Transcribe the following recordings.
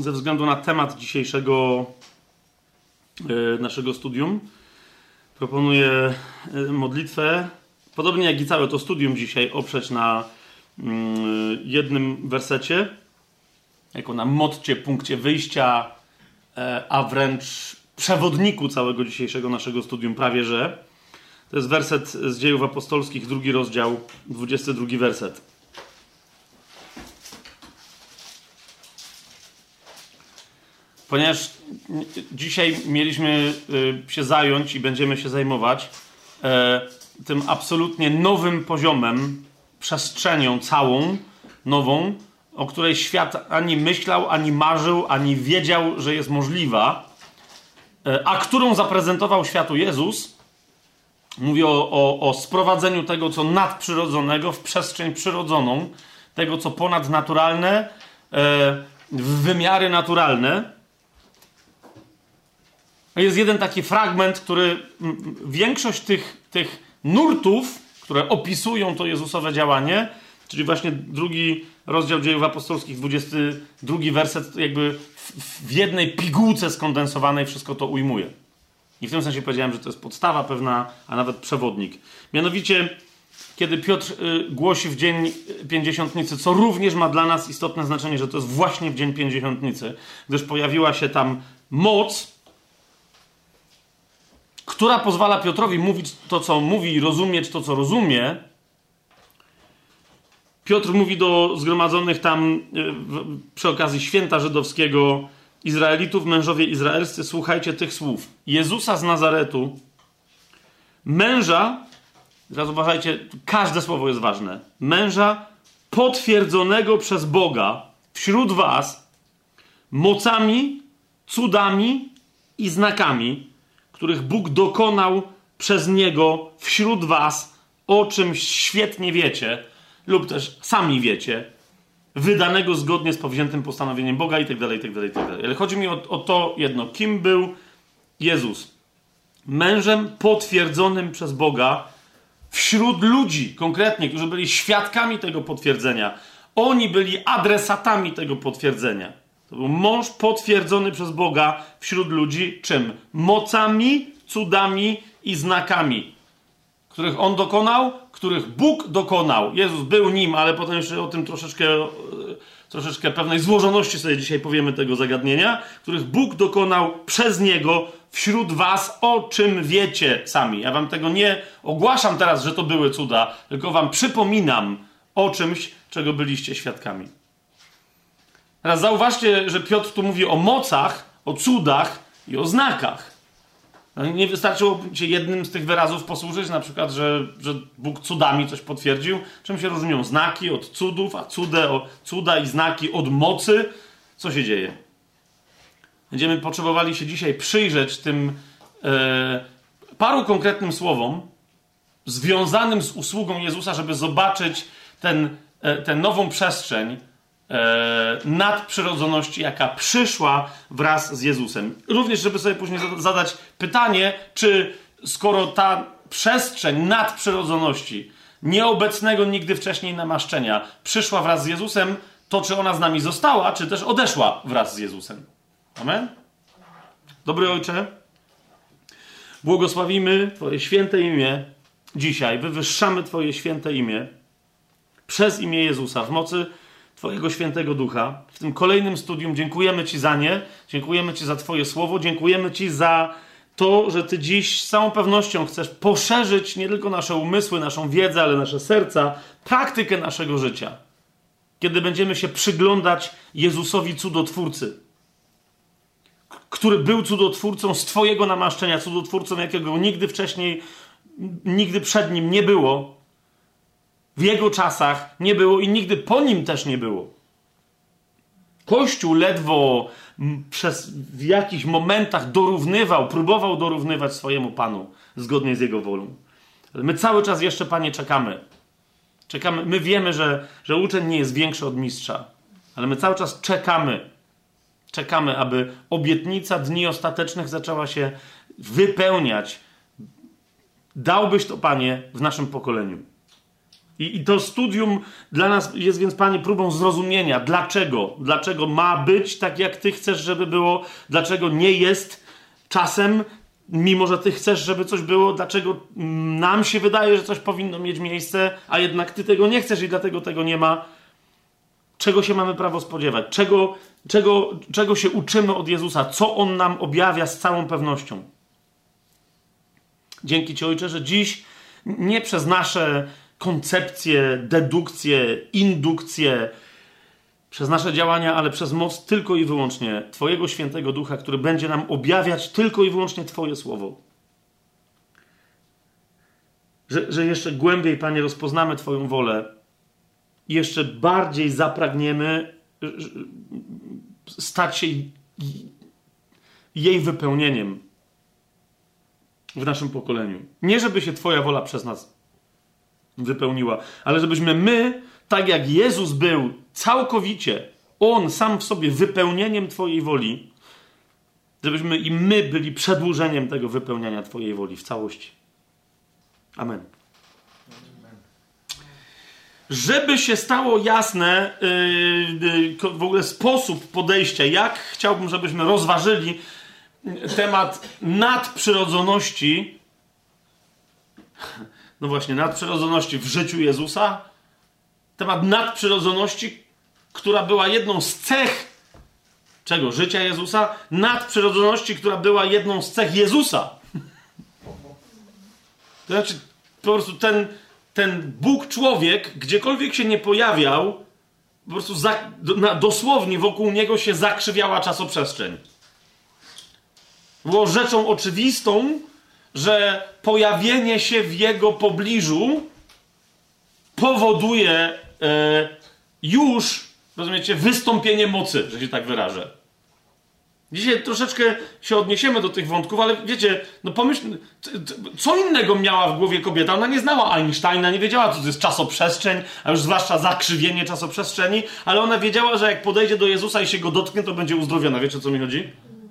ze względu na temat dzisiejszego naszego studium, proponuję modlitwę, podobnie jak i całe to studium dzisiaj, oprzeć na jednym wersecie, jako na motcie, punkcie wyjścia, a wręcz przewodniku całego dzisiejszego naszego studium, prawie że. To jest werset z Dziejów Apostolskich, 2 rozdział, 22 werset. Ponieważ dzisiaj mieliśmy się zająć i będziemy się zajmować tym absolutnie nowym poziomem, przestrzenią całą, nową, o której świat ani myślał, ani marzył, ani wiedział, że jest możliwa, a którą zaprezentował światu Jezus. Mówię o sprowadzeniu tego, co nadprzyrodzonego w przestrzeń przyrodzoną, tego, co ponadnaturalne w wymiary naturalne. Jest jeden taki fragment, który większość tych nurtów, które opisują to Jezusowe działanie, czyli właśnie 2 rozdział Dziejów Apostolskich, 22 werset, jakby w jednej pigułce skondensowanej wszystko to ujmuje. I w tym sensie powiedziałem, że to jest podstawa pewna, a nawet przewodnik. Mianowicie, kiedy Piotr głosi w Dzień Pięćdziesiątnicy, co również ma dla nas istotne znaczenie, że to jest właśnie w Dzień Pięćdziesiątnicy, gdyż pojawiła się tam moc, która pozwala Piotrowi mówić to, co mówi i rozumieć to, co rozumie. Piotr mówi do zgromadzonych tam przy okazji święta żydowskiego: Izraelitów, mężowie izraelscy, słuchajcie tych słów. Jezusa z Nazaretu, męża, teraz uważajcie, każde słowo jest ważne, męża potwierdzonego przez Boga wśród was mocami, cudami i znakami, których Bóg dokonał przez Niego wśród was, o czym świetnie wiecie, lub też sami wiecie, wydanego zgodnie z powziętym postanowieniem Boga i tak dalej, i tak dalej, i tak dalej. Ale chodzi mi o to jedno. Kim był Jezus? Mężem potwierdzonym przez Boga wśród ludzi, konkretnie, którzy byli świadkami tego potwierdzenia. Oni byli adresatami tego potwierdzenia. To był mąż potwierdzony przez Boga wśród ludzi czym? Mocami, cudami i znakami, których On dokonał, których Bóg dokonał. Jezus był nim, ale potem jeszcze o tym troszeczkę pewnej złożoności sobie dzisiaj powiemy tego zagadnienia, których Bóg dokonał przez Niego wśród was, o czym wiecie sami. Ja wam tego nie ogłaszam teraz, że to były cuda, tylko wam przypominam o czymś, czego byliście świadkami. Teraz zauważcie, że Piotr tu mówi o mocach, o cudach i o znakach. Nie wystarczyło się jednym z tych wyrazów posłużyć, na przykład, że Bóg cudami coś potwierdził. Czym się różnią znaki od cudów, a cuda i znaki od mocy? Co się dzieje? Będziemy potrzebowali się dzisiaj przyjrzeć tym paru konkretnym słowom związanym z usługą Jezusa, żeby zobaczyć tę nową przestrzeń nadprzyrodzoności, jaka przyszła wraz z Jezusem. Również, żeby sobie później zadać pytanie, czy skoro ta przestrzeń nadprzyrodzoności, nieobecnego nigdy wcześniej namaszczenia, przyszła wraz z Jezusem, to czy ona z nami została, czy też odeszła wraz z Jezusem. Amen? Dobry Ojcze, błogosławimy Twoje święte imię dzisiaj, wywyższamy Twoje święte imię przez imię Jezusa w mocy Twojego świętego ducha. W tym kolejnym studium dziękujemy Ci za nie, dziękujemy Ci za Twoje słowo, dziękujemy Ci za to, że Ty dziś z całą pewnością chcesz poszerzyć nie tylko nasze umysły, naszą wiedzę, ale nasze serca, praktykę naszego życia. Kiedy będziemy się przyglądać Jezusowi cudotwórcy, który był cudotwórcą z Twojego namaszczenia, cudotwórcą, jakiego nigdy wcześniej, nigdy przed Nim nie było, w Jego czasach nie było i nigdy po Nim też nie było. Kościół ledwo w jakichś momentach próbował dorównywać swojemu Panu, zgodnie z Jego wolą. Ale my cały czas jeszcze, Panie, czekamy. My wiemy, że uczeń nie jest większy od mistrza, ale my cały czas czekamy, aby obietnica dni ostatecznych zaczęła się wypełniać. Dałbyś to, Panie, w naszym pokoleniu. I to studium dla nas jest więc, Panie, próbą zrozumienia. Dlaczego? Dlaczego ma być tak, jak Ty chcesz, żeby było? Dlaczego nie jest czasem, mimo że Ty chcesz, żeby coś było? Dlaczego nam się wydaje, że coś powinno mieć miejsce, a jednak Ty tego nie chcesz i dlatego tego nie ma? Czego się mamy prawo spodziewać? Czego się uczymy od Jezusa? Co On nam objawia z całą pewnością? Dzięki Ci, Ojcze, że dziś nie przez nasze koncepcje, dedukcje, indukcje, przez nasze działania, ale przez moc tylko i wyłącznie Twojego Świętego Ducha, który będzie nam objawiać tylko i wyłącznie Twoje Słowo. Że jeszcze głębiej, Panie, rozpoznamy Twoją wolę i jeszcze bardziej zapragniemy stać się jej wypełnieniem w naszym pokoleniu. Nie żeby się Twoja wola przez nas wypełniła, ale żebyśmy my, tak jak Jezus był całkowicie, On sam w sobie wypełnieniem Twojej woli, żebyśmy i my byli przedłużeniem tego wypełniania Twojej woli w całości. Amen. Żeby się stało jasne w ogóle sposób podejścia, jak chciałbym, żebyśmy rozważyli temat nadprzyrodzoności, no właśnie, nadprzyrodzoności w życiu Jezusa, temat nadprzyrodzoności, która była jedną z cech czego? Życia Jezusa, nadprzyrodzoności, która była jedną z cech Jezusa. To znaczy, po prostu ten Bóg człowiek, gdziekolwiek się nie pojawiał, po prostu dosłownie wokół niego się zakrzywiała czasoprzestrzeń. Było rzeczą oczywistą, że pojawienie się w jego pobliżu powoduje już, rozumiecie, wystąpienie mocy, że się tak wyrażę. Dzisiaj troszeczkę się odniesiemy do tych wątków, ale wiecie, no pomyśl, co innego miała w głowie kobieta? Ona nie znała Einsteina, nie wiedziała, co to jest czasoprzestrzeń, a już zwłaszcza zakrzywienie czasoprzestrzeni, ale ona wiedziała, że jak podejdzie do Jezusa i się go dotknie, to będzie uzdrowiona. Wiecie, o co mi chodzi?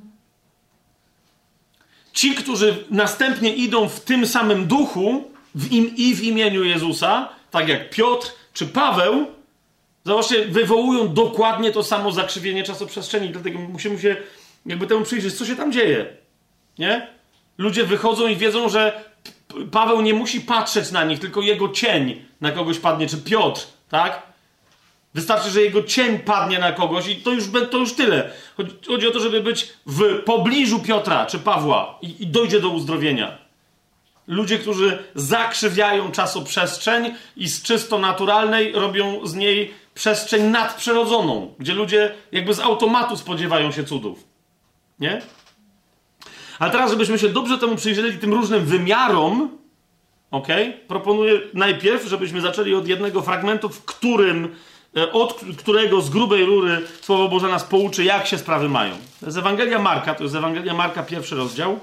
Ci, którzy następnie idą w tym samym duchu i w imieniu Jezusa, tak jak Piotr czy Paweł, zobaczcie, wywołują dokładnie to samo zakrzywienie czasoprzestrzeni. Dlatego musimy się jakby temu przyjrzeć, co się tam dzieje. Nie? Ludzie wychodzą i wiedzą, że Paweł nie musi patrzeć na nich, tylko jego cień na kogoś padnie, czy Piotr, tak? Wystarczy, że jego cień padnie na kogoś i to już tyle. Chodzi o to, żeby być w pobliżu Piotra czy Pawła i dojdzie do uzdrowienia. Ludzie, którzy zakrzywiają czasoprzestrzeń i z czysto naturalnej robią z niej przestrzeń nadprzyrodzoną, gdzie ludzie jakby z automatu spodziewają się cudów. Nie? A teraz, żebyśmy się dobrze temu przyjrzeli, tym różnym wymiarom, proponuję najpierw, żebyśmy zaczęli od jednego fragmentu, od którego z grubej rury Słowo Boże nas pouczy, jak się sprawy mają. To jest Ewangelia Marka, 1 rozdział.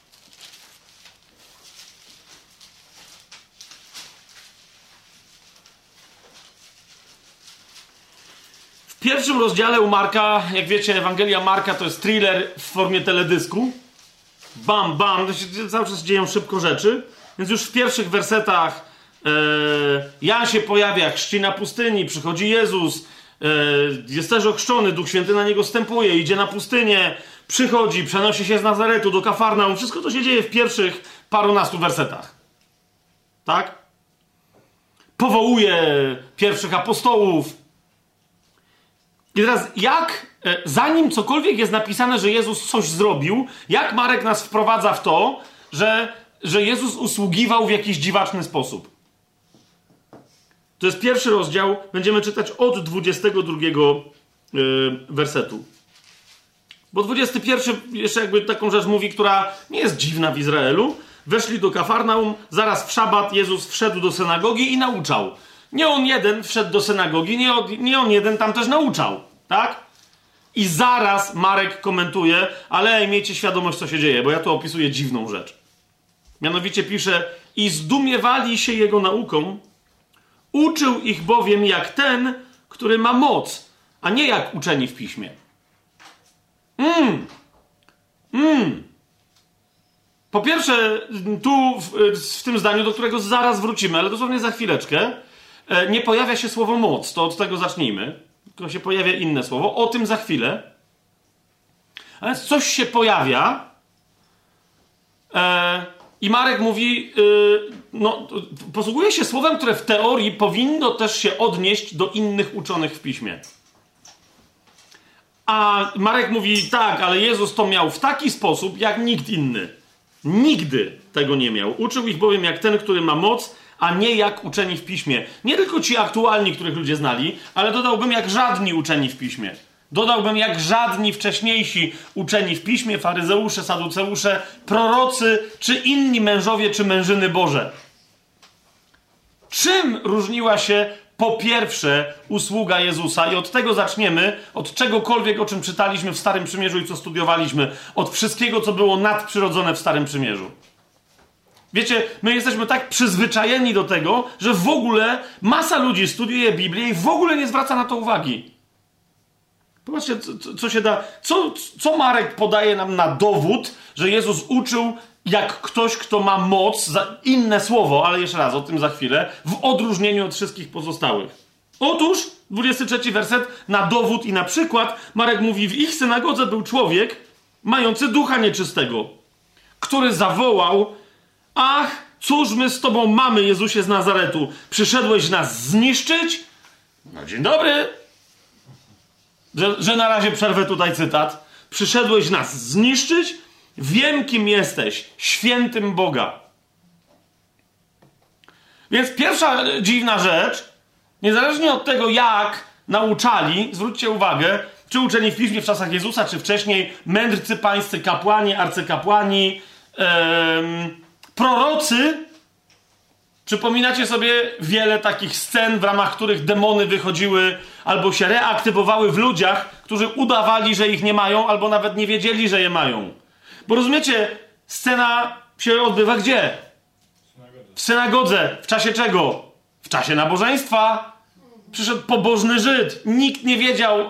W pierwszym rozdziale u Marka, jak wiecie, Ewangelia Marka to jest thriller w formie teledysku. Bam, bam, to się cały czas dzieją szybko rzeczy. Więc już w pierwszych wersetach Jan się pojawia, chrzci na pustyni, przychodzi Jezus, jest też ochrzczony, Duch Święty na niego stępuje, idzie na pustynię, przychodzi, przenosi się z Nazaretu do Kafarnaum. Wszystko to się dzieje w pierwszych parunastu wersetach. Tak? Powołuje pierwszych apostołów. I teraz zanim cokolwiek jest napisane, że Jezus coś zrobił, jak Marek nas wprowadza w to, że Jezus usługiwał w jakiś dziwaczny sposób. To jest pierwszy rozdział, będziemy czytać od 22 wersetu. Bo 21 jeszcze jakby taką rzecz mówi, która nie jest dziwna w Izraelu. Weszli do Kafarnaum, zaraz w szabat Jezus wszedł do synagogi i nauczał. Nie on jeden wszedł do synagogi, nie on jeden tam też nauczał, tak? I zaraz Marek komentuje, ale miejcie świadomość, co się dzieje, bo ja tu opisuję dziwną rzecz. Mianowicie pisze, i zdumiewali się jego nauką, uczył ich bowiem jak ten, który ma moc, a nie jak uczeni w piśmie. Po pierwsze, tu w tym zdaniu, do którego zaraz wrócimy, ale dosłownie za chwileczkę, nie pojawia się słowo moc. To od tego zacznijmy. Tylko się pojawia inne słowo. O tym za chwilę. A więc coś się pojawia i Marek mówi, posługuje się słowem, które w teorii powinno też się odnieść do innych uczonych w Piśmie. A Marek mówi, tak, ale Jezus to miał w taki sposób, jak nikt inny. Nigdy tego nie miał. Uczył ich bowiem jak ten, który ma moc, a nie jak uczeni w Piśmie. Nie tylko ci aktualni, których ludzie znali, ale dodałbym jak żadni uczeni w Piśmie. Dodałbym jak żadni wcześniejsi uczeni w Piśmie, faryzeusze, saduceusze, prorocy, czy inni mężowie, czy mężyny Boże. Czym różniła się po pierwsze usługa Jezusa? I od tego zaczniemy, od czegokolwiek, o czym czytaliśmy w Starym Przymierzu i co studiowaliśmy. Od wszystkiego, co było nadprzyrodzone w Starym Przymierzu. Wiecie, my jesteśmy tak przyzwyczajeni do tego, że w ogóle masa ludzi studiuje Biblię i w ogóle nie zwraca na to uwagi. Popatrzcie, co się da. Co Marek podaje nam na dowód, że Jezus uczył jak ktoś, kto ma moc, inne słowo, ale jeszcze raz, o tym za chwilę, w odróżnieniu od wszystkich pozostałych. Otóż, 23 werset, na dowód i na przykład, Marek mówi, w ich synagodze był człowiek mający ducha nieczystego, który zawołał, ach, cóż my z tobą mamy, Jezusie z Nazaretu? Przyszedłeś nas zniszczyć? No dzień dobry. Że na razie przerwę tutaj cytat. Przyszedłeś nas zniszczyć? Wiem, kim jesteś. Świętym Boga. Więc pierwsza dziwna rzecz, niezależnie od tego, jak nauczali, zwróćcie uwagę, czy uczeni w Piśmie w czasach Jezusa, czy wcześniej, mędrcy pańscy, kapłani, arcykapłani, prorocy. Przypominacie sobie wiele takich scen, w ramach których demony wychodziły albo się reaktywowały w ludziach, którzy udawali, że ich nie mają, albo nawet nie wiedzieli, że je mają. Bo rozumiecie, scena się odbywa gdzie? W synagodze. W czasie czego? W czasie nabożeństwa. Przyszedł pobożny Żyd. Nikt nie wiedział.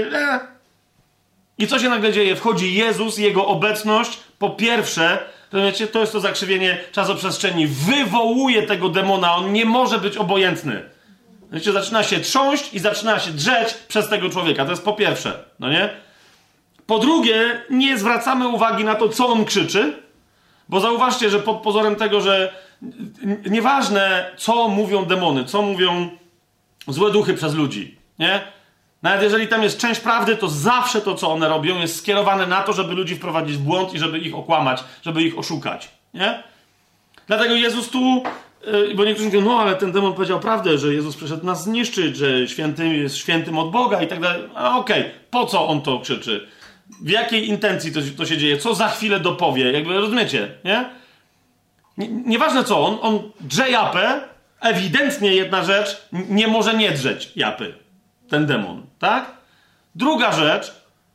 I co się nagle dzieje? Wchodzi Jezus, Jego obecność. Po pierwsze, rozumiecie, to jest to zakrzywienie czasoprzestrzeni. Wywołuje tego demona. On nie może być obojętny. Wiecie, zaczyna się trząść i zaczyna się drzeć przez tego człowieka. To jest po pierwsze. No nie? Po drugie, nie zwracamy uwagi na to, co on krzyczy, bo zauważcie, że pod pozorem tego, że nieważne, co mówią demony, co mówią złe duchy przez ludzi, nie? Nawet jeżeli tam jest część prawdy, to zawsze to, co one robią, jest skierowane na to, żeby ludzi wprowadzić w błąd i żeby ich okłamać, żeby ich oszukać, nie? Dlatego Jezus tu, bo niektórzy mówią, no ale ten demon powiedział prawdę, że Jezus przyszedł nas zniszczyć, że święty jest świętym od Boga i tak dalej. A okej, po co on to krzyczy? W jakiej intencji to się dzieje? Co za chwilę dopowie? Jakby rozumiecie, nie? Nieważne co, on drze japę, ewidentnie jedna rzecz, nie może nie drzeć japy. Ten demon, tak? Druga rzecz,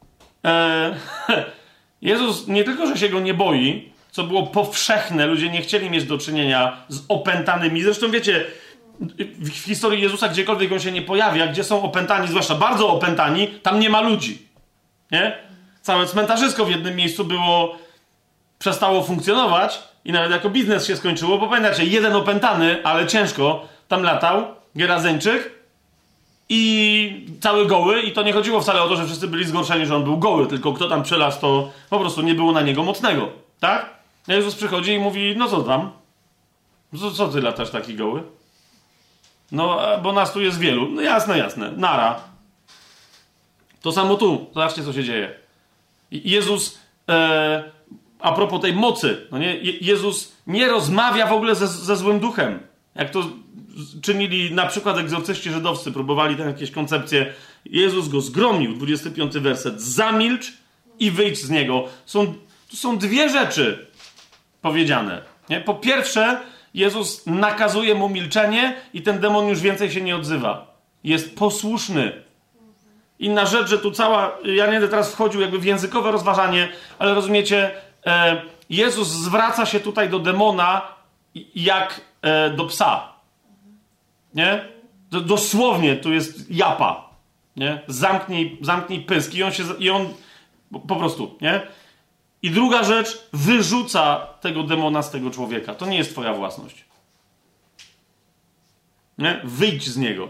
Jezus nie tylko, że się go nie boi, co było powszechne, ludzie nie chcieli mieć do czynienia z opętanymi. Zresztą wiecie, w historii Jezusa, gdziekolwiek on się nie pojawia, gdzie są opętani, zwłaszcza bardzo opętani, tam nie ma ludzi, nie? Całe cmentarzysko w jednym miejscu przestało funkcjonować i nawet jako biznes się skończyło, bo pamiętacie, jeden opętany, ale ciężko, tam latał, Gerazeńczyk i cały goły i to nie chodziło wcale o to, że wszyscy byli zgorszeni, że on był goły, tylko kto tam przelazł, to po prostu nie było na niego mocnego, tak? Jezus przychodzi i mówi, no co tam? Co ty latasz taki goły? No, bo nas tu jest wielu. No jasne, nara. To samo tu, zobaczcie co się dzieje. Jezus, a propos tej mocy, no nie? Jezus nie rozmawia w ogóle ze złym duchem. Jak to czynili na przykład egzorcyści żydowscy, próbowali tam jakieś koncepcje. Jezus go zgromił, 25 werset. Zamilcz i wyjdź z niego. Tu są dwie rzeczy powiedziane. Nie? Po pierwsze, Jezus nakazuje mu milczenie i ten demon już więcej się nie odzywa. Jest posłuszny. Inna rzecz, że tu ja nie będę teraz wchodził jakby w językowe rozważanie, ale rozumiecie, Jezus zwraca się tutaj do demona jak do psa. Nie? Dosłownie tu jest japa. Nie? Zamknij pysk. I on po prostu, nie? I druga rzecz, wyrzuca tego demona z tego człowieka. To nie jest twoja własność. Nie? Wyjdź z niego.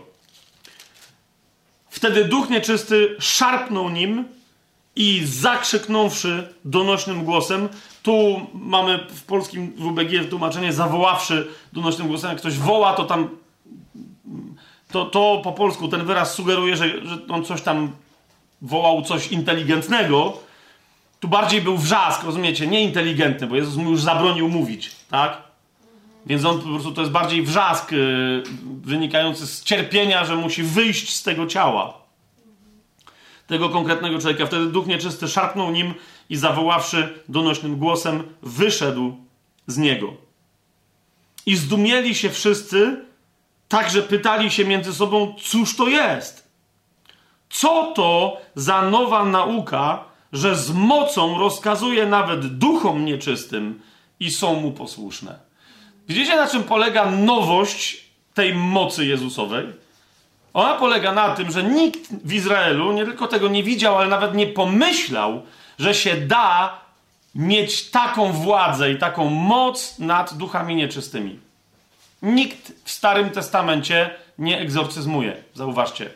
Wtedy duch nieczysty szarpnął nim i zakrzyknąwszy donośnym głosem, tu mamy w polskim WBG tłumaczenie zawoławszy donośnym głosem, jak ktoś woła, to tam to po polsku ten wyraz sugeruje, że on coś tam wołał, coś inteligentnego. Tu bardziej był wrzask, rozumiecie, nieinteligentny, bo Jezus mu już zabronił mówić, tak? Więc on po prostu to jest bardziej wrzask wynikający z cierpienia, że musi wyjść z tego ciała. Tego konkretnego człowieka. Wtedy duch nieczysty szarpnął nim i zawoławszy donośnym głosem, wyszedł z niego. I zdumieli się wszyscy, tak że pytali się między sobą, cóż to jest? Co to za nowa nauka, że z mocą rozkazuje nawet duchom nieczystym i są mu posłuszne? Widzicie, na czym polega nowość tej mocy Jezusowej? Ona polega na tym, że nikt w Izraelu nie tylko tego nie widział, ale nawet nie pomyślał, że się da mieć taką władzę i taką moc nad duchami nieczystymi. Nikt w Starym Testamencie nie egzorcyzmuje. Zauważcie.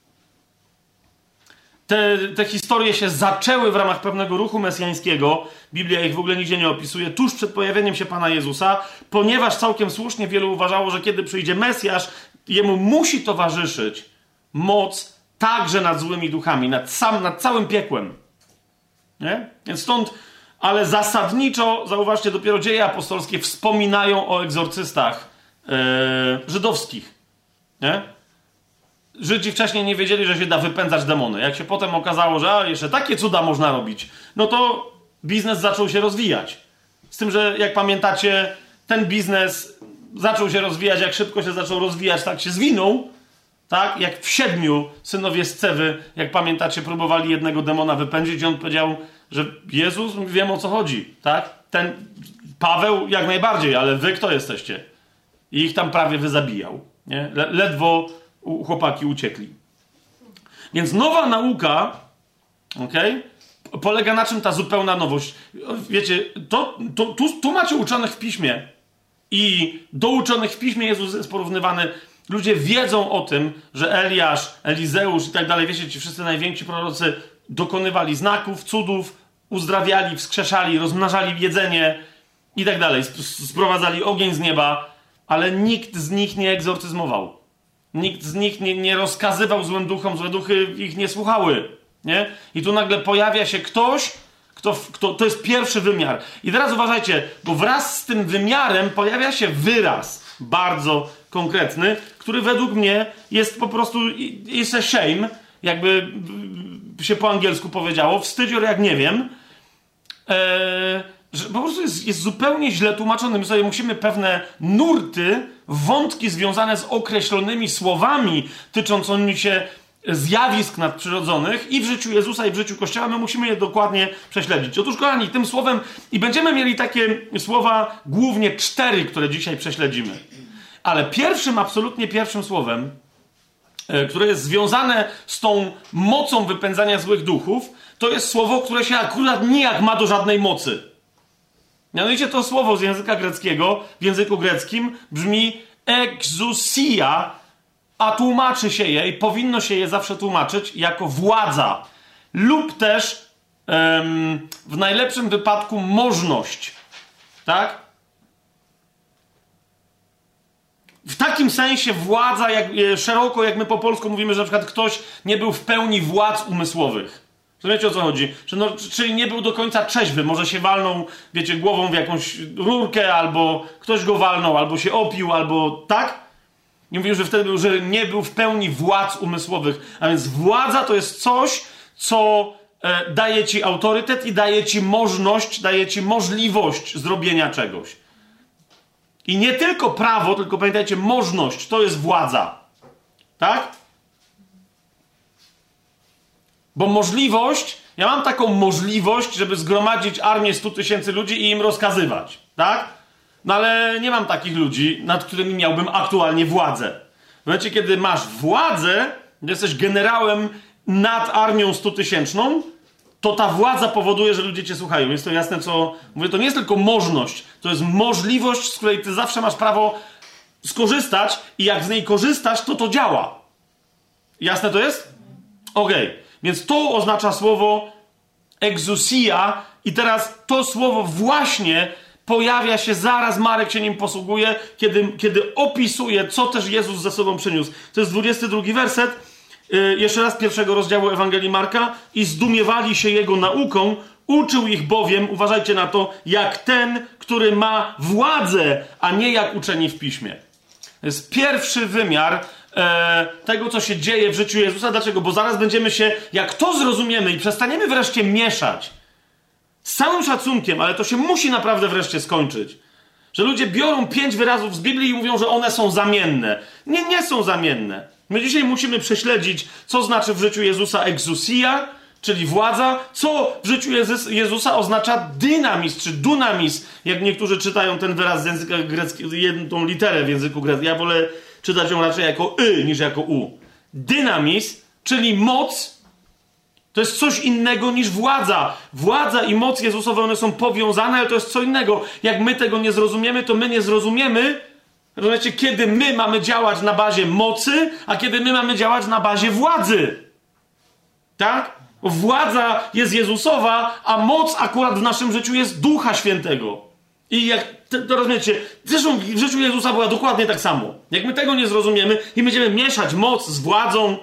Te historie się zaczęły w ramach pewnego ruchu mesjańskiego. Biblia ich w ogóle nigdzie nie opisuje. Tuż przed pojawieniem się Pana Jezusa, ponieważ całkiem słusznie wielu uważało, że kiedy przyjdzie Mesjasz, jemu musi towarzyszyć moc także nad złymi duchami, nad całym piekłem. Nie? Więc stąd, ale zasadniczo, zauważcie, dopiero dzieje apostolskie wspominają o egzorcystach żydowskich. Nie? Żydzi wcześniej nie wiedzieli, że się da wypędzać demony. Jak się potem okazało, że jeszcze takie cuda można robić, no to biznes zaczął się rozwijać. Z tym, że jak pamiętacie, ten biznes zaczął się rozwijać, jak szybko się zaczął rozwijać, tak się zwinął, tak? Jak w 7 synowie Scewy, jak pamiętacie, próbowali jednego demona wypędzić i on powiedział, że Jezus, wiem o co chodzi, tak? Ten Paweł jak najbardziej, ale wy kto jesteście? I ich tam prawie wyzabijał, nie? Ledwo chłopaki uciekli. Więc nowa nauka, okej, polega na czym ta zupełna nowość? Wiecie, tu macie uczonych w piśmie i do uczonych w piśmie Jezus jest porównywany. Ludzie wiedzą o tym, że Eliasz, Elizeusz i tak dalej, wiecie, ci wszyscy najwięksi prorocy dokonywali znaków, cudów, uzdrawiali, wskrzeszali, rozmnażali jedzenie i tak dalej, sprowadzali ogień z nieba, ale nikt z nich nie egzorcyzmował. Nikt z nich nie rozkazywał złym duchom, złe duchy ich nie słuchały. Nie? I tu nagle pojawia się ktoś, kto to jest pierwszy wymiar. I teraz uważajcie, bo wraz z tym wymiarem pojawia się wyraz bardzo konkretny, który według mnie jest po prostu, jest a shame, jakby się po angielsku powiedziało, wstydzior jak nie wiem, że po prostu jest zupełnie źle tłumaczony. My sobie musimy pewne nurty, wątki związane z określonymi słowami tyczącymi się zjawisk nadprzyrodzonych i w życiu Jezusa, i w życiu Kościoła, my musimy je dokładnie prześledzić. Otóż, kochani, tym słowem, i będziemy mieli takie słowa, głównie 4, które dzisiaj prześledzimy. Ale absolutnie pierwszym słowem, które jest związane z tą mocą wypędzania złych duchów, to jest słowo, które się akurat nijak ma do żadnej mocy. Mianowicie to słowo z języka greckiego, w języku greckim brzmi exousia, a tłumaczy się je, i powinno się je zawsze tłumaczyć, jako władza lub też w najlepszym wypadku możność. Tak? W takim sensie władza, szeroko jak my po polsku mówimy, że na przykład ktoś nie był w pełni władz umysłowych. Wiecie o co chodzi? Czyli nie był do końca trzeźwy, może się walnął, wiecie, głową w jakąś rurkę, albo ktoś go walnął, albo się opił, albo tak? Nie mówił, że wtedy że nie był w pełni władz umysłowych. A więc władza to jest coś, co daje ci autorytet i daje ci możliwość, daje ci możliwość zrobienia czegoś. I nie tylko prawo, tylko pamiętajcie, możliwość to jest władza. Tak? Bo możliwość, ja mam taką możliwość, żeby zgromadzić armię 100 000 ludzi i im rozkazywać. Tak? No ale nie mam takich ludzi, nad którymi miałbym aktualnie władzę. W momencie, kiedy masz władzę, jesteś generałem nad armią 100 000, to ta władza powoduje, że ludzie cię słuchają. Jest to jasne, co mówię. To nie jest tylko możliwość, to jest możliwość, z której ty zawsze masz prawo skorzystać i jak z niej korzystasz, to działa. Jasne to jest? Okej. Więc to oznacza słowo exousia i teraz to słowo właśnie pojawia się zaraz, Marek się nim posługuje, kiedy opisuje, co też Jezus ze sobą przyniósł. To jest 22 werset, jeszcze raz 1 rozdziału Ewangelii Marka. I zdumiewali się Jego nauką, uczył ich bowiem, uważajcie na to, jak ten, który ma władzę, a nie jak uczeni w Piśmie. To jest pierwszy wymiar tego, co się dzieje w życiu Jezusa. Dlaczego? Bo zaraz będziemy się, jak to zrozumiemy i przestaniemy wreszcie mieszać, z całym szacunkiem, ale to się musi naprawdę wreszcie skończyć, że ludzie biorą 5 wyrazów z Biblii i mówią, że one są zamienne. Nie są zamienne. My dzisiaj musimy prześledzić, co znaczy w życiu Jezusa exousia, czyli władza, co w życiu Jezusa oznacza dynamis, czy dunamis, jak niektórzy czytają ten wyraz z języka greckiego, jedną literę w języku greckim. Ja wolę czytać ją raczej jako niż jako u. Dynamis, czyli moc, to jest coś innego niż władza. Władza i moc Jezusowe, one są powiązane, ale to jest co innego. Jak my tego nie zrozumiemy, to my nie zrozumiemy, rozumiecie, kiedy my mamy działać na bazie mocy, a kiedy my mamy działać na bazie władzy. Tak? Władza jest Jezusowa, a moc akurat w naszym życiu jest Ducha Świętego. I jak to rozumiecie, zresztą w życiu Jezusa była dokładnie tak samo. Jak my tego nie zrozumiemy i będziemy mieszać moc z władzą,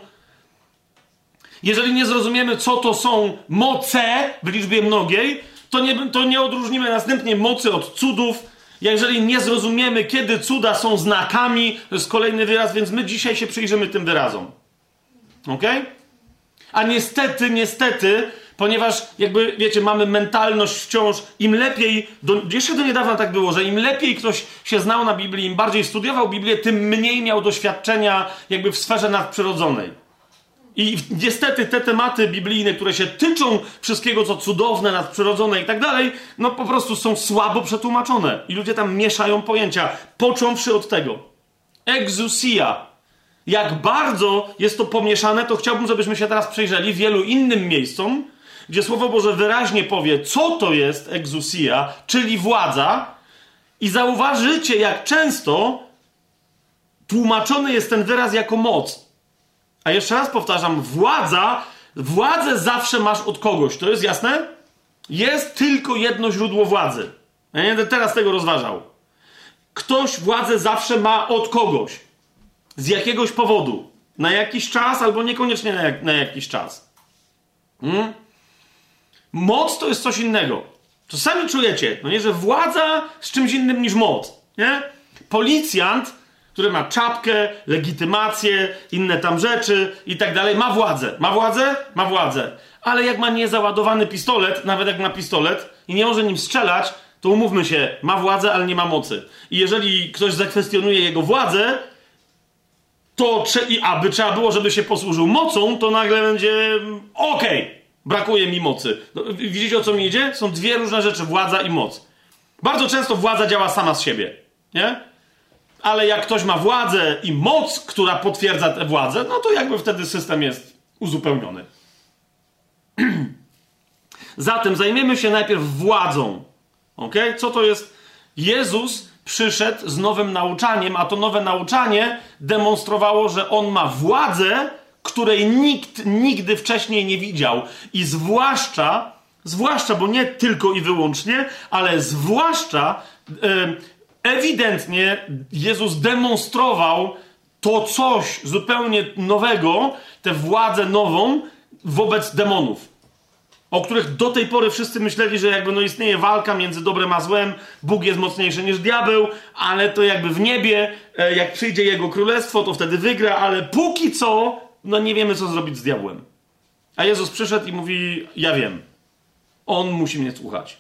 jeżeli nie zrozumiemy, co to są moce w liczbie mnogiej, to nie odróżnimy następnie mocy od cudów. Jeżeli nie zrozumiemy, kiedy cuda są znakami, to jest kolejny wyraz, więc my dzisiaj się przyjrzymy tym wyrazom. Okej? A niestety, ponieważ jakby, wiecie, mamy mentalność wciąż, im lepiej, jeszcze do niedawna tak było, że im lepiej ktoś się znał na Biblii, im bardziej studiował Biblię, tym mniej miał doświadczenia jakby w sferze nadprzyrodzonej. I niestety te tematy biblijne, które się tyczą wszystkiego, co cudowne, nadprzyrodzone i tak dalej, no po prostu są słabo przetłumaczone. I ludzie tam mieszają pojęcia, począwszy od tego. Exousia. Jak bardzo jest to pomieszane, to chciałbym, żebyśmy się teraz przyjrzeli wielu innym miejscom, gdzie Słowo Boże wyraźnie powie, co to jest exousia, czyli władza, i zauważycie, jak często tłumaczony jest ten wyraz jako moc. A jeszcze raz powtarzam, władzę zawsze masz od kogoś. To jest jasne? Jest tylko jedno źródło władzy. Ja nie będę teraz tego rozważał. Ktoś władzę zawsze ma od kogoś. Z jakiegoś powodu. Na jakiś czas, albo niekoniecznie na jakiś czas. Moc to jest coś innego. To sami czujecie, no nie, że władza z czymś innym niż moc. Nie? Policjant, który ma czapkę, legitymację, inne tam rzeczy i tak dalej, ma władzę. Ma władzę? Ma władzę. Ale jak ma niezaładowany pistolet, nawet jak ma pistolet i nie może nim strzelać, to umówmy się, ma władzę, ale nie ma mocy. I jeżeli ktoś zakwestionuje jego władzę, to aby trzeba było, żeby się posłużył mocą, to nagle będzie brakuje mi mocy. No, widzicie, o co mi idzie? Są dwie różne rzeczy, władza i moc. Bardzo często władza działa sama z siebie, nie? Ale jak ktoś ma władzę i moc, która potwierdza tę władzę, no to jakby wtedy system jest uzupełniony. Zatem zajmiemy się najpierw władzą. Okay? Co to jest? Jezus przyszedł z nowym nauczaniem, a to nowe nauczanie demonstrowało, że On ma władzę, której nikt nigdy wcześniej nie widział. I zwłaszcza, bo nie tylko i wyłącznie, ale zwłaszcza ewidentnie Jezus demonstrował to coś zupełnie nowego, tę władzę nową wobec demonów, o których do tej pory wszyscy myśleli, że jakby istnieje walka między dobrem a złem, Bóg jest mocniejszy niż diabeł, ale to jakby w niebie, jak przyjdzie Jego królestwo, to wtedy wygra, ale póki co, no nie wiemy, co zrobić z diabłem. A Jezus przyszedł i mówi, ja wiem, On musi mnie słuchać.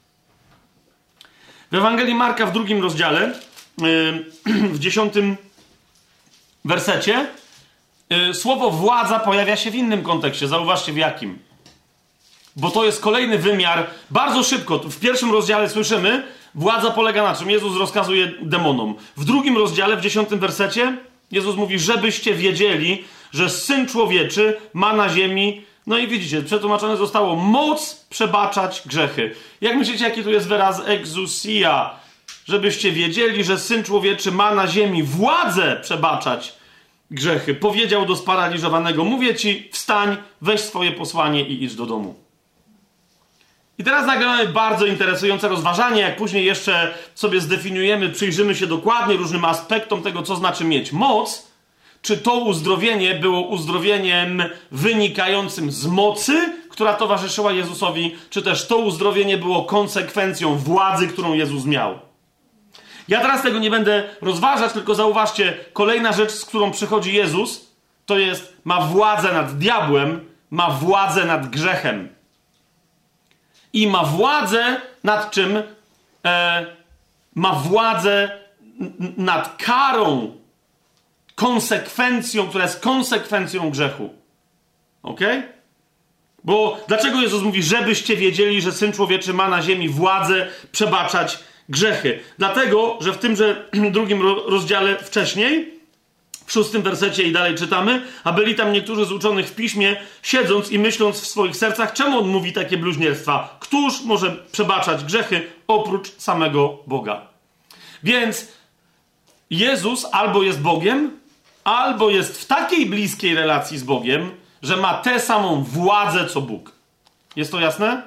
W Ewangelii Marka w 2 rozdziale, w 10 wersecie, słowo władza pojawia się w innym kontekście. Zauważcie w jakim. Bo to jest kolejny wymiar. Bardzo szybko. W 1 rozdziale słyszymy, władza polega na czym? Jezus rozkazuje demonom. W 2 rozdziale, w 10 wersecie, Jezus mówi, żebyście wiedzieli, że Syn Człowieczy ma na ziemi, no i widzicie, przetłumaczone zostało moc przebaczać grzechy. Jak myślicie, jaki tu jest wyraz exousia? żebyście wiedzieli, że Syn Człowieczy ma na ziemi władzę przebaczać grzechy. Powiedział do sparaliżowanego: mówię ci, wstań, weź swoje posłanie i idź do domu. I teraz nagle mamy bardzo interesujące rozważanie, jak później jeszcze sobie zdefiniujemy, przyjrzymy się dokładnie różnym aspektom tego, co znaczy mieć moc. Czy to uzdrowienie było uzdrowieniem wynikającym z mocy, która towarzyszyła Jezusowi, czy też to uzdrowienie było konsekwencją władzy, którą Jezus miał. Ja teraz tego nie będę rozważać, tylko zauważcie, kolejna rzecz, z którą przychodzi Jezus, to jest, ma władzę nad diabłem, ma władzę nad grzechem. I ma władzę nad czym? Ma władzę nad karą, konsekwencją, która jest konsekwencją grzechu. Okej? Bo dlaczego Jezus mówi, żebyście wiedzieli, że Syn Człowieczy ma na ziemi władzę przebaczać grzechy? Dlatego, że w tymże drugim rozdziale wcześniej, w 6 wersecie i dalej czytamy: a byli tam niektórzy z uczonych w piśmie, siedząc i myśląc w swoich sercach, czemu on mówi takie bluźnierstwa? Któż może przebaczać grzechy oprócz samego Boga? Więc Jezus albo jest Bogiem, albo jest w takiej bliskiej relacji z Bogiem, że ma tę samą władzę, co Bóg. Jest to jasne?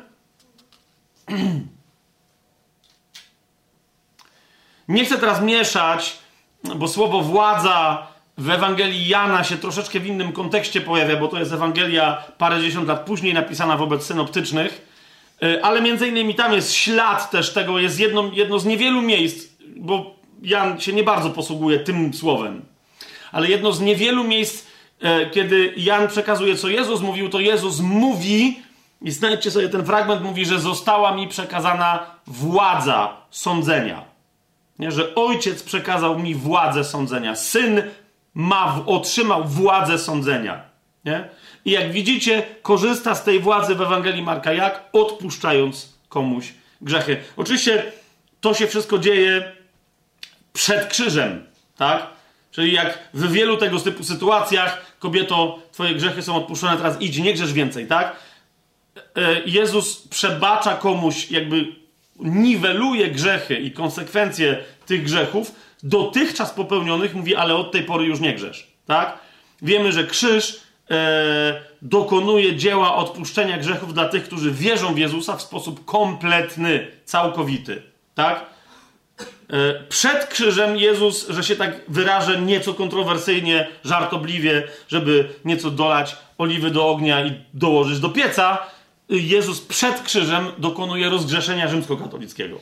Nie chcę teraz mieszać, bo słowo władza w Ewangelii Jana się troszeczkę w innym kontekście pojawia, bo to jest Ewangelia parędziesiąt lat później napisana wobec synoptycznych, ale między innymi tam jest ślad też tego, jest jedno z niewielu miejsc, bo Jan się nie bardzo posługuje tym słowem, ale jedno z niewielu miejsc, kiedy Jan przekazuje, co Jezus mówił, to Jezus mówi, i znajdźcie sobie ten fragment, mówi, że została mi przekazana władza sądzenia. Nie, że Ojciec przekazał mi władzę sądzenia. Syn otrzymał władzę sądzenia. Nie? I jak widzicie, korzysta z tej władzy w Ewangelii Marka jak? Odpuszczając komuś grzechy. Oczywiście to się wszystko dzieje przed krzyżem, tak? Czyli jak w wielu tego typu sytuacjach: kobieto, twoje grzechy są odpuszczone, teraz idź, nie grzesz więcej, tak? Jezus przebacza komuś, jakby niweluje grzechy i konsekwencje tych grzechów dotychczas popełnionych, mówi, ale od tej pory już nie grzesz, tak? Wiemy, że krzyż dokonuje dzieła odpuszczenia grzechów dla tych, którzy wierzą w Jezusa w sposób kompletny, całkowity, tak? Przed krzyżem Jezus, że się tak wyrażę nieco kontrowersyjnie, żartobliwie, żeby nieco dolać oliwy do ognia i dołożyć do pieca, Jezus przed krzyżem dokonuje rozgrzeszenia rzymskokatolickiego.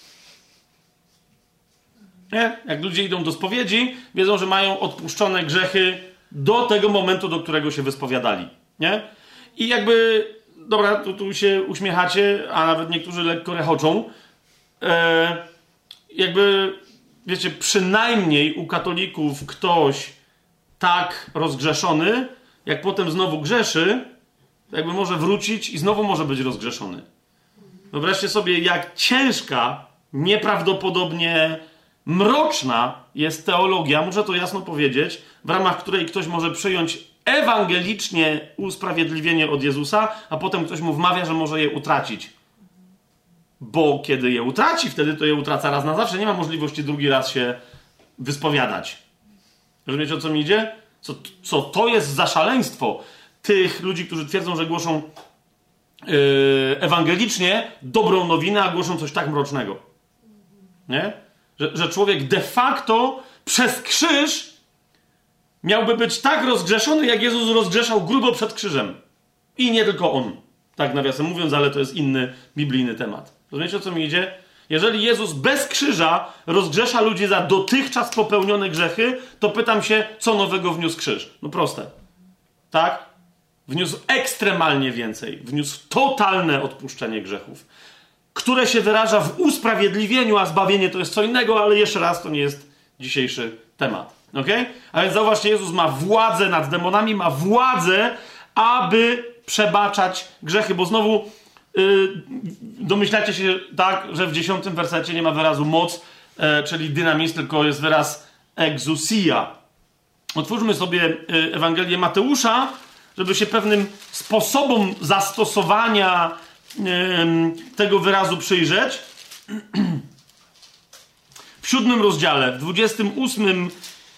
Nie? Jak ludzie idą do spowiedzi, wiedzą, że mają odpuszczone grzechy do tego momentu, do którego się wyspowiadali. Nie? I jakby, dobra, tu się uśmiechacie, a nawet niektórzy lekko rechoczą. Jakby, wiecie, przynajmniej u katolików ktoś tak rozgrzeszony, jak potem znowu grzeszy, jakby może wrócić i znowu może być rozgrzeszony. Wyobraźcie sobie, jak ciężka, nieprawdopodobnie mroczna jest teologia, muszę to jasno powiedzieć, w ramach której ktoś może przyjąć ewangelicznie usprawiedliwienie od Jezusa, a potem ktoś mu wmawia, że może je utracić. Bo kiedy je utraci, wtedy to je utraca raz na zawsze. Nie ma możliwości drugi raz się wyspowiadać. Rozumiecie, o co mi idzie? Co to jest za szaleństwo tych ludzi, którzy twierdzą, że głoszą ewangelicznie dobrą nowinę, a głoszą coś tak mrocznego. Nie? Że człowiek de facto przez krzyż miałby być tak rozgrzeszony, jak Jezus rozgrzeszał grubo przed krzyżem. I nie tylko on. Tak nawiasem mówiąc, ale to jest inny biblijny temat. Rozumiecie, o co mi idzie? Jeżeli Jezus bez krzyża rozgrzesza ludzi za dotychczas popełnione grzechy, to pytam się, co nowego wniósł krzyż? No proste. Tak? Wniósł ekstremalnie więcej. Wniósł totalne odpuszczenie grzechów, które się wyraża w usprawiedliwieniu, a zbawienie to jest co innego, ale jeszcze raz, to nie jest dzisiejszy temat. Okay? A więc zauważcie, Jezus ma władzę nad demonami, ma władzę, aby przebaczać grzechy, bo znowu domyślacie się, tak, że w 10 wersecie nie ma wyrazu moc, czyli dynamizm, tylko jest wyraz exousia. Otwórzmy sobie Ewangelię Mateusza, żeby się pewnym sposobom zastosowania tego wyrazu przyjrzeć. w 7 rozdziale, w 28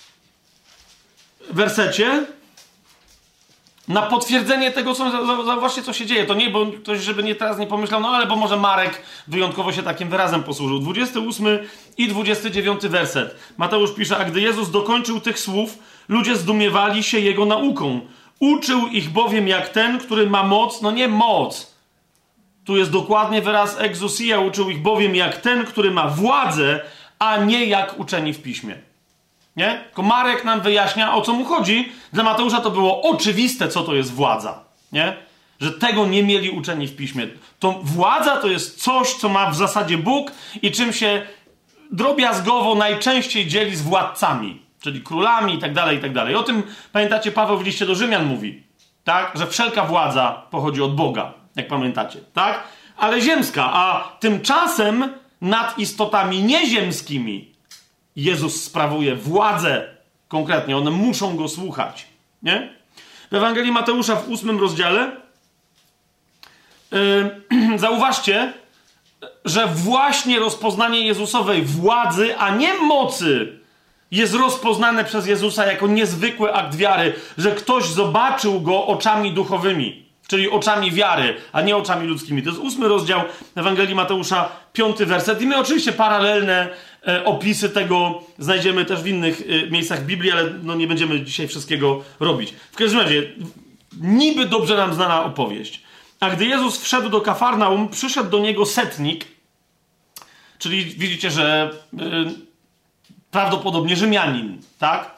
wersecie, na potwierdzenie tego, zauważcie, co się dzieje. To nie, bo ktoś, żeby teraz nie pomyślał, no ale bo może Marek wyjątkowo się takim wyrazem posłużył. 28 i 29 werset. Mateusz pisze, a gdy Jezus dokończył tych słów, ludzie zdumiewali się Jego nauką. Uczył ich bowiem jak ten, który ma moc, no nie moc. Tu jest dokładnie wyraz exousia, uczył ich bowiem jak ten, który ma władzę, a nie jak uczeni w piśmie. Nie? Tylko Marek nam wyjaśnia, o co mu chodzi. Dla Mateusza to było oczywiste, co to jest władza. Nie? Że tego nie mieli uczeni w piśmie. To władza to jest coś, co ma w zasadzie Bóg i czym się drobiazgowo najczęściej dzieli z władcami, czyli królami i tak dalej, i tak dalej. O tym, pamiętacie, Paweł w liście do Rzymian mówi, tak? Że wszelka władza pochodzi od Boga, jak pamiętacie, tak? Ale ziemska, a tymczasem nad istotami nieziemskimi Jezus sprawuje władzę konkretnie. One muszą Go słuchać. Nie? W Ewangelii Mateusza w 8 rozdziale zauważcie, że właśnie rozpoznanie Jezusowej władzy, a nie mocy, jest rozpoznane przez Jezusa jako niezwykły akt wiary, że ktoś zobaczył Go oczami duchowymi, czyli oczami wiary, a nie oczami ludzkimi. To jest 8 rozdział Ewangelii Mateusza, 5 werset. I my oczywiście paralelne opisy tego znajdziemy też w innych miejscach Biblii, ale no nie będziemy dzisiaj wszystkiego robić. W każdym razie, niby dobrze nam znana opowieść. A gdy Jezus wszedł do Kafarnaum, przyszedł do niego setnik, czyli widzicie, że prawdopodobnie Rzymianin, tak?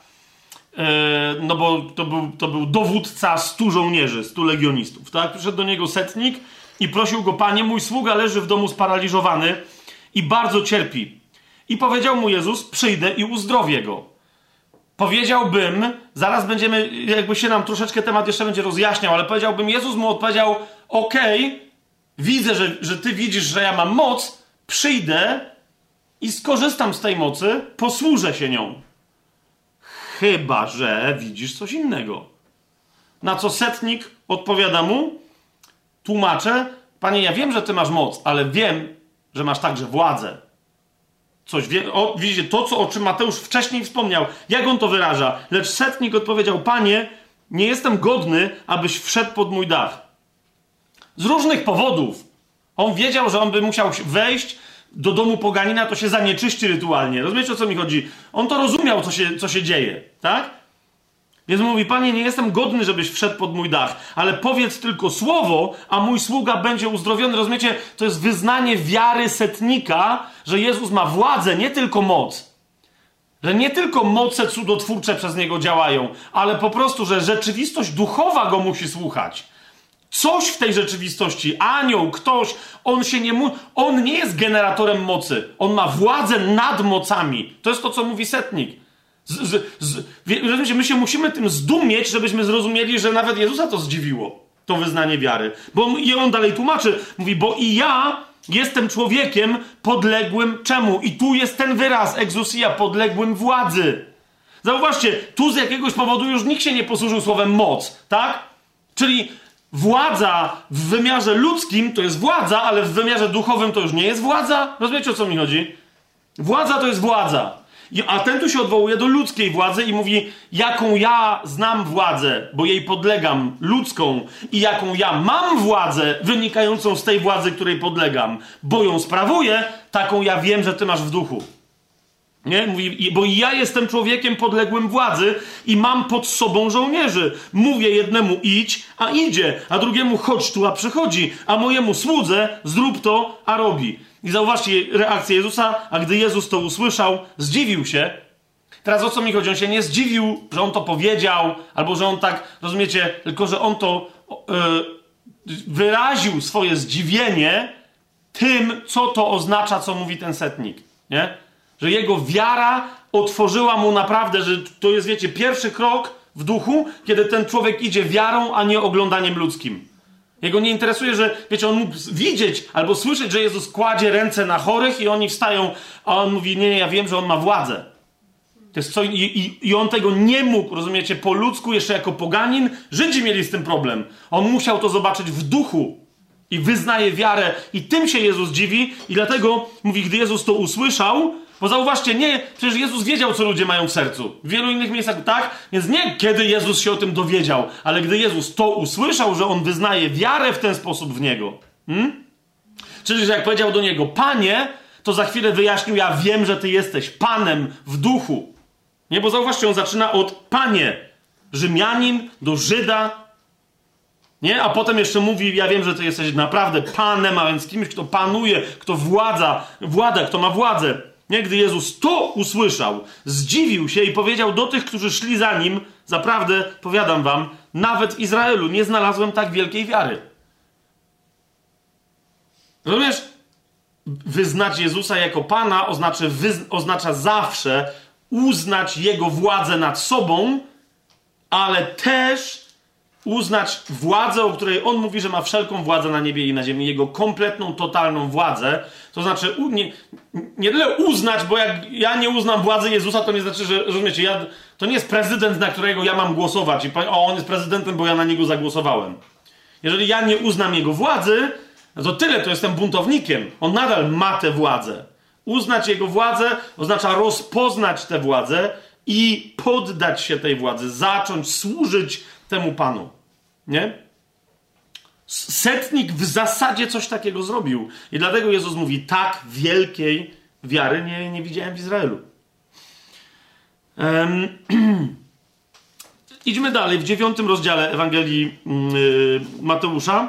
No bo to był dowódca 100 żołnierzy, 100 legionistów, tak? Przyszedł do niego setnik i prosił go, panie, mój sługa leży w domu sparaliżowany i bardzo cierpi. I powiedział mu Jezus, przyjdę i uzdrowię go. Powiedziałbym, zaraz będziemy, jakby się nam troszeczkę temat jeszcze będzie rozjaśniał, ale powiedziałbym, Jezus mu odpowiedział, okej, widzę, że ty widzisz, że ja mam moc, przyjdę i skorzystam z tej mocy, posłużę się nią. Chyba że widzisz coś innego. Na co setnik odpowiada mu, tłumaczę, panie, ja wiem, że ty masz moc, ale wiem, że masz także władzę. Widzicie, to, o czym Mateusz wcześniej wspomniał, jak on to wyraża. Lecz setnik odpowiedział, panie, nie jestem godny, abyś wszedł pod mój dach. Z różnych powodów. On wiedział, że on by musiał wejść do domu poganina, to się zanieczyści rytualnie. Rozumiecie, o co mi chodzi? On to rozumiał, co się dzieje, tak? Więc mówi, panie, nie jestem godny, żebyś wszedł pod mój dach, ale powiedz tylko słowo, a mój sługa będzie uzdrowiony. Rozumiecie? To jest wyznanie wiary setnika, że Jezus ma władzę, nie tylko moc. Że nie tylko moce cudotwórcze przez Niego działają, ale po prostu, że rzeczywistość duchowa Go musi słuchać. Coś w tej rzeczywistości, anioł, ktoś, on nie jest generatorem mocy. On ma władzę nad mocami. To jest to, co mówi setnik. My się musimy tym zdumieć, żebyśmy zrozumieli, że nawet Jezusa to zdziwiło, to wyznanie wiary. I on dalej tłumaczy, mówi, bo i ja jestem człowiekiem podległym czemu? I tu jest ten wyraz, exousia, podległym władzy. Zauważcie, tu z jakiegoś powodu już nikt się nie posłużył słowem moc, tak? Czyli władza w wymiarze ludzkim to jest władza, ale w wymiarze duchowym to już nie jest władza. Rozumiecie, o co mi chodzi? Władza to jest władza. A ten tu się odwołuje do ludzkiej władzy i mówi, jaką ja znam władzę, bo jej podlegam, ludzką, i jaką ja mam władzę wynikającą z tej władzy, której podlegam, bo ją sprawuję, taką ja wiem, że ty masz w duchu. Nie? Mówi, bo ja jestem człowiekiem podległym władzy i mam pod sobą żołnierzy. Mówię jednemu idź, a idzie, a drugiemu chodź tu, a przychodzi, a mojemu słudze zrób to, a robi. I zauważcie reakcję Jezusa, a gdy Jezus to usłyszał, zdziwił się. Teraz o co mi chodzi? On się nie zdziwił, że on to powiedział, albo że on tak, rozumiecie, tylko że on to wyraził swoje zdziwienie tym, co to oznacza, co mówi ten setnik. Nie? Że jego wiara otworzyła mu naprawdę, że to jest, wiecie, pierwszy krok w duchu, kiedy ten człowiek idzie wiarą, a nie oglądaniem ludzkim. Jego nie interesuje, że, wiecie, on mógł widzieć albo słyszeć, że Jezus kładzie ręce na chorych i oni wstają, a on mówi, nie, ja wiem, że on ma władzę. To jest co, i on tego nie mógł, rozumiecie, po ludzku, jeszcze jako poganin. Żydzi mieli z tym problem. On musiał to zobaczyć w duchu i wyznaje wiarę i tym się Jezus dziwi i dlatego mówi, gdy Jezus to usłyszał, Bo zauważcie, przecież Jezus wiedział, co ludzie mają w sercu. W wielu innych miejscach tak, więc nie kiedy Jezus się o tym dowiedział, ale gdy Jezus to usłyszał, że on wyznaje wiarę w ten sposób w Niego. Czyli, że jak powiedział do Niego, Panie, to za chwilę wyjaśnił, ja wiem, że Ty jesteś Panem w duchu. Nie, bo zauważcie, on zaczyna od Panie. Rzymianin do Żyda. Nie? A potem jeszcze mówi, ja wiem, że Ty jesteś naprawdę Panem, a więc kimś, kto panuje, kto włada, kto ma władzę. Nie? Gdy Jezus to usłyszał, zdziwił się i powiedział do tych, którzy szli za Nim, zaprawdę, powiadam wam, nawet w Izraelu nie znalazłem tak wielkiej wiary. Rozumiesz? Wyznać Jezusa jako Pana oznacza zawsze uznać Jego władzę nad sobą, ale też uznać władzę, o której On mówi, że ma wszelką władzę na niebie i na ziemi, Jego kompletną, totalną władzę. To znaczy nie tyle uznać, bo jak ja nie uznam władzy Jezusa, to nie znaczy, że rozumiecie, to nie jest prezydent, na którego ja mam głosować i on jest prezydentem, bo ja na niego zagłosowałem. Jeżeli ja nie uznam Jego władzy, no to tyle, to jestem buntownikiem. On nadal ma tę władzę. Uznać Jego władzę oznacza rozpoznać tę władzę i poddać się tej władzy, zacząć służyć temu Panu. Nie? Setnik w zasadzie coś takiego zrobił. I dlatego Jezus mówi, tak wielkiej wiary nie widziałem w Izraelu. Idźmy dalej. W 9 rozdziale Ewangelii Mateusza.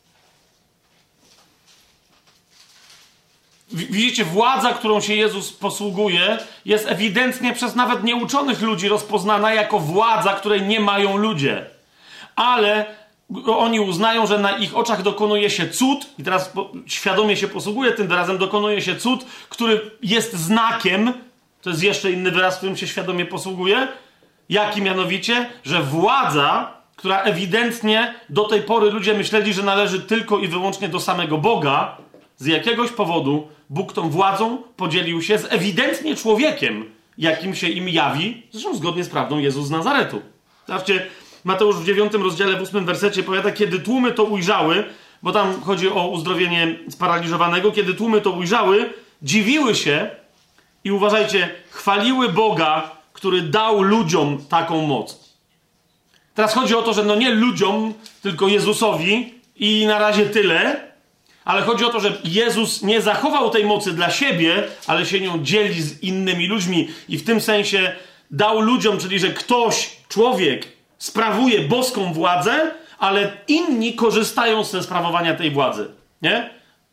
Widzicie, władza, którą się Jezus posługuje, jest ewidentnie przez nawet nieuczonych ludzi rozpoznana jako władza, której nie mają ludzie. Ale oni uznają, że na ich oczach dokonuje się cud, i teraz świadomie się posługuje tym wyrazem, dokonuje się cud, który jest znakiem, to jest jeszcze inny wyraz, którym się świadomie posługuje, jaki mianowicie, że władza, która ewidentnie do tej pory ludzie myśleli, że należy tylko i wyłącznie do samego Boga, z jakiegoś powodu Bóg tą władzą podzielił się z ewidentnie człowiekiem, jakim się im jawi, zresztą zgodnie z prawdą Jezus z Nazaretu. Zobaczcie, Mateusz w 9 rozdziale, w 8 wersecie powiada, kiedy tłumy to ujrzały, bo tam chodzi o uzdrowienie sparaliżowanego, kiedy tłumy to ujrzały, dziwiły się i uważajcie, chwaliły Boga, który dał ludziom taką moc. Teraz chodzi o to, że nie ludziom, tylko Jezusowi i na razie tyle, ale chodzi o to, że Jezus nie zachował tej mocy dla siebie, ale się nią dzieli z innymi ludźmi i w tym sensie dał ludziom, czyli że ktoś, człowiek, sprawuje boską władzę, ale inni korzystają ze sprawowania tej władzy. Nie?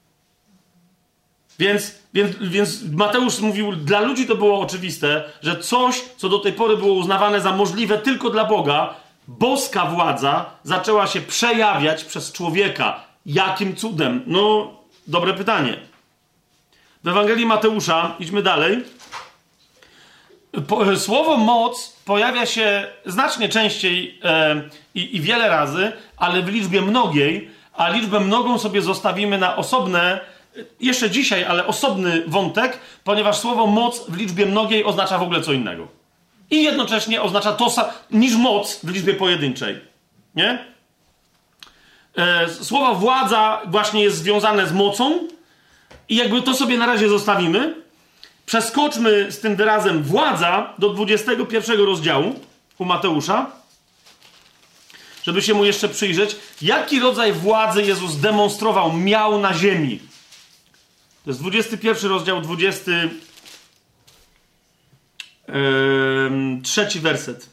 Więc Mateusz mówił, dla ludzi to było oczywiste, że coś, co do tej pory było uznawane za możliwe tylko dla Boga, boska władza zaczęła się przejawiać przez człowieka. Jakim cudem? No, dobre pytanie. W Ewangelii Mateusza, idźmy dalej, słowo moc pojawia się znacznie częściej i wiele razy, ale w liczbie mnogiej, a liczbę mnogą sobie zostawimy na osobne, jeszcze dzisiaj, ale osobny wątek, ponieważ słowo moc w liczbie mnogiej oznacza w ogóle co innego. I jednocześnie oznacza to niż moc w liczbie pojedynczej. Nie? Słowo władza właśnie jest związane z mocą i jakby to sobie na razie zostawimy. Przeskoczmy z tym wyrazem władza do 21 rozdziału u Mateusza, żeby się mu jeszcze przyjrzeć, jaki rodzaj władzy Jezus demonstrował, miał na ziemi. To jest 21 rozdział, 23 werset.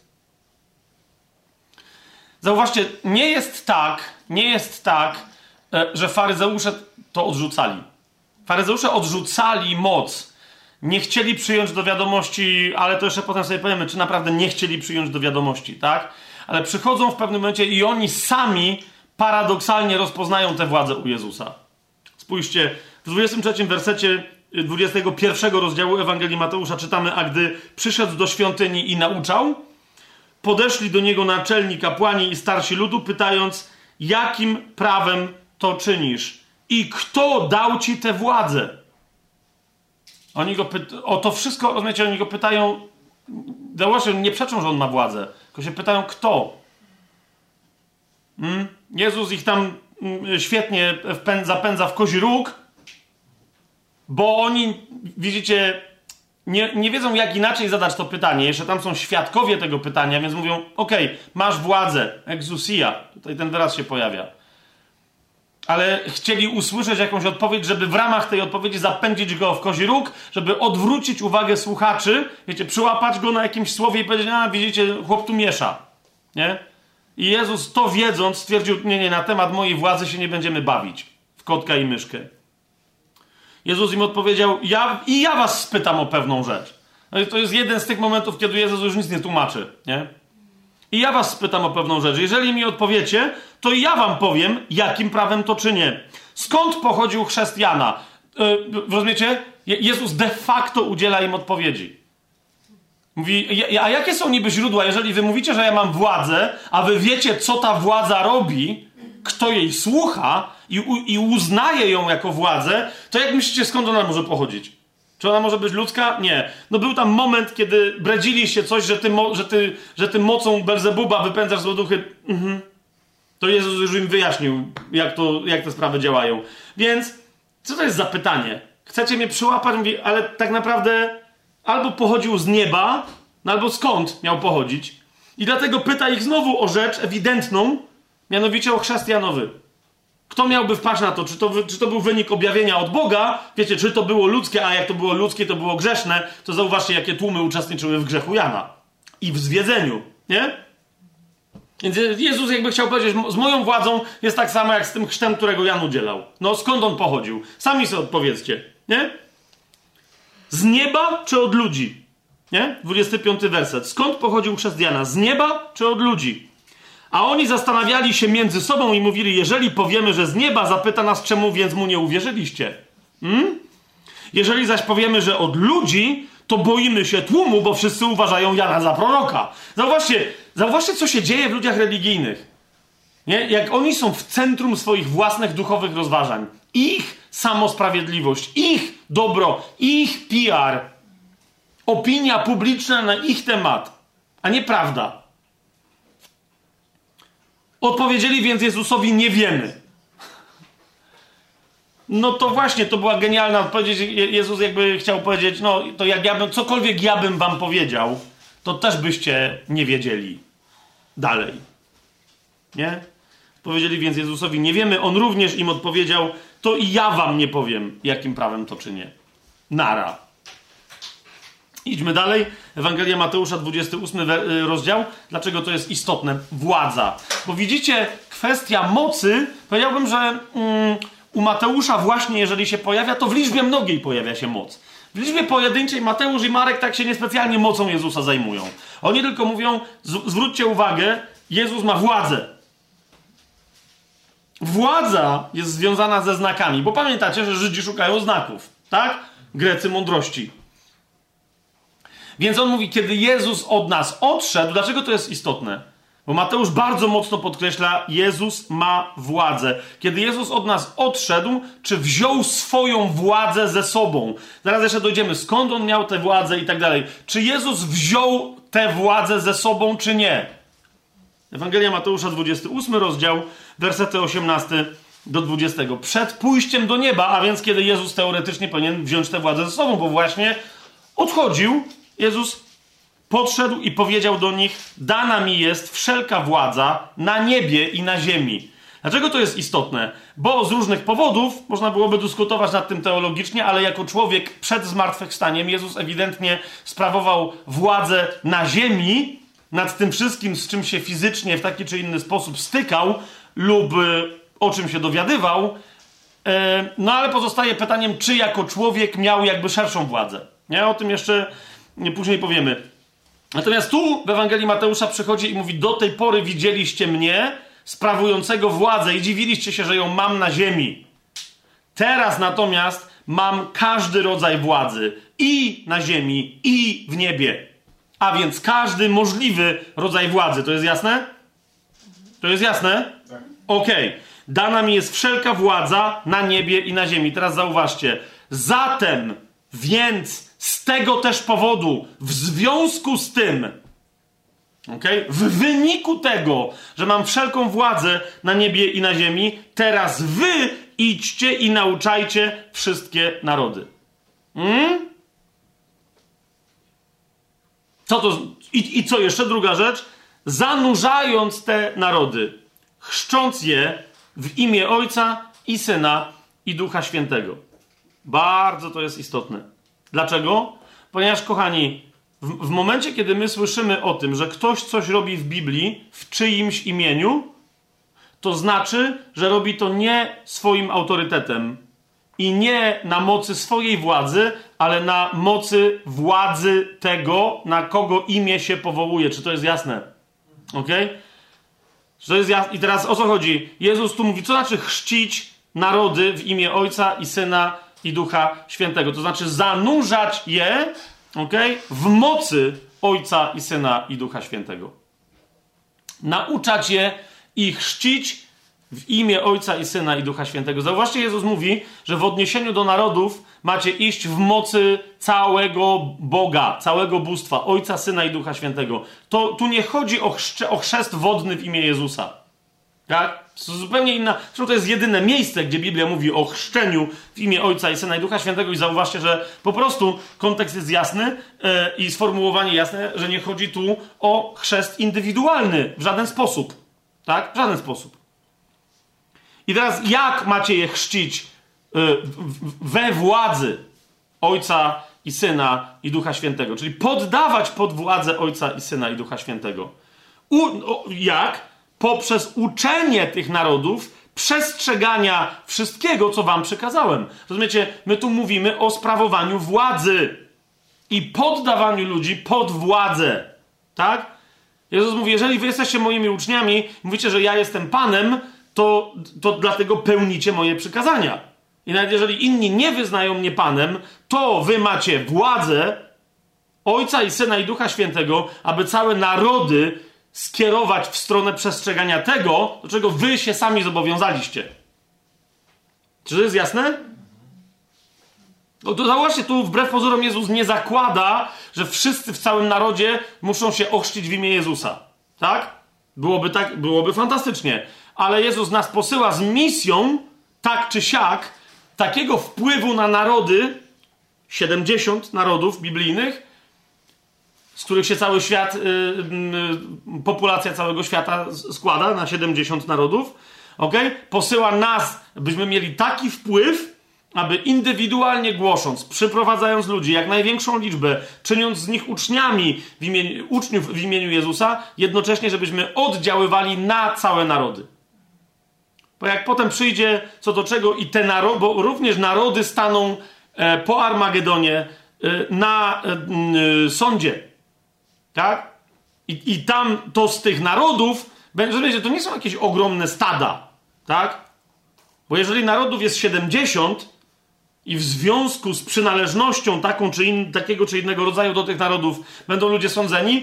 Zauważcie, nie jest tak, że faryzeusze to odrzucali. Faryzeusze odrzucali moc. Nie chcieli przyjąć do wiadomości, ale to jeszcze potem sobie powiemy, czy naprawdę nie chcieli przyjąć do wiadomości, tak? Ale przychodzą w pewnym momencie i oni sami paradoksalnie rozpoznają tę władzę u Jezusa. Spójrzcie, w 23 wersecie 21 rozdziału Ewangelii Mateusza czytamy, a gdy przyszedł do świątyni i nauczał, podeszli do niego naczelni kapłani i starsi ludu, pytając, jakim prawem to czynisz i kto dał ci tę władzę? Oni go o to wszystko, rozumiecie, oni go pytają, zauważcie, nie przeczą, że on ma władzę, tylko się pytają, kto? Jezus ich tam świetnie zapędza w kozi róg, bo oni, widzicie, nie wiedzą, jak inaczej zadać to pytanie. Jeszcze tam są świadkowie tego pytania, więc mówią, okej, masz władzę, exousia. Tutaj ten wyraz się pojawia. Ale chcieli usłyszeć jakąś odpowiedź, żeby w ramach tej odpowiedzi zapędzić go w kozi róg, żeby odwrócić uwagę słuchaczy, wiecie, przyłapać go na jakimś słowie i powiedzieć, a widzicie, chłop tu miesza. Nie? I Jezus to wiedząc stwierdził, nie, na temat mojej władzy się nie będziemy bawić w kotka i myszkę. Jezus im odpowiedział, ja was spytam o pewną rzecz. No i to jest jeden z tych momentów, kiedy Jezus już nic nie tłumaczy, nie? I ja was spytam o pewną rzecz. Jeżeli mi odpowiecie, to ja wam powiem, jakim prawem to czynię. Skąd pochodził chrzest Jana? Rozumiecie? Jezus de facto udziela im odpowiedzi. Mówi, a jakie są niby źródła? Jeżeli wy mówicie, że ja mam władzę, a wy wiecie, co ta władza robi, kto jej słucha i uznaje ją jako władzę, to jak myślicie, skąd ona może pochodzić? Czy ona może być ludzka? Nie. No był tam moment, kiedy bredziliście coś, że ty mocą Belzebuba wypędzasz złe duchy. To Jezus już im wyjaśnił, jak te sprawy działają. Więc, co to jest za pytanie? Chcecie mnie przyłapać? Mówi, ale tak naprawdę albo pochodził z nieba, no albo skąd miał pochodzić. I dlatego pyta ich znowu o rzecz ewidentną, mianowicie o chrzest Janowy. Kto miałby wpaść na to? Czy to był wynik objawienia od Boga? Wiecie, czy to było ludzkie, a jak to było ludzkie, to było grzeszne, to zauważcie, jakie tłumy uczestniczyły w grzechu Jana. I w zwiedzeniu, nie? Więc Jezus jakby chciał powiedzieć, z moją władzą jest tak samo jak z tym chrztem, którego Jan udzielał. No skąd on pochodził? Sami sobie odpowiedzcie, nie? Z nieba czy od ludzi? Nie? 25 werset. Skąd pochodził chrzest Jana? Z nieba czy od ludzi? A oni zastanawiali się między sobą i mówili, jeżeli powiemy, że z nieba, zapyta nas, czemu więc mu nie uwierzyliście? Jeżeli zaś powiemy, że od ludzi, to boimy się tłumu, bo wszyscy uważają Jana za proroka. Zauważcie, co się dzieje w ludziach religijnych. Nie? Jak oni są w centrum swoich własnych duchowych rozważań. Ich samosprawiedliwość, ich dobro, ich PR, opinia publiczna na ich temat, a nie prawda. Odpowiedzieli więc Jezusowi, nie wiemy. No to właśnie, to była genialna odpowiedź. Jezus jakby chciał powiedzieć, no to jak cokolwiek ja bym wam powiedział, to też byście nie wiedzieli dalej. Nie? Powiedzieli więc Jezusowi, nie wiemy. On również im odpowiedział, to i ja wam nie powiem, jakim prawem to czynię. Nara. Idźmy dalej. Ewangelia Mateusza, 28 rozdział. Dlaczego to jest istotne? Władza. Bo widzicie, kwestia mocy, powiedziałbym, że u Mateusza właśnie, jeżeli się pojawia, to w liczbie mnogiej pojawia się moc. W liczbie pojedynczej Mateusz i Marek tak się niespecjalnie mocą Jezusa zajmują. Oni tylko mówią, zwróćcie uwagę, Jezus ma władzę. Władza jest związana ze znakami, bo pamiętacie, że Żydzi szukają znaków, tak? Grecy mądrości. Więc on mówi, kiedy Jezus od nas odszedł, dlaczego to jest istotne? Bo Mateusz bardzo mocno podkreśla, Jezus ma władzę. Kiedy Jezus od nas odszedł, czy wziął swoją władzę ze sobą? Zaraz jeszcze dojdziemy, skąd on miał tę władzę i tak dalej. Czy Jezus wziął tę władzę ze sobą, czy nie? Ewangelia Mateusza, 28 rozdział, wersety 18 do 20. Przed pójściem do nieba, a więc kiedy Jezus teoretycznie powinien wziąć tę władzę ze sobą, bo właśnie odchodził, Jezus podszedł i powiedział do nich, dana mi jest wszelka władza na niebie i na ziemi. Dlaczego to jest istotne? Bo z różnych powodów, można byłoby dyskutować nad tym teologicznie, ale jako człowiek przed zmartwychwstaniem Jezus ewidentnie sprawował władzę na ziemi, nad tym wszystkim, z czym się fizycznie w taki czy inny sposób stykał lub o czym się dowiadywał. No ale pozostaje pytaniem, czy jako człowiek miał jakby szerszą władzę. Nie? O tym jeszcze później powiemy. Natomiast tu w Ewangelii Mateusza przychodzi i mówi, do tej pory widzieliście mnie sprawującego władzę i dziwiliście się, że ją mam na ziemi. Teraz natomiast mam każdy rodzaj władzy i na ziemi, i w niebie. A więc każdy możliwy rodzaj władzy. To jest jasne? To jest jasne? Tak. Okej. Dana mi jest wszelka władza na niebie i na ziemi. Teraz zauważcie. Zatem, więc, z tego też powodu, w związku z tym, w wyniku tego, że mam wszelką władzę na niebie i na ziemi, teraz wy idźcie i nauczajcie wszystkie narody. Co to? I co jeszcze? Druga rzecz. Zanurzając te narody, chrzcząc je w imię Ojca i Syna i Ducha Świętego. Bardzo to jest istotne. Dlaczego? Ponieważ, kochani, w momencie, kiedy my słyszymy o tym, że ktoś coś robi w Biblii w czyimś imieniu, to znaczy, że robi to nie swoim autorytetem i nie na mocy swojej władzy, ale na mocy władzy tego, na kogo imię się powołuje. Czy to jest jasne? Okej? Czy to jest jasne? I teraz o co chodzi? Jezus tu mówi, co znaczy chrzcić narody w imię Ojca i Syna i Ducha Świętego. To znaczy zanurzać je, w mocy Ojca i Syna i Ducha Świętego. Nauczać je i chrzcić w imię Ojca i Syna i Ducha Świętego. Zauważcie, Jezus mówi, że w odniesieniu do narodów macie iść w mocy całego Boga, całego bóstwa, Ojca, Syna i Ducha Świętego. Tu nie chodzi o chrzest wodny w imię Jezusa. Tak? To zupełnie inna. Zresztą to jest jedyne miejsce, gdzie Biblia mówi o chrzczeniu w imię Ojca i Syna i Ducha Świętego i zauważcie, że po prostu kontekst jest jasny i sformułowanie jasne, że nie chodzi tu o chrzest indywidualny w żaden sposób. Tak? W żaden sposób. I teraz jak macie je chrzcić we władzy Ojca i Syna i Ducha Świętego? Czyli poddawać pod władzę Ojca i Syna i Ducha Świętego. Jak? Poprzez uczenie tych narodów przestrzegania wszystkiego, co wam przekazałem. Rozumiecie? My tu mówimy o sprawowaniu władzy i poddawaniu ludzi pod władzę. Tak? Jezus mówi, jeżeli wy jesteście moimi uczniami, mówicie, że ja jestem Panem, to dlatego pełnicie moje przykazania. I nawet jeżeli inni nie wyznają mnie Panem, to wy macie władzę Ojca i Syna i Ducha Świętego, aby całe narody skierować w stronę przestrzegania tego, do czego wy się sami zobowiązaliście. Czy to jest jasne? No to zauważcie, tu wbrew pozorom Jezus nie zakłada, że wszyscy w całym narodzie muszą się ochrzcić w imię Jezusa. Tak? Byłoby fantastycznie. Ale Jezus nas posyła z misją, tak czy siak, takiego wpływu na narody, 70 narodów biblijnych, z których się cały świat, populacja całego świata składa na 70 narodów, posyła nas, byśmy mieli taki wpływ, aby indywidualnie głosząc, przyprowadzając ludzi, jak największą liczbę, czyniąc z nich uczniów w imieniu Jezusa, jednocześnie, żebyśmy oddziaływali na całe narody. Bo jak potem przyjdzie co do czego i te narody, bo również narody staną po Armagedonie na sądzie. Tak? I tam to z tych narodów, rozumiecie, to nie są jakieś ogromne stada. Tak? Bo jeżeli narodów jest 70 i w związku z przynależnością takiego czy innego rodzaju do tych narodów będą ludzie sądzeni,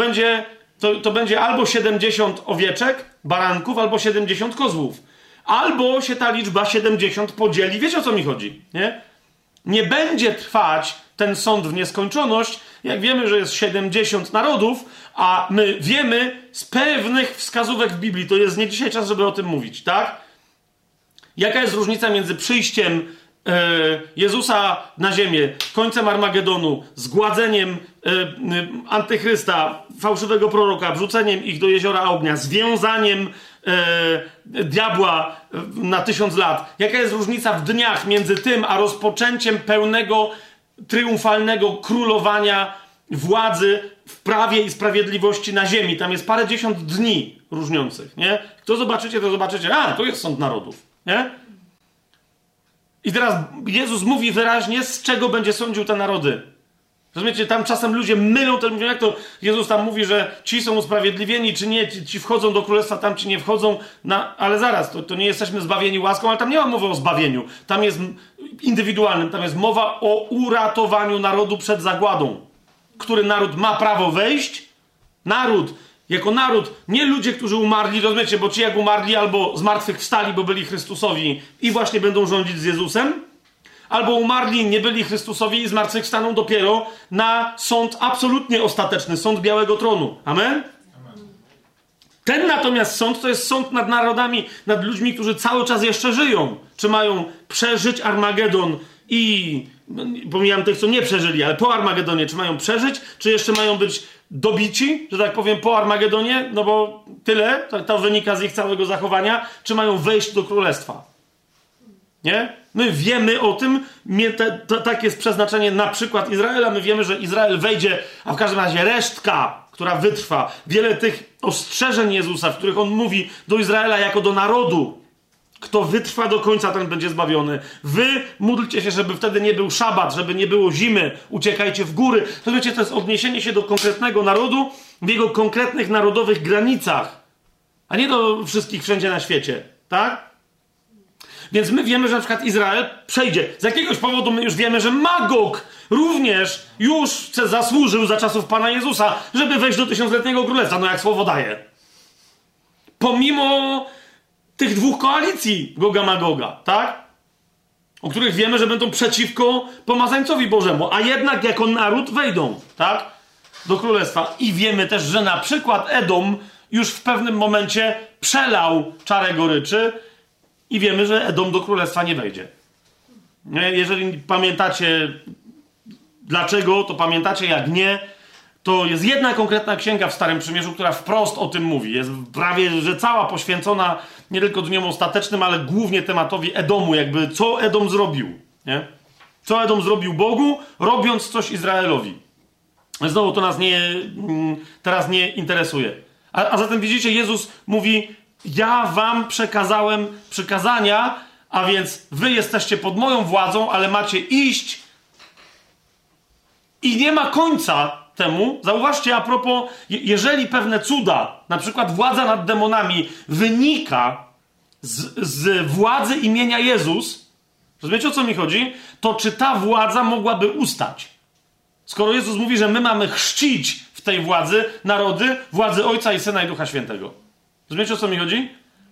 to będzie albo 70 owieczek, baranków, albo 70 kozłów. Albo się ta liczba 70 podzieli. Wiecie, o co mi chodzi? Nie będzie trwać ten sąd w nieskończoność, jak wiemy, że jest 70 narodów, a my wiemy z pewnych wskazówek w Biblii, to jest nie dzisiaj czas, żeby o tym mówić, tak? Jaka jest różnica między przyjściem Jezusa na ziemię, końcem Armagedonu, zgładzeniem antychrysta, fałszywego proroka, wrzuceniem ich do jeziora ognia, związaniem diabła na 1000 lat. Jaka jest różnica w dniach między tym, a rozpoczęciem pełnego, triumfalnego królowania władzy w prawie i sprawiedliwości na ziemi. Tam jest parędziesiąt dni różniących, nie? To zobaczycie, to jest sąd narodów, nie? I teraz Jezus mówi wyraźnie, z czego będzie sądził te narody. Rozumiecie, tam czasem ludzie mylą, mówią, jak to Jezus tam mówi, że ci są usprawiedliwieni, czy nie, ci wchodzą do królestwa, tam ci nie wchodzą, ale zaraz, to nie jesteśmy zbawieni łaską, ale tam nie ma mowy o zbawieniu, tam jest indywidualnym, tam jest mowa o uratowaniu narodu przed zagładą. Który naród ma prawo wejść? Naród, jako naród, nie ludzie, którzy umarli, rozumiecie, bo ci jak umarli albo zmartwychwstali, bo byli Chrystusowi i właśnie będą rządzić z Jezusem, albo umarli, nie byli Chrystusowi i zmartwychwstaną dopiero na sąd absolutnie ostateczny, sąd Białego Tronu. Amen? Ten natomiast sąd to jest sąd nad narodami, nad ludźmi, którzy cały czas jeszcze żyją. Czy mają przeżyć Armagedon i pomijam tych, co nie przeżyli, ale po Armagedonie, czy mają przeżyć, czy jeszcze mają być dobici, że tak powiem, po Armagedonie, no bo tyle, to wynika z ich całego zachowania, czy mają wejść do królestwa. Nie? My wiemy o tym, tak jest przeznaczenie na przykład Izraela, my wiemy, że Izrael wejdzie, a w każdym razie resztka, która wytrwa, wiele tych ostrzeżeń Jezusa, w których on mówi do Izraela jako do narodu, kto wytrwa do końca, ten będzie zbawiony. Wy módlcie się, żeby wtedy nie był szabat, żeby nie było zimy, uciekajcie w góry. To wiecie, to jest odniesienie się do konkretnego narodu w jego konkretnych narodowych granicach, a nie do wszystkich wszędzie na świecie, tak? Więc my wiemy, że na przykład Izrael przejdzie. Z jakiegoś powodu my już wiemy, że Magog również już zasłużył za czasów Pana Jezusa, żeby wejść do tysiącletniego królestwa. No jak słowo daje. Pomimo tych dwóch koalicji Goga Magoga, tak? O których wiemy, że będą przeciwko pomazańcowi Bożemu, a jednak jako naród wejdą, tak? Do królestwa. I wiemy też, że na przykład Edom już w pewnym momencie przelał czarę goryczy i wiemy, że Edom do królestwa nie wejdzie. Jeżeli pamiętacie dlaczego, to pamiętacie, jak nie, to jest jedna konkretna księga w Starym Przymierzu, która wprost o tym mówi. Jest prawie, że cała poświęcona nie tylko dniom ostatecznym, ale głównie tematowi Edomu, jakby co Edom zrobił. Nie? Co Edom zrobił Bogu, robiąc coś Izraelowi. Znowu to nas teraz nie interesuje. A zatem widzicie, Jezus mówi, ja wam przekazałem przykazania, a więc wy jesteście pod moją władzą, ale macie iść i nie ma końca temu. Zauważcie, a propos, jeżeli pewne cuda, na przykład władza nad demonami, wynika z władzy imienia Jezus, rozumiecie, o co mi chodzi? To czy ta władza mogłaby ustać? Skoro Jezus mówi, że my mamy chrzcić w tej władzy narody, władzy Ojca i Syna i Ducha Świętego. Rozumiecie, o co mi chodzi?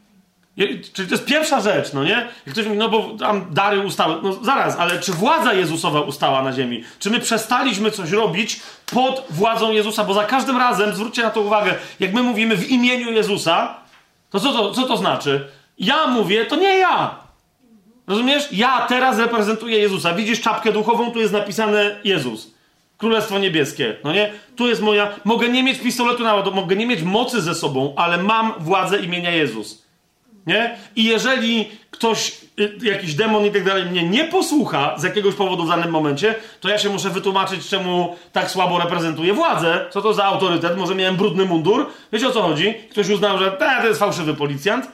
Czyli to jest pierwsza rzecz, no nie? Jak ktoś mówi, no bo tam dary ustały. No zaraz, ale czy władza Jezusowa ustała na ziemi? Czy my przestaliśmy coś robić pod władzą Jezusa? Bo za każdym razem, zwróćcie na to uwagę, jak my mówimy w imieniu Jezusa, to co to znaczy? Ja mówię, to nie ja. Rozumiesz? Ja teraz reprezentuję Jezusa. Widzisz czapkę duchową? Tu jest napisane Jezus. Królestwo Niebieskie, no nie? Tu jest moja... Mogę nie mieć pistoletu na ładowanie, mogę nie mieć mocy ze sobą, ale mam władzę imienia Jezus. Nie? I jeżeli ktoś, jakiś demon i tak dalej mnie nie posłucha z jakiegoś powodu w danym momencie, to ja się muszę wytłumaczyć, czemu tak słabo reprezentuję władzę. Co to za autorytet? Może miałem brudny mundur? Wiecie, o co chodzi? Ktoś uznał, że to jest fałszywy policjant.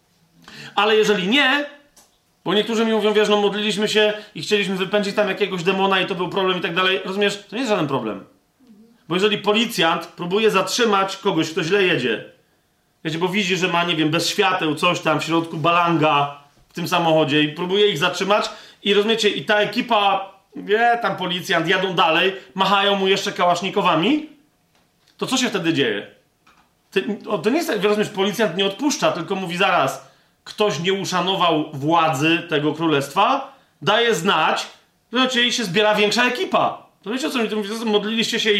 Ale jeżeli nie... Bo niektórzy mi mówią, wiesz, no modliliśmy się i chcieliśmy wypędzić tam jakiegoś demona i to był problem i tak dalej. Rozumiesz? To nie jest żaden problem. Bo jeżeli policjant próbuje zatrzymać kogoś, kto źle jedzie, wiecie, bo widzi, że ma, nie wiem, bez świateł coś tam w środku balanga w tym samochodzie i próbuje ich zatrzymać i rozumiecie, i ta ekipa, tam policjant, jadą dalej, machają mu jeszcze kałasznikowami, to co się wtedy dzieje? To nie jest tak, rozumiesz, policjant nie odpuszcza, tylko mówi zaraz, ktoś nie uszanował władzy tego królestwa, daje znać, że i się zbiera większa ekipa. To wiecie, o co mi to mówi? Modliliście się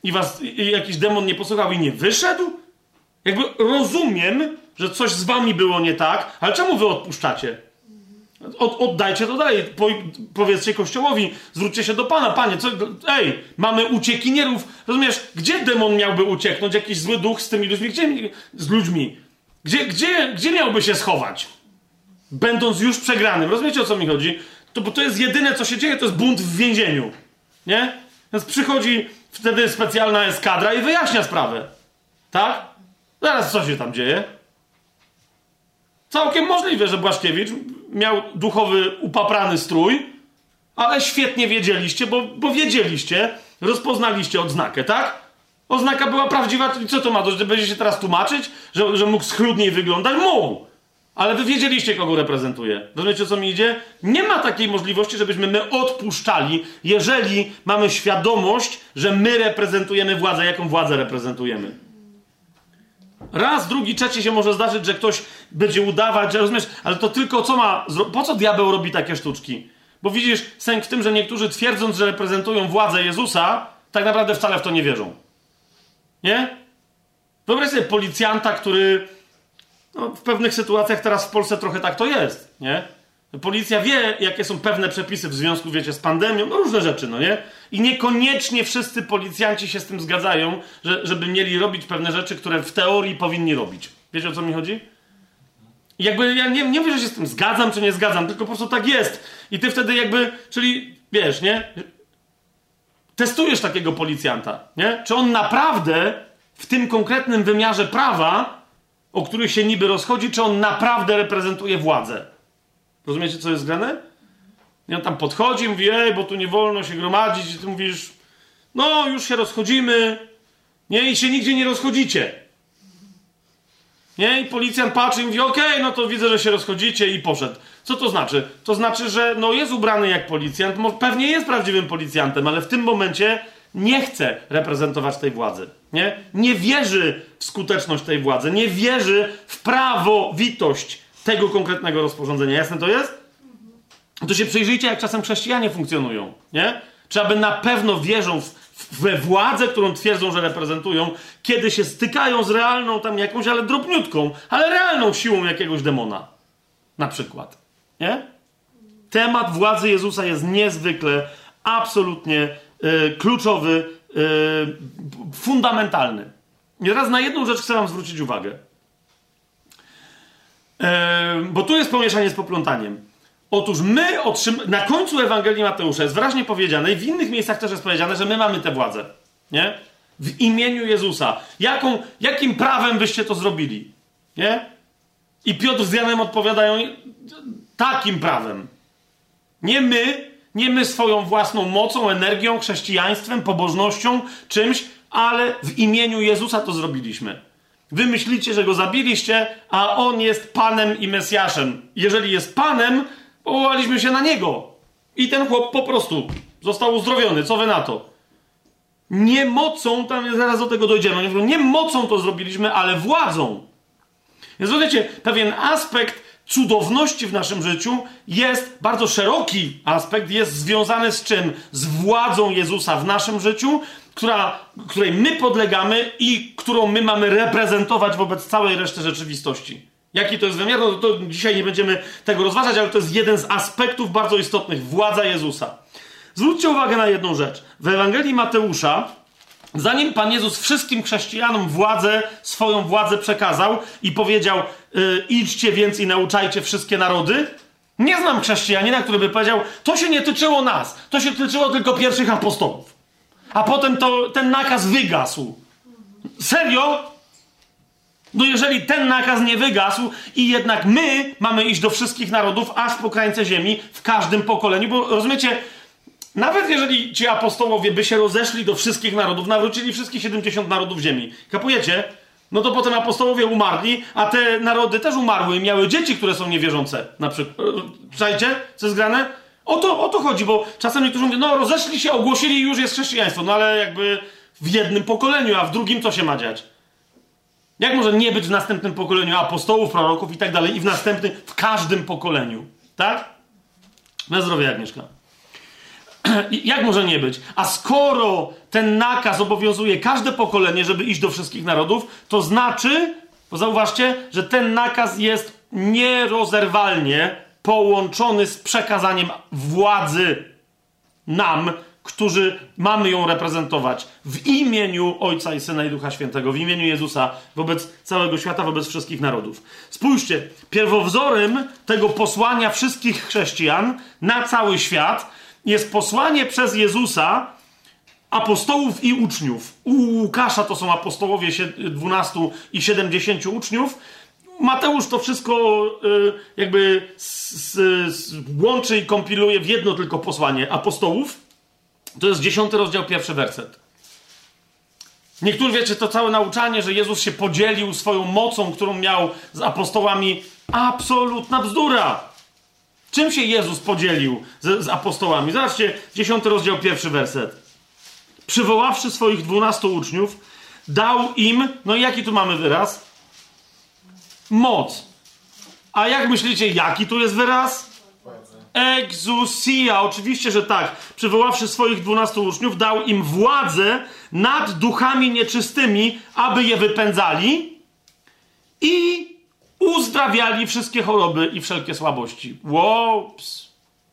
i jakiś demon nie posłuchał i nie wyszedł? Jakby rozumiem, że coś z wami było nie tak, ale czemu wy odpuszczacie? Oddajcie to dalej. Powiedzcie Kościołowi, zwróćcie się do Pana. Panie, mamy uciekinierów. Rozumiesz, gdzie demon miałby ucieknąć? Jakiś zły duch z tymi ludźmi? Z ludźmi? Gdzie miałby się schować? Będąc już przegranym. Rozumiecie, o co mi chodzi? Bo to jest jedyne, co się dzieje, to jest bunt w więzieniu. Nie? Więc przychodzi wtedy specjalna eskadra i wyjaśnia sprawę. Tak? Zaraz co się tam dzieje? Całkiem możliwe, że Błaszkiewicz miał duchowy, upaprany strój, ale świetnie wiedzieliście, bo wiedzieliście, rozpoznaliście odznakę, tak? Oznaka była prawdziwa, co to ma? Że będziecie się teraz tłumaczyć, że mógł schludniej wyglądać? Mógł! Ale wy wiedzieliście, kogo reprezentuje. Rozumiecie, o co mi idzie? Nie ma takiej możliwości, żebyśmy my odpuszczali, jeżeli mamy świadomość, że my reprezentujemy władzę. Jaką władzę reprezentujemy? Raz, drugi, trzeci się może zdarzyć, że ktoś będzie udawać, że rozumiesz, ale to tylko co ma... Po co diabeł robi takie sztuczki? Bo widzisz, sęk w tym, że niektórzy twierdząc, że reprezentują władzę Jezusa, tak naprawdę wcale w to nie wierzą. Nie? Wyobraź sobie policjanta, który... No, w pewnych sytuacjach teraz w Polsce trochę tak to jest, nie? Policja wie, jakie są pewne przepisy w związku, wiecie, z pandemią, no różne rzeczy, no nie? I niekoniecznie wszyscy policjanci się z tym zgadzają, żeby mieli robić pewne rzeczy, które w teorii powinni robić. Wiecie, o co mi chodzi? I jakby ja nie mówię, że się z tym zgadzam, czy nie zgadzam, tylko po prostu tak jest. I ty wtedy jakby, czyli wiesz, nie? Testujesz takiego policjanta, nie? Czy on naprawdę w tym konkretnym wymiarze prawa, o których się niby rozchodzi, czy on naprawdę reprezentuje władzę? Rozumiecie, co jest grane? I on tam podchodzi, mówi, bo tu nie wolno się gromadzić, i ty mówisz, no już się rozchodzimy, nie? I się nigdzie nie rozchodzicie. Nie? I policjant patrzy i mówi, okej, no to widzę, że się rozchodzicie i poszedł. Co to znaczy? To znaczy, że no jest ubrany jak policjant, pewnie jest prawdziwym policjantem, ale w tym momencie nie chce reprezentować tej władzy. Nie wierzy w skuteczność tej władzy, nie wierzy w prawowitość tego konkretnego rozporządzenia. Jasne to jest? To się przyjrzyjcie, jak czasem chrześcijanie funkcjonują. Nie? Czy aby na pewno wierzą we władzę, którą twierdzą, że reprezentują, kiedy się stykają z realną tam jakąś, ale drobniutką, ale realną siłą jakiegoś demona. Na przykład. Nie? Temat władzy Jezusa jest niezwykle, absolutnie kluczowy, fundamentalny. I teraz na jedną rzecz chcę wam zwrócić uwagę. Bo tu jest pomieszanie z poplątaniem. Otóż my na końcu Ewangelii Mateusza jest wyraźnie powiedziane i w innych miejscach też jest powiedziane, że my mamy tę władzę. Nie? W imieniu Jezusa. Jakim prawem byście to zrobili? Nie? I Piotr z Janem odpowiadają takim prawem. Nie my swoją własną mocą, energią, chrześcijaństwem, pobożnością, czymś, ale w imieniu Jezusa to zrobiliśmy. Wy myślicie, że go zabiliście, a on jest Panem i Mesjaszem. Jeżeli jest Panem, powołaliśmy się na niego. I ten chłop po prostu został uzdrowiony. Co wy na to? Nie mocą, tam zaraz do tego dojdziemy, nie mocą to zrobiliśmy, ale władzą. Więc rozumiecie, pewien aspekt cudowności w naszym życiu jest, bardzo szeroki aspekt, jest związany z czym? Z władzą Jezusa w naszym życiu, której my podlegamy i którą my mamy reprezentować wobec całej reszty rzeczywistości. Jaki to jest wymiar? No to dzisiaj nie będziemy tego rozważać, ale to jest jeden z aspektów bardzo istotnych. Władza Jezusa. Zwróćcie uwagę na jedną rzecz. W Ewangelii Mateusza, zanim Pan Jezus wszystkim chrześcijanom swoją władzę przekazał i powiedział, idźcie więc i nauczajcie wszystkie narody, nie znam chrześcijanina, który by powiedział, to się nie tyczyło nas, to się tyczyło tylko pierwszych apostołów. A potem ten nakaz wygasł. Serio? No jeżeli ten nakaz nie wygasł i jednak my mamy iść do wszystkich narodów, aż po krańce ziemi, w każdym pokoleniu, bo rozumiecie, nawet jeżeli ci apostołowie by się rozeszli do wszystkich narodów, nawrócili wszystkich 70 narodów ziemi, kapujecie? No to potem apostołowie umarli, a te narody też umarły i miały dzieci, które są niewierzące. Na przykład. Czajcie, co jest grane? O to chodzi, bo czasem niektórzy mówią, no rozeszli się, ogłosili i już jest chrześcijaństwo. No ale jakby w jednym pokoleniu, a w drugim co się ma dziać? Jak może nie być w następnym pokoleniu apostołów, proroków i tak dalej, i w następnym, w każdym pokoleniu? Tak? Na zdrowie, Agnieszka. Jak może nie być? A skoro ten nakaz obowiązuje każde pokolenie, żeby iść do wszystkich narodów, to znaczy, bo zauważcie, że ten nakaz jest nierozerwalnie połączony z przekazaniem władzy nam, którzy mamy ją reprezentować w imieniu Ojca i Syna i Ducha Świętego, w imieniu Jezusa, wobec całego świata, wobec wszystkich narodów. Spójrzcie, pierwowzorem tego posłania wszystkich chrześcijan na cały świat jest posłanie przez Jezusa apostołów i uczniów. U Łukasza to są apostołowie 12 i 70 uczniów. Mateusz to wszystko jakby łączy i kompiluje w jedno tylko posłanie apostołów. To jest 10 rozdział, 1 werset. Niektórzy, wiecie, to całe nauczanie, że Jezus się podzielił swoją mocą, którą miał z apostołami. Absolutna bzdura. Czym się Jezus podzielił z apostołami? Zobaczcie, 10 rozdział, 1 werset. Przywoławszy swoich 12 uczniów, dał im, no i jaki tu mamy wyraz? Moc. A jak myślicie, jaki tu jest wyraz? Exousia, oczywiście, że tak. Przywoławszy swoich 12 uczniów, dał im władzę nad duchami nieczystymi, aby je wypędzali i uzdrawiali wszystkie choroby i wszelkie słabości. Łops.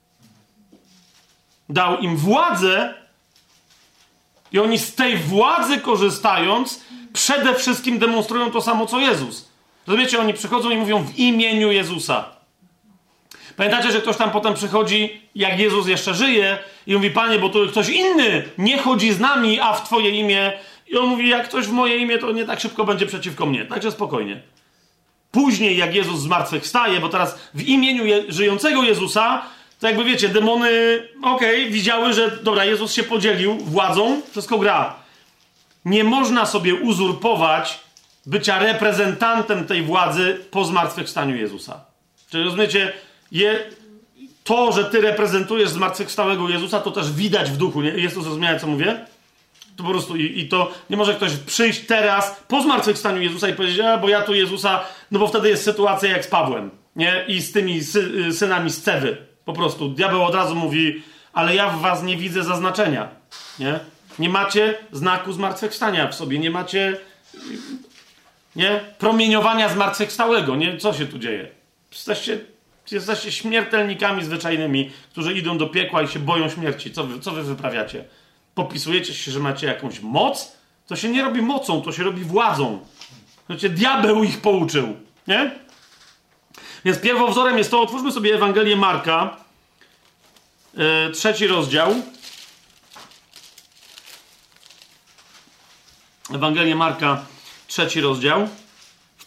Dał im władzę i oni z tej władzy korzystając przede wszystkim demonstrują to samo, co Jezus. Rozumiecie? Oni przychodzą i mówią w imieniu Jezusa. Pamiętacie, że ktoś tam potem przychodzi, jak Jezus jeszcze żyje i mówi, Panie, bo tu ktoś inny nie chodzi z nami, a w Twoje imię. I on mówi, jak ktoś w moje imię, to nie tak szybko będzie przeciwko mnie. Także spokojnie. Później, jak Jezus zmartwychwstaje, bo teraz w imieniu żyjącego Jezusa, to jakby wiecie, demony, widziały, że dobra, Jezus się podzielił władzą, wszystko gra. Nie można sobie uzurpować bycia reprezentantem tej władzy po zmartwychwstaniu Jezusa. Czyli rozumiecie, to, że ty reprezentujesz zmartwychwstałego Jezusa, to też widać w duchu. Nie? Jest to zrozumiałe, co mówię? To po prostu i to nie może ktoś przyjść teraz po zmartwychwstaniu Jezusa i powiedzieć, bo ja tu Jezusa, no bo wtedy jest sytuacja jak z Pawłem, nie? I z tymi synami z Cewy. Po prostu diabeł od razu mówi, ale ja w was nie widzę zaznaczenia, nie? Nie macie znaku zmartwychwstania w sobie, nie macie, nie? Promieniowania zmartwychwstałego, nie? Co się tu dzieje? Jesteście śmiertelnikami zwyczajnymi, którzy idą do piekła i się boją śmierci. Co wy wyprawiacie? Popisujecie się, że macie jakąś moc? To się nie robi mocą, to się robi władzą. Znaczy, diabeł ich pouczył, nie? Więc pierwowzorem jest to, otwórzmy sobie Ewangelię Marka, 3 rozdział. Ewangelię Marka, 3 rozdział. W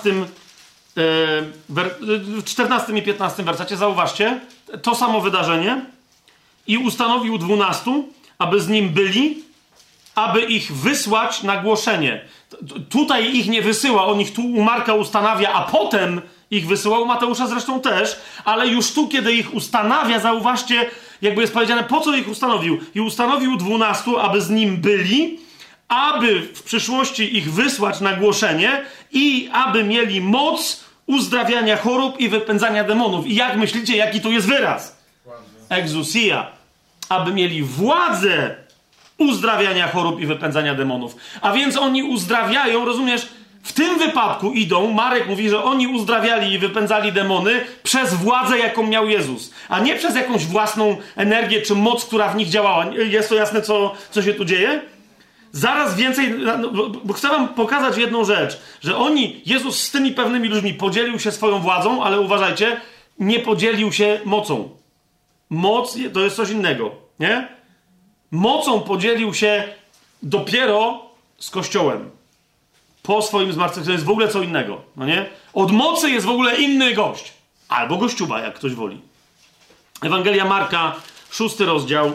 14 i 15 wersacie, zauważcie, to samo wydarzenie. I ustanowił 12, aby z nim byli, aby ich wysłać na głoszenie. Tutaj ich nie wysyła, on ich tu u Marka ustanawia, a potem ich wysyła, u Mateusza zresztą też, ale już tu, kiedy ich ustanawia, zauważcie, jakby jest powiedziane, po co ich ustanowił. I ustanowił 12, aby z nim byli, aby w przyszłości ich wysłać na głoszenie i aby mieli moc uzdrawiania chorób i wypędzania demonów. I jak myślicie, jaki tu jest wyraz? Exousia. Aby mieli władzę uzdrawiania chorób i wypędzania demonów. A więc oni uzdrawiają, rozumiesz? W tym wypadku idą, Marek mówi, że oni uzdrawiali i wypędzali demony przez władzę, jaką miał Jezus. A nie przez jakąś własną energię czy moc, która w nich działała. Jest to jasne, co się tu dzieje? Zaraz więcej, bo chcę wam pokazać jedną rzecz, że Jezus z tymi pewnymi ludźmi podzielił się swoją władzą, ale uważajcie, nie podzielił się mocą. Moc to jest coś innego, nie? Mocą podzielił się dopiero z Kościołem. Po swoim zmartwychwstaniu to jest w ogóle co innego, no nie? Od mocy jest w ogóle inny gość. Albo gościuba, jak ktoś woli. Ewangelia Marka, 6 rozdział,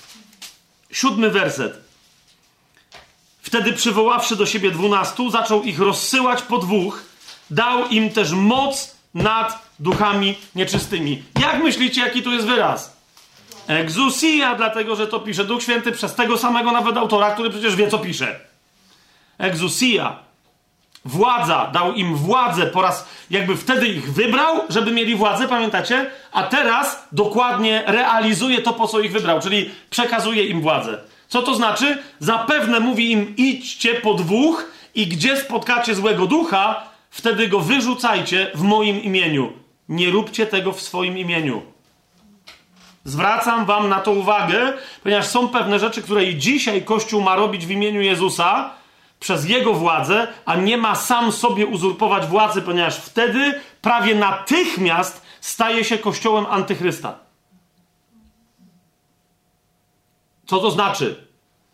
7 werset. Wtedy przywoławszy do siebie 12, zaczął ich rozsyłać po dwóch, dał im też moc nad duchami nieczystymi. Jak myślicie, jaki tu jest wyraz? Exousia, dlatego że to pisze Duch Święty przez tego samego nawet autora, który przecież wie, co pisze. Exousia. Władza. Dał im władzę po raz, jakby wtedy ich wybrał, żeby mieli władzę, pamiętacie? A teraz dokładnie realizuje to, po co ich wybrał, czyli przekazuje im władzę. Co to znaczy? Zapewne mówi im, idźcie po dwóch i gdzie spotkacie złego ducha, wtedy go wyrzucajcie w moim imieniu. Nie róbcie tego w swoim imieniu. Zwracam wam na to uwagę, ponieważ są pewne rzeczy, które i dzisiaj Kościół ma robić w imieniu Jezusa, przez Jego władzę, a nie ma sam sobie uzurpować władzy, ponieważ wtedy prawie natychmiast staje się Kościołem antychrysta. Co to znaczy?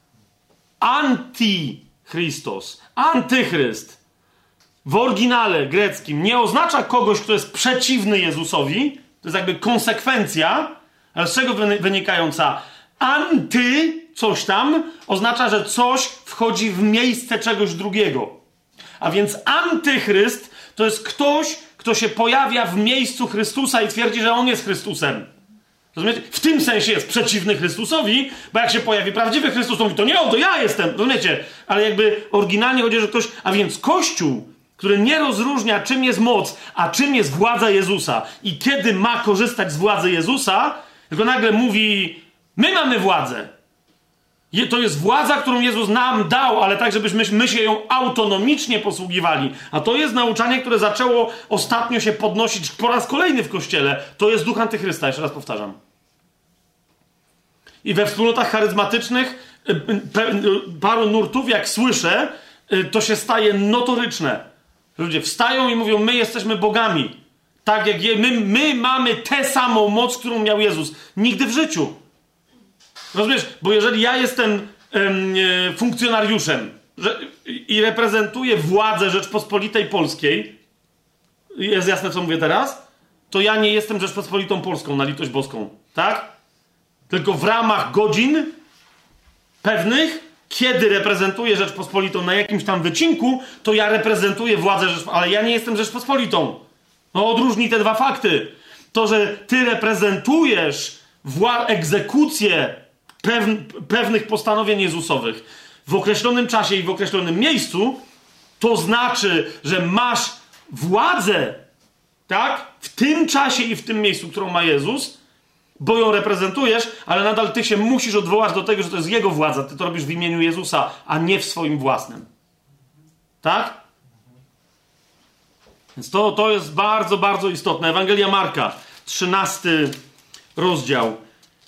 Antichristos, antychryst w oryginale greckim nie oznacza kogoś, kto jest przeciwny Jezusowi, to jest jakby konsekwencja, ale z czego wynikająca? Anty coś tam oznacza, że coś wchodzi w miejsce czegoś drugiego. A więc antychryst to jest ktoś, kto się pojawia w miejscu Chrystusa i twierdzi, że on jest Chrystusem. Rozumiecie? W tym sensie jest przeciwny Chrystusowi, bo jak się pojawi prawdziwy Chrystus, to mówi, to nie on, to ja jestem. Rozumiecie? Ale jakby oryginalnie chodzi, że ktoś... A więc Kościół, który nie rozróżnia, czym jest moc, a czym jest władza Jezusa i kiedy ma korzystać z władzy Jezusa, tylko nagle mówi, my mamy władzę. To jest władza, którą Jezus nam dał, ale tak, żebyśmy my się ją autonomicznie posługiwali. A to jest nauczanie, które zaczęło ostatnio się podnosić po raz kolejny w Kościele. To jest duch antychrysta, jeszcze raz powtarzam. I we wspólnotach charyzmatycznych paru nurtów, jak słyszę, to się staje notoryczne. Ludzie wstają i mówią, my jesteśmy bogami. Tak jak my mamy tę samą moc, którą miał Jezus. Nigdy w życiu. Rozumiesz? Bo jeżeli ja jestem funkcjonariuszem i reprezentuję władzę Rzeczpospolitej Polskiej, jest jasne, co mówię teraz? To ja nie jestem Rzeczpospolitą Polską, na litość boską. Tak? Tylko w ramach godzin pewnych, kiedy reprezentuję Rzeczpospolitą na jakimś tam wycinku, to ja reprezentuję władzę ale ja nie jestem Rzeczpospolitą. No odróżnij te dwa fakty. To, że ty reprezentujesz egzekucję pewnych postanowień Jezusowych w określonym czasie i w określonym miejscu, to znaczy, że masz władzę, tak? W tym czasie i w tym miejscu, którą ma Jezus, bo ją reprezentujesz, ale nadal ty się musisz odwołać do tego, że to jest Jego władza. Ty to robisz w imieniu Jezusa, a nie w swoim własnym. Tak? Więc to jest bardzo, bardzo istotne. Ewangelia Marka, 13 rozdział.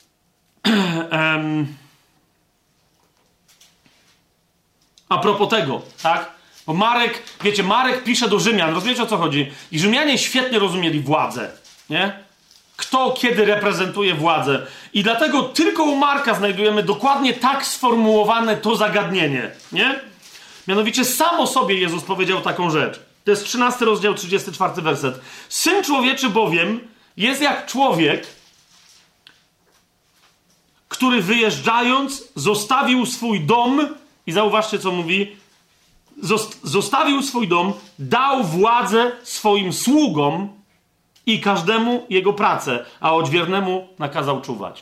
A propos tego, tak? Bo Marek, wiecie, Marek pisze do Rzymian, rozumiecie, o co chodzi? I Rzymianie świetnie rozumieli władzę, nie? Kto kiedy reprezentuje władzę. I dlatego tylko u Marka znajdujemy dokładnie tak sformułowane to zagadnienie, nie? Mianowicie sam o sobie Jezus powiedział taką rzecz. To jest 13 rozdział, 34 werset. Syn człowieczy bowiem jest jak człowiek, który wyjeżdżając zostawił swój dom i zauważcie, co mówi, zostawił swój dom, dał władzę swoim sługom i każdemu jego pracę, a odźwiernemu nakazał czuwać.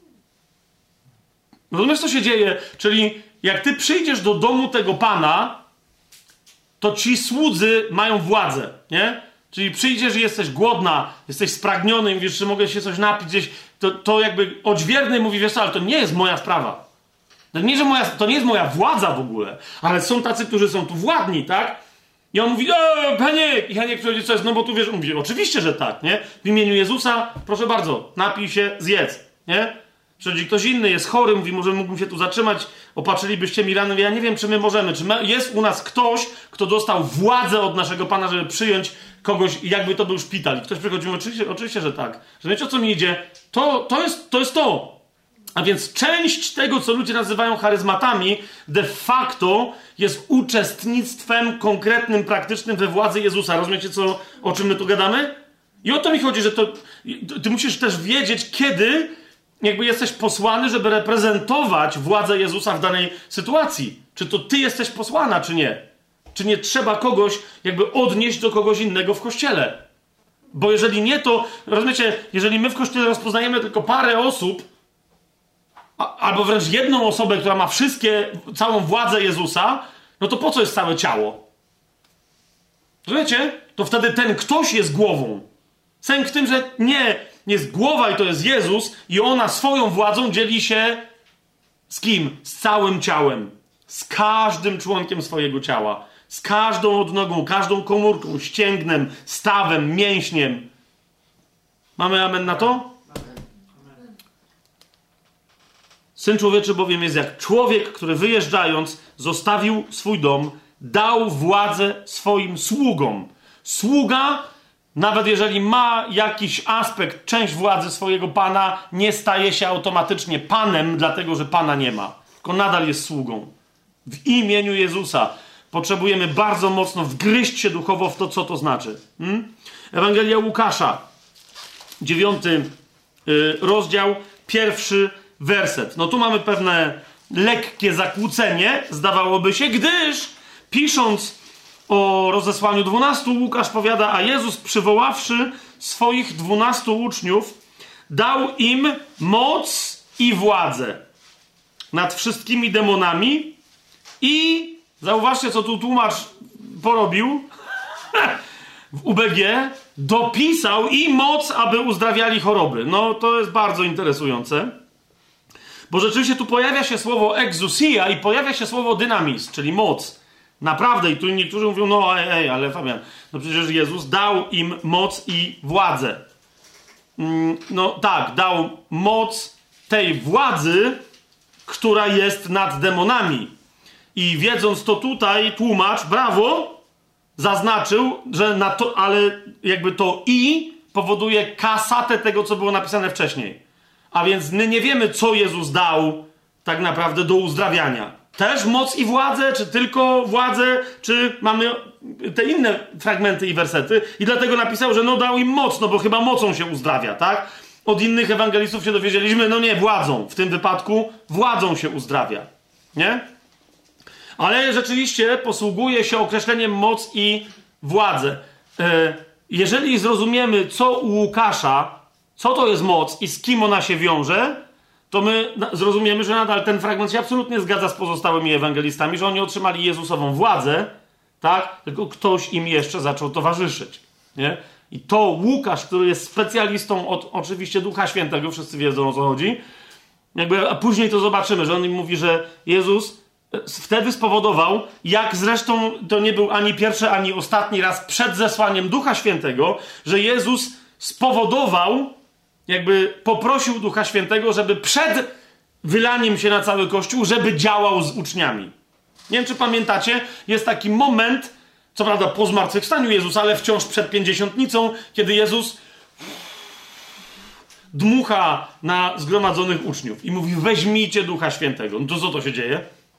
Rozumiesz, co się dzieje? Czyli jak ty przyjdziesz do domu tego pana, to ci słudzy mają władzę, nie? Czyli przyjdziesz i jesteś głodna, jesteś spragniony i mówisz, czy mogę się coś napić gdzieś, to jakby odźwierny mówi, wiesz co, ale to nie jest moja sprawa. To nie jest moja władza w ogóle, ale są tacy, którzy są tu władni, tak? I on mówi, Heniek! I Heniek przychodzi, co jest, no bo tu wiesz, on mówi, oczywiście, że tak, nie? W imieniu Jezusa, proszę bardzo, napij się, zjedz, nie? Przychodzi ktoś inny, jest chory, mówi, może mógłbym się tu zatrzymać, opatrzylibyście mi rany, ja nie wiem, czy my możemy, jest u nas ktoś, kto dostał władzę od naszego Pana, żeby przyjąć kogoś, jakby to był szpital. I ktoś przychodzi, mówi, oczywiście, że tak. Że wiecie, o co mi idzie? To jest to. A więc część tego, co ludzie nazywają charyzmatami, de facto jest uczestnictwem konkretnym, praktycznym we władzy Jezusa. Rozumiecie, o czym my tu gadamy? I o to mi chodzi, że ty musisz też wiedzieć, kiedy jakby jesteś posłany, żeby reprezentować władzę Jezusa w danej sytuacji. Czy to ty jesteś posłana, czy nie? Czy nie trzeba kogoś jakby odnieść do kogoś innego w Kościele? Bo jeżeli nie, to, rozumiecie, jeżeli my w Kościele rozpoznajemy tylko parę osób, albo wręcz jedną osobę, która ma całą władzę Jezusa, no to po co jest całe ciało? Rozumiecie? To wtedy ten ktoś jest głową. Sęk w tym, że nie jest głowa i to jest Jezus i ona swoją władzą dzieli się z kim? Z całym ciałem. Z każdym członkiem swojego ciała. Z każdą odnogą, każdą komórką, ścięgnem, stawem, mięśniem. Mamy amen na to? Syn człowieczy bowiem jest jak człowiek, który wyjeżdżając zostawił swój dom, dał władzę swoim sługom. Sługa, nawet jeżeli ma jakiś aspekt, część władzy swojego pana, nie staje się automatycznie panem, dlatego że pana nie ma. Tylko nadal jest sługą. W imieniu Jezusa potrzebujemy bardzo mocno wgryźć się duchowo w to, co to znaczy. Ewangelia Łukasza, 9 rozdział, 1 werset. No tu mamy pewne lekkie zakłócenie, zdawałoby się, gdyż pisząc o rozesłaniu 12, Łukasz powiada, a Jezus przywoławszy swoich 12 uczniów, dał im moc i władzę nad wszystkimi demonami i zauważcie, co tu tłumacz porobił w UBG, dopisał i moc, aby uzdrawiali choroby. No to jest bardzo interesujące. Bo rzeczywiście tu pojawia się słowo exousia i pojawia się słowo dynamis, czyli moc. Naprawdę. I tu niektórzy mówią, no ale Fabian, no przecież Jezus dał im moc i władzę. No tak, dał moc tej władzy, która jest nad demonami. I wiedząc to tutaj, tłumacz, brawo, zaznaczył, że na to, ale jakby to i powoduje kasatę tego, co było napisane wcześniej. A więc my nie wiemy, co Jezus dał tak naprawdę do uzdrawiania. Też moc i władzę, czy tylko władzę, czy mamy te inne fragmenty i wersety. I dlatego napisał, że no dał im moc, no bo chyba mocą się uzdrawia, tak? Od innych ewangelistów się dowiedzieliśmy, no nie, władzą. W tym wypadku władzą się uzdrawia. Nie? Ale rzeczywiście posługuje się określeniem moc i władzę. Jeżeli zrozumiemy, co u Łukasza, co to jest moc i z kim ona się wiąże, to my zrozumiemy, że nadal ten fragment się absolutnie zgadza z pozostałymi ewangelistami, że oni otrzymali Jezusową władzę, tak? Tylko ktoś im jeszcze zaczął towarzyszyć. Nie? I to Łukasz, który jest specjalistą od oczywiście Ducha Świętego, wszyscy wiedzą, o co chodzi, a później to zobaczymy, że on im mówi, że Jezus wtedy spowodował, jak zresztą to nie był ani pierwszy, ani ostatni raz przed zesłaniem Ducha Świętego, że Jezus spowodował, jakby poprosił Ducha Świętego, żeby przed wylaniem się na cały Kościół, żeby działał z uczniami. Nie wiem, czy pamiętacie, jest taki moment, co prawda po zmartwychwstaniu Jezusa, ale wciąż przed Pięćdziesiątnicą, kiedy Jezus dmucha na zgromadzonych uczniów i mówi, weźmijcie Ducha Świętego. No to co to się dzieje?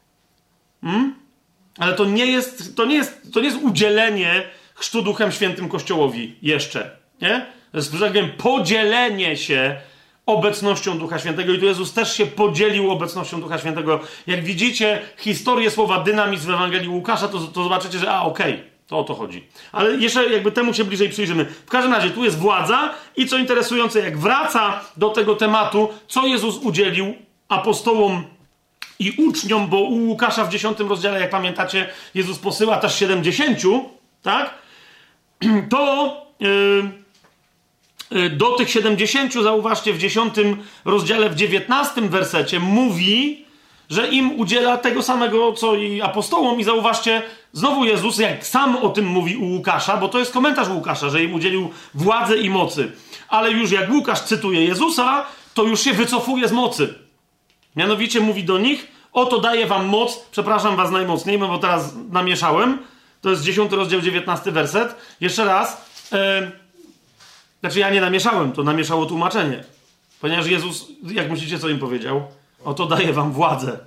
Ale to nie jest udzielenie chrztu Duchem Świętym Kościołowi jeszcze. Nie? To jest, że tak powiem, podzielenie się obecnością Ducha Świętego. I tu Jezus też się podzielił obecnością Ducha Świętego. Jak widzicie historię słowa dynamizm w Ewangelii Łukasza, to zobaczycie, że to o to chodzi. Ale jeszcze jakby temu się bliżej przyjrzymy. W każdym razie tu jest władza i co interesujące, jak wraca do tego tematu, co Jezus udzielił apostołom i uczniom, bo u Łukasza w 10 rozdziale, jak pamiętacie, Jezus posyła też 70, tak? To do tych 70, zauważcie, w 10 rozdziale, w 19 wersecie mówi, że im udziela tego samego, co i apostołom. I zauważcie, znowu Jezus, jak sam o tym mówi u Łukasza, bo to jest komentarz Łukasza, że im udzielił władzy i mocy. Ale już jak Łukasz cytuje Jezusa, to już się wycofuje z mocy. Mianowicie mówi do nich, oto daję wam moc, przepraszam was najmocniej, bo teraz namieszałem, to jest 10 rozdział, 19 werset. Jeszcze raz, znaczy ja nie namieszałem, to namieszało tłumaczenie. Ponieważ Jezus, jak myślicie, co im powiedział? Oto daję wam władzę.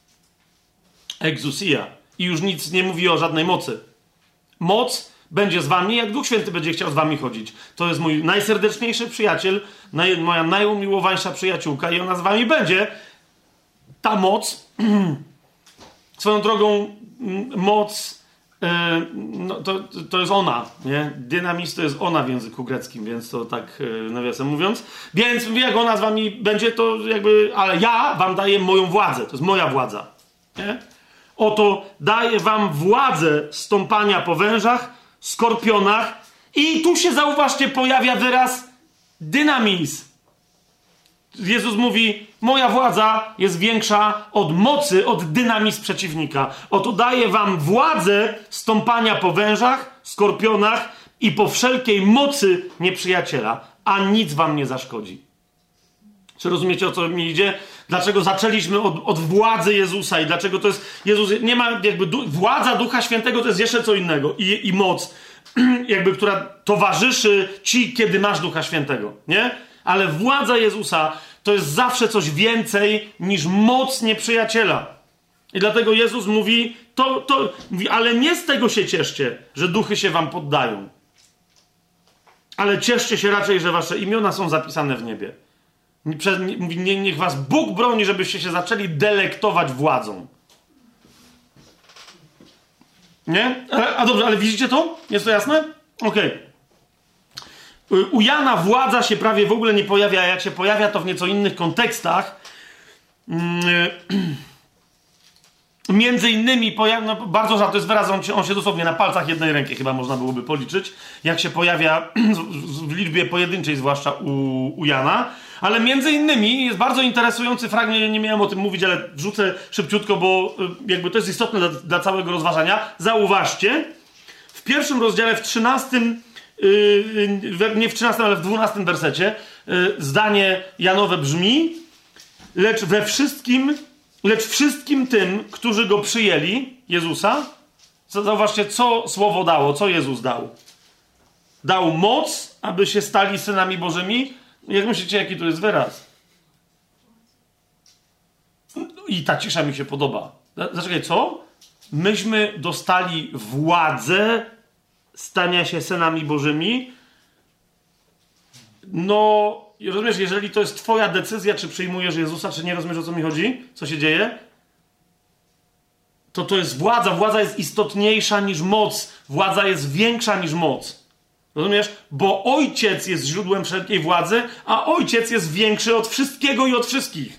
Exousia. I już nic nie mówi o żadnej mocy. Moc będzie z wami, jak Duch Święty będzie chciał z wami chodzić. To jest mój najserdeczniejszy przyjaciel, moja najumiłowańsza przyjaciółka i ona z wami będzie. Ta moc, swoją drogą moc, no to jest ona, nie? Dynamis to jest ona w języku greckim, więc to tak nawiasem mówiąc. Więc jak ona z wami będzie, to jakby, ale ja wam daję moją władzę, to jest moja władza, nie? Oto daję wam władzę stąpania po wężach, skorpionach i tu się, zauważcie, pojawia wyraz dynamis. Jezus mówi, moja władza jest większa od mocy, od dynamizm przeciwnika. Oto daję wam władzę stąpania po wężach, skorpionach i po wszelkiej mocy nieprzyjaciela, a nic wam nie zaszkodzi. Czy rozumiecie, o co mi idzie? Dlaczego zaczęliśmy od władzy Jezusa i dlaczego to jest... Jezus nie ma jakby... Władza Ducha Świętego to jest jeszcze co innego. I moc, jakby, która towarzyszy ci, kiedy masz Ducha Świętego, nie? Ale władza Jezusa to jest zawsze coś więcej niż moc nieprzyjaciela. I dlatego Jezus mówi, mówi, ale nie z tego się cieszcie, że duchy się wam poddają. Ale cieszcie się raczej, że wasze imiona są zapisane w niebie. Mówi, niech was Bóg broni, żebyście się zaczęli delektować władzą. Nie? A dobrze, ale widzicie to? Jest to jasne? Okej. U Jana władza się prawie w ogóle nie pojawia, a jak się pojawia, to w nieco innych kontekstach. Między innymi, bardzo rzadko jest wyraz, on się dosłownie na palcach jednej ręki chyba można byłoby policzyć, jak się pojawia w liczbie pojedynczej, zwłaszcza u Jana. Ale między innymi jest bardzo interesujący fragment, nie miałem o tym mówić, ale wrzucę szybciutko, bo jakby to jest istotne dla całego rozważania. Zauważcie, w pierwszym rozdziale, w 13, nie w 13, ale w 12 wersecie, zdanie Janowe brzmi: lecz wszystkim tym, którzy go przyjęli, Jezusa, zauważcie, co słowo dało, co Jezus dał. Dał moc, aby się stali synami Bożymi. Jak myślicie, jaki to jest wyraz? I ta cisza mi się podoba. Zaczekaj, co? Myśmy dostali władzę stania się synami Bożymi. No, rozumiesz, jeżeli to jest twoja decyzja, czy przyjmujesz Jezusa, czy nie, rozumiesz, o co mi chodzi? Co się dzieje? To jest władza. Władza jest istotniejsza niż moc. Władza jest większa niż moc. Rozumiesz? Bo Ojciec jest źródłem wszelkiej władzy, a Ojciec jest większy od wszystkiego i od wszystkich.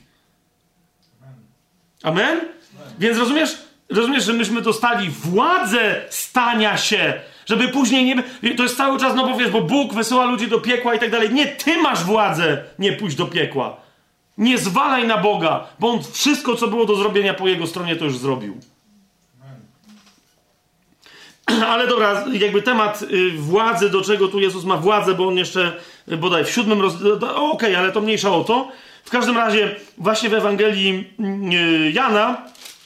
Amen? Więc rozumiesz, że myśmy dostali władzę stania się, żeby później nie... To jest cały czas, no bo wiesz, bo Bóg wysyła ludzi do piekła i tak dalej. Nie, ty masz władzę nie pójść do piekła. Nie zwalaj na Boga, bo On wszystko, co było do zrobienia po Jego stronie, to już zrobił. Ale dobra, jakby temat władzy, do czego tu Jezus ma władzę, bo On jeszcze bodaj w 7 Okej, ale to mniejsza o to. W każdym razie właśnie w Ewangelii Jana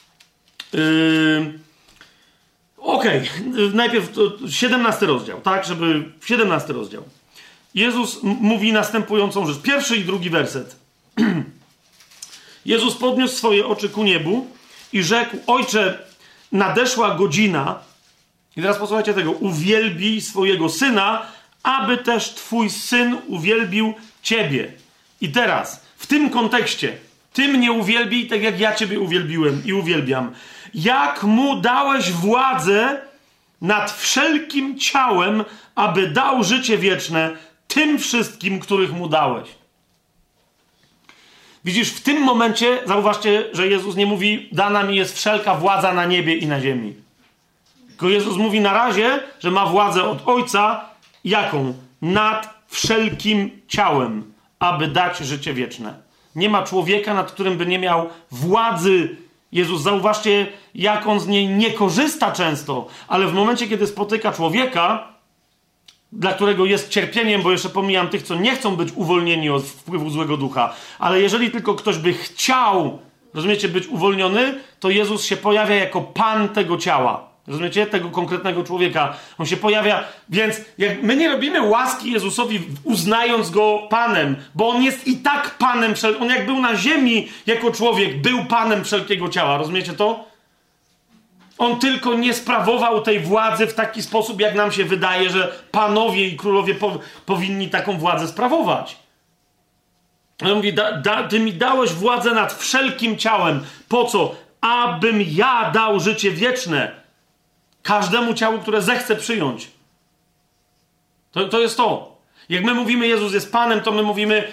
najpierw 17 rozdział, tak, żeby 17 rozdział. Jezus mówi następującą rzecz. Pierwszy i drugi werset. Jezus podniósł swoje oczy ku niebu i rzekł: Ojcze, nadeszła godzina. I teraz posłuchajcie tego. Uwielbij swojego Syna, aby też Twój Syn uwielbił Ciebie. I teraz, w tym kontekście, Ty mnie uwielbij tak, jak ja Ciebie uwielbiłem i uwielbiam. Jak Mu dałeś władzę nad wszelkim ciałem, aby dał życie wieczne tym wszystkim, których Mu dałeś. Widzisz, w tym momencie, zauważcie, że Jezus nie mówi: dana mi jest wszelka władza na niebie i na ziemi. Tylko Jezus mówi na razie, że ma władzę od Ojca. Jaką? Nad wszelkim ciałem, aby dać życie wieczne. Nie ma człowieka, nad którym by nie miał władzy. Jezus, zauważcie, jak On z niej nie korzysta często, ale w momencie, kiedy spotyka człowieka, dla którego jest cierpieniem, bo jeszcze pomijam tych, co nie chcą być uwolnieni od wpływu złego ducha, ale jeżeli tylko ktoś by chciał, rozumiecie, być uwolniony, to Jezus się pojawia jako Pan tego ciała. Rozumiecie? Tego konkretnego człowieka. On się pojawia, więc jak my nie robimy łaski Jezusowi, uznając Go Panem, bo On jest i tak Panem, On jak był na ziemi jako człowiek, był Panem wszelkiego ciała. Rozumiecie to? On tylko nie sprawował tej władzy w taki sposób, jak nam się wydaje, że panowie i królowie powinni taką władzę sprawować. On mówi: Ty mi dałeś władzę nad wszelkim ciałem. Po co? Abym ja dał życie wieczne każdemu ciału, które zechce przyjąć. To jest to. Jak my mówimy, Jezus jest Panem, to my mówimy: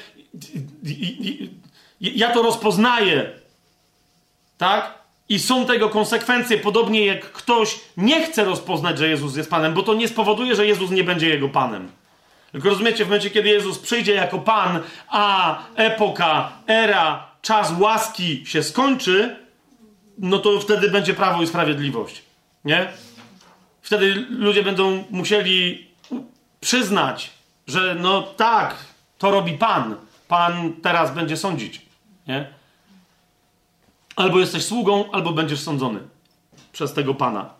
ja to rozpoznaję. Tak? I są tego konsekwencje, podobnie jak ktoś nie chce rozpoznać, że Jezus jest Panem, bo to nie spowoduje, że Jezus nie będzie Jego Panem. Tylko rozumiecie, w momencie, kiedy Jezus przyjdzie jako Pan, a epoka, era, czas łaski się skończy, no to wtedy będzie prawo i sprawiedliwość. Nie? Wtedy ludzie będą musieli przyznać, że no tak, to robi Pan. Pan teraz będzie sądzić. Nie? Albo jesteś sługą, albo będziesz sądzony przez tego Pana.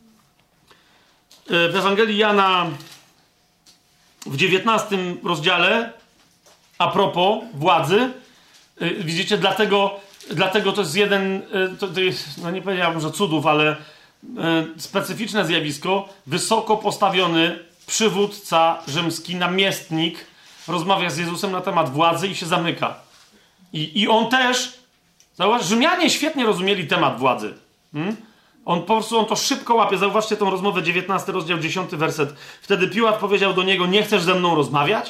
W Ewangelii Jana w 19 rozdziale, a propos władzy, widzicie, dlatego to jest jeden, to jest, no nie powiedziałbym, że cudów, ale specyficzne zjawisko. Wysoko postawiony przywódca rzymski, namiestnik, rozmawia z Jezusem na temat władzy i się zamyka. I on też, zauważ, Rzymianie świetnie rozumieli temat władzy. On to szybko łapie. Zauważcie tą rozmowę, 19 rozdział, 10 werset. Wtedy Piłat powiedział do niego: nie chcesz ze mną rozmawiać?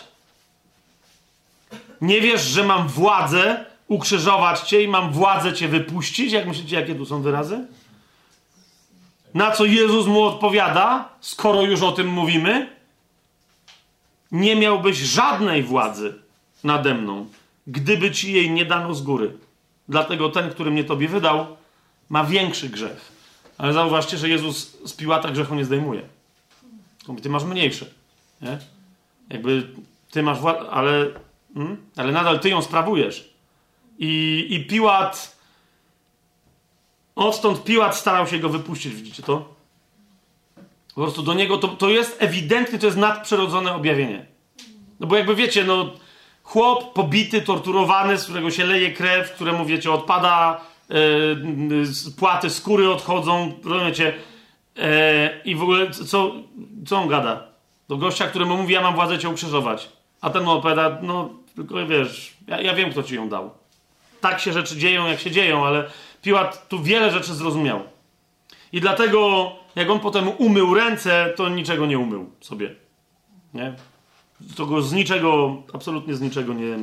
Nie wiesz, że mam władzę ukrzyżować cię i mam władzę cię wypuścić? Jak myślicie, jakie tu są wyrazy? Na co Jezus mu odpowiada, skoro już o tym mówimy: nie miałbyś żadnej władzy nade mną, gdyby ci jej nie dano z góry. Dlatego ten, który mnie tobie wydał, ma większy grzech. Ale zauważcie, że Jezus z Piłata grzechu nie zdejmuje. Mówi, ty masz mniejszy. Nie? Jakby ty masz władzę, ale nadal ty ją sprawujesz. I Piłat, odtąd Piłat starał się go wypuścić, widzicie to? Po prostu do niego to jest ewidentnie, to jest nadprzyrodzone objawienie. No bo jakby wiecie, no chłop pobity, torturowany, z którego się leje krew, któremu, wiecie, odpada płaty skóry odchodzą, rozumiecie? I w ogóle co on gada? Do gościa, któremu mówi, ja mam władzę cię ukrzyżować. A ten mu opowiada, no tylko wiesz, ja wiem, kto ci ją dał. Tak się rzeczy dzieją, jak się dzieją, ale Piłat tu wiele rzeczy zrozumiał. I dlatego, jak on potem umył ręce, to niczego nie umył sobie. Nie? To go z niczego, absolutnie z niczego nie...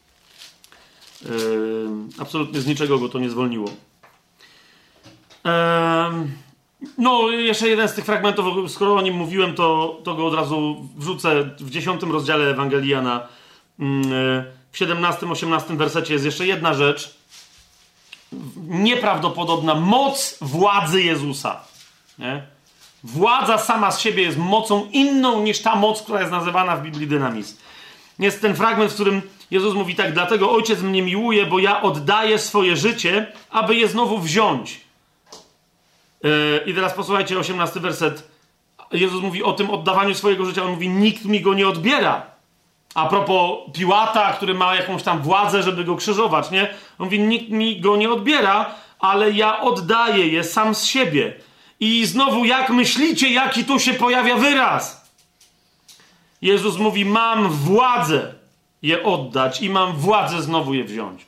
absolutnie z niczego go to nie zwolniło. No, jeszcze jeden z tych fragmentów, skoro o nim mówiłem, to go od razu wrzucę. W 10 rozdziale Ewangelii Jana, w 17-18 wersecie jest jeszcze jedna rzecz. Nieprawdopodobna moc władzy Jezusa. Nie? Władza sama z siebie jest mocą inną niż ta moc, która jest nazywana w Biblii dynamizm. Jest ten fragment, w którym Jezus mówi tak, dlatego Ojciec mnie miłuje, bo ja oddaję swoje życie, aby je znowu wziąć. I teraz posłuchajcie, 18 werset. Jezus mówi o tym oddawaniu swojego życia. On mówi, nikt mi go nie odbiera. A propos Piłata, który ma jakąś tam władzę, żeby go krzyżować, nie? On mówi, nikt mi go nie odbiera, ale ja oddaję je sam z siebie. I znowu, jak myślicie, jaki tu się pojawia wyraz? Jezus mówi, mam władzę je oddać i mam władzę znowu je wziąć.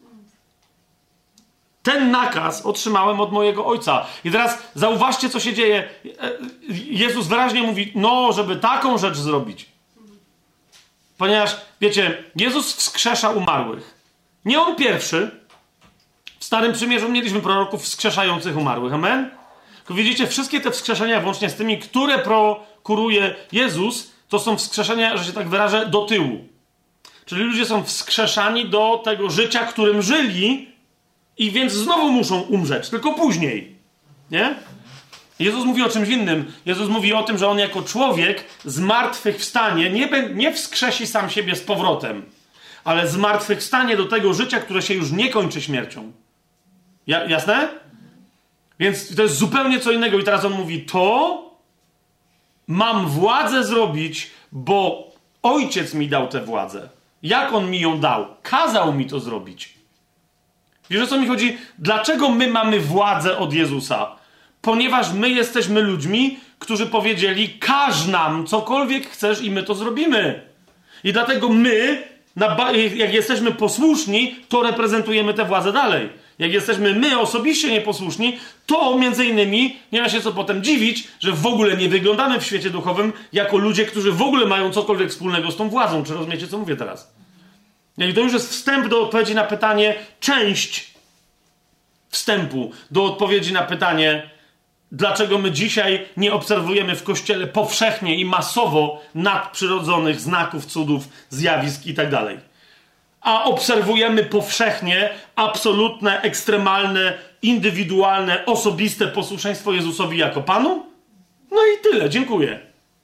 Ten nakaz otrzymałem od mojego Ojca. I teraz zauważcie, co się dzieje. Jezus wyraźnie mówi, no, żeby taką rzecz zrobić. Ponieważ, wiecie, Jezus wskrzesza umarłych. Nie On pierwszy. W Starym Przymierzu mieliśmy proroków wskrzeszających umarłych. Amen? Tylko widzicie, wszystkie te wskrzeszenia, włącznie z tymi, które prokuruje Jezus, to są wskrzeszenia, że się tak wyrażę, do tyłu. Czyli ludzie są wskrzeszani do tego życia, którym żyli, i więc znowu muszą umrzeć, tylko później. Nie? Jezus mówi o czymś innym. Jezus mówi o tym, że On jako człowiek zmartwychwstanie, nie wskrzesi sam siebie z powrotem, ale zmartwychwstanie do tego życia, które się już nie kończy śmiercią. Jasne? Więc to jest zupełnie co innego. I teraz On mówi, to mam władzę zrobić, bo Ojciec mi dał tę władzę. Jak On mi ją dał? Kazał mi to zrobić. Wiesz, o co mi chodzi? Dlaczego my mamy władzę od Jezusa? Ponieważ my jesteśmy ludźmi, którzy powiedzieli, każ nam cokolwiek chcesz i my to zrobimy. I dlatego my, jak jesteśmy posłuszni, to reprezentujemy tę władzę dalej. Jak jesteśmy my osobiście nieposłuszni, to między innymi nie ma się co potem dziwić, że w ogóle nie wyglądamy w świecie duchowym jako ludzie, którzy w ogóle mają cokolwiek wspólnego z tą władzą. Czy rozumiecie, co mówię teraz? I to już jest wstęp do odpowiedzi na pytanie, część wstępu do odpowiedzi na pytanie, dlaczego my dzisiaj nie obserwujemy w Kościele powszechnie i masowo nadprzyrodzonych znaków, cudów, zjawisk i tak dalej. A obserwujemy powszechnie absolutne, ekstremalne, indywidualne, osobiste posłuszeństwo Jezusowi jako Panu? No i tyle, dziękuję.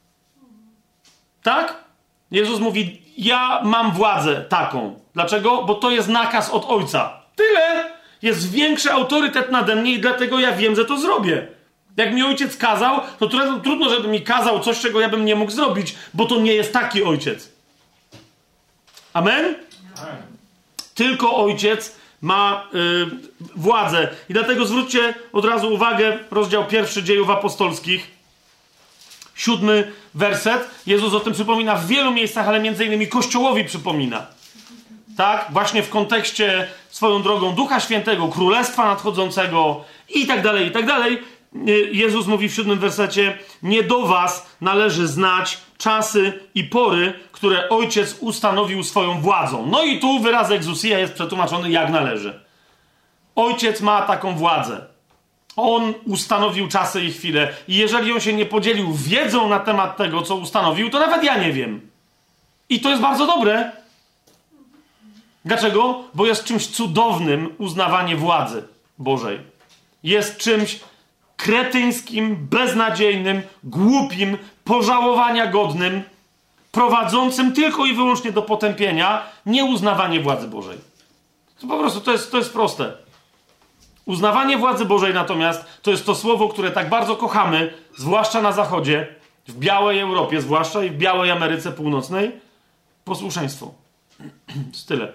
Tak? Jezus mówi, ja mam władzę taką. Dlaczego? Bo to jest nakaz od Ojca. Tyle! Jest większy autorytet nade mnie i dlatego ja wiem, że to zrobię. Jak mi Ojciec kazał, to trudno, żeby mi kazał coś, czego ja bym nie mógł zrobić, bo to nie jest taki Ojciec. Amen? Amen. Tylko Ojciec ma władzę. I dlatego zwróćcie od razu uwagę, rozdział 1 Dziejów Apostolskich, 7 werset. Jezus o tym przypomina w wielu miejscach, ale między innymi Kościołowi przypomina. Tak? Właśnie w kontekście swoją drogą Ducha Świętego, Królestwa nadchodzącego i tak dalej, i tak dalej. Jezus mówi w 7 wersecie, nie do was należy znać czasy i pory, które Ojciec ustanowił swoją władzą. No i tu wyraz exousia jest przetłumaczony jak należy. Ojciec ma taką władzę. On ustanowił czasy i chwile. I jeżeli on się nie podzielił wiedzą na temat tego, co ustanowił, to nawet ja nie wiem. I to jest bardzo dobre. Dlaczego? Bo jest czymś cudownym uznawanie władzy Bożej. Jest czymś kretyńskim, beznadziejnym, głupim, pożałowania godnym, prowadzącym tylko i wyłącznie do potępienia, nieuznawanie władzy Bożej. To po prostu to jest proste. Uznawanie władzy Bożej natomiast to jest to słowo, które tak bardzo kochamy, zwłaszcza na Zachodzie, w białej Europie zwłaszcza i w białej Ameryce Północnej. Posłuszeństwo. To tyle.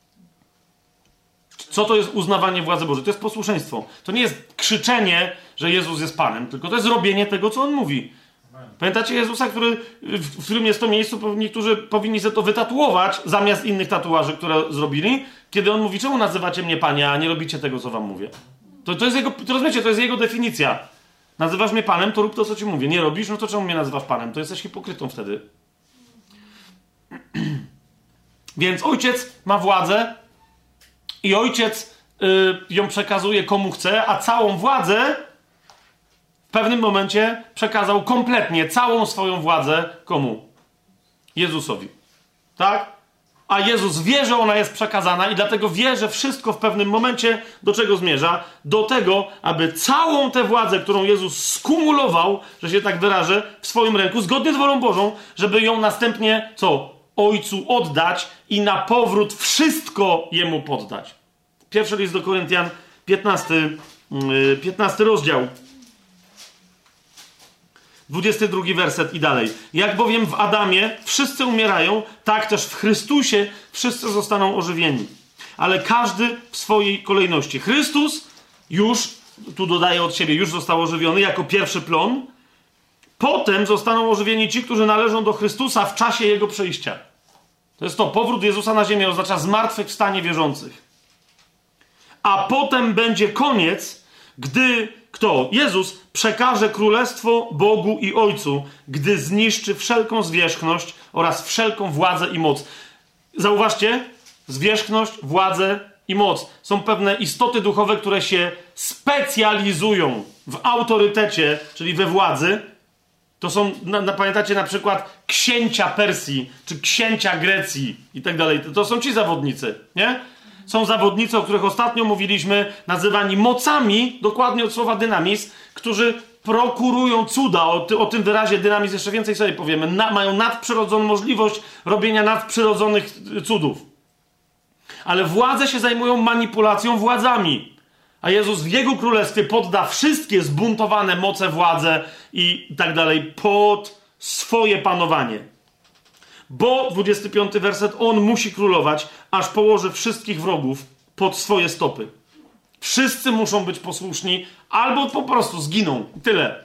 Co to jest uznawanie władzy Bożej? To jest posłuszeństwo. To nie jest krzyczenie, że Jezus jest Panem, tylko to jest robienie tego, co On mówi. Pamiętacie Jezusa, w którym jest to miejsce, niektórzy powinni sobie to wytatuować zamiast innych tatuaży, które zrobili, kiedy On mówi, czemu nazywacie mnie Panie, a nie robicie tego, co wam mówię. To jest jego, to rozumiecie, to jest jego definicja. Nazywasz mnie Panem, to rób to, co ci mówię. Nie robisz, no to czemu mnie nazywasz Panem? To jesteś hipokrytą wtedy. Więc ojciec ma władzę i ojciec ją przekazuje komu chce, a całą władzę w pewnym momencie przekazał kompletnie całą swoją władzę komu? Jezusowi. Tak? A Jezus wie, że ona jest przekazana i dlatego wie, że wszystko w pewnym momencie do czego zmierza? Do tego, aby całą tę władzę, którą Jezus skumulował, że się tak wyrażę, w swoim ręku, zgodnie z wolą Bożą, żeby ją następnie, Ojcu oddać i na powrót wszystko Jemu poddać. Pierwszy list do Koryntian, 15 rozdział. 22 werset i dalej. Jak bowiem w Adamie wszyscy umierają, tak też w Chrystusie wszyscy zostaną ożywieni. Ale każdy w swojej kolejności. Chrystus już, tu dodaję od siebie, już został ożywiony jako pierwszy plon. Potem zostaną ożywieni ci, którzy należą do Chrystusa w czasie Jego przyjścia. To jest to, powrót Jezusa na ziemię oznacza zmartwychwstanie wierzących. A potem będzie koniec, gdy kto? Jezus przekaże królestwo Bogu i Ojcu, gdy zniszczy wszelką zwierzchność oraz wszelką władzę i moc. Zauważcie, zwierzchność, władzę i moc. Są pewne istoty duchowe, które się specjalizują w autorytecie, czyli we władzy. To są, pamiętacie na przykład księcia Persji, czy księcia Grecji i tak dalej. To są ci zawodnicy, nie? Są zawodnicy, o których ostatnio mówiliśmy, nazywani mocami, dokładnie od słowa dynamis, którzy prokurują cuda. O tym wyrazie dynamis jeszcze więcej sobie powiemy. Mają nadprzyrodzoną możliwość robienia nadprzyrodzonych cudów. Ale władze się zajmują manipulacją władzami. A Jezus w Jego królestwie podda wszystkie zbuntowane moce, władze i tak dalej pod swoje panowanie. Bo, 25 werset, On musi królować, aż położy wszystkich wrogów pod swoje stopy. Wszyscy muszą być posłuszni, albo po prostu zginą. Tyle.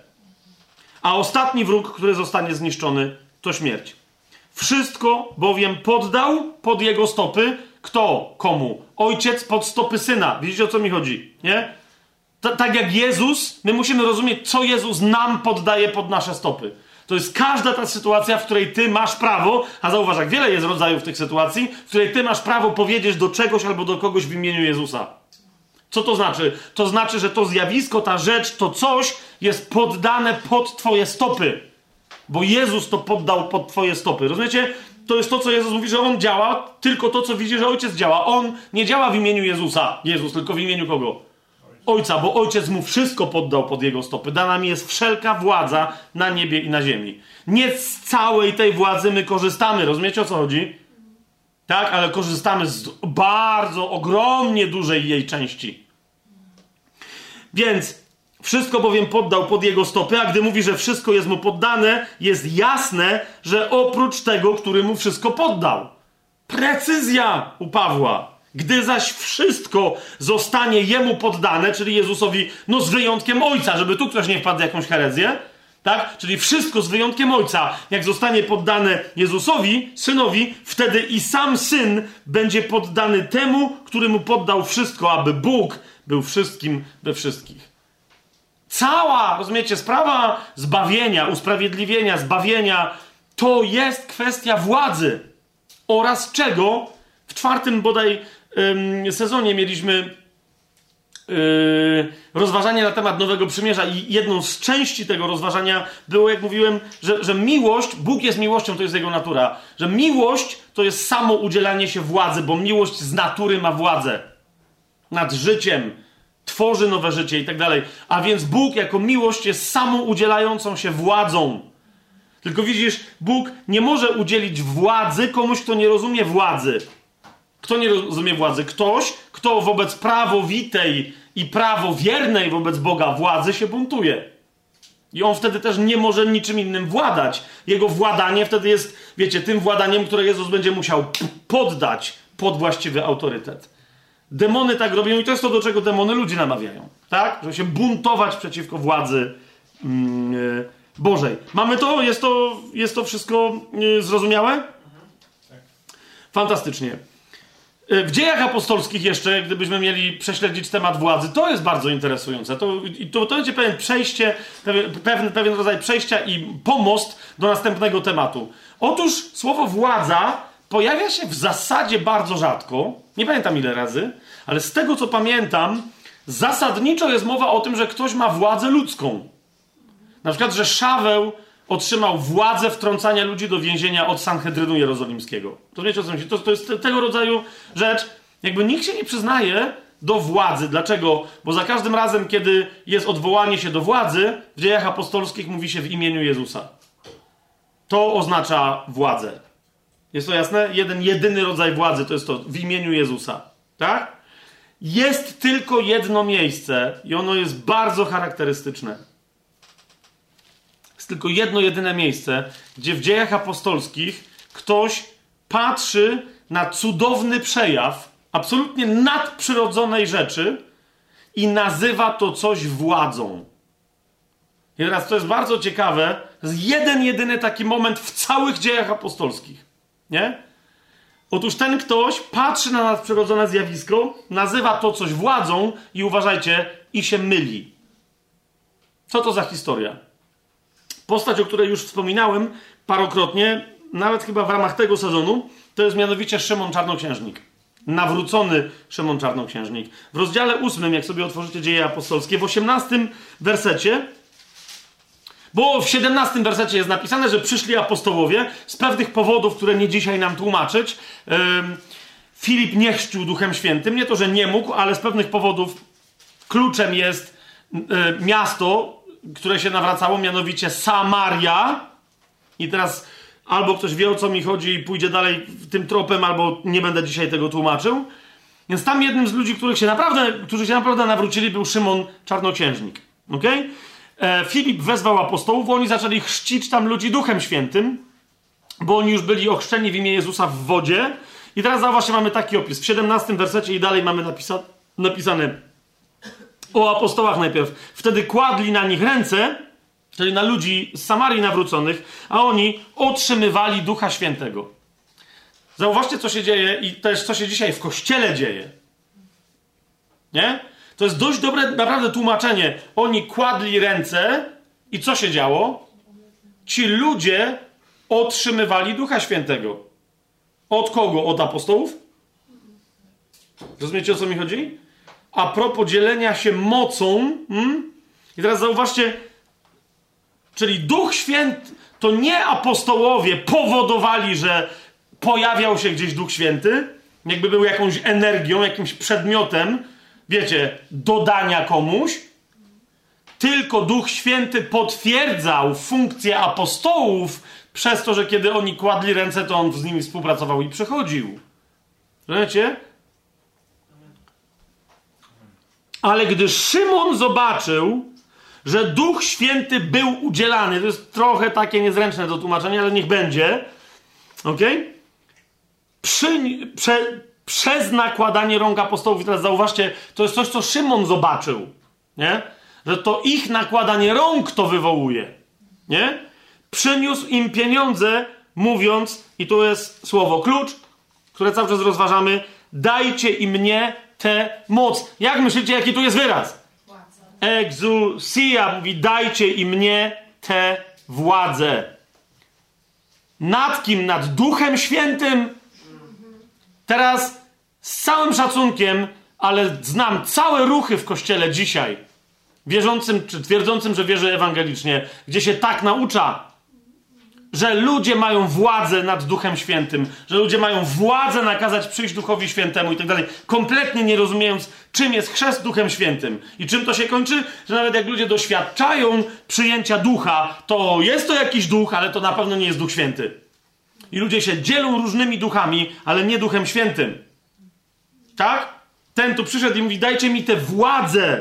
A ostatni wróg, który zostanie zniszczony, to śmierć. Wszystko bowiem poddał pod Jego stopy. Kto? Komu? Ojciec pod stopy Syna. Widzicie, o co mi chodzi? Nie? Tak jak Jezus, my musimy rozumieć, co Jezus nam poddaje pod nasze stopy. To jest każda ta sytuacja, w której ty masz prawo, a zauważ, jak wiele jest rodzajów tych sytuacji, w której ty masz prawo powiedzieć do czegoś albo do kogoś w imieniu Jezusa. Co to znaczy? To znaczy, że to zjawisko, ta rzecz, to coś jest poddane pod twoje stopy. Bo Jezus to poddał pod twoje stopy. Rozumiecie? To jest to, co Jezus mówi, że On działa, tylko to, co widzi, że Ojciec działa. On nie działa w imieniu Jezusa, Jezus, tylko w imieniu kogo? Ojca, bo Ojciec mu wszystko poddał pod Jego stopy. Dana mi jest wszelka władza na niebie i na ziemi. Nie z całej tej władzy my korzystamy. Rozumiecie, o co chodzi? Tak, ale korzystamy z bardzo, ogromnie dużej jej części. Więc wszystko bowiem poddał pod Jego stopy, a gdy mówi, że wszystko jest mu poddane, jest jasne, że oprócz tego, który mu wszystko poddał. Precyzja u Pawła. Gdy zaś wszystko zostanie Jemu poddane, czyli Jezusowi, no z wyjątkiem Ojca, żeby tu ktoś nie wpadł w jakąś herezję, tak? Czyli wszystko z wyjątkiem Ojca, jak zostanie poddane Jezusowi, Synowi, wtedy i sam Syn będzie poddany temu, który mu poddał wszystko, aby Bóg był wszystkim we wszystkich. Cała, rozumiecie, sprawa zbawienia, usprawiedliwienia, zbawienia, to jest kwestia władzy. Oraz czego? W 4. bodaj sezonie mieliśmy rozważanie na temat Nowego Przymierza i jedną z części tego rozważania było, jak mówiłem, że miłość, Bóg jest miłością, to jest Jego natura, że miłość to jest samo udzielanie się władzy, bo miłość z natury ma władzę nad życiem, tworzy nowe życie i tak dalej. A więc Bóg jako miłość jest samą udzielającą się władzą. Tylko widzisz, Bóg nie może udzielić władzy komuś, kto nie rozumie władzy. Kto nie rozumie władzy? Ktoś, kto wobec prawowitej i prawowiernej wobec Boga władzy się buntuje. I on wtedy też nie może niczym innym władać. Jego władanie wtedy jest, wiecie, tym władaniem, które Jezus będzie musiał poddać pod właściwy autorytet. Demony tak robią i to jest to, do czego demony ludzi namawiają. Tak? Żeby się buntować przeciwko władzy Bożej. Mamy to? Jest to wszystko zrozumiałe? Fantastycznie. W Dziejach Apostolskich jeszcze, gdybyśmy mieli prześledzić temat władzy, to jest bardzo interesujące. To będzie pewien rodzaj przejścia i pomost do następnego tematu. Otóż słowo władza pojawia się w zasadzie bardzo rzadko. Nie pamiętam ile razy, ale z tego co pamiętam, zasadniczo jest mowa o tym, że ktoś ma władzę ludzką. Na przykład, że Szaweł otrzymał władzę wtrącania ludzi do więzienia od Sanhedrynu Jerozolimskiego. To wiecie o co myślę? To jest tego rodzaju rzecz. Jakby nikt się nie przyznaje do władzy. Dlaczego? Bo za każdym razem, kiedy jest odwołanie się do władzy, w Dziejach Apostolskich mówi się w imieniu Jezusa. To oznacza władzę. Jest to jasne? Jedyny rodzaj władzy to jest to w imieniu Jezusa. Tak? Jest tylko jedno miejsce i ono jest bardzo charakterystyczne. Jest tylko jedno, jedyne miejsce, gdzie w Dziejach Apostolskich ktoś patrzy na cudowny przejaw absolutnie nadprzyrodzonej rzeczy i nazywa to coś władzą. I teraz to jest bardzo ciekawe. To jest jedyny taki moment w całych Dziejach Apostolskich. Nie? Otóż ten ktoś patrzy na nadprzyrodzone zjawisko, nazywa to coś władzą i uważajcie, i się myli. Co to za historia? Postać, o której już wspominałem parokrotnie, nawet chyba w ramach tego sezonu, to jest mianowicie Szymon Czarnoksiężnik. Nawrócony Szymon Czarnoksiężnik. W rozdziale 8, jak sobie otworzycie Dzieje Apostolskie, w 18 wersecie, bo w 17 wersecie jest napisane, że przyszli apostołowie z pewnych powodów, które nie dzisiaj nam tłumaczyć. Filip nie chrzcił Duchem Świętym. Nie to, że nie mógł, ale z pewnych powodów kluczem jest miasto, które się nawracało, mianowicie Samaria. I teraz albo ktoś wie, o co mi chodzi i pójdzie dalej tym tropem, albo nie będę dzisiaj tego tłumaczył. Więc tam jednym z ludzi, którzy się naprawdę nawrócili, był Szymon Czarnoksiężnik. Okej? Filip wezwał apostołów, bo oni zaczęli chrzcić tam ludzi Duchem Świętym, bo oni już byli ochrzczeni w imię Jezusa w wodzie. I teraz zauważcie, mamy taki opis. W 17 wersecie i dalej mamy napisane o apostołach najpierw. Wtedy kładli na nich ręce, czyli na ludzi z Samarii nawróconych, a oni otrzymywali Ducha Świętego. Zauważcie, co się dzieje i też co się dzisiaj w Kościele dzieje. Nie? To jest dość dobre naprawdę tłumaczenie. Oni kładli ręce i co się działo? Ci ludzie otrzymywali Ducha Świętego. Od kogo? Od apostołów? Rozumiecie, o co mi chodzi? A propos dzielenia się mocą. I teraz zauważcie, czyli Duch Święty, to nie apostołowie powodowali, że pojawiał się gdzieś Duch Święty, jakby był jakąś energią, jakimś przedmiotem, wiecie, dodania komuś, tylko Duch Święty potwierdzał funkcję apostołów przez to, że kiedy oni kładli ręce, to on z nimi współpracował i przechodził. Rozumiecie? Ale gdy Szymon zobaczył, że Duch Święty był udzielany, to jest trochę takie niezręczne do tłumaczenia, ale niech będzie, okej? Przez nakładanie rąk apostołów, i teraz zauważcie, to jest coś, co Szymon zobaczył, nie? Że to ich nakładanie rąk to wywołuje, nie? Przyniósł im pieniądze, mówiąc, i tu jest słowo klucz, które cały czas rozważamy, dajcie i mnie tę moc. Jak myślicie, jaki tu jest wyraz? Exousia mówi, dajcie i mnie tę władzę. Nad kim? Nad Duchem Świętym? Teraz z całym szacunkiem ale znam całe ruchy w Kościele dzisiaj, wierzącym czy twierdzącym, że wierzy ewangelicznie, gdzie się tak naucza, że ludzie mają władzę nad Duchem Świętym, że ludzie mają władzę nakazać przyjść Duchowi Świętemu i tak dalej, kompletnie nie rozumiejąc, czym jest chrzest Duchem Świętym i czym to się kończy, że nawet jak ludzie doświadczają przyjęcia Ducha, to jest to jakiś duch, ale to na pewno nie jest Duch Święty. I ludzie się dzielą różnymi duchami, ale nie Duchem Świętym. Tak? Ten tu przyszedł i mówi, dajcie mi tę władzę,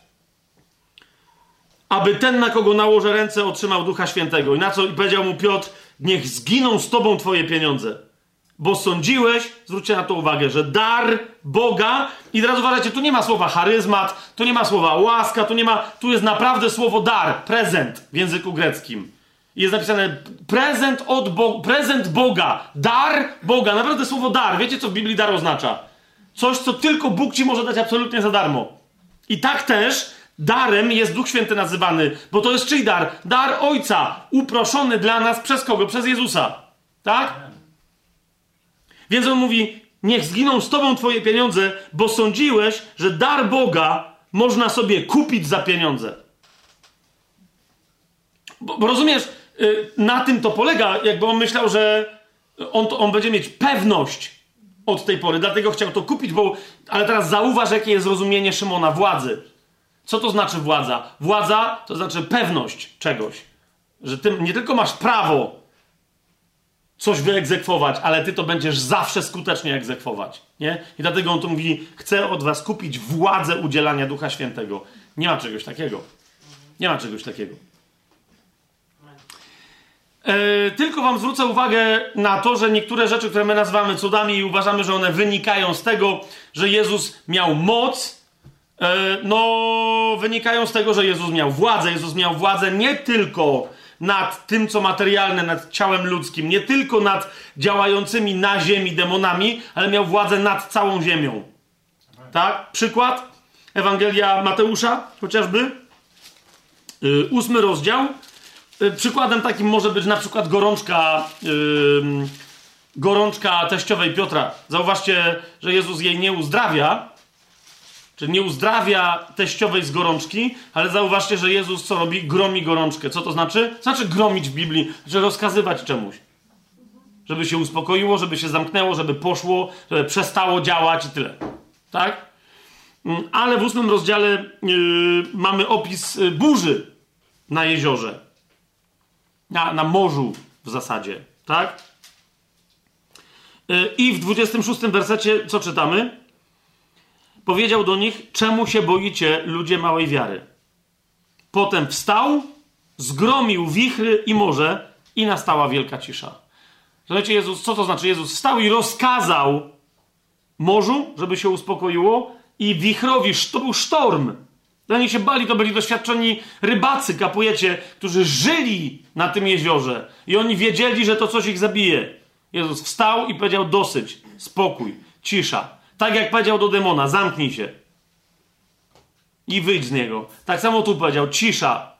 aby ten, na kogo nałożę ręce, otrzymał Ducha Świętego. I na co? I powiedział mu Piotr, niech zginą z tobą twoje pieniądze. Bo sądziłeś, zwróćcie na to uwagę, że dar Boga, i teraz uważajcie, tu nie ma słowa charyzmat, tu nie ma słowa łaska, tu jest naprawdę słowo dar, prezent w języku greckim. I jest napisane prezent Boga, dar Boga, naprawdę słowo dar. Wiecie, co w Biblii dar oznacza? Coś, co tylko Bóg ci może dać absolutnie za darmo. I tak też darem jest Duch Święty nazywany, bo to jest czyj dar? Dar Ojca, uproszony dla nas przez kogo? Przez Jezusa. Tak? Więc on mówi, niech zginą z tobą twoje pieniądze, bo sądziłeś, że dar Boga można sobie kupić za pieniądze. Bo rozumiesz, na tym to polega, jakby on myślał, że on będzie mieć pewność od tej pory, dlatego chciał to kupić, ale teraz zauważ, jakie jest rozumienie Szymona władzy. Co to znaczy władza? Władza to znaczy pewność czegoś. Że ty nie tylko masz prawo coś wyegzekwować, ale ty to będziesz zawsze skutecznie egzekwować. Nie? I dlatego on tu mówi, chcę od was kupić władzę udzielania Ducha Świętego. Nie ma czegoś takiego. Nie ma czegoś takiego. Tylko wam zwrócę uwagę na to, że niektóre rzeczy, które my nazywamy cudami i uważamy, że one wynikają z tego, że Jezus miał moc, wynikają z tego, że Jezus miał władzę. Jezus miał władzę nie tylko nad tym, co materialne, nad ciałem ludzkim, nie tylko nad działającymi na ziemi demonami, ale miał władzę nad całą ziemią. Tak? Przykład? Ewangelia Mateusza, chociażby. 8 rozdział. Przykładem takim może być na przykład gorączka teściowej Piotra. Zauważcie, że Jezus jej nie uzdrawia, czyli nie uzdrawia teściowej z gorączki, ale zauważcie, że Jezus co robi? Gromi gorączkę. Co to znaczy? Znaczy gromić w Biblii, że rozkazywać czemuś. Żeby się uspokoiło, żeby się zamknęło, żeby poszło, żeby przestało działać i tyle. Tak? Ale w 8 rozdziale mamy opis burzy na jeziorze. Na morzu w zasadzie. Tak? I w 26 wersecie co czytamy? Powiedział do nich, czemu się boicie, ludzie małej wiary? Potem wstał, zgromił wichry i morze i nastała wielka cisza. Słuchajcie, Jezus, co to znaczy? Jezus wstał i rozkazał morzu, żeby się uspokoiło, i wichrowi, to był sztorm. Oni się bali, to byli doświadczeni rybacy, kapujecie, którzy żyli na tym jeziorze i oni wiedzieli, że to coś ich zabije. Jezus wstał i powiedział, dosyć, spokój, cisza. Tak jak powiedział do demona, zamknij się i wyjdź z niego. Tak samo tu powiedział, cisza.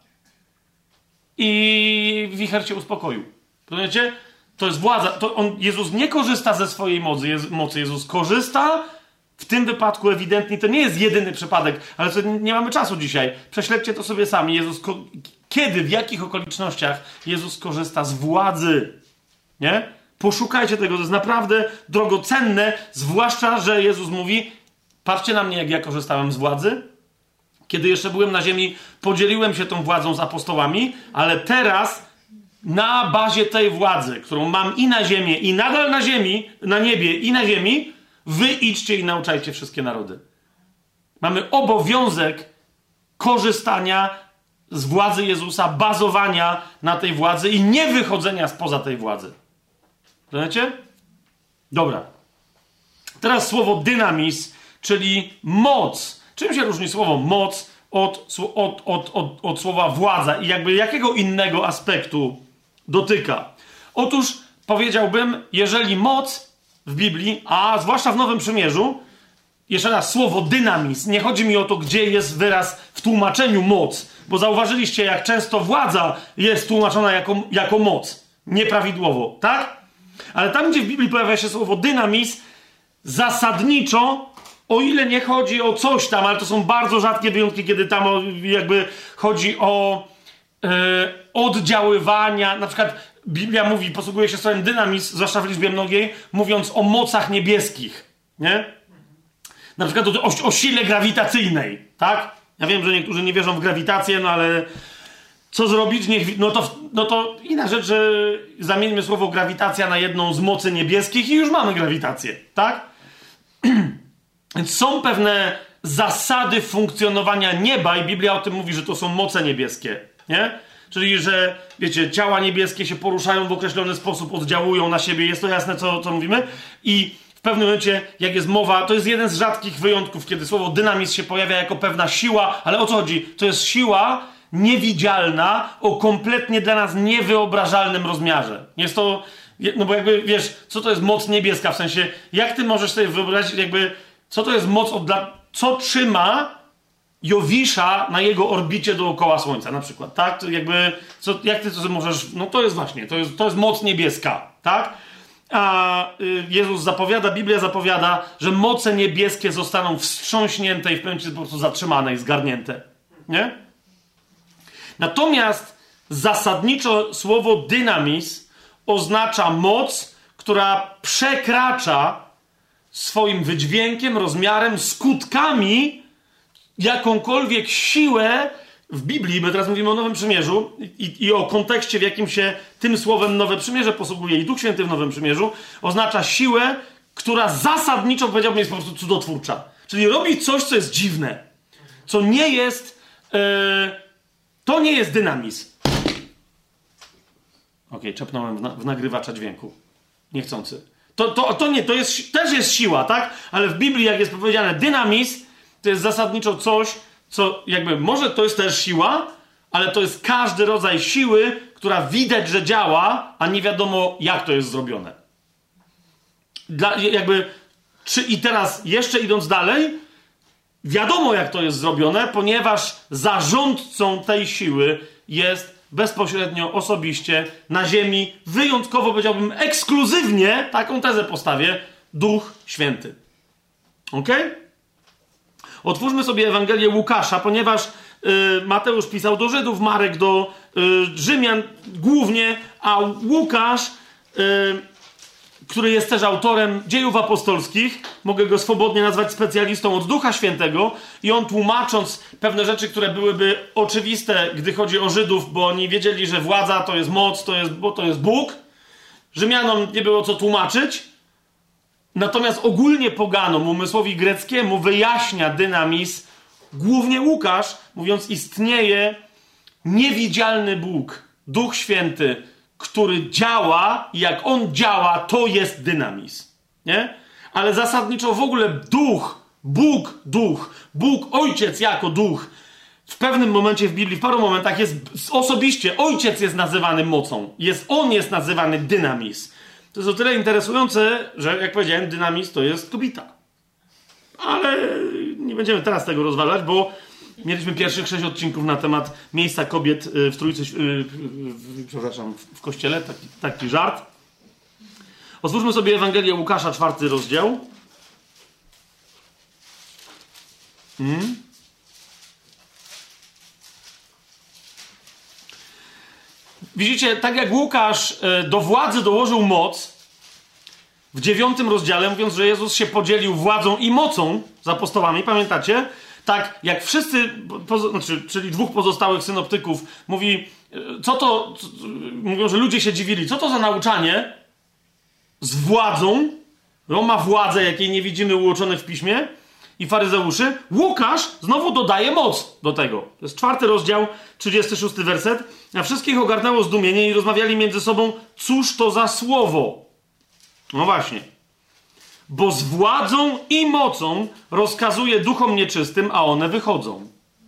I wicher się uspokoił. Rozumiecie? To jest władza. Jezus nie korzysta ze swojej mocy. Jezus korzysta w tym wypadku ewidentnie. To nie jest jedyny przypadek, ale nie mamy czasu dzisiaj. Prześledźcie to sobie sami. Kiedy, w jakich okolicznościach Jezus korzysta z władzy? Nie? Poszukajcie tego, to jest naprawdę drogocenne, zwłaszcza, że Jezus mówi, patrzcie na mnie, jak ja korzystałem z władzy. Kiedy jeszcze byłem na ziemi, podzieliłem się tą władzą z apostołami, ale teraz na bazie tej władzy, którą mam i na ziemię, i nadal na ziemi, na niebie i na ziemi, wy idźcie i nauczajcie wszystkie narody. Mamy obowiązek korzystania z władzy Jezusa, bazowania na tej władzy i nie wychodzenia spoza tej władzy. Rozumiecie? Dobra. Teraz słowo dynamis, czyli moc. Czym się różni słowo moc od słowa władza i jakby jakiego innego aspektu dotyka? Otóż powiedziałbym, jeżeli moc w Biblii, a zwłaszcza w Nowym Przymierzu, jeszcze raz słowo dynamis, nie chodzi mi o to, gdzie jest wyraz w tłumaczeniu moc, bo zauważyliście, jak często władza jest tłumaczona jako moc. Nieprawidłowo, tak? Ale tam, gdzie w Biblii pojawia się słowo dynamis, zasadniczo o ile nie chodzi o coś tam, ale to są bardzo rzadkie wyjątki, kiedy tam jakby chodzi o oddziaływania, na przykład Biblia mówi, posługuje się słowem dynamizm, zwłaszcza w liczbie mnogiej, mówiąc o mocach niebieskich, nie? Na przykład o sile grawitacyjnej, tak? Ja wiem, że niektórzy nie wierzą w grawitację, no ale co zrobić? No to inna rzecz, że zamieńmy słowo grawitacja na jedną z mocy niebieskich i już mamy grawitację, tak? Więc są pewne zasady funkcjonowania nieba i Biblia o tym mówi, że to są moce niebieskie, nie? Czyli, że, wiecie, ciała niebieskie się poruszają w określony sposób, oddziałują na siebie, jest to jasne, co mówimy? I w pewnym momencie, jak jest mowa, to jest jeden z rzadkich wyjątków, kiedy słowo dynamizm się pojawia jako pewna siła, ale o co chodzi? To jest siła niewidzialna, o kompletnie dla nas niewyobrażalnym rozmiarze. Jest to, no bo jakby, wiesz, co to jest moc niebieska, w sensie, jak ty możesz sobie wyobrazić, jakby, co to jest moc, co trzyma Jowisza na jego orbicie dookoła Słońca, na przykład, tak? To jakby, jak ty to sobie możesz, no to jest właśnie, to jest moc niebieska, tak? A Jezus zapowiada, Biblia zapowiada, że moce niebieskie zostaną wstrząśnięte i w pewnym momencie po prostu zatrzymane i zgarnięte, nie? Natomiast zasadniczo słowo dynamizm oznacza moc, która przekracza swoim wydźwiękiem, rozmiarem, skutkami jakąkolwiek siłę w Biblii, my teraz mówimy o Nowym Przymierzu i o kontekście, w jakim się tym słowem Nowe Przymierze posługuje i Duch Święty w Nowym Przymierzu, oznacza siłę, która zasadniczo, powiedziałbym, jest po prostu cudotwórcza. Czyli robi coś, co jest dziwne, co nie jest... to nie jest dynamizm. Okej, czepnąłem w nagrywacza dźwięku. Niechcący. To nie, to jest, też jest siła, tak? Ale w Biblii, jak jest powiedziane dynamizm, to jest zasadniczo coś, co jakby, może to jest też siła, ale to jest każdy rodzaj siły, która widać, że działa, a nie wiadomo, jak to jest zrobione. I teraz, jeszcze idąc dalej, wiadomo, jak to jest zrobione, ponieważ zarządcą tej siły jest bezpośrednio, osobiście, na ziemi, wyjątkowo, powiedziałbym, ekskluzywnie, taką tezę postawię, Duch Święty. Okej? Otwórzmy sobie Ewangelię Łukasza, ponieważ Mateusz pisał do Żydów, Marek do Rzymian głównie, a Łukasz, który jest też autorem Dziejów Apostolskich, mogę go swobodnie nazwać specjalistą od Ducha Świętego, i on tłumacząc pewne rzeczy, które byłyby oczywiste, gdy chodzi o Żydów, bo oni wiedzieli, że władza to jest moc, bo to jest Bóg. Rzymianom nie było co tłumaczyć. Natomiast ogólnie poganom, umysłowi greckiemu wyjaśnia dynamizm głównie Łukasz, mówiąc, istnieje niewidzialny Bóg, Duch Święty, który działa i jak On działa, to jest dynamizm. Nie? Ale zasadniczo w ogóle Duch, Bóg, Ojciec jako Duch, w pewnym momencie w Biblii, w paru momentach jest osobiście, Ojciec jest nazywany mocą. On jest nazywany dynamizm. To jest o tyle interesujące, że jak powiedziałem, dynamizm to jest kobieta. Ale nie będziemy teraz tego rozwalać, bo mieliśmy pierwszych 6 odcinków na temat miejsca kobiet w Trójcy, w Kościele, taki żart. Otwórzmy sobie Ewangelię Łukasza, 4 rozdział. Widzicie, tak jak Łukasz do władzy dołożył moc, w 9 rozdziale, mówiąc, że Jezus się podzielił władzą i mocą z apostołami, pamiętacie? Tak jak wszyscy, czyli 2 pozostałych synoptyków, mówią, że ludzie się dziwili, co to za nauczanie z władzą, on ma władzę, jakiej nie widzimy ułożone w piśmie, i faryzeuszy. Łukasz znowu dodaje moc do tego. To jest 4 rozdział, 36 werset. A wszystkich ogarnęło zdumienie i rozmawiali między sobą, cóż to za słowo. No właśnie. Bo z władzą i mocą rozkazuje duchom nieczystym, a one wychodzą.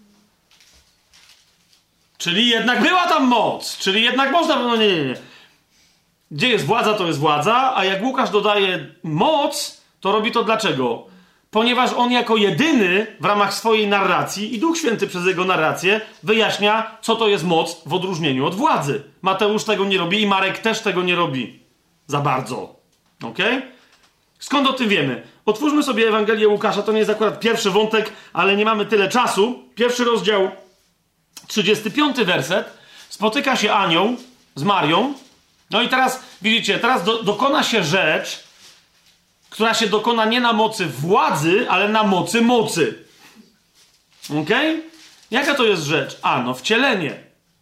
Czyli jednak była tam moc. Czyli jednak można... No nie. Gdzie jest władza, to jest władza, a jak Łukasz dodaje moc, to robi to dlaczego? Ponieważ on jako jedyny w ramach swojej narracji i Duch Święty przez jego narrację wyjaśnia, co to jest moc w odróżnieniu od władzy. Mateusz tego nie robi i Marek też tego nie robi za bardzo. Okej? Skąd o tym wiemy? Otwórzmy sobie Ewangelię Łukasza, to nie jest akurat pierwszy wątek, ale nie mamy tyle czasu. 1 rozdział, 35 werset. Spotyka się anioł z Marią. No i teraz, widzicie, teraz dokona się rzecz, która się dokona nie na mocy władzy, ale na mocy mocy. Okej? Jaka to jest rzecz? No wcielenie.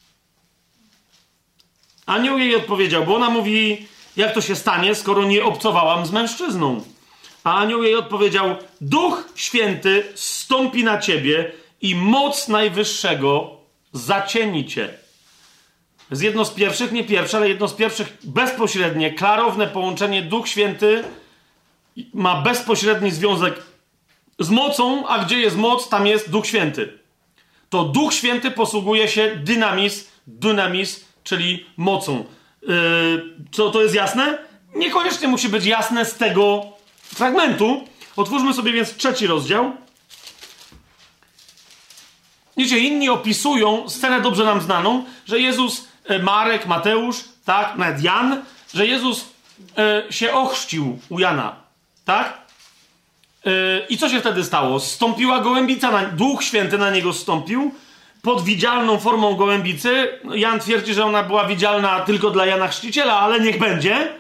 Anioł jej odpowiedział, bo ona mówi, jak to się stanie, skoro nie obcowałam z mężczyzną. A anioł jej odpowiedział, Duch Święty zstąpi na ciebie i moc Najwyższego zacieni cię. jest jedno z pierwszych, nie pierwsze, ale jedno z pierwszych bezpośrednie, klarowne połączenie. Duch Święty ma bezpośredni związek z mocą, a gdzie jest moc, tam jest Duch Święty. To Duch Święty posługuje się dynamis, czyli mocą. Co to jest jasne? Niekoniecznie musi być jasne z tego fragmentu. Otwórzmy sobie więc 3 rozdział. Widzicie, inni opisują scenę dobrze nam znaną, że Jezus, Marek, Mateusz, tak, nawet Jan, że Jezus się ochrzcił u Jana, tak? I co się wtedy stało? Zstąpiła gołębica, Duch Święty na niego zstąpił pod widzialną formą gołębicy. Jan twierdzi, że ona była widzialna tylko dla Jana Chrzciciela, ale niech będzie.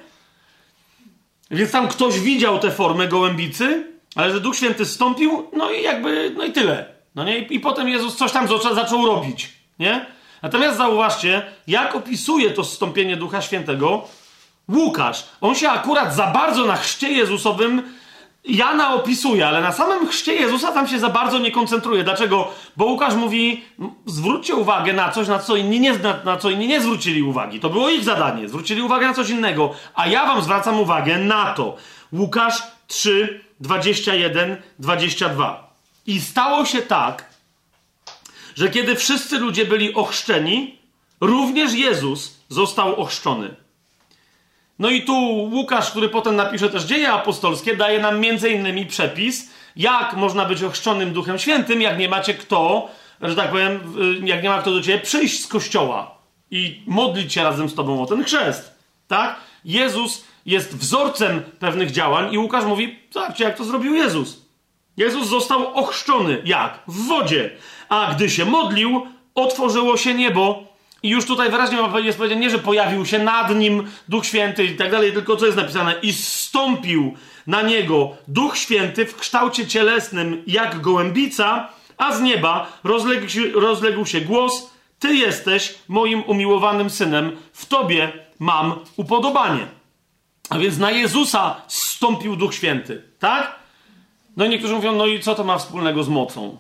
Więc tam ktoś widział tę formę gołębicy, ale że Duch Święty zstąpił, no i jakby, no i tyle. No nie? I potem Jezus coś tam zaczął robić, nie? Natomiast zauważcie, jak opisuje to zstąpienie Ducha Świętego Łukasz. On się akurat za bardzo na chrzcie Jezusowym Jana opisuje, ale na samym chrzcie Jezusa tam się za bardzo nie koncentruje. Dlaczego? Bo Łukasz mówi, zwróćcie uwagę na coś, na co inni nie zwrócili uwagi. To było ich zadanie. Zwrócili uwagę na coś innego. A ja wam zwracam uwagę na to. Łukasz 3, 21, 22. I stało się tak, że kiedy wszyscy ludzie byli ochrzczeni, również Jezus został ochrzczony. No i tu Łukasz, który potem napisze też Dzieje Apostolskie, daje nam między innymi przepis, jak można być ochrzczonym Duchem Świętym, jak nie macie kto, że tak powiem, jak nie ma kto do ciebie przyjść z kościoła i modlić się razem z tobą o ten chrzest. Tak? Jezus jest wzorcem pewnych działań i Łukasz mówi, zobaczcie, jak to zrobił Jezus. Jezus został ochrzczony. Jak? W wodzie. A gdy się modlił, otworzyło się niebo. I już tutaj wyraźnie jest powiedziane, nie, że pojawił się nad nim Duch Święty i tak dalej, tylko co jest napisane? I zstąpił na niego Duch Święty w kształcie cielesnym jak gołębica, a z nieba rozległ się głos: Ty jesteś moim umiłowanym Synem, w Tobie mam upodobanie. A więc na Jezusa zstąpił Duch Święty, tak? No i niektórzy mówią, no i co to ma wspólnego z mocą?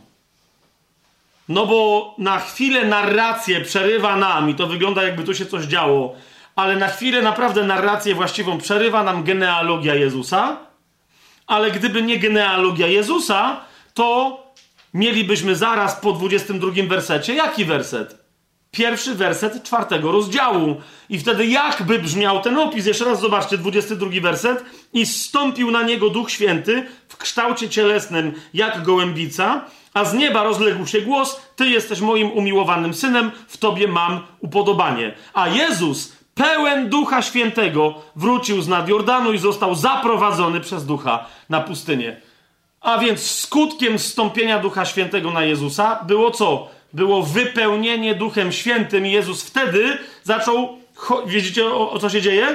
No bo na chwilę narrację przerywa nam i to wygląda, jakby tu się coś działo, ale na chwilę naprawdę narrację właściwą przerywa nam genealogia Jezusa, ale gdyby nie genealogia Jezusa, to mielibyśmy zaraz po 22 wersecie, jaki werset? 1 werset 4 rozdziału. I wtedy jakby brzmiał ten opis? Jeszcze raz zobaczcie, 22 werset. I zstąpił na niego Duch Święty w kształcie cielesnym jak gołębica, a z nieba rozległ się głos: Ty jesteś moim umiłowanym Synem, w Tobie mam upodobanie. A Jezus, pełen Ducha Świętego, wrócił z nad Jordanu i został zaprowadzony przez Ducha na pustynię. A więc skutkiem zstąpienia Ducha Świętego na Jezusa było co? Było wypełnienie Duchem Świętym i Jezus wtedy zaczął... Widzicie, o co się dzieje?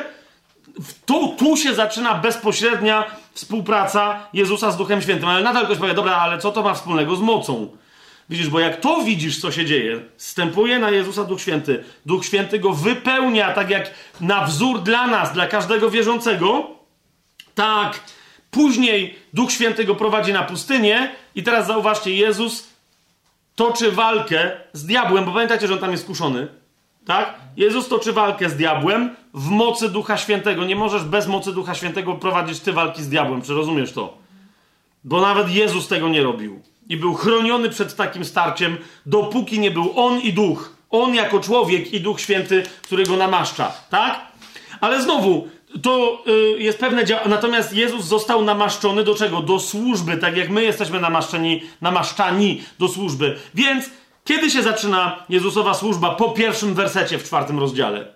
Tu się zaczyna bezpośrednia współpraca Jezusa z Duchem Świętym. Ale nadal ktoś powie, dobra, ale co to ma wspólnego z mocą? Widzisz, bo jak to widzisz, co się dzieje, zstępuje na Jezusa Duch Święty. Duch Święty go wypełnia, tak jak na wzór dla nas, dla każdego wierzącego. Tak, później Duch Święty go prowadzi na pustynię i teraz zauważcie, Jezus toczy walkę z diabłem, bo pamiętajcie, że on tam jest kuszony. Tak? Jezus toczy walkę z diabłem w mocy Ducha Świętego. Nie możesz bez mocy Ducha Świętego prowadzić ty walki z diabłem. Czy rozumiesz to? Bo nawet Jezus tego nie robił. I był chroniony przed takim starciem, dopóki nie był On i Duch. On jako człowiek i Duch Święty, który go namaszcza. Tak? Ale znowu, to jest pewne działanie. Natomiast Jezus został namaszczony do czego? Do służby. Tak jak my jesteśmy namaszczani do służby. Więc kiedy się zaczyna Jezusowa służba po 1 wersecie w 4 rozdziale?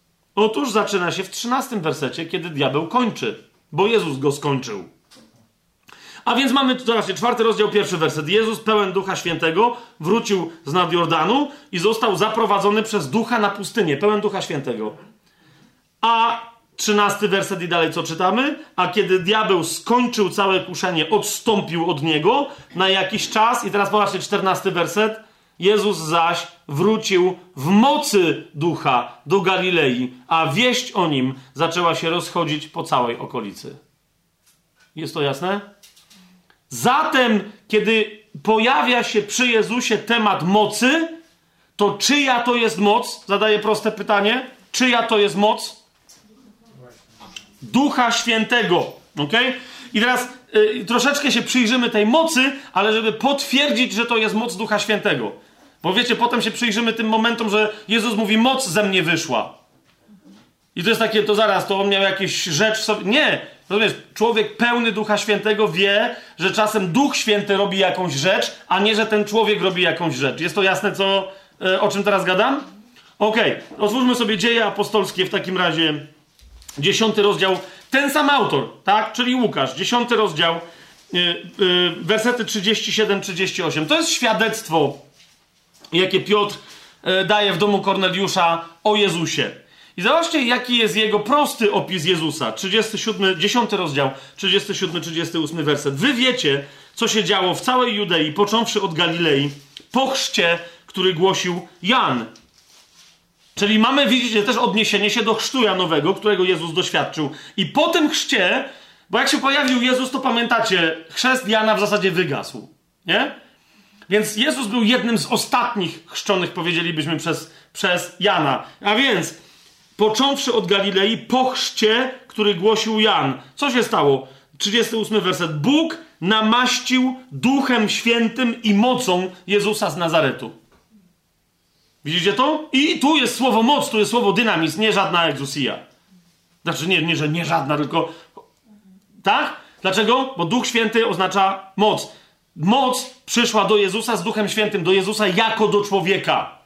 Otóż zaczyna się w 13 wersecie, kiedy diabeł kończy, bo Jezus go skończył. A więc mamy, zobaczcie, 4 rozdział, 1 werset. Jezus pełen Ducha Świętego wrócił z nad Jordanu i został zaprowadzony przez Ducha na pustynię. Pełen Ducha Świętego. A 13 werset i dalej co czytamy? A kiedy diabeł skończył całe kuszenie, odstąpił od niego na jakiś czas. I teraz popatrzcie, 14 werset. Jezus zaś wrócił w mocy Ducha do Galilei, a wieść o nim zaczęła się rozchodzić po całej okolicy. Jest to jasne? Zatem, kiedy pojawia się przy Jezusie temat mocy, to czyja to jest moc? Zadaję proste pytanie. Czyja to jest moc? Ducha Świętego. Okay? I teraz troszeczkę się przyjrzymy tej mocy, ale żeby potwierdzić, że to jest moc Ducha Świętego. Bo wiecie, potem się przyjrzymy tym momentom, że Jezus mówi, moc ze mnie wyszła. I to jest takie, to zaraz, to on miał jakieś rzecz w sobie. Nie! Rozumiesz, człowiek pełny Ducha Świętego wie, że czasem Duch Święty robi jakąś rzecz, a nie, że ten człowiek robi jakąś rzecz. Jest to jasne, o czym teraz gadam? Okej, otwórzmy sobie Dzieje Apostolskie w takim razie. 10 rozdział, ten sam autor, tak? Czyli Łukasz, 10 rozdział, wersety 37-38. To jest świadectwo, jakie Piotr daje w domu Korneliusza o Jezusie. I zobaczcie, jaki jest jego prosty opis Jezusa. 10 rozdział, 37-38 werset. Wy wiecie, co się działo w całej Judei, począwszy od Galilei, po chrzcie, który głosił Jan. Czyli mamy, widzicie, też odniesienie się do chrztu Janowego, którego Jezus doświadczył. I po tym chrzcie, bo jak się pojawił Jezus, to pamiętacie, chrzest Jana w zasadzie wygasł. Nie? Więc Jezus był jednym z ostatnich chrzczonych, powiedzielibyśmy, przez Jana. A więc, począwszy od Galilei, po chrzcie, który głosił Jan. Co się stało? 38 werset. Bóg namaścił Duchem Świętym i mocą Jezusa z Nazaretu. Widzicie to? I tu jest słowo moc, tu jest słowo dynamizm, nie żadna egzusja. Znaczy nie, że nie żadna, tylko... Tak? Dlaczego? Bo Duch Święty oznacza moc. Moc przyszła do Jezusa z Duchem Świętym, do Jezusa jako do człowieka.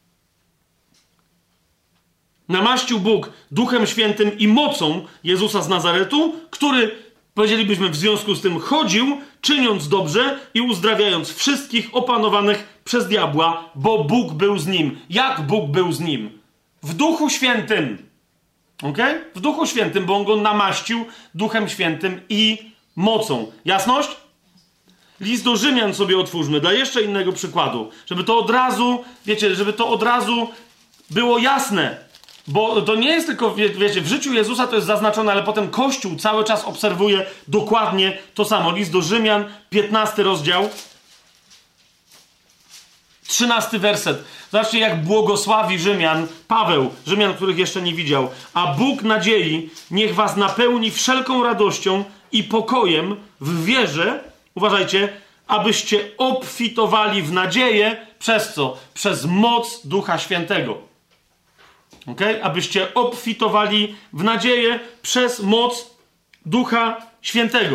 Namaścił Bóg Duchem Świętym i mocą Jezusa z Nazaretu, który, powiedzielibyśmy, w związku z tym chodził, czyniąc dobrze i uzdrawiając wszystkich opanowanych przez diabła, bo Bóg był z nim. Jak Bóg był z nim? W Duchu Świętym. Okay? W Duchu Świętym, bo on go namaścił Duchem Świętym i mocą. Jasność? List do Rzymian sobie otwórzmy, dla jeszcze innego przykładu. Żeby to od razu, wiecie, żeby to od razu było jasne. Bo to nie jest tylko, wiecie, w życiu Jezusa to jest zaznaczone, ale potem Kościół cały czas obserwuje dokładnie to samo. List do Rzymian, 15 rozdział, 13 werset. Zobaczcie, jak błogosławi Paweł, Rzymian, których jeszcze nie widział. A Bóg nadziei niech was napełni wszelką radością i pokojem w wierze, uważajcie, abyście obfitowali w nadzieję, przez co? Przez moc Ducha Świętego. Okay? Abyście obfitowali w nadzieję przez moc Ducha Świętego.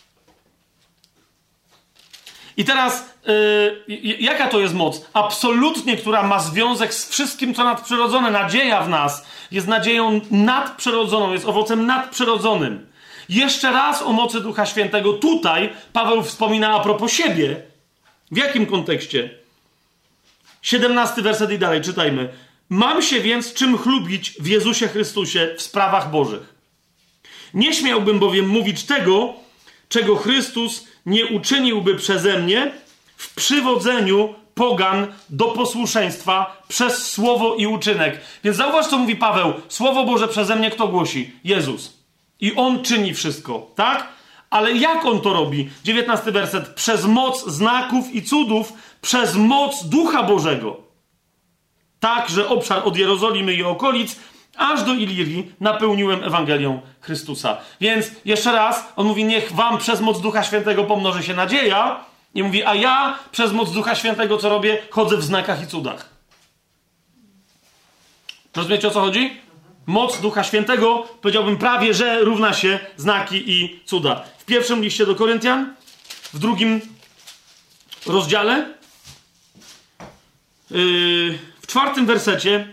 I teraz, jaka to jest moc? Absolutnie, która ma związek z wszystkim, co nadprzyrodzone. Nadzieja w nas jest nadzieją nadprzyrodzoną, jest owocem nadprzyrodzonym. Jeszcze raz o mocy Ducha Świętego. Tutaj Paweł wspomina a propos siebie. W jakim kontekście? 17 werset i dalej, czytajmy. Mam się więc czym chlubić w Jezusie Chrystusie w sprawach Bożych. Nie śmiałbym bowiem mówić tego, czego Chrystus nie uczyniłby przeze mnie w przywodzeniu pogan do posłuszeństwa przez słowo i uczynek. Więc zauważ, co mówi Paweł. Słowo Boże przeze mnie kto głosi? Jezus. I On czyni wszystko, tak? Ale jak On to robi? 19 werset. Przez moc znaków i cudów, przez moc Ducha Bożego. Tak, że obszar od Jerozolimy i okolic aż do Ilirii napełniłem Ewangelią Chrystusa. Więc jeszcze raz, on mówi, niech wam przez moc Ducha Świętego pomnoży się nadzieja. I mówi, a ja przez moc Ducha Świętego co robię? Chodzę w znakach i cudach. Rozumiecie, o co chodzi? Moc Ducha Świętego, powiedziałbym prawie, że równa się znaki i cuda. W pierwszym liście do Koryntian, w 2 rozdziale, w 4 wersecie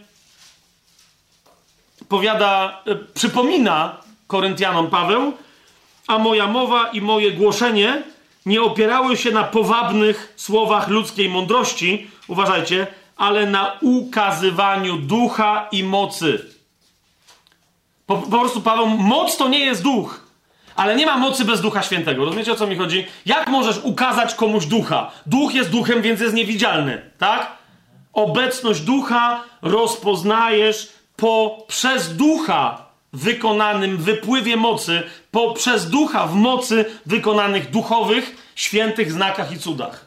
przypomina Koryntianom Paweł, a moja mowa i moje głoszenie nie opierały się na powabnych słowach ludzkiej mądrości, uważajcie, ale na ukazywaniu ducha i mocy. Po prostu Paweł, moc to nie jest duch, ale nie ma mocy bez Ducha Świętego. Rozumiecie, o co mi chodzi? Jak możesz ukazać komuś ducha? Duch jest duchem, więc jest niewidzialny, tak? Obecność ducha rozpoznajesz przez ducha wykonanym wypływie mocy, przez ducha w mocy wykonanych duchowych, świętych znakach i cudach.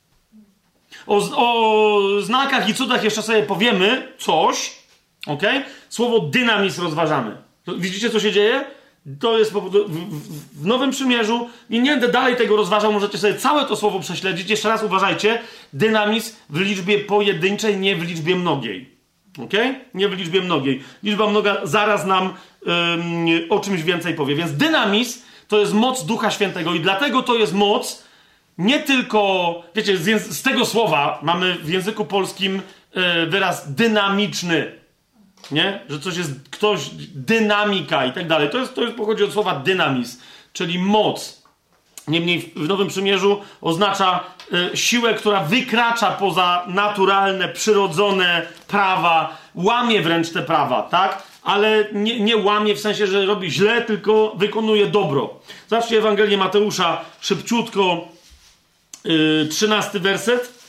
O znakach i cudach jeszcze sobie powiemy coś, ok? Słowo dynamizm rozważamy. Widzicie, co się dzieje? To jest w Nowym Przymierzu i nie będę dalej tego rozważał, możecie sobie całe to słowo prześledzić. Jeszcze raz uważajcie, dynamizm w liczbie pojedynczej, nie w liczbie mnogiej. Ok? Nie w liczbie mnogiej. Liczba mnoga zaraz nam o czymś więcej powie. Więc dynamizm to jest moc Ducha Świętego i dlatego to jest moc nie tylko, wiecie, z tego słowa mamy w języku polskim wyraz dynamiczny. Nie? Że coś jest, dynamika i tak dalej. To jest pochodzi od słowa dynamizm, czyli moc. Niemniej w Nowym Przymierzu oznacza siłę, która wykracza poza naturalne, przyrodzone prawa, łamie wręcz te prawa, tak? Ale nie łamie w sensie, że robi źle, tylko wykonuje dobro. Zobaczcie Ewangelię Mateusza szybciutko, 13 werset.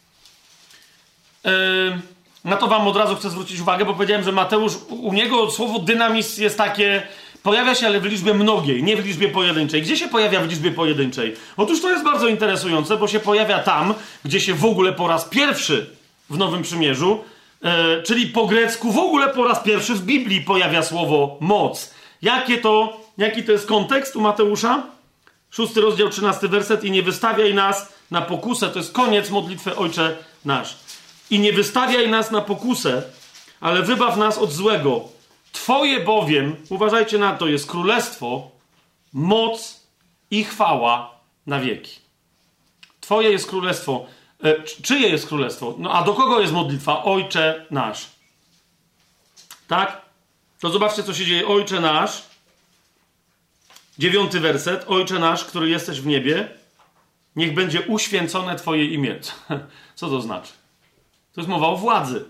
Na to wam od razu chcę zwrócić uwagę, bo powiedziałem, że Mateusz, u niego słowo dynamizm jest takie, pojawia się, ale w liczbie mnogiej, nie w liczbie pojedynczej. Gdzie się pojawia w liczbie pojedynczej? Otóż to jest bardzo interesujące, bo się pojawia tam, gdzie się w ogóle po raz pierwszy w Nowym Przymierzu, czyli po grecku w ogóle po raz pierwszy w Biblii pojawia słowo moc. Jaki to jest kontekst u Mateusza? 6 rozdział, 13 werset. I nie wystawiaj nas na pokusę, to jest koniec modlitwy Ojcze nasz. I nie wystawiaj nas na pokusę, ale wybaw nas od złego. Twoje bowiem, uważajcie na to, jest królestwo, moc i chwała na wieki. Twoje jest królestwo. Czyje jest królestwo? No a do kogo jest modlitwa? Ojcze nasz. Tak? To zobaczcie, co się dzieje. Ojcze nasz. 9 werset. Ojcze nasz, który jesteś w niebie, niech będzie uświęcone Twoje imię. Co to znaczy? To jest mowa o władzy.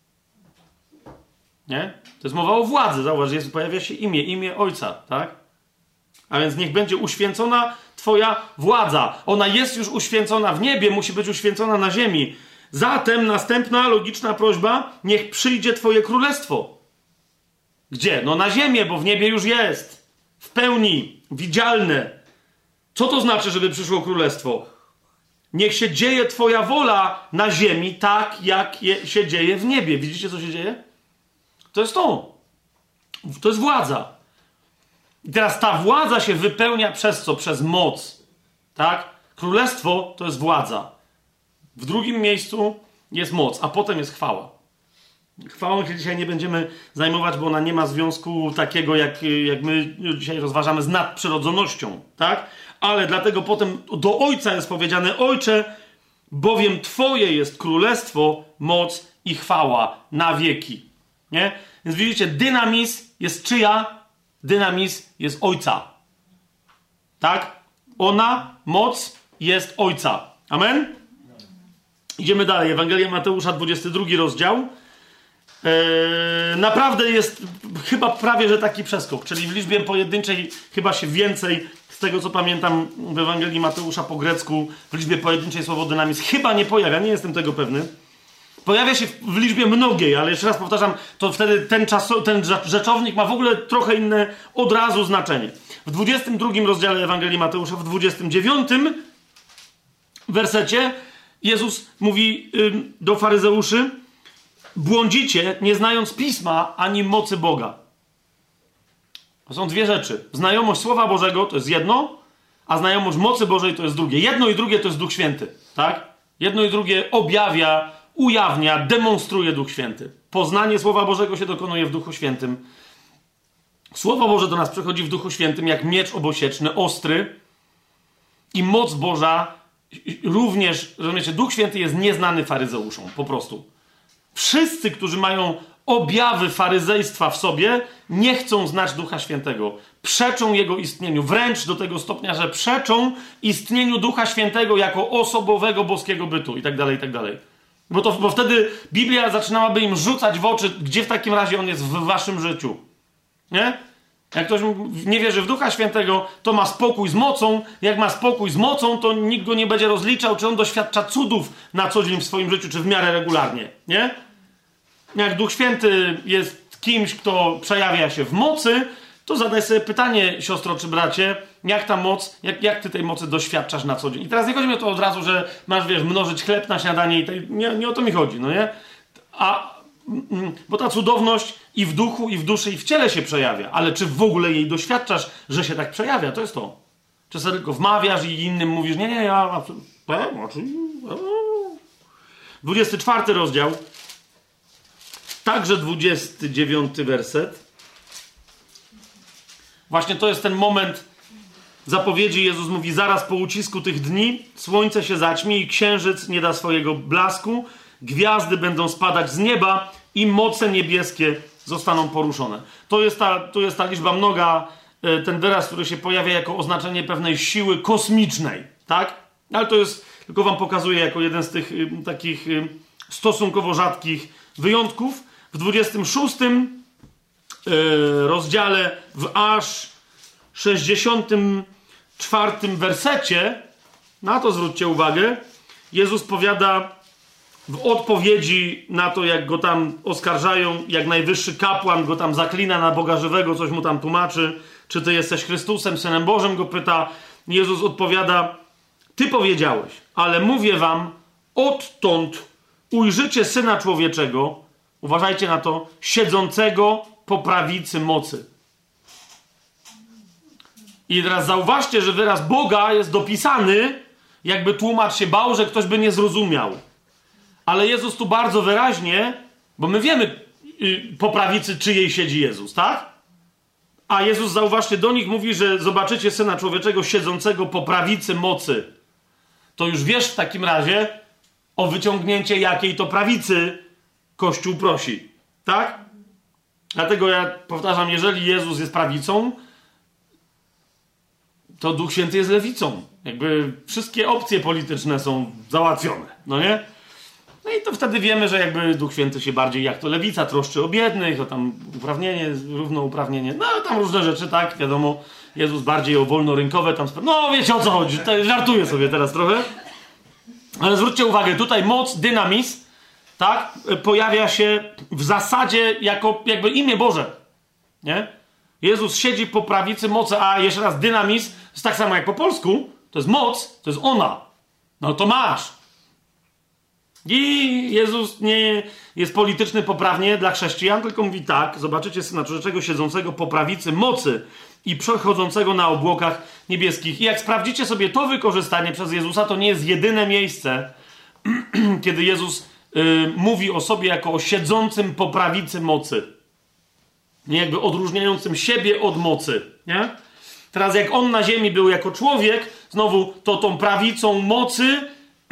Nie? To jest mowa o władzy. Zauważ, pojawia się imię Ojca, tak? A więc niech będzie uświęcona Twoja władza. Ona jest już uświęcona w niebie, musi być uświęcona na ziemi. Zatem następna logiczna prośba, niech przyjdzie Twoje królestwo. Gdzie? No na ziemię, bo w niebie już jest. W pełni, widzialne. Co to znaczy, żeby przyszło królestwo? Niech się dzieje Twoja wola na ziemi tak, jak się dzieje w niebie. Widzicie, co się dzieje? To jest to. To jest władza. I teraz ta władza się wypełnia przez co? Przez moc. Tak? Królestwo to jest władza. W drugim miejscu jest moc, a potem jest chwała. Chwałą się dzisiaj nie będziemy zajmować, bo ona nie ma związku takiego, jak my dzisiaj rozważamy z nadprzyrodzonością. Tak? Ale dlatego potem do Ojca jest powiedziane: Ojcze, bowiem Twoje jest królestwo, moc i chwała na wieki. Nie? Więc widzicie, dynamizm jest czyja? Dynamizm jest Ojca. Tak? Ona, moc, jest Ojca. Amen? Idziemy dalej. Ewangelia Mateusza, 22 rozdział. Naprawdę jest chyba prawie, że taki przeskok. Czyli w liczbie pojedynczej chyba się więcej, z tego co pamiętam w Ewangelii Mateusza po grecku, w liczbie pojedynczej słowo dynamizm chyba nie pojawia. Nie jestem tego pewny. Pojawia się w liczbie mnogiej, ale jeszcze raz powtarzam, to wtedy ten rzeczownik ma w ogóle trochę inne od razu znaczenie. W 22 rozdziale Ewangelii Mateusza, w 29 wersecie Jezus mówi do faryzeuszy: błądzicie, nie znając Pisma ani mocy Boga. To są dwie rzeczy. Znajomość Słowa Bożego to jest jedno, a znajomość mocy Bożej to jest drugie. Jedno i drugie to jest Duch Święty. Tak? Jedno i drugie objawia, ujawnia, demonstruje Duch Święty. Poznanie Słowa Bożego się dokonuje w Duchu Świętym. Słowo Boże do nas przychodzi w Duchu Świętym jak miecz obosieczny, ostry, i moc Boża również, rozumiecie, Duch Święty jest nieznany faryzeuszom, po prostu. Wszyscy, którzy mają objawy faryzejstwa w sobie, nie chcą znać Ducha Świętego. Przeczą Jego istnieniu. Wręcz do tego stopnia, że przeczą istnieniu Ducha Świętego jako osobowego boskiego bytu i tak dalej, i tak dalej. Bo wtedy Biblia zaczynałaby im rzucać w oczy, gdzie w takim razie On jest w waszym życiu. Nie? Jak ktoś nie wierzy w Ducha Świętego, to ma spokój z mocą. Jak ma spokój z mocą, to nikt go nie będzie rozliczał, czy on doświadcza cudów na co dzień w swoim życiu, czy w miarę regularnie. Nie? Jak Duch Święty jest kimś, kto przejawia się w mocy, to zadaj sobie pytanie, siostro czy bracie, jak ta moc, jak ty tej mocy doświadczasz na co dzień. I teraz nie chodzi mi o to od razu, że masz, mnożyć chleb na śniadanie i nie o to mi chodzi, no nie? Bo ta cudowność i w duchu, i w duszy, i w ciele się przejawia. Ale czy w ogóle jej doświadczasz, że się tak przejawia? To jest to. Czy sobie tylko wmawiasz i innym mówisz, nie, ja... 24 rozdział, także 29 werset. Właśnie to jest ten moment zapowiedzi. Jezus mówi, zaraz po ucisku tych dni słońce się zaćmi i księżyc nie da swojego blasku, gwiazdy będą spadać z nieba i moce niebieskie zostaną poruszone. To jest ta liczba mnoga, ten wyraz, który się pojawia jako oznaczenie pewnej siły kosmicznej, tak? Ale to jest, tylko wam pokazuję jako jeden z tych takich stosunkowo rzadkich wyjątków. W 26 rozdziale, w aż 64 wersecie, na to zwróćcie uwagę, Jezus powiada w odpowiedzi na to, jak go tam oskarżają, jak najwyższy kapłan go tam zaklina na Boga żywego, coś mu tam tłumaczy, czy ty jesteś Chrystusem, Synem Bożym, go pyta. Jezus odpowiada, ty powiedziałeś, ale mówię wam, odtąd ujrzycie Syna Człowieczego, uważajcie na to, siedzącego po prawicy mocy. I teraz zauważcie, że wyraz Boga jest dopisany, jakby tłumacz się bał, że ktoś by nie zrozumiał. Ale Jezus tu bardzo wyraźnie, bo my wiemy po prawicy czyjej siedzi Jezus, tak? A Jezus, zauważcie, do nich mówi, że zobaczycie Syna Człowieczego siedzącego po prawicy mocy. To już wiesz w takim razie o wyciągnięcie jakiej to prawicy Kościół prosi. Tak? Dlatego ja powtarzam, jeżeli Jezus jest prawicą, to Duch Święty jest lewicą. Jakby wszystkie opcje polityczne są załatwione. No nie? No i to wtedy wiemy, że jakby Duch Święty się bardziej jak to lewica troszczy o biednych, o tam uprawnienie, równouprawnienie, no tam różne rzeczy, tak, wiadomo. Jezus bardziej o wolnorynkowe tam... No wiecie o co chodzi, żartuję sobie teraz trochę. Ale zwróćcie uwagę, tutaj moc, dynamis, tak, pojawia się w zasadzie jako jakby imię Boże. Nie? Jezus siedzi po prawicy mocy, a jeszcze raz dynamis jest tak samo jak po polsku, to jest moc, to jest ona. No to masz. I Jezus nie jest polityczny poprawnie dla chrześcijan, tylko mówi tak, zobaczycie Syna Człowieczego siedzącego po prawicy mocy i przechodzącego na obłokach niebieskich. I jak sprawdzicie sobie to wykorzystanie przez Jezusa, to nie jest jedyne miejsce, kiedy Jezus mówi o sobie jako o siedzącym po prawicy mocy. Nie jakby odróżniającym siebie od mocy. Nie? Teraz jak on na ziemi był jako człowiek, znowu to tą prawicą mocy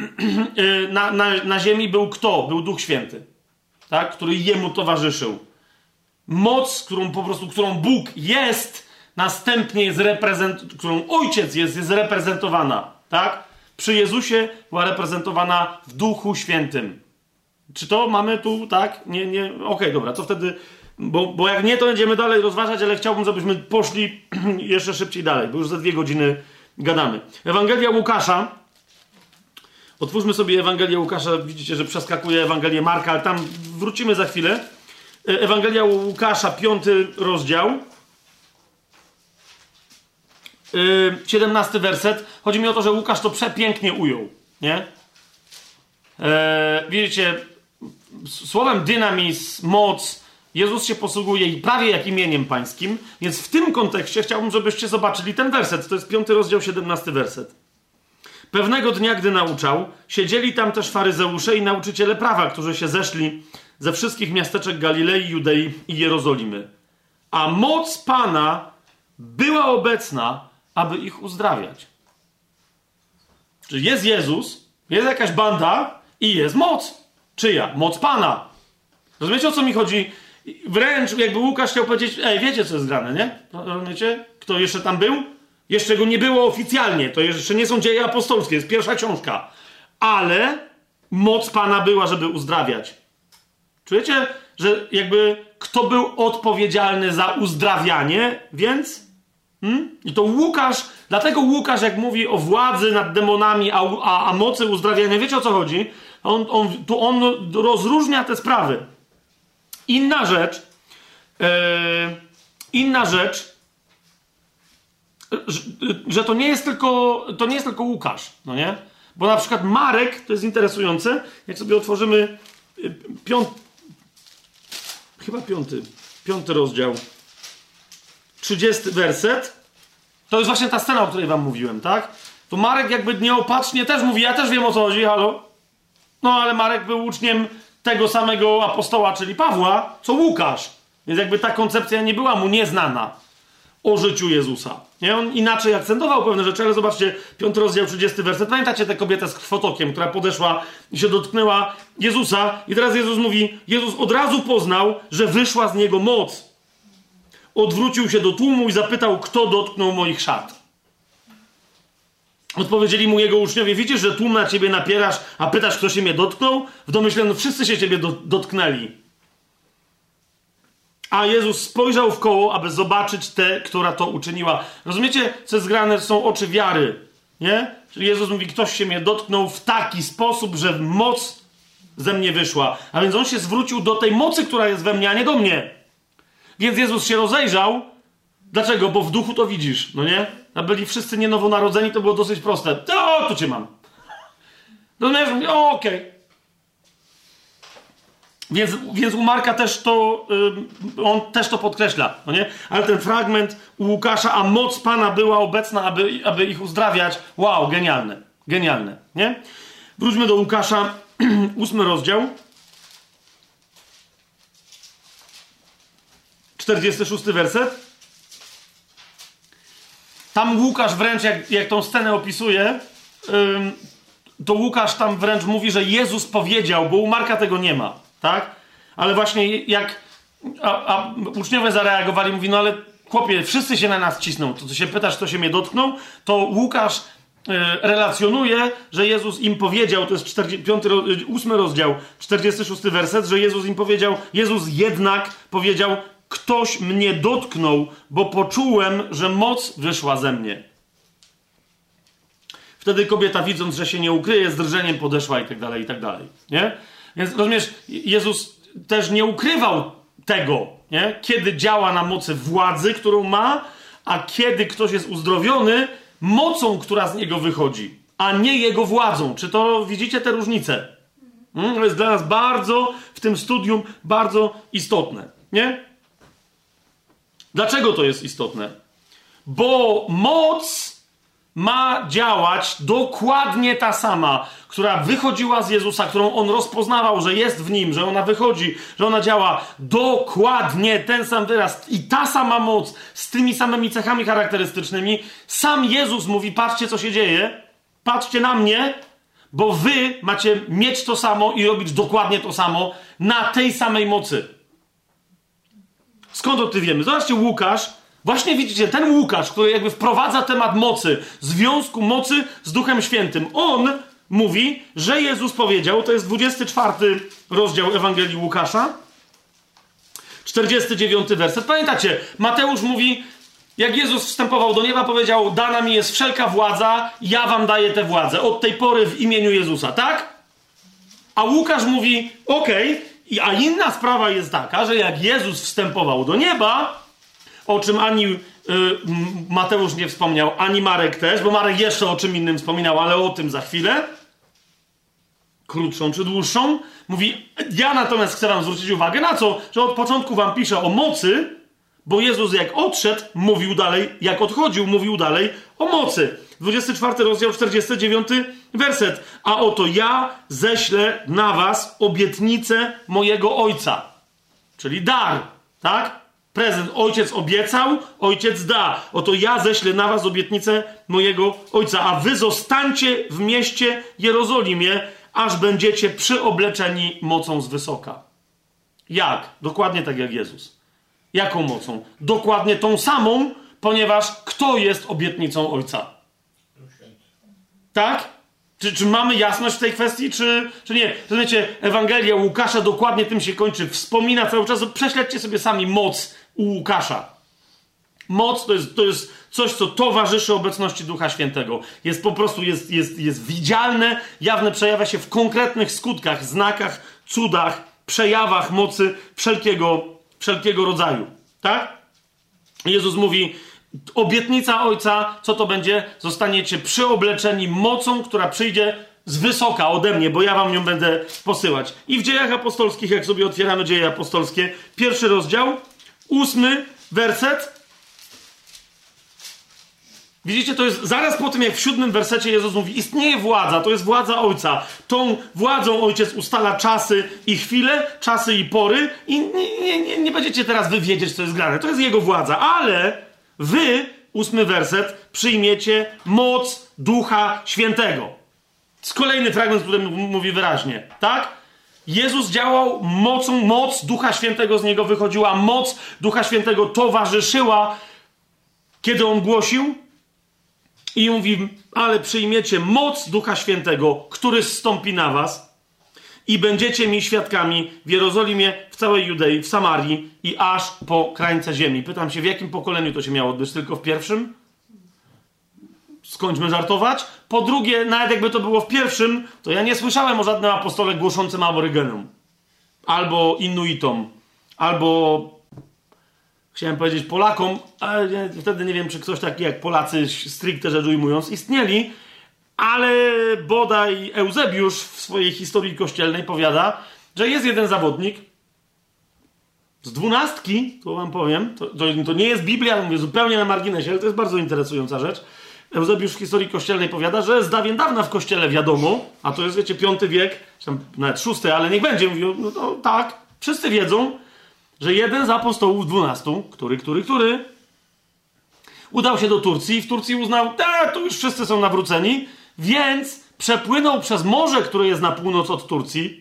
na ziemi był kto? Był Duch Święty. Tak? Który jemu towarzyszył. Moc, którą Bóg jest, następnie jest którą Ojciec jest reprezentowana. Tak? Przy Jezusie była reprezentowana w Duchu Świętym. Czy to mamy tu, tak? Nie. Okej, dobra, to wtedy... Bo jak nie, to będziemy dalej rozważać, ale chciałbym, żebyśmy poszli jeszcze szybciej dalej, bo już za 2 godziny gadamy. Ewangelia Łukasza. Otwórzmy sobie Ewangelię Łukasza. Widzicie, że przeskakuje Ewangelię Marka, ale tam wrócimy za chwilę. Ewangelia Łukasza, 5 rozdział. 17 werset. Chodzi mi o to, że Łukasz to przepięknie ujął. Nie? Widzicie, słowem dynamis, moc, Jezus się posługuje prawie jak imieniem pańskim, więc w tym kontekście chciałbym, żebyście zobaczyli ten werset. To jest 5 rozdział, 17 werset. Pewnego dnia, gdy nauczał, siedzieli tam też faryzeusze i nauczyciele prawa, którzy się zeszli ze wszystkich miasteczek Galilei, Judei i Jerozolimy. A moc Pana była obecna, aby ich uzdrawiać. Czyli jest Jezus, jest jakaś banda i jest moc. Czyja? Moc Pana. Rozumiecie, o co mi chodzi? Wręcz jakby Łukasz chciał powiedzieć, wiecie co jest grane, nie? Rozumiecie? Kto jeszcze tam był? Jeszcze go nie było oficjalnie, to jeszcze nie są dzieje apostolskie, jest pierwsza książka. Ale moc Pana była, żeby uzdrawiać. Czujecie, że jakby kto był odpowiedzialny za uzdrawianie, więc? I to Łukasz, dlatego Łukasz jak mówi o władzy nad demonami, a mocy uzdrawiania, wiecie o co chodzi? On rozróżnia te sprawy. Inna rzecz, że to nie jest tylko Łukasz, no nie? Bo na przykład Marek, to jest interesujące, jak sobie otworzymy piąty rozdział, 30 werset, to jest właśnie ta scena, o której wam mówiłem, tak? To Marek jakby nieopatrznie też mówi, ja też wiem o co chodzi, halo? No ale Marek był uczniem tego samego apostoła, czyli Pawła, co Łukasz. Więc jakby ta koncepcja nie była mu nieznana o życiu Jezusa. Nie? On inaczej akcentował pewne rzeczy, ale zobaczcie, 5 rozdział, 30 werset. Pamiętacie tę kobietę z krwotokiem, która podeszła i się dotknęła Jezusa i teraz Jezus mówi, Jezus od razu poznał, że wyszła z niego moc. Odwrócił się do tłumu i zapytał, kto dotknął moich szat. Odpowiedzieli mu jego uczniowie, widzisz, że tłum na ciebie napierasz, a pytasz, kto się mnie dotknął? W domyśle, no wszyscy się ciebie dotknęli. A Jezus spojrzał w koło, aby zobaczyć tę, która to uczyniła. Rozumiecie, co jest grane? Są oczy wiary. Nie? Czyli Jezus mówi, ktoś się mnie dotknął w taki sposób, że moc ze mnie wyszła. A więc on się zwrócił do tej mocy, która jest we mnie, a nie do mnie. Więc Jezus się rozejrzał. Dlaczego? Bo w duchu to widzisz, no nie? A byli wszyscy nie nowonarodzeni, to było dosyć proste. Tu cię mam. Rozumiesz? Okej. Więc u Marka też to, on też to podkreśla, no nie? Ale ten fragment u Łukasza, a moc Pana była obecna, aby ich uzdrawiać. Wow, genialne, genialne, nie? Wróćmy do Łukasza, 8 rozdział, 46 werset. Tam Łukasz wręcz, jak tą scenę opisuje, to Łukasz tam wręcz mówi, że Jezus powiedział, bo u Marka tego nie ma, tak? Ale właśnie jak uczniowie zareagowali, mówi, no ale chłopie, wszyscy się na nas cisną, to się pytasz, kto się mnie dotknął, to Łukasz relacjonuje, że Jezus im powiedział, to jest 8 rozdział, 46 werset, że Jezus im powiedział, Jezus jednak powiedział, ktoś mnie dotknął, bo poczułem, że moc wyszła ze mnie. Wtedy kobieta, widząc, że się nie ukryje, z drżeniem podeszła i tak dalej, nie? Więc rozumiesz, Jezus też nie ukrywał tego, nie? Kiedy działa na mocy władzy, którą ma, a kiedy ktoś jest uzdrowiony mocą, która z niego wychodzi, a nie jego władzą. Czy to widzicie te różnice? To jest dla nas bardzo, w tym studium, bardzo istotne, nie? Dlaczego to jest istotne? Bo moc ma działać dokładnie ta sama, która wychodziła z Jezusa, którą on rozpoznawał, że jest w nim, że ona wychodzi, że ona działa. Dokładnie ten sam wyraz i ta sama moc z tymi samymi cechami charakterystycznymi. Sam Jezus mówi, patrzcie co się dzieje, patrzcie na mnie, bo wy macie mieć to samo i robić dokładnie to samo na tej samej mocy. Skąd o tym wiemy? Zobaczcie, Łukasz, właśnie widzicie, ten Łukasz, który jakby wprowadza temat mocy, związku mocy z Duchem Świętym. On mówi, że Jezus powiedział, to jest 24 rozdział Ewangelii Łukasza, 49 werset. Pamiętacie, Mateusz mówi, jak Jezus wstępował do nieba, powiedział, dana mi jest wszelka władza, ja wam daję tę władzę. Od tej pory w imieniu Jezusa, tak? A Łukasz mówi, okej. A inna sprawa jest taka, że jak Jezus wstępował do nieba, o czym ani Mateusz nie wspomniał, ani Marek też, bo Marek jeszcze o czym innym wspominał, ale o tym za chwilę, krótszą czy dłuższą, mówi, ja natomiast chcę wam zwrócić uwagę na co, że od początku wam piszę o mocy, bo Jezus jak odszedł, mówił dalej, jak odchodził, mówił dalej o mocy. 24 rozdział, 49 werset. A oto ja ześlę na was obietnicę mojego Ojca. Czyli dar, tak? Prezent. Ojciec obiecał, Ojciec da. Oto ja ześlę na was obietnicę mojego Ojca. A wy zostańcie w mieście Jerozolimie, aż będziecie przyobleczeni mocą z wysoka. Jak? Dokładnie tak jak Jezus. Jaką mocą? Dokładnie tą samą, ponieważ kto jest obietnicą Ojca? Tak? Czy mamy jasność w tej kwestii, czy nie? Rozumiecie, Ewangelia Łukasza dokładnie tym się kończy. Wspomina cały czas, prześledźcie sobie sami moc u Łukasza. Moc to jest coś, co towarzyszy obecności Ducha Świętego. Jest po prostu, jest widzialne, jawne, przejawia się w konkretnych skutkach, znakach, cudach, przejawach mocy wszelkiego rodzaju. Tak? Jezus mówi, obietnica Ojca, co to będzie? Zostaniecie przyobleczeni mocą, która przyjdzie z wysoka ode mnie, bo ja wam ją będę posyłać. I w Dziejach Apostolskich, jak sobie otwieramy Dzieje Apostolskie, 1 rozdział, 8 werset. Widzicie, to jest zaraz po tym, jak w 7 wersecie Jezus mówi, istnieje władza, to jest władza Ojca. Tą władzą Ojciec ustala czasy i chwile, czasy i pory i nie będziecie teraz wy wiedzieć, co jest grane. To jest Jego władza, ale wy, 8 werset, przyjmiecie moc Ducha Świętego. To jest kolejny fragment, który mówi wyraźnie, tak? Jezus działał mocą, moc Ducha Świętego z Niego wychodziła, moc Ducha Świętego towarzyszyła, kiedy On głosił. I mówi, ale przyjmiecie moc Ducha Świętego, który zstąpi na was i będziecie mi świadkami w Jerozolimie, w całej Judei, w Samarii i aż po krańce ziemi. Pytam się, w jakim pokoleniu to się miało odbyć? Tylko w pierwszym? Skończmy żartować. Po drugie, nawet jakby to było w pierwszym, to ja nie słyszałem o żadnym apostole głoszącym aborygenom. Albo Inuitom. Albo... Chciałem powiedzieć Polakom, ale wtedy nie wiem, czy ktoś taki jak Polacy, stricte rzecz ujmując, istnieli, ale bodaj Eusebiusz w swojej historii kościelnej powiada, że jest jeden zawodnik z 12, to wam powiem, to nie jest Biblia, mówię zupełnie na marginesie, ale to jest bardzo interesująca rzecz. Eusebiusz w historii kościelnej powiada, że z dawien dawna w kościele wiadomo, a to jest, wiecie, V wiek, czy tam nawet VI, ale niech będzie, mówią, no to tak, wszyscy wiedzą, że jeden z apostołów 12, który udał się do Turcji i w Turcji uznał, tu już wszyscy są nawróceni, więc przepłynął przez morze, które jest na północ od Turcji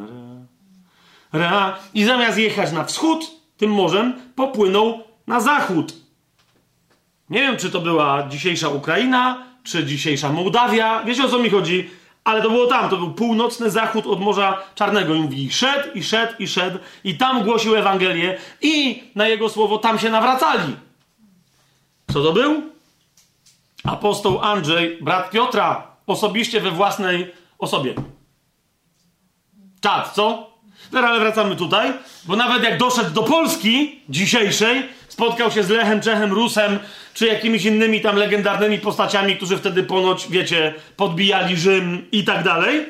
i zamiast jechać na wschód tym morzem, popłynął na zachód. Nie wiem, czy to była dzisiejsza Ukraina, czy dzisiejsza Mołdawia, wiecie, o co mi chodzi? Ale to było tam, to był północny zachód od Morza Czarnego. I mówi, szedł i tam głosił Ewangelię i na jego słowo tam się nawracali. Co to był? Apostoł Andrzej, brat Piotra, osobiście we własnej osobie. Czad, co? Teraz ale wracamy tutaj, bo nawet jak doszedł do Polski dzisiejszej, spotkał się z Lechem, Czechem, Rusem, czy jakimiś innymi tam legendarnymi postaciami, którzy wtedy ponoć, wiecie, podbijali Rzym i tak dalej,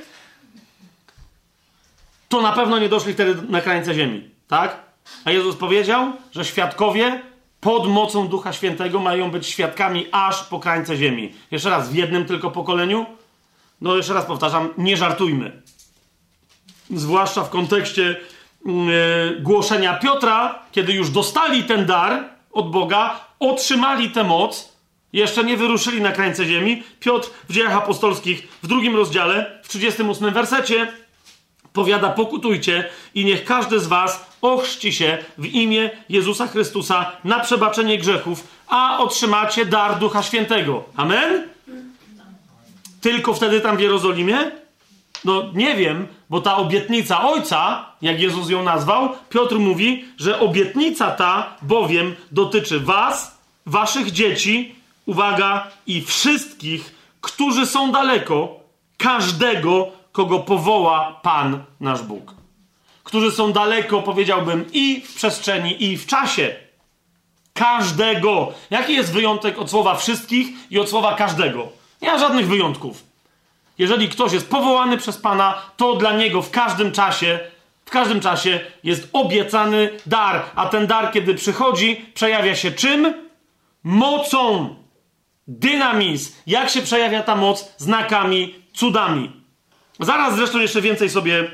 to na pewno nie doszli wtedy na krańce ziemi, tak? A Jezus powiedział, że świadkowie pod mocą Ducha Świętego mają być świadkami aż po krańce ziemi. Jeszcze raz, w jednym tylko pokoleniu? No jeszcze raz powtarzam, nie żartujmy. Zwłaszcza w kontekście głoszenia Piotra, kiedy już dostali ten dar od Boga, otrzymali tę moc, jeszcze nie wyruszyli na krańce ziemi. Piotr w Dziejach Apostolskich w 2 rozdziale, w 38 wersecie powiada, pokutujcie i niech każdy z was ochrzci się w imię Jezusa Chrystusa na przebaczenie grzechów, a otrzymacie dar Ducha Świętego. Amen? Tylko wtedy tam w Jerozolimie? No nie wiem, bo ta obietnica Ojca, jak Jezus ją nazwał, Piotr mówi, że obietnica ta bowiem dotyczy was, waszych dzieci, uwaga, i wszystkich, którzy są daleko, każdego, kogo powoła Pan nasz Bóg. Którzy są daleko, powiedziałbym, i w przestrzeni, i w czasie. Każdego. Jaki jest wyjątek od słowa wszystkich i od słowa każdego? Nie ma żadnych wyjątków. Jeżeli ktoś jest powołany przez Pana, to dla niego w każdym czasie jest obiecany dar. A ten dar, kiedy przychodzi, przejawia się czym? Mocą. Dynamizm. Jak się przejawia ta moc? Znakami, cudami. Zaraz zresztą jeszcze więcej sobie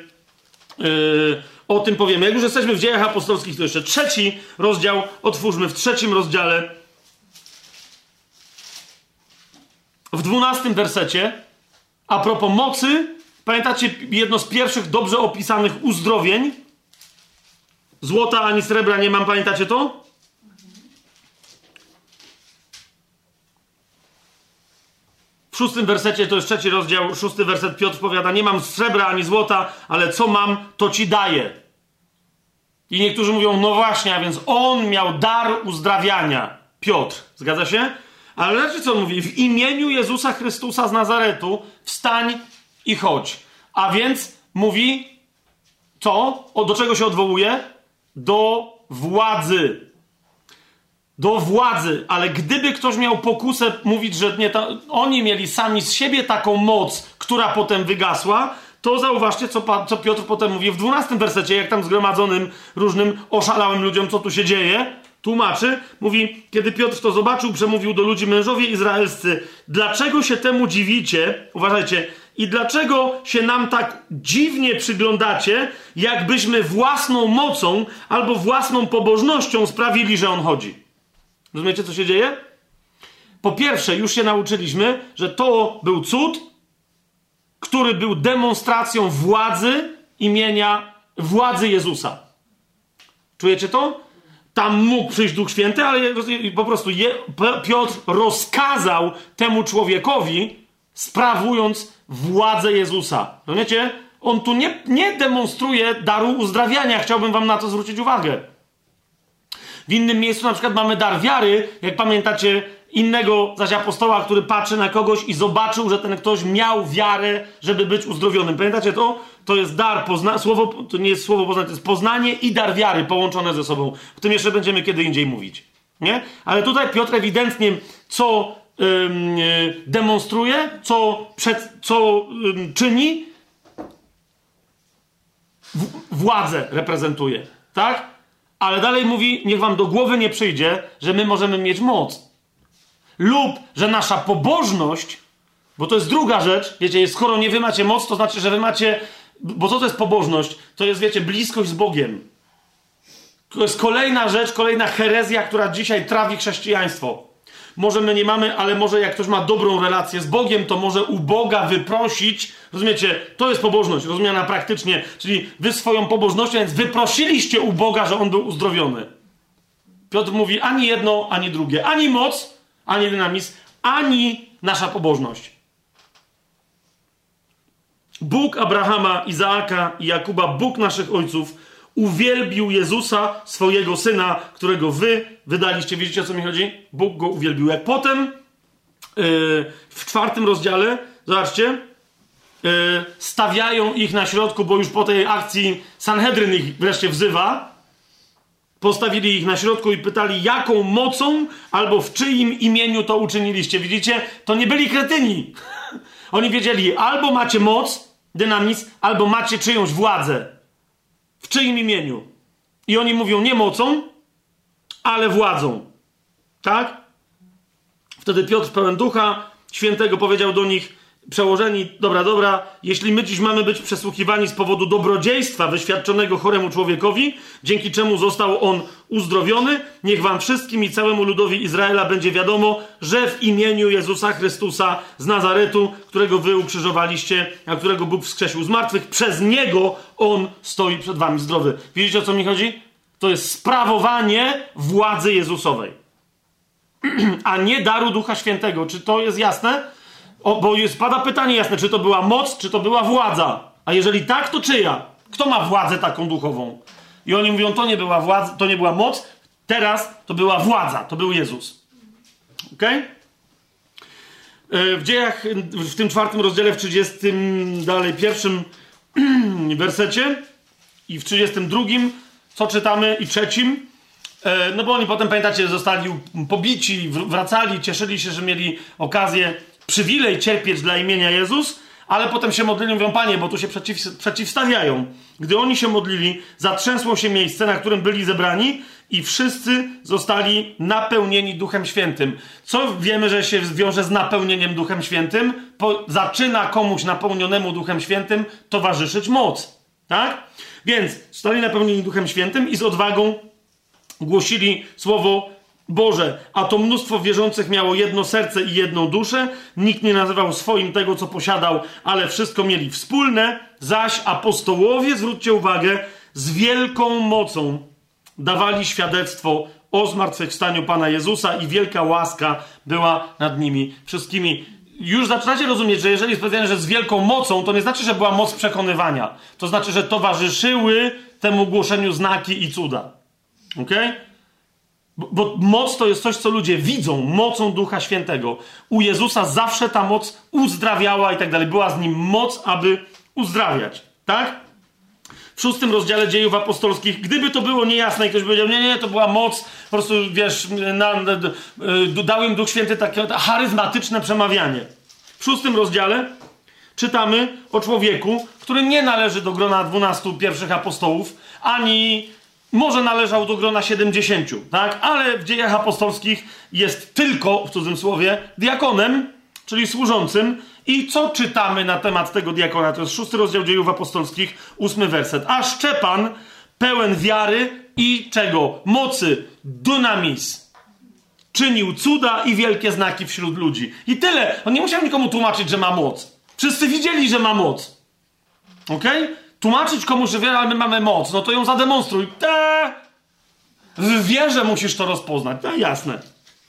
o tym powiemy. Jak już jesteśmy w Dziejach Apostolskich, to jeszcze 3 rozdział. Otwórzmy w 3 rozdziale. W 12 wersecie. A propos mocy, pamiętacie jedno z pierwszych dobrze opisanych uzdrowień Złota ani srebra nie mam, pamiętacie to? W 6 wersecie, to jest 3 rozdział, 6 werset, Piotr powiada, nie mam srebra ani złota, ale co mam, to ci daję. I niektórzy mówią, no właśnie, a więc on miał dar uzdrawiania. Piotr, zgadza się? Ale znaczy co on mówi? W imieniu Jezusa Chrystusa z Nazaretu wstań i chodź. A więc mówi, co? Do czego się odwołuje? Do władzy. Do władzy. Ale gdyby ktoś miał pokusę mówić, że nie, oni mieli sami z siebie taką moc, która potem wygasła, to zauważcie, co Piotr potem mówi w 12 wersecie, jak tam zgromadzonym różnym oszalałym ludziom, co tu się dzieje. Tłumaczy, mówi, kiedy Piotr to zobaczył, przemówił do ludzi, mężowie izraelscy, dlaczego się temu dziwicie? Uważajcie. I dlaczego się nam tak dziwnie przyglądacie, jakbyśmy własną mocą albo własną pobożnością sprawili, że on chodzi? Rozumiecie, co się dzieje? Po pierwsze, już się nauczyliśmy, że to był cud, który był demonstracją władzy imienia, władzy Jezusa. Czujecie to? Tam mógł przyjść Duch Święty, ale po prostu Piotr rozkazał temu człowiekowi, sprawując władzę Jezusa. Rozumiecie? On tu nie demonstruje daru uzdrawiania. Chciałbym wam na to zwrócić uwagę. W innym miejscu na przykład mamy dar wiary. Jak pamiętacie, innego zaś apostoła, który patrzy na kogoś i zobaczył, że ten ktoś miał wiarę, żeby być uzdrowionym. Pamiętacie to? To jest dar, to nie jest słowo poznanie, to jest poznanie i dar wiary połączone ze sobą. O tym jeszcze będziemy kiedy indziej mówić. Nie? Ale tutaj Piotr ewidentnie co demonstruje, co czyni, władzę reprezentuje. Tak? Ale dalej mówi, niech wam do głowy nie przyjdzie, że my możemy mieć moc. Lub, że nasza pobożność, bo to jest druga rzecz, wiecie, skoro nie wy macie moc, to znaczy, że wy macie, bo co to jest pobożność? To jest, wiecie, bliskość z Bogiem. To jest kolejna rzecz, kolejna herezja, która dzisiaj trawi chrześcijaństwo. Może my nie mamy, ale może jak ktoś ma dobrą relację z Bogiem, to może u Boga wyprosić, rozumiecie, to jest pobożność, rozumiana praktycznie, czyli wy swoją pobożnością, więc wyprosiliście u Boga, że on był uzdrowiony. Piotr mówi, ani jedno, ani drugie, ani moc, ani dynamizm, ani nasza pobożność. Bóg Abrahama, Izaaka i Jakuba, Bóg naszych ojców, uwielbił Jezusa, swojego Syna, którego wy wydaliście. Widzicie, o co mi chodzi? Bóg go uwielbił. Jak potem w 4 rozdziale, zobaczcie, stawiają ich na środku, bo już po tej akcji Sanhedryn ich wreszcie wzywa. Postawili ich na środku i pytali, jaką mocą albo w czyim imieniu to uczyniliście. Widzicie? To nie byli kretyni. Oni wiedzieli, albo macie moc, dynamizm, albo macie czyjąś władzę. W czyim imieniu? I oni mówią nie mocą, ale władzą. Tak? Wtedy Piotr pełen Ducha Świętego powiedział do nich, przełożeni, dobra, jeśli my dziś mamy być przesłuchiwani z powodu dobrodziejstwa wyświadczonego choremu człowiekowi, dzięki czemu został on uzdrowiony, niech wam wszystkim i całemu ludowi Izraela będzie wiadomo, że w imieniu Jezusa Chrystusa z Nazaretu, którego wy ukrzyżowaliście, a którego Bóg wskrzesił z martwych, przez Niego on stoi przed wami zdrowy. Widzicie, o co mi chodzi? To jest sprawowanie władzy Jezusowej, a nie daru Ducha Świętego. Czy to jest jasne? Bo pada pytanie jasne, czy to była moc, czy to była władza. A jeżeli tak, to czyja? Kto ma władzę taką duchową? I oni mówią, to nie była władza, to nie była moc, teraz to była władza, to był Jezus. Okej? W Dziejach, w tym 4 rozdziale, w 31 wersecie i w 32, co czytamy, i 3, no bo oni potem, pamiętacie, zostali pobici, wracali, cieszyli się, że mieli okazję, przywilej cierpieć dla imienia Jezus, ale potem się modlili, mówią, Panie, bo tu się przeciwstawiają. Gdy oni się modlili, zatrzęsło się miejsce, na którym byli zebrani i wszyscy zostali napełnieni Duchem Świętym. Co wiemy, że się wiąże z napełnieniem Duchem Świętym? Zaczyna komuś napełnionemu Duchem Świętym towarzyszyć moc. Tak? Więc zostali napełnieni Duchem Świętym i z odwagą głosili słowo Boże, a to mnóstwo wierzących miało jedno serce i jedną duszę, nikt nie nazywał swoim tego, co posiadał, ale wszystko mieli wspólne, zaś apostołowie, zwróćcie uwagę, z wielką mocą dawali świadectwo o zmartwychwstaniu Pana Jezusa i wielka łaska była nad nimi wszystkimi. Już zaczynacie rozumieć, że jeżeli jest powiedziane, że z wielką mocą, to nie znaczy, że była moc przekonywania. To znaczy, że towarzyszyły temu głoszeniu znaki i cuda. Okej? Bo moc to jest coś, co ludzie widzą, mocą Ducha Świętego. U Jezusa zawsze ta moc uzdrawiała i tak dalej. Była z nim moc, aby uzdrawiać. Tak? W 6 rozdziale Dziejów Apostolskich, gdyby to było niejasne i ktoś powiedział, nie, to była moc, po prostu, wiesz, dał im Duch Święty takie charyzmatyczne przemawianie. W 6 rozdziale czytamy o człowieku, który nie należy do grona 12 pierwszych apostołów, ani może należał do grona 70, tak? Ale w Dziejach Apostolskich jest tylko, w cudzysłowie, diakonem, czyli służącym. I co czytamy na temat tego diakona? To jest 6 rozdział Dziejów Apostolskich, 8 werset. A Szczepan, pełen wiary i czego? Mocy, dunamis, czynił cuda i wielkie znaki wśród ludzi. I tyle. On nie musiał nikomu tłumaczyć, że ma moc. Wszyscy widzieli, że ma moc. Okej? Tłumaczyć komuś, że wie, ale my mamy moc. No to ją zademonstruj. W wierze musisz to rozpoznać. Jasne.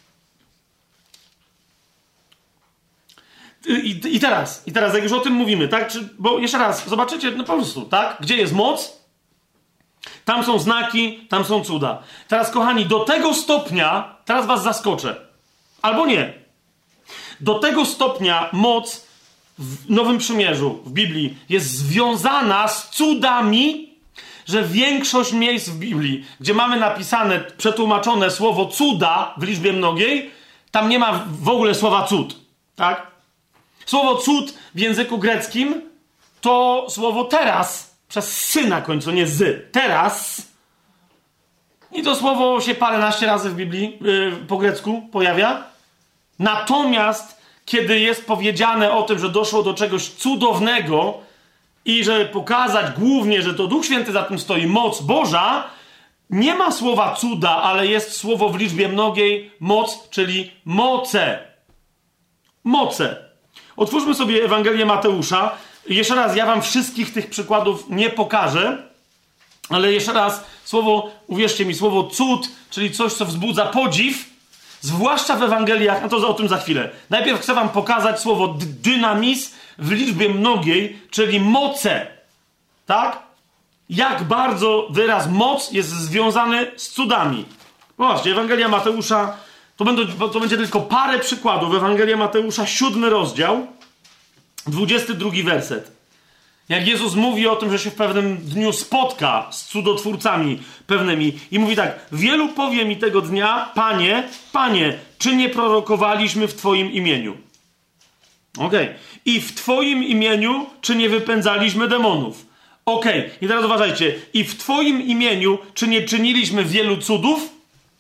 I teraz, jak już o tym mówimy, tak? Bo jeszcze raz, zobaczycie, no po prostu, tak? Gdzie jest moc, tam są znaki, tam są cuda. Teraz, kochani, do tego stopnia, teraz was zaskoczę. Albo nie. Do tego stopnia moc w Nowym Przymierzu, w Biblii, jest związana z cudami, że większość miejsc w Biblii, gdzie mamy napisane, przetłumaczone słowo cuda w liczbie mnogiej, tam nie ma w ogóle słowa cud, tak? Słowo cud w języku greckim to słowo teraz, przez sy na końcu, nie z. Teraz. I to słowo się paręnaście razy w Biblii po grecku pojawia. Natomiast, kiedy jest powiedziane o tym, że doszło do czegoś cudownego i że pokazać głównie, że to Duch Święty za tym stoi, moc Boża, nie ma słowa cuda, ale jest słowo w liczbie mnogiej moc, czyli moce. Moce. Otwórzmy sobie Ewangelię Mateusza. Jeszcze raz, ja wam wszystkich tych przykładów nie pokażę, ale jeszcze raz, słowo, uwierzcie mi, słowo cud, czyli coś, co wzbudza podziw, zwłaszcza w Ewangeliach, no to o tym za chwilę. Najpierw chcę wam pokazać słowo dynamis w liczbie mnogiej, czyli moce. Tak? Jak bardzo wyraz moc jest związany z cudami. Zobaczcie, Ewangelia Mateusza, to będzie tylko parę przykładów. Ewangelia Mateusza, 7 rozdział, 22 werset. Jak Jezus mówi o tym, że się w pewnym dniu spotka z cudotwórcami pewnymi i mówi tak: wielu powie mi tego dnia, Panie, czy nie prorokowaliśmy w Twoim imieniu? Okej. I w Twoim imieniu, czy nie wypędzaliśmy demonów? Okej. I teraz uważajcie. I w Twoim imieniu, czy nie czyniliśmy wielu cudów?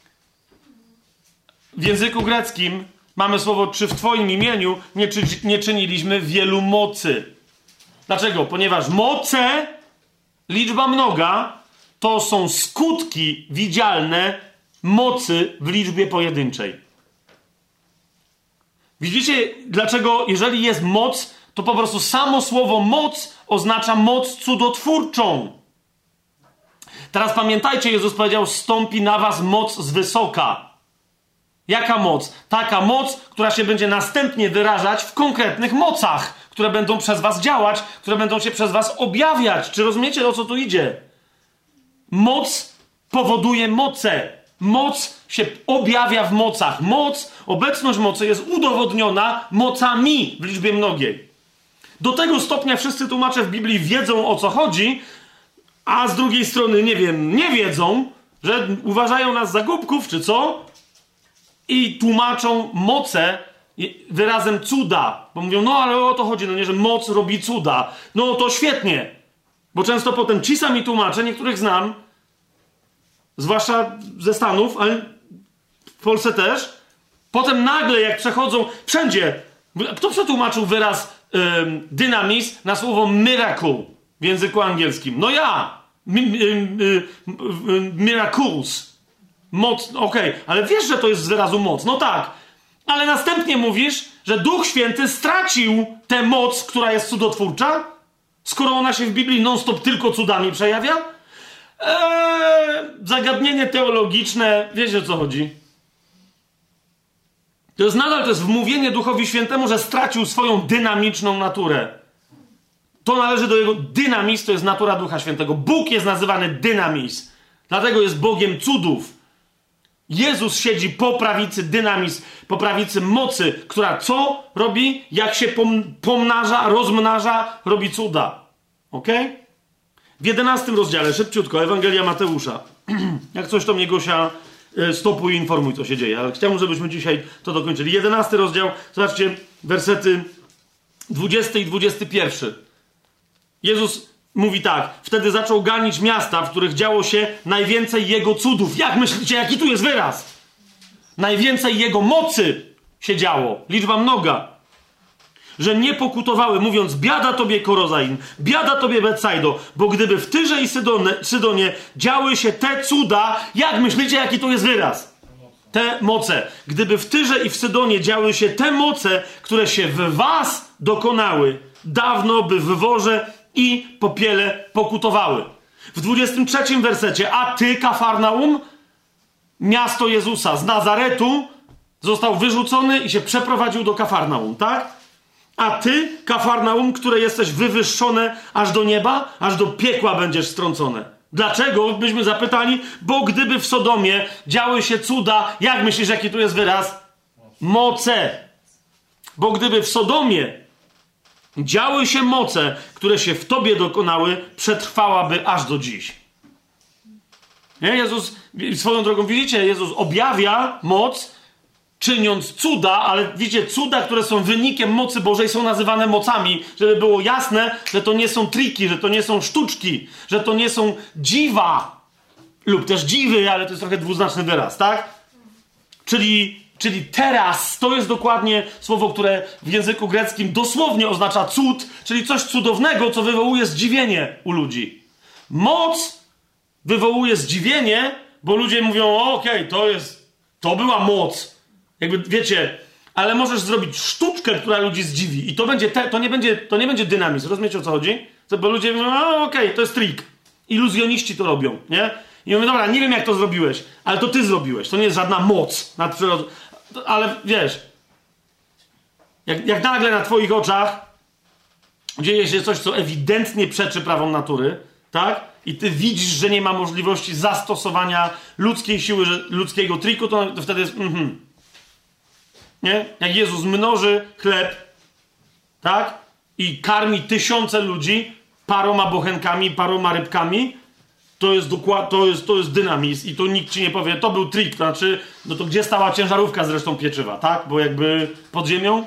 W języku greckim mamy słowo, czy w Twoim imieniu nie czyniliśmy wielu mocy. Dlaczego? Ponieważ moce, liczba mnoga, to są skutki widzialne mocy w liczbie pojedynczej. Widzicie, dlaczego jeżeli jest moc, to po prostu samo słowo moc oznacza moc cudotwórczą. Teraz pamiętajcie, Jezus powiedział, stąpi na was moc z wysoka. Jaka moc? Taka moc, która się będzie następnie wyrażać w konkretnych mocach, które będą przez was działać, które będą się przez was objawiać. Czy rozumiecie, o co tu idzie? Moc powoduje moce. Moc się objawia w mocach. Moc, obecność mocy jest udowodniona mocami w liczbie mnogiej. Do tego stopnia wszyscy tłumacze w Biblii wiedzą, o co chodzi, a z drugiej strony, nie wiedzą, że uważają nas za głupków, czy co? I tłumaczą moce wyrazem cuda. Bo mówią, no ale o to chodzi, no nie, że moc robi cuda. No to świetnie. Bo często potem ci sami tłumacze, niektórych znam, zwłaszcza ze Stanów, ale w Polsce też, potem nagle jak przechodzą, wszędzie, kto przetłumaczył wyraz dynamis na słowo miracle w języku angielskim? No ja. Miracles. Moc, okej, ale wiesz, że to jest z wyrazu moc. No tak. Ale następnie mówisz, że Duch Święty stracił tę moc, która jest cudotwórcza, skoro ona się w Biblii non-stop tylko cudami przejawia? Zagadnienie teologiczne, wiecie o co chodzi? To jest wmówienie Duchowi Świętemu, że stracił swoją dynamiczną naturę. To należy do jego dynamis, to jest natura Ducha Świętego. Bóg jest nazywany dynamis. Dlatego jest Bogiem cudów. Jezus siedzi po prawicy dynamis, po prawicy mocy, która co robi? Jak się pomnaża, rozmnaża, robi cuda. Ok? W 11 rozdziale, szybciutko, Ewangelia Mateusza. Jak coś, to mnie Gosia stopuj i informuj, co się dzieje. Ale chciałbym, żebyśmy dzisiaj to dokończyli. 11 rozdział, zobaczcie, wersety 20 i 21. Jezus mówi tak. Wtedy zaczął ganić miasta, w których działo się najwięcej Jego cudów. Jak myślicie, jaki tu jest wyraz? Najwięcej Jego mocy się działo. Liczba mnoga. Że nie pokutowały, mówiąc, biada tobie Korozain, biada tobie Betsaido, bo gdyby w Tyrze i Sydonie działy się te cuda, jak myślicie, jaki tu jest wyraz? Te moce. Gdyby w Tyrze i w Sydonie działy się te moce, które się w was dokonały, dawno by w worze i popiele pokutowały. W 23 wersecie, a ty, Kafarnaum, miasto Jezusa z Nazaretu, został wyrzucony i się przeprowadził do Kafarnaum, tak? A ty, Kafarnaum, które jesteś wywyższone aż do nieba, aż do piekła będziesz strącone. Dlaczego? Byśmy zapytali, bo gdyby w Sodomie działy się cuda, jak myślisz, jaki tu jest wyraz? Moce. Bo gdyby w Sodomie działy się moce, które się w tobie dokonały, przetrwałaby aż do dziś. Nie? Jezus, swoją drogą widzicie, Jezus objawia moc, czyniąc cuda, ale widzicie, cuda, które są wynikiem mocy Bożej, są nazywane mocami, żeby było jasne, że to nie są triki, że to nie są sztuczki, że to nie są dziwa lub też dziwy, ale to jest trochę dwuznaczny wyraz, tak? Czyli teraz, to jest dokładnie słowo, które w języku greckim dosłownie oznacza cud, czyli coś cudownego, co wywołuje zdziwienie u ludzi. Moc wywołuje zdziwienie, bo ludzie mówią, okej, to była moc. Jakby, wiecie, ale możesz zrobić sztuczkę, która ludzi zdziwi i to nie będzie dynamizm. Rozumiecie, o co chodzi? Bo ludzie mówią, to jest trik. Iluzjoniści to robią, nie? I mówią, dobra, nie wiem, jak to zrobiłeś, ale to ty zrobiłeś. To nie jest żadna moc nadprzyrodzona. Ale wiesz, jak nagle na twoich oczach dzieje się coś, co ewidentnie przeczy prawom natury, tak? I ty widzisz, że nie ma możliwości zastosowania ludzkiej siły, ludzkiego triku, to wtedy jest nie? Jak Jezus mnoży chleb, tak? I karmi tysiące ludzi paroma bochenkami, paroma rybkami, to jest dynamizm i tu nikt ci nie powie, to był trik, to znaczy, no to gdzie stała ciężarówka z resztą pieczywa, tak? Bo jakby pod ziemią.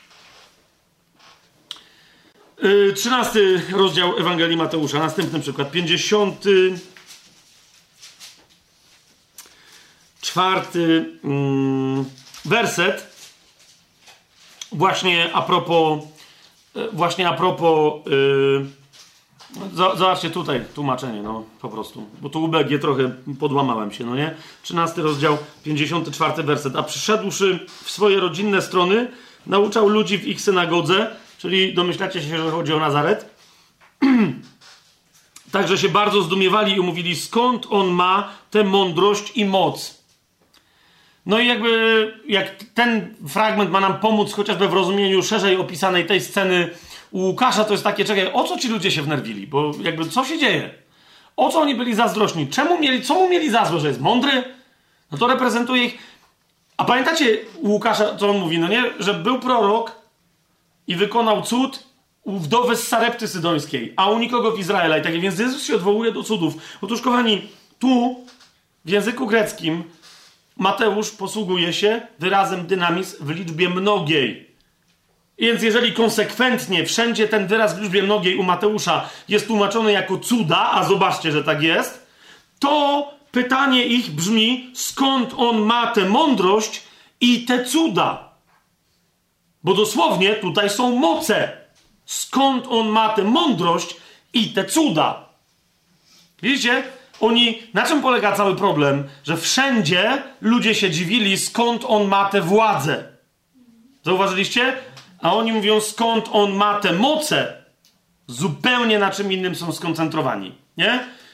13 rozdział Ewangelii Mateusza, następny przykład, 54 werset, właśnie a propos zobaczcie tutaj tłumaczenie, no po prostu, bo tu UBG trochę podłamałem się, no nie? 13 rozdział, 54 werset. A przyszedłszy w swoje rodzinne strony, nauczał ludzi w ich synagodze, czyli domyślacie się, że chodzi o Nazaret. Także się bardzo zdumiewali i mówili, skąd on ma tę mądrość i moc. No i jak ten fragment ma nam pomóc chociażby w rozumieniu szerzej opisanej tej sceny u Łukasza, to jest takie, czekaj, o co ci ludzie się wnerwili? Bo jakby co się dzieje? O co oni byli zazdrośni? Co mu mieli za złe, że jest mądry? No to reprezentuje ich. A pamiętacie u Łukasza, co on mówi? No nie, że był prorok i wykonał cud u wdowy z Sarepty Sydońskiej, a u nikogo w Izraela. I tak, więc Jezus się odwołuje do cudów. Otóż, kochani, tu w języku greckim Mateusz posługuje się wyrazem dynamizm w liczbie mnogiej. Więc jeżeli konsekwentnie wszędzie ten wyraz w liczbie mnogiej u Mateusza jest tłumaczony jako cuda, a zobaczcie, że tak jest, to pytanie ich brzmi, skąd on ma tę mądrość i te cuda? Bo dosłownie tutaj są moce. Skąd on ma tę mądrość i te cuda? Widzicie? Na czym polega cały problem? Że wszędzie ludzie się dziwili, skąd on ma tę władzę. Zauważyliście? A oni mówią, skąd on ma tę moce. Zupełnie na czym innym są skoncentrowani. Nie?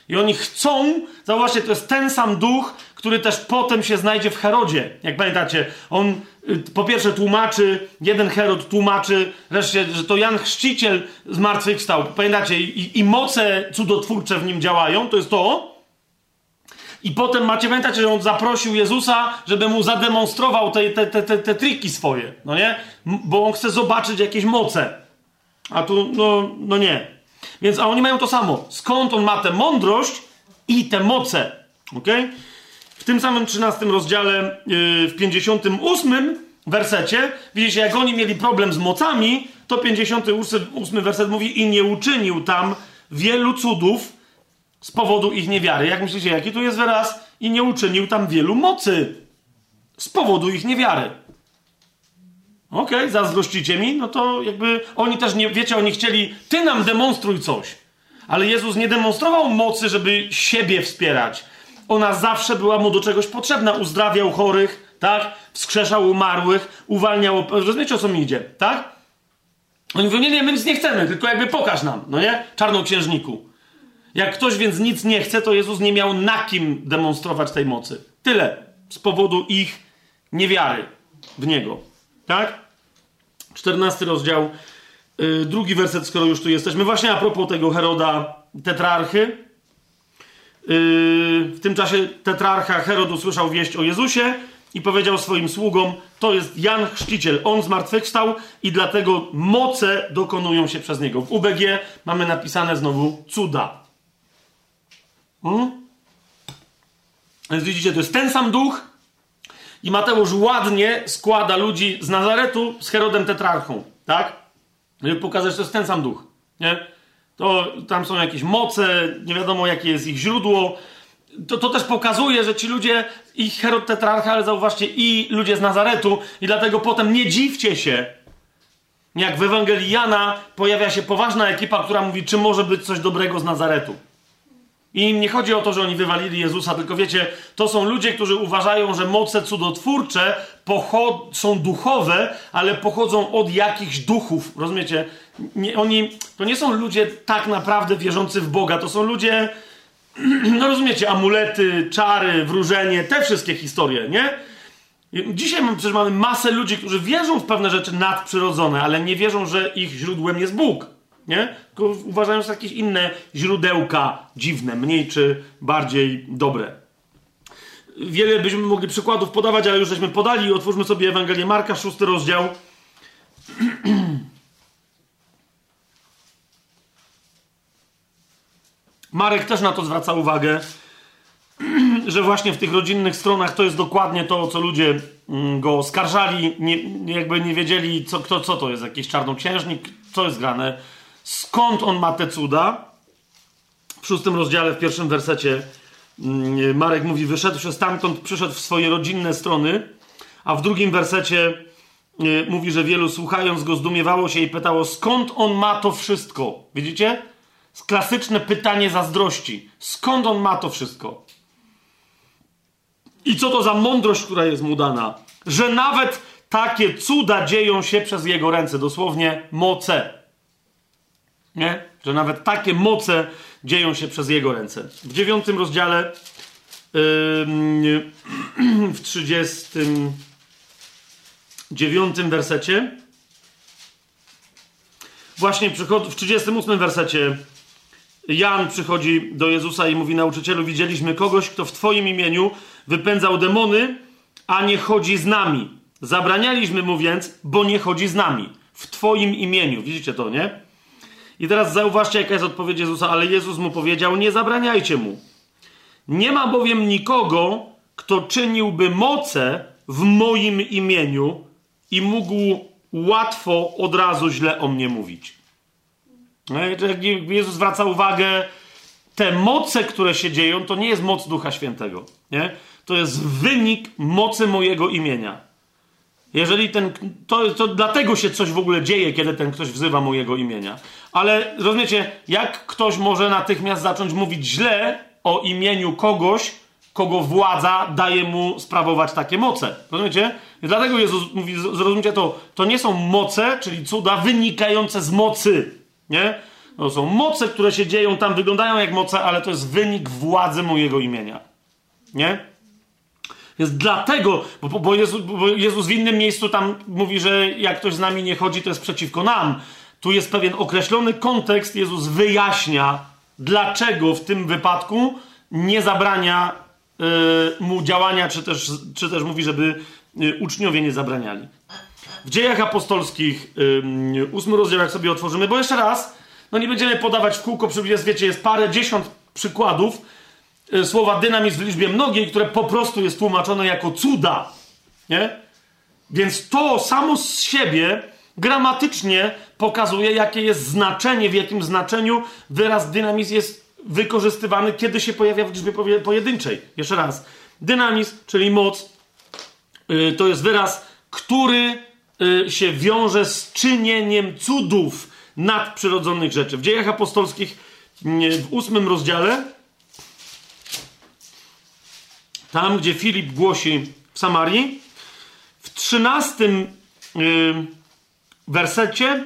I oni chcą, zauważcie, to jest ten sam duch, który też potem się znajdzie w Herodzie. Jak pamiętacie, on po pierwsze tłumaczy, jeden Herod tłumaczy wreszcie, że to Jan Chrzciciel zmartwychwstał. Pamiętacie, i moce cudotwórcze w nim działają, to jest to. I potem pamiętacie, że on zaprosił Jezusa, żeby mu zademonstrował te triki swoje, no nie? Bo on chce zobaczyć jakieś moce. A tu, no nie. Więc, a oni mają to samo. Skąd on ma tę mądrość i te moce? Okay? W tym samym 13 rozdziale, w 58 wersecie, widzicie, jak oni mieli problem z mocami, to 58 werset mówi: i nie uczynił tam wielu cudów z powodu ich niewiary. Jak myślicie, jaki tu jest wyraz? I nie uczynił tam wielu mocy z powodu ich niewiary. Okej, zazdrościcie mi? No to jakby oni też nie, wiecie, oni chcieli, ty nam demonstruj coś. Ale Jezus nie demonstrował mocy, żeby siebie wspierać. Ona zawsze była mu do czegoś potrzebna. Uzdrawiał chorych, tak? Wskrzeszał umarłych, uwalniał... Rozumiecie, o co mi idzie, tak? Oni mówią, nie, my nic nie chcemy, tylko jakby pokaż nam, no nie? Czarnoksiężniku. Jak ktoś więc nic nie chce, to Jezus nie miał na kim demonstrować tej mocy. Tyle. Z powodu ich niewiary w Niego. Tak? 14 rozdział, 2 werset, skoro już tu jesteśmy. Właśnie a propos tego Heroda tetrarchy. W tym czasie tetrarcha Herod usłyszał wieść o Jezusie i powiedział swoim sługom: to jest Jan Chrzciciel, on zmartwychwstał i dlatego moce dokonują się przez niego. W UBG mamy napisane znowu cuda. Więc widzicie, to jest ten sam duch i Mateusz ładnie składa ludzi z Nazaretu z Herodem tetrarchą, tak? Żeby pokazać, że to jest ten sam duch, nie? To tam są jakieś moce, nie wiadomo jakie jest ich źródło. To też pokazuje, że ci ludzie, i Herod tetrarcha, ale zauważcie, i ludzie z Nazaretu, i dlatego potem nie dziwcie się, jak w Ewangelii Jana pojawia się poważna ekipa, która mówi, czy może być coś dobrego z Nazaretu. I im nie chodzi o to, że oni wywalili Jezusa, tylko wiecie, to są ludzie, którzy uważają, że moce cudotwórcze są duchowe, ale pochodzą od jakichś duchów. Rozumiecie? To nie są ludzie tak naprawdę wierzący w Boga. To są ludzie, no rozumiecie, amulety, czary, wróżenie, te wszystkie historie, nie? Dzisiaj przecież mamy masę ludzi, którzy wierzą w pewne rzeczy nadprzyrodzone, ale nie wierzą, że ich źródłem jest Bóg. Nie? Tylko uważają za jakieś inne źródełka dziwne, mniej czy bardziej dobre. Wiele byśmy mogli przykładów podawać, ale już żeśmy podali. Otwórzmy sobie Ewangelię Marka, 6 rozdział. Marek też na to zwraca uwagę, że właśnie w tych rodzinnych stronach to jest dokładnie to, o co ludzie go oskarżali. Jakby nie wiedzieli, co to jest, jakiś czarnoksiężnik, co jest grane. Skąd on ma te cuda? W 6 rozdziale, w 1 wersecie Marek mówi: wyszedłszy stamtąd, przyszedł w swoje rodzinne strony, a w 2 wersecie mówi, że wielu słuchając go zdumiewało się i pytało, skąd on ma to wszystko? Widzicie? Klasyczne pytanie zazdrości. Skąd on ma to wszystko? I co to za mądrość, która jest mu dana? Że nawet takie cuda dzieją się przez jego ręce. Dosłownie moce. Nie? Że nawet takie moce dzieją się przez jego ręce. W 9 rozdziale, w 39 wersecie, właśnie w 38 wersecie Jan przychodzi do Jezusa i mówi: nauczycielu, widzieliśmy kogoś, kto w Twoim imieniu wypędzał demony, a nie chodzi z nami. Zabranialiśmy mu więc, bo nie chodzi z nami. W Twoim imieniu. Widzicie to, nie? I teraz zauważcie, jaka jest odpowiedź Jezusa. Ale Jezus mu powiedział: nie zabraniajcie mu. Nie ma bowiem nikogo, kto czyniłby moce w moim imieniu i mógł łatwo od razu źle o mnie mówić. Jezus zwraca uwagę, te moce, które się dzieją, to nie jest moc Ducha Świętego. Nie? To jest wynik mocy mojego imienia. Jeżeli to dlatego się coś w ogóle dzieje, kiedy ten ktoś wzywa mojego imienia. Ale rozumiecie, jak ktoś może natychmiast zacząć mówić źle o imieniu kogoś, kogo władza daje mu sprawować takie moce. Rozumiecie? I dlatego Jezus mówi, zrozumcie to nie są moce, czyli cuda wynikające z mocy. Nie? To są moce, które się dzieją tam, wyglądają jak moce, ale to jest wynik władzy mojego imienia. Nie? Więc dlatego, bo Jezus w innym miejscu tam mówi, że jak ktoś z nami nie chodzi, to jest przeciwko nam. Tu jest pewien określony kontekst. Jezus wyjaśnia, dlaczego w tym wypadku nie zabrania mu działania, czy też mówi, żeby uczniowie nie zabraniali. W Dziejach Apostolskich, 8 rozdział, jak sobie otworzymy, bo jeszcze raz, no nie będziemy podawać w kółko, wiecie, jest parę dziesiąt przykładów słowa dynamizm w liczbie mnogiej, które po prostu jest tłumaczone jako cuda. Nie? Więc to samo z siebie gramatycznie pokazuje, jakie jest znaczenie, w jakim znaczeniu wyraz dynamizm jest wykorzystywany, kiedy się pojawia w liczbie pojedynczej. Jeszcze raz. Dynamizm, czyli moc, to jest wyraz, który się wiąże z czynieniem cudów, nadprzyrodzonych rzeczy. W Dziejach Apostolskich w 8 rozdziale, tam gdzie Filip głosi w Samarii, w 13 wersecie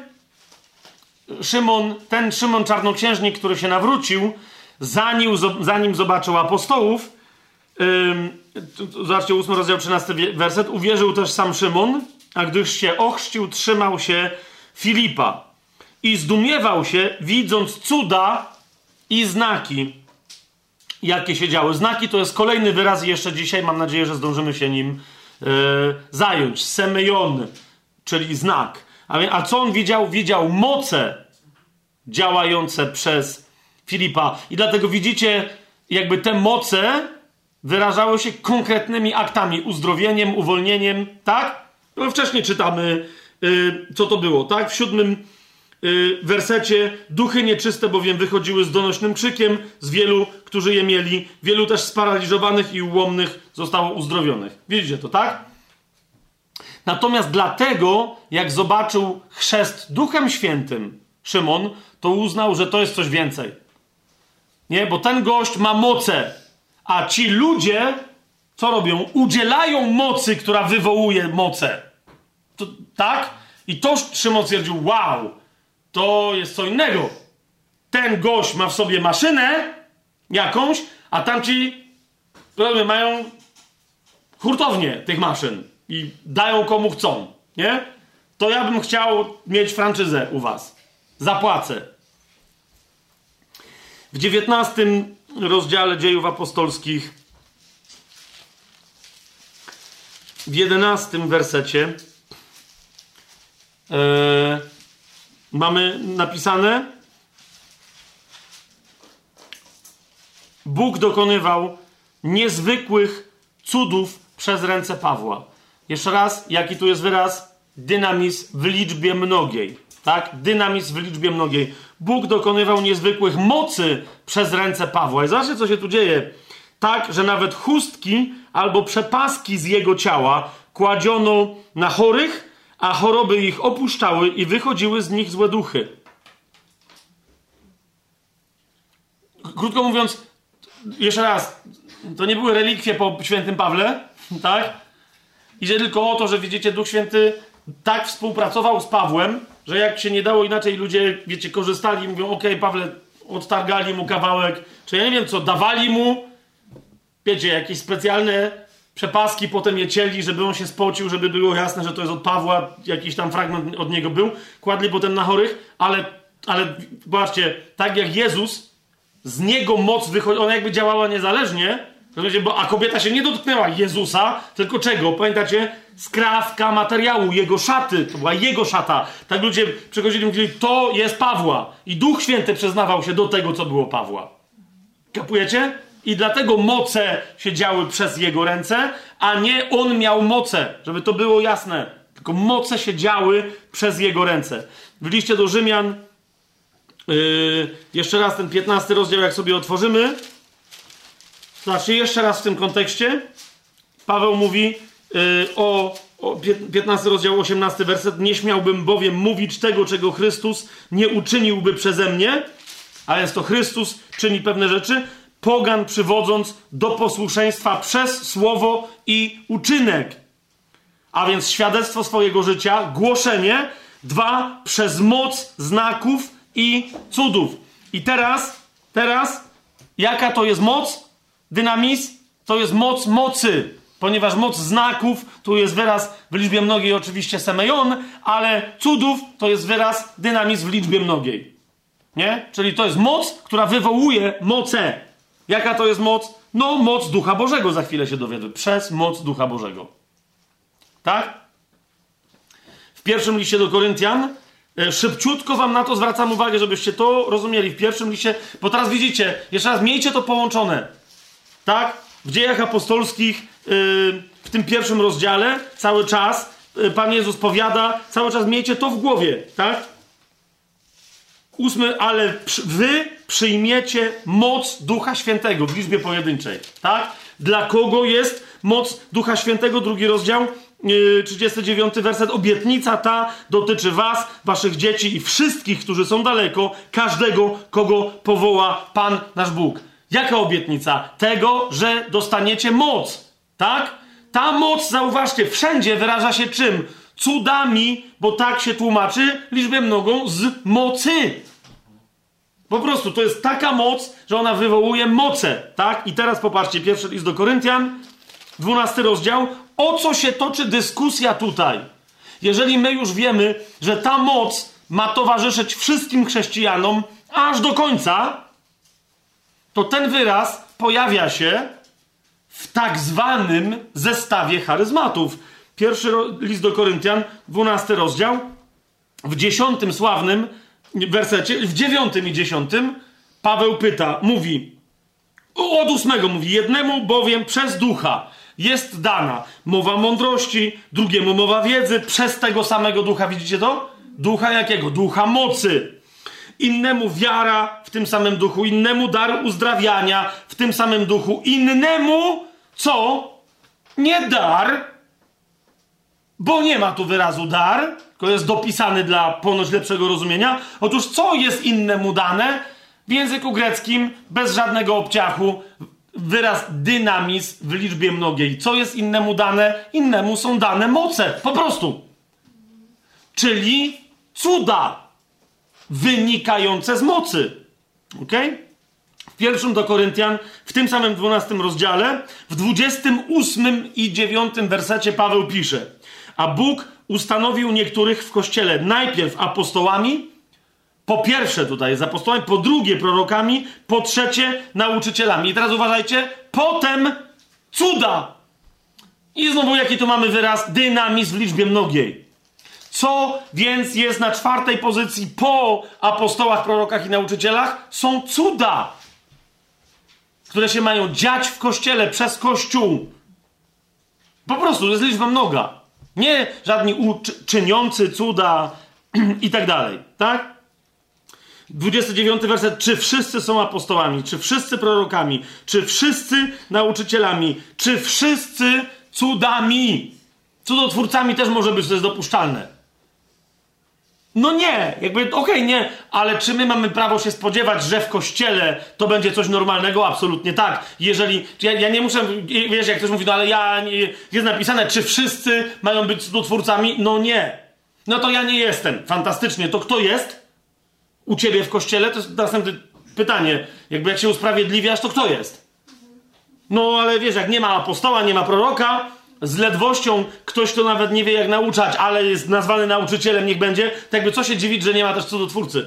Szymon czarnoksiężnik, który się nawrócił, zanim zobaczył apostołów, zobaczcie 8 rozdział 13 werset, uwierzył też sam Szymon, a gdyż się ochrzcił, trzymał się Filipa i zdumiewał się, widząc cuda i znaki, jakie się działy. Znaki to jest kolejny wyraz i jeszcze dzisiaj mam nadzieję, że zdążymy się nim zająć. Semeion, czyli znak. A co on widział? Widział moce działające przez Filipa. I dlatego widzicie, jakby te moce wyrażały się konkretnymi aktami, uzdrowieniem, uwolnieniem, tak? No wcześniej czytamy, co to było, tak? W 7 wersecie duchy nieczyste bowiem wychodziły z donośnym krzykiem z wielu, którzy je mieli. Wielu też sparaliżowanych i ułomnych zostało uzdrowionych. Widzicie to, tak? Natomiast dlatego, jak zobaczył chrzest Duchem Świętym Szymon, to uznał, że to jest coś więcej. Nie? Bo ten gość ma moce, a ci ludzie co robią? Udzielają mocy, która wywołuje moce. To, tak? I to Szymon stwierdził, wow, to jest co innego. Ten gość ma w sobie maszynę jakąś, a tamci mają hurtownię tych maszyn i dają komu chcą, nie? To ja bym chciał mieć franczyzę u was. Zapłacę. W 19 rozdziale Dziejów Apostolskich, w 11 wersecie mamy napisane: Bóg dokonywał niezwykłych cudów przez ręce Pawła. Jeszcze raz, jaki tu jest wyraz? Dynamizm w liczbie mnogiej. Tak? Dynamizm w liczbie mnogiej. Bóg dokonywał niezwykłych mocy przez ręce Pawła. I zobaczcie, co się tu dzieje. Tak, że nawet chustki albo przepaski z jego ciała kładziono na chorych, a choroby ich opuszczały i wychodziły z nich złe duchy. Krótko mówiąc, jeszcze raz, to nie były relikwie po świętym Pawle, tak? Idzie tylko o to, że widzicie, Duch Święty tak współpracował z Pawłem, że jak się nie dało inaczej, ludzie, wiecie, korzystali i mówią, okej, Pawle, odtargali mu kawałek, czy ja nie wiem co, dawali mu, wiecie, jakieś specjalne przepaski, potem je cieli, żeby on się spocił, żeby było jasne, że to jest od Pawła, jakiś tam fragment od niego był, kładli potem na chorych, ale zobaczcie, tak jak Jezus, z niego moc wychodzi, ona jakby działała niezależnie, a kobieta się nie dotknęła Jezusa, tylko czego? Pamiętacie? Skrawka materiału, jego szaty, to była jego szata. Tak ludzie przychodzili i mówili, to jest Pawła. I Duch Święty przyznawał się do tego, co było Pawła. Kapujecie? I dlatego moce się działy przez jego ręce, a nie on miał moce, żeby to było jasne. Tylko moce się działy przez jego ręce. W liście do Rzymian, jeszcze raz ten 15 rozdział, jak sobie otworzymy, znaczy jeszcze raz w tym kontekście, Paweł mówi o 15 rozdział, 18 werset, nie śmiałbym bowiem mówić tego, czego Chrystus nie uczyniłby przeze mnie, a jest to Chrystus czyni pewne rzeczy, pogan przywodząc do posłuszeństwa przez słowo i uczynek. A więc świadectwo swojego życia, głoszenie, 2, przez moc znaków i cudów. I teraz, jaka to jest moc? Dynamizm? To jest moc mocy. Ponieważ moc znaków, tu jest wyraz w liczbie mnogiej oczywiście semeion, ale cudów to jest wyraz dynamizm w liczbie mnogiej. Nie? Czyli to jest moc, która wywołuje moce. Jaka to jest moc? No, moc Ducha Bożego, za chwilę się dowiemy. Przez moc Ducha Bożego. Tak? W pierwszym liście do Koryntian, szybciutko wam na to zwracam uwagę, żebyście to rozumieli. W pierwszym liście, bo teraz widzicie, jeszcze raz miejcie to połączone. Tak? W Dziejach Apostolskich, w tym pierwszym rozdziale, cały czas Pan Jezus powiada, cały czas miejcie to w głowie. Tak? 8, ale wy przyjmiecie moc Ducha Świętego w liczbie pojedynczej. Tak? Dla kogo jest moc Ducha Świętego? 2 rozdział, 39 werset. Obietnica ta dotyczy was, waszych dzieci i wszystkich, którzy są daleko, każdego, kogo powoła Pan nasz Bóg. Jaka obietnica? Tego, że dostaniecie moc. Tak? Ta moc, zauważcie, wszędzie wyraża się czym? Cudami, bo tak się tłumaczy liczbę mnogą z mocy. Po prostu to jest taka moc, że ona wywołuje moce. Tak? I teraz popatrzcie, pierwszy list do Koryntian, 12 rozdział. O co się toczy dyskusja tutaj? Jeżeli my już wiemy, że ta moc ma towarzyszyć wszystkim chrześcijanom aż do końca, to ten wyraz pojawia się w tak zwanym zestawie charyzmatów. Pierwszy list do Koryntian, 12 rozdział, w 10 sławnym wersecie, w 9 i 10 Paweł pyta, mówi, od 8 mówi, jednemu bowiem przez ducha jest dana mowa mądrości, drugiemu mowa wiedzy, przez tego samego ducha, widzicie to? Ducha jakiego? Ducha mocy. Innemu wiara w tym samym duchu, innemu dar uzdrawiania w tym samym duchu, innemu co? Nie dar, bo nie ma tu wyrazu dar, tylko jest dopisany dla ponoć lepszego rozumienia. Otóż co jest innemu dane? W języku greckim, bez żadnego obciachu, wyraz dynamizm w liczbie mnogiej. Co jest innemu dane? Innemu są dane moce. Po prostu. Czyli cuda wynikające z mocy. Okej? W pierwszym do Koryntian, w tym samym 12 rozdziale, w 28 i 9 wersecie Paweł pisze: a Bóg ustanowił niektórych w Kościele najpierw apostołami, po pierwsze tutaj jest apostołami, po drugie prorokami, po trzecie nauczycielami. I teraz uważajcie, potem cuda. I znowu jaki tu mamy wyraz? Dynamizm w liczbie mnogiej. Co więc jest na 4. pozycji po apostołach, prorokach i nauczycielach? Są cuda, które się mają dziać w Kościele przez Kościół. Po prostu, to jest liczba mnoga. Nie żadni czyniący cuda i tak dalej. Tak? 29 werset. Czy wszyscy są apostołami? Czy wszyscy prorokami? Czy wszyscy nauczycielami? Czy wszyscy cudami? Cudotwórcami też może być, to jest dopuszczalne. No nie, jakby okej, nie, ale czy my mamy prawo się spodziewać, że w Kościele to będzie coś normalnego? Absolutnie tak. Jeżeli, ja nie muszę, wiesz, jak ktoś mówi, no ale jest napisane, czy wszyscy mają być cudotwórcami? No nie. No to ja nie jestem. Fantastycznie. To kto jest u ciebie w Kościele? To jest następne pytanie. Jakby jak się usprawiedliwiasz, to kto jest? No ale wiesz, jak nie ma apostoła, nie ma proroka, z ledwością ktoś, kto nawet nie wie jak nauczać, ale jest nazwany nauczycielem, niech będzie, to jakby co się dziwić, że nie ma też cudotwórcy.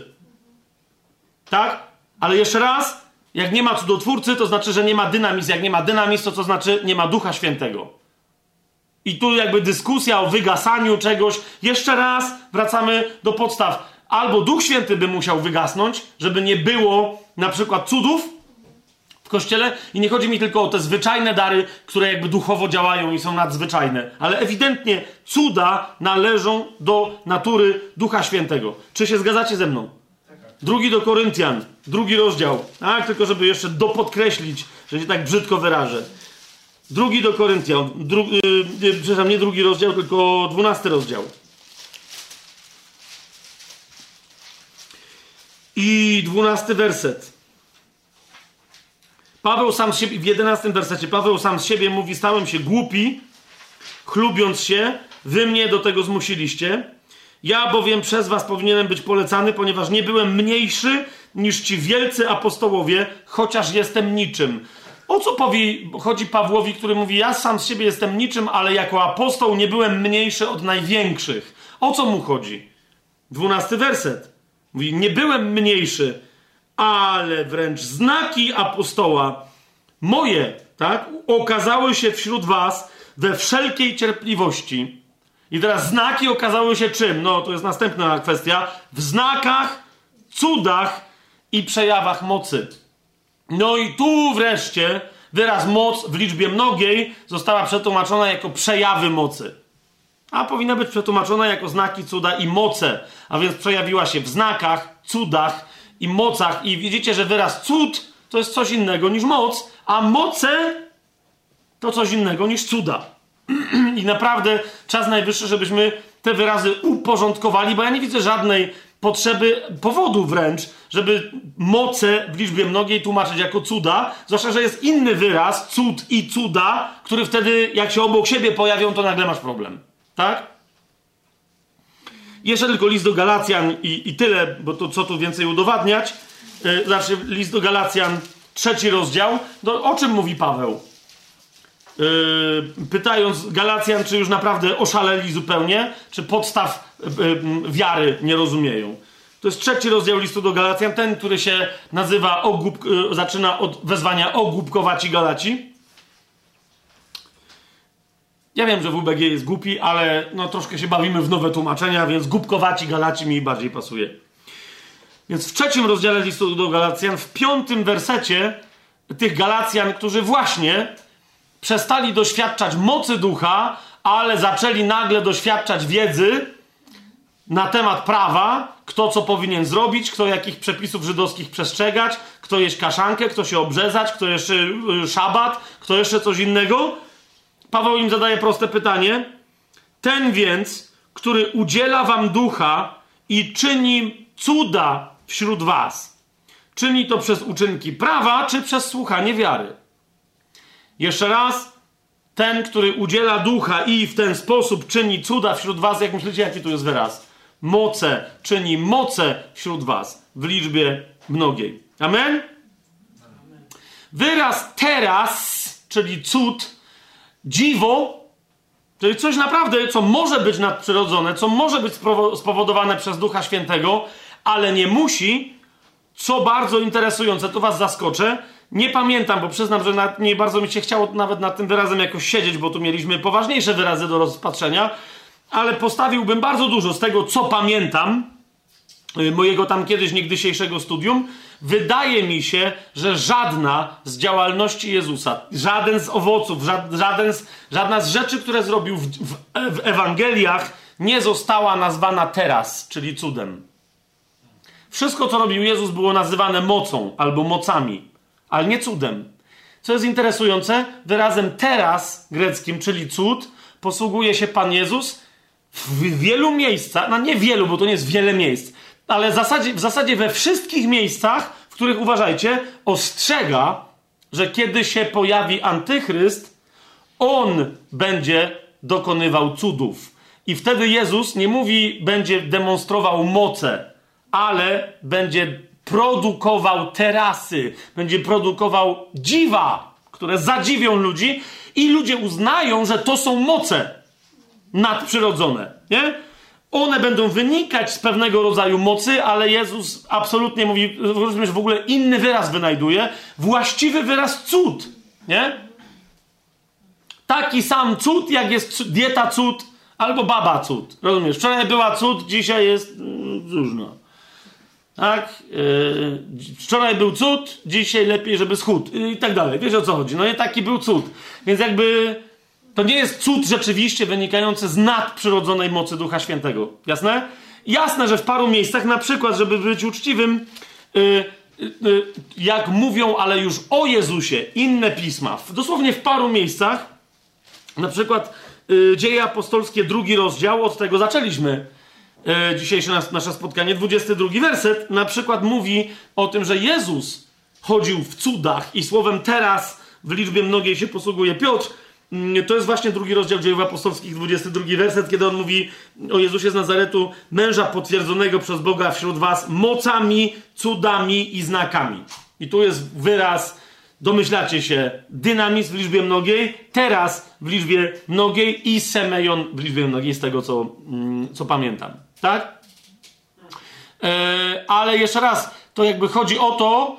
Tak? Ale jeszcze raz, jak nie ma cudotwórcy, to znaczy, że nie ma dynamizmu. Jak nie ma dynamizmu, to znaczy, nie ma Ducha Świętego. I tu jakby dyskusja o wygasaniu czegoś. Jeszcze raz wracamy do podstaw. Albo Duch Święty by musiał wygasnąć, żeby nie było na przykład cudów w Kościele. I nie chodzi mi tylko o te zwyczajne dary, które jakby duchowo działają i są nadzwyczajne. Ale ewidentnie cuda należą do natury Ducha Świętego. Czy się zgadzacie ze mną? 2 do Koryntian, 2 rozdział. Tak, tylko żeby jeszcze dopodkreślić, że się tak brzydko wyrażę. 2 do Koryntian, przepraszam, nie 2 rozdział, tylko 12 rozdział. I 12 werset. Paweł sam z siebie, w 11 wersecie, Paweł sam z siebie mówi: stałem się głupi, chlubiąc się, wy mnie do tego zmusiliście. Ja bowiem przez was powinienem być polecany, ponieważ nie byłem mniejszy niż ci wielcy apostołowie, chociaż jestem niczym. O co chodzi Pawłowi, który mówi, ja sam z siebie jestem niczym, ale jako apostoł nie byłem mniejszy od największych. O co mu chodzi? 12 werset. Mówi, nie byłem mniejszy, ale wręcz znaki apostoła moje, tak, okazały się wśród was we wszelkiej cierpliwości. I teraz znaki okazały się czym? No, to jest następna kwestia. W znakach, cudach i przejawach mocy. No i tu wreszcie wyraz moc w liczbie mnogiej została przetłumaczona jako przejawy mocy. A powinna być przetłumaczona jako znaki, cuda i moce. A więc przejawiła się w znakach, cudach i mocach. I widzicie, że wyraz cud to jest coś innego niż moc, a moce to coś innego niż cuda. I naprawdę czas najwyższy, żebyśmy te wyrazy uporządkowali, bo ja nie widzę żadnej potrzeby, powodu wręcz, żeby moce w liczbie mnogiej tłumaczyć jako cuda, zwłaszcza, że jest inny wyraz, cud i cuda, który wtedy, jak się obok siebie pojawią, to nagle masz problem. Tak? Jeszcze tylko list do Galacjan i tyle, bo to co tu więcej udowadniać. Znaczy list do Galacjan, 3 rozdział. O czym mówi Paweł? Pytając Galacjan, czy już naprawdę oszaleli zupełnie, czy podstaw wiary nie rozumieją. To jest 3 rozdział listu do Galacjan, ten, który się nazywa zaczyna od wezwania ogłupkowaci Galaci. Ja wiem, że WBG jest głupi, ale no troszkę się bawimy w nowe tłumaczenia, więc głupkowaci Galaci mi bardziej pasuje. Więc w 3 rozdziale listu do Galacjan, w 5 wersecie tych Galacjan, którzy właśnie przestali doświadczać mocy ducha, ale zaczęli nagle doświadczać wiedzy na temat prawa, kto co powinien zrobić, kto jakich przepisów żydowskich przestrzegać, kto jeść kaszankę, kto się obrzezać, kto jeszcze szabat, kto jeszcze coś innego. Paweł im zadaje proste pytanie. Ten więc, który udziela wam ducha i czyni cuda wśród was, czyni to przez uczynki prawa, czy przez słuchanie wiary? Jeszcze raz, ten, który udziela ducha i w ten sposób czyni cuda wśród was, jak myślicie, jaki tu jest wyraz? Moce, czyni moce wśród was w liczbie mnogiej. Amen? Wyraz teraz, czyli cud, dziwo, czyli coś naprawdę, co może być nadprzyrodzone, co może być spowodowane przez Ducha Świętego, ale nie musi, co bardzo interesujące, to was zaskoczę. Nie pamiętam, bo przyznam, że nie bardzo mi się chciało nawet nad tym wyrazem jakoś siedzieć, bo tu mieliśmy poważniejsze wyrazy do rozpatrzenia, ale postawiłbym bardzo dużo z tego, co pamiętam, mojego tam kiedyś niegdysiejszego studium. Wydaje mi się, że żadna z działalności Jezusa, żaden z owoców, żadna z rzeczy, które zrobił w Ewangeliach, nie została nazwana teraz, czyli cudem. Wszystko, co robił Jezus, było nazywane mocą albo mocami, ale nie cudem. Co jest interesujące, wyrazem teraz greckim, czyli cud, posługuje się Pan Jezus w wielu miejscach, no nie wielu, bo to nie jest wiele miejsc, ale w zasadzie we wszystkich miejscach, w których, uważajcie, ostrzega, że kiedy się pojawi antychryst, on będzie dokonywał cudów. I wtedy Jezus nie mówi, będzie demonstrował moce, ale będzie produkował terasy, będzie produkował dziwa, które zadziwią ludzi i ludzie uznają, że to są moce nadprzyrodzone, nie? One będą wynikać z pewnego rodzaju mocy, ale Jezus absolutnie mówi, rozumiesz, w ogóle inny wyraz wynajduje, właściwy wyraz cud, nie? Taki sam cud, jak jest dieta cud albo baba cud, rozumiesz? Wczoraj była cud, dzisiaj jest różno. Tak? Wczoraj był cud, dzisiaj lepiej, żeby schudł i tak dalej. Wiesz, o co chodzi? No i taki był cud. Więc jakby to nie jest cud rzeczywiście wynikający z nadprzyrodzonej mocy Ducha Świętego. Jasne? Jasne, że w paru miejscach, na przykład, żeby być uczciwym, jak mówią, ale już o Jezusie, inne pisma, dosłownie w paru miejscach, na przykład Dzieje Apostolskie, 2 rozdział, od tego zaczęliśmy dzisiejsze nasze spotkanie, 22 werset, na przykład mówi o tym, że Jezus chodził w cudach i słowem teraz w liczbie mnogiej się posługuje Piotr, to jest właśnie 2 rozdział Dziejów Apostolskich, 22 werset, kiedy on mówi o Jezusie z Nazaretu, męża potwierdzonego przez Boga wśród was mocami, cudami i znakami. I tu jest wyraz, domyślacie się, dynamizm w liczbie mnogiej, teraz w liczbie mnogiej i semeion w liczbie mnogiej, z tego co pamiętam. Tak? Ale jeszcze raz, to jakby chodzi o to,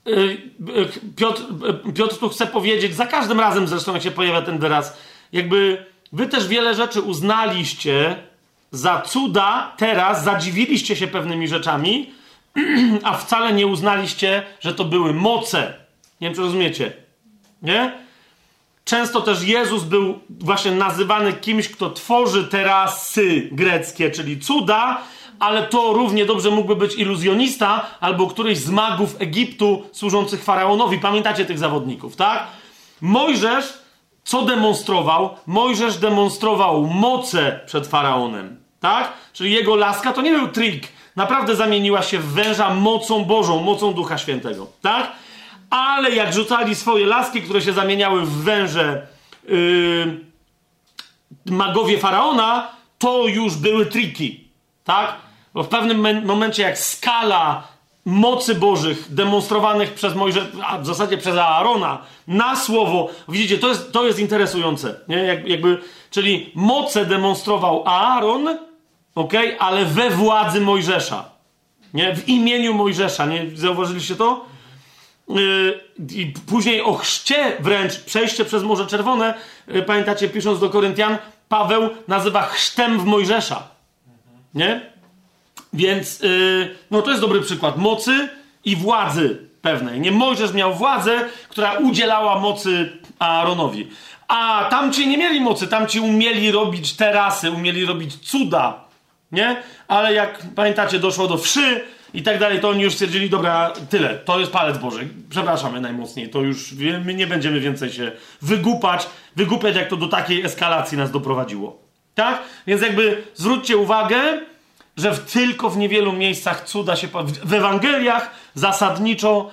Piotr tu chce powiedzieć, za każdym razem zresztą jak się pojawia ten wyraz, jakby wy też wiele rzeczy uznaliście za cuda, teraz zadziwiliście się pewnymi rzeczami, a wcale nie uznaliście, że to były moce. Nie wiem, czy rozumiecie. Nie? Często też Jezus był właśnie nazywany kimś, kto tworzy terasy greckie, czyli cuda, ale to równie dobrze mógłby być iluzjonista albo któryś z magów Egiptu służących faraonowi. Pamiętacie tych zawodników, tak? Mojżesz co demonstrował? Mojżesz demonstrował moce przed faraonem, tak? Czyli jego laska to nie był trik. Naprawdę zamieniła się w węża mocą Bożą, mocą Ducha Świętego, tak? Ale jak rzucali swoje laski, które się zamieniały w węże magowie faraona, to już były triki, tak? Bo w pewnym momencie jak skala mocy Bożych demonstrowanych przez Mojżesza, a w zasadzie przez Aarona na słowo, widzicie, to jest interesujące, nie? Czyli moce demonstrował Aaron, okay? Ale we władzy Mojżesza, nie? W imieniu Mojżesza, nie? Zauważyliście to? I później o chrzcie wręcz, przejście przez Morze Czerwone, pamiętacie, pisząc do Koryntian, Paweł nazywa chrztem w Mojżesza, nie? Więc no to jest dobry przykład mocy i władzy pewnej. Nie, Mojżesz miał władzę, która udzielała mocy Aaronowi. A tamci nie mieli mocy, tamci umieli robić terasy, umieli robić cuda, nie? Ale jak pamiętacie, doszło do wszy i tak dalej, to oni już stwierdzili, dobra, tyle, to jest palec Boży. Przepraszamy najmocniej, to już my nie będziemy więcej się wygłupiać, jak to do takiej eskalacji nas doprowadziło. Tak? Więc jakby zwróćcie uwagę, że tylko w niewielu miejscach cuda się... W Ewangeliach zasadniczo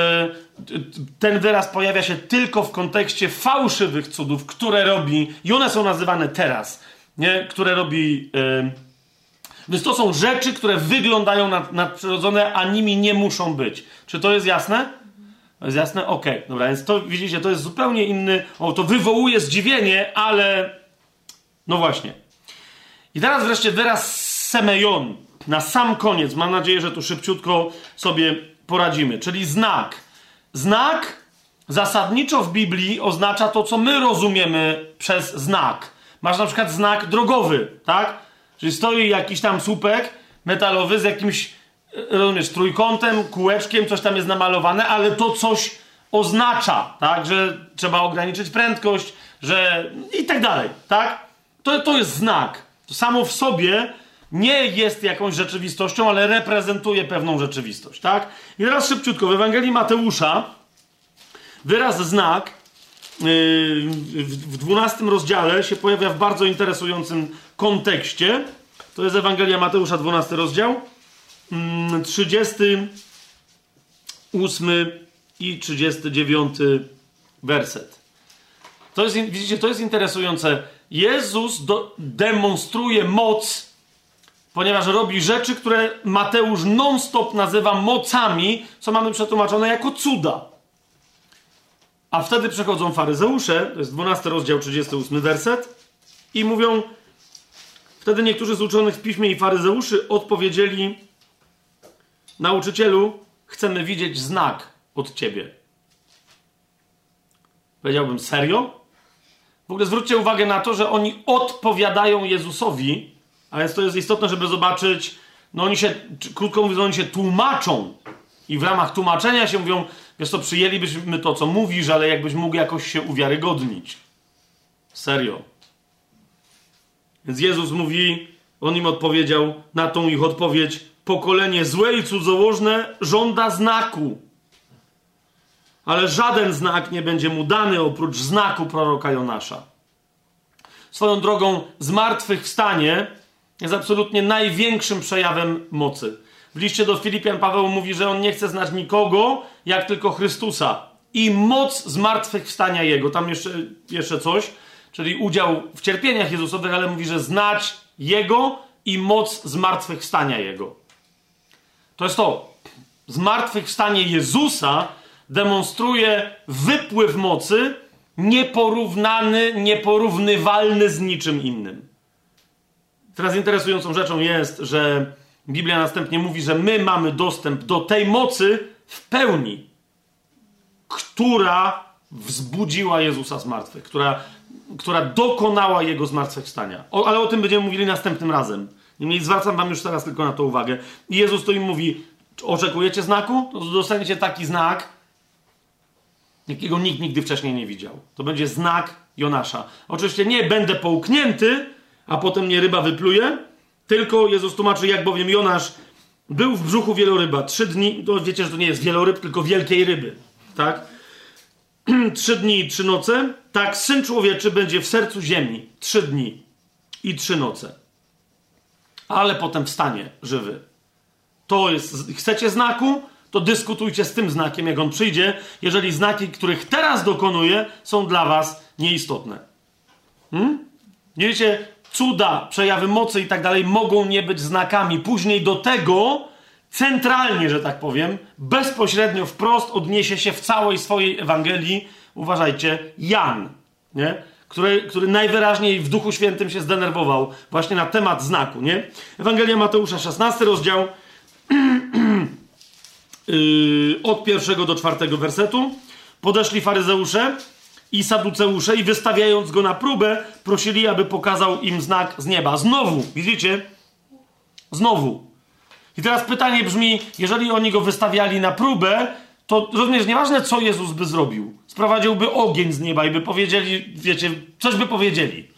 ten wyraz pojawia się tylko w kontekście fałszywych cudów, które robi... I one są nazywane teraz, nie? Które robi... Więc to są rzeczy, które wyglądają nadprzyrodzone, a nimi nie muszą być. Czy to jest jasne? To jest jasne? Okej. Dobra, więc to widzicie, to jest zupełnie inny... to wywołuje zdziwienie, ale... No właśnie. I teraz wreszcie wyraz semeion. Na sam koniec. Mam nadzieję, że tu szybciutko sobie poradzimy. Czyli znak. Znak zasadniczo w Biblii oznacza to, co my rozumiemy przez znak. Masz na przykład znak drogowy, tak? Czyli stoi jakiś tam słupek metalowy z jakimś, rozumiesz, trójkątem, kółeczkiem, coś tam jest namalowane, ale to coś oznacza, tak? Że trzeba ograniczyć prędkość, że... i tak dalej, tak? To jest znak. To samo w sobie nie jest jakąś rzeczywistością, ale reprezentuje pewną rzeczywistość, tak? I teraz szybciutko. W Ewangelii Mateusza wyraz znak w 12 rozdziale się pojawia w bardzo interesującym kontekście. To jest Ewangelia Mateusza, 12 rozdział, 38 i 39 werset. To jest, widzicie, to jest interesujące. Jezus demonstruje moc, ponieważ robi rzeczy, które Mateusz non-stop nazywa mocami, co mamy przetłumaczone jako cuda. A wtedy przychodzą faryzeusze, to jest 12 rozdział, 38 werset, i mówią, wtedy niektórzy z uczonych w piśmie i faryzeuszy odpowiedzieli, nauczycielu, chcemy widzieć znak od ciebie. Powiedziałbym, serio? W ogóle zwróćcie uwagę na to, że oni odpowiadają Jezusowi, a więc to jest istotne, żeby zobaczyć, no oni się, krótko mówiąc, oni się tłumaczą i w ramach tłumaczenia się mówią, wiesz co, przyjęlibyśmy to, co mówisz, ale jakbyś mógł jakoś się uwiarygodnić. Serio. Więc Jezus mówi, on im odpowiedział na tą ich odpowiedź, pokolenie złe i cudzołożne żąda znaku. Ale żaden znak nie będzie mu dany oprócz znaku proroka Jonasza. Swoją drogą, zmartwychwstanie jest absolutnie największym przejawem mocy. W liście do Filipian Paweł mówi, że on nie chce znać nikogo, jak tylko Chrystusa. i moc zmartwychwstania Jego. Tam jeszcze coś, czyli udział w cierpieniach Jezusowych, ale mówi, że znać Jego i moc zmartwychwstania Jego. To jest to. Zmartwychwstanie Jezusa demonstruje wypływ mocy nieporównany, nieporównywalny z niczym innym. Teraz interesującą rzeczą jest, że Biblia następnie mówi, że my mamy dostęp do tej mocy w pełni, która wzbudziła Jezusa z martwych, która dokonała Jego zmartwychwstania. Ale o tym będziemy mówili następnym razem. Niemniej zwracam wam już teraz tylko na to uwagę. I Jezus to im mówi, oczekujecie znaku? To dostaniecie taki znak, jakiego nikt nigdy wcześniej nie widział. To będzie znak Jonasza. Oczywiście nie będę połknięty, a potem mnie ryba wypluje, tylko Jezus tłumaczy, jak bowiem Jonasz był w brzuchu wieloryba 3 dni, to wiecie, że to nie jest wieloryb, tylko wielkiej ryby, tak? 3 dni i 3 noce, tak Syn Człowieczy będzie w sercu ziemi 3 dni i 3 noce. Ale potem wstanie żywy. To jest, chcecie znaku? To dyskutujcie z tym znakiem, jak on przyjdzie, jeżeli znaki, których teraz dokonuje, są dla was nieistotne. Wiecie, cuda, przejawy mocy i tak dalej mogą nie być znakami. Później do tego centralnie, że tak powiem, bezpośrednio, wprost odniesie się w całej swojej Ewangelii, uważajcie, Jan, nie? Który najwyraźniej w Duchu Świętym się zdenerwował właśnie na temat znaku, nie? Ewangelia Mateusza, 16 rozdział, od 1 do 4 wersetu. Podeszli faryzeusze i saduceusze i wystawiając go na próbę, prosili, aby pokazał im znak z nieba. Znowu, widzicie? Znowu. I teraz pytanie brzmi, jeżeli oni go wystawiali na próbę, to rozumiesz, nieważne co Jezus by zrobił. Sprowadziłby ogień z nieba i by powiedzieli, wiecie, coś by powiedzieli.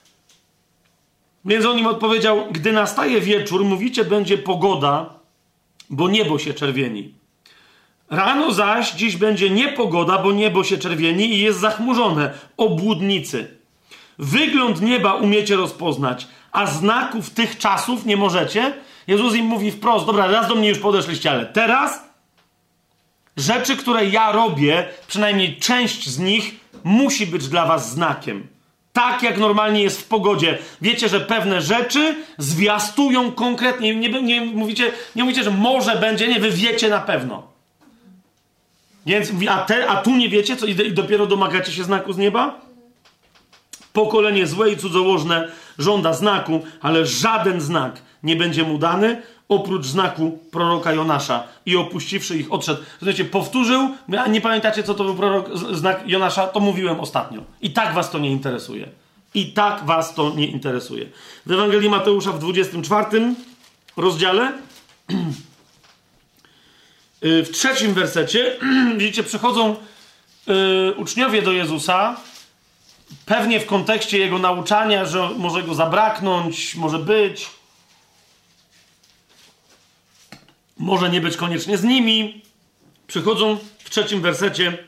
Więc on im odpowiedział, gdy nastaje wieczór, mówicie, będzie pogoda, bo niebo się czerwieni. Rano zaś dziś będzie niepogoda, bo niebo się czerwieni i jest zachmurzone. Obłudnicy. Wygląd nieba umiecie rozpoznać, a znaków tych czasów nie możecie. Jezus im mówi wprost, dobra, raz do mnie już podeszliście, ale teraz rzeczy, które ja robię, przynajmniej część z nich musi być dla was znakiem. Tak jak normalnie jest w pogodzie. Wiecie, że pewne rzeczy zwiastują konkretnie. Nie mówicie, że może będzie, nie, wy wiecie na pewno. Więc a tu nie wiecie, co i dopiero domagacie się znaku z nieba? Pokolenie złe i cudzołożne żąda znaku, ale żaden znak nie będzie mu dany, oprócz znaku proroka Jonasza. I opuściwszy ich, odszedł. Słuchajcie, powtórzył, a nie pamiętacie, co to był znak Jonasza? To mówiłem ostatnio. I tak was to nie interesuje. I tak was to nie interesuje. W Ewangelii Mateusza w 24 rozdziale, w 3 wersecie, widzicie, przychodzą uczniowie do Jezusa, pewnie w kontekście jego nauczania, że może go zabraknąć, może być, może nie być koniecznie z nimi. Przychodzą w 3 wersecie,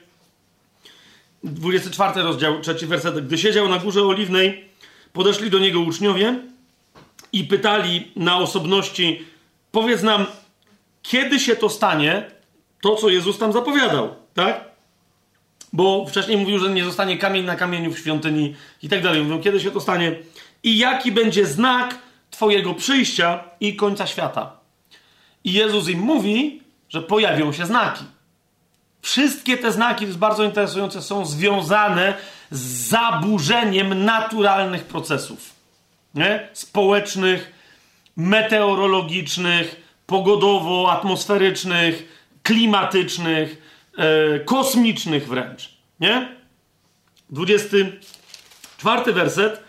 24 rozdział, 3 werset. Gdy siedział na Górze Oliwnej, podeszli do niego uczniowie i pytali na osobności, powiedz nam, kiedy się to stanie, to co Jezus tam zapowiadał, tak? Bo wcześniej mówił, że nie zostanie kamień na kamieniu w świątyni i tak dalej. Mówią, kiedy się to stanie i jaki będzie znak twojego przyjścia i końca świata. I Jezus im mówi, że pojawią się znaki. Wszystkie te znaki, to jest bardzo interesujące, są związane z zaburzeniem naturalnych procesów. Nie? Społecznych, meteorologicznych, pogodowo-atmosferycznych, klimatycznych, kosmicznych wręcz. Nie? 24 werset.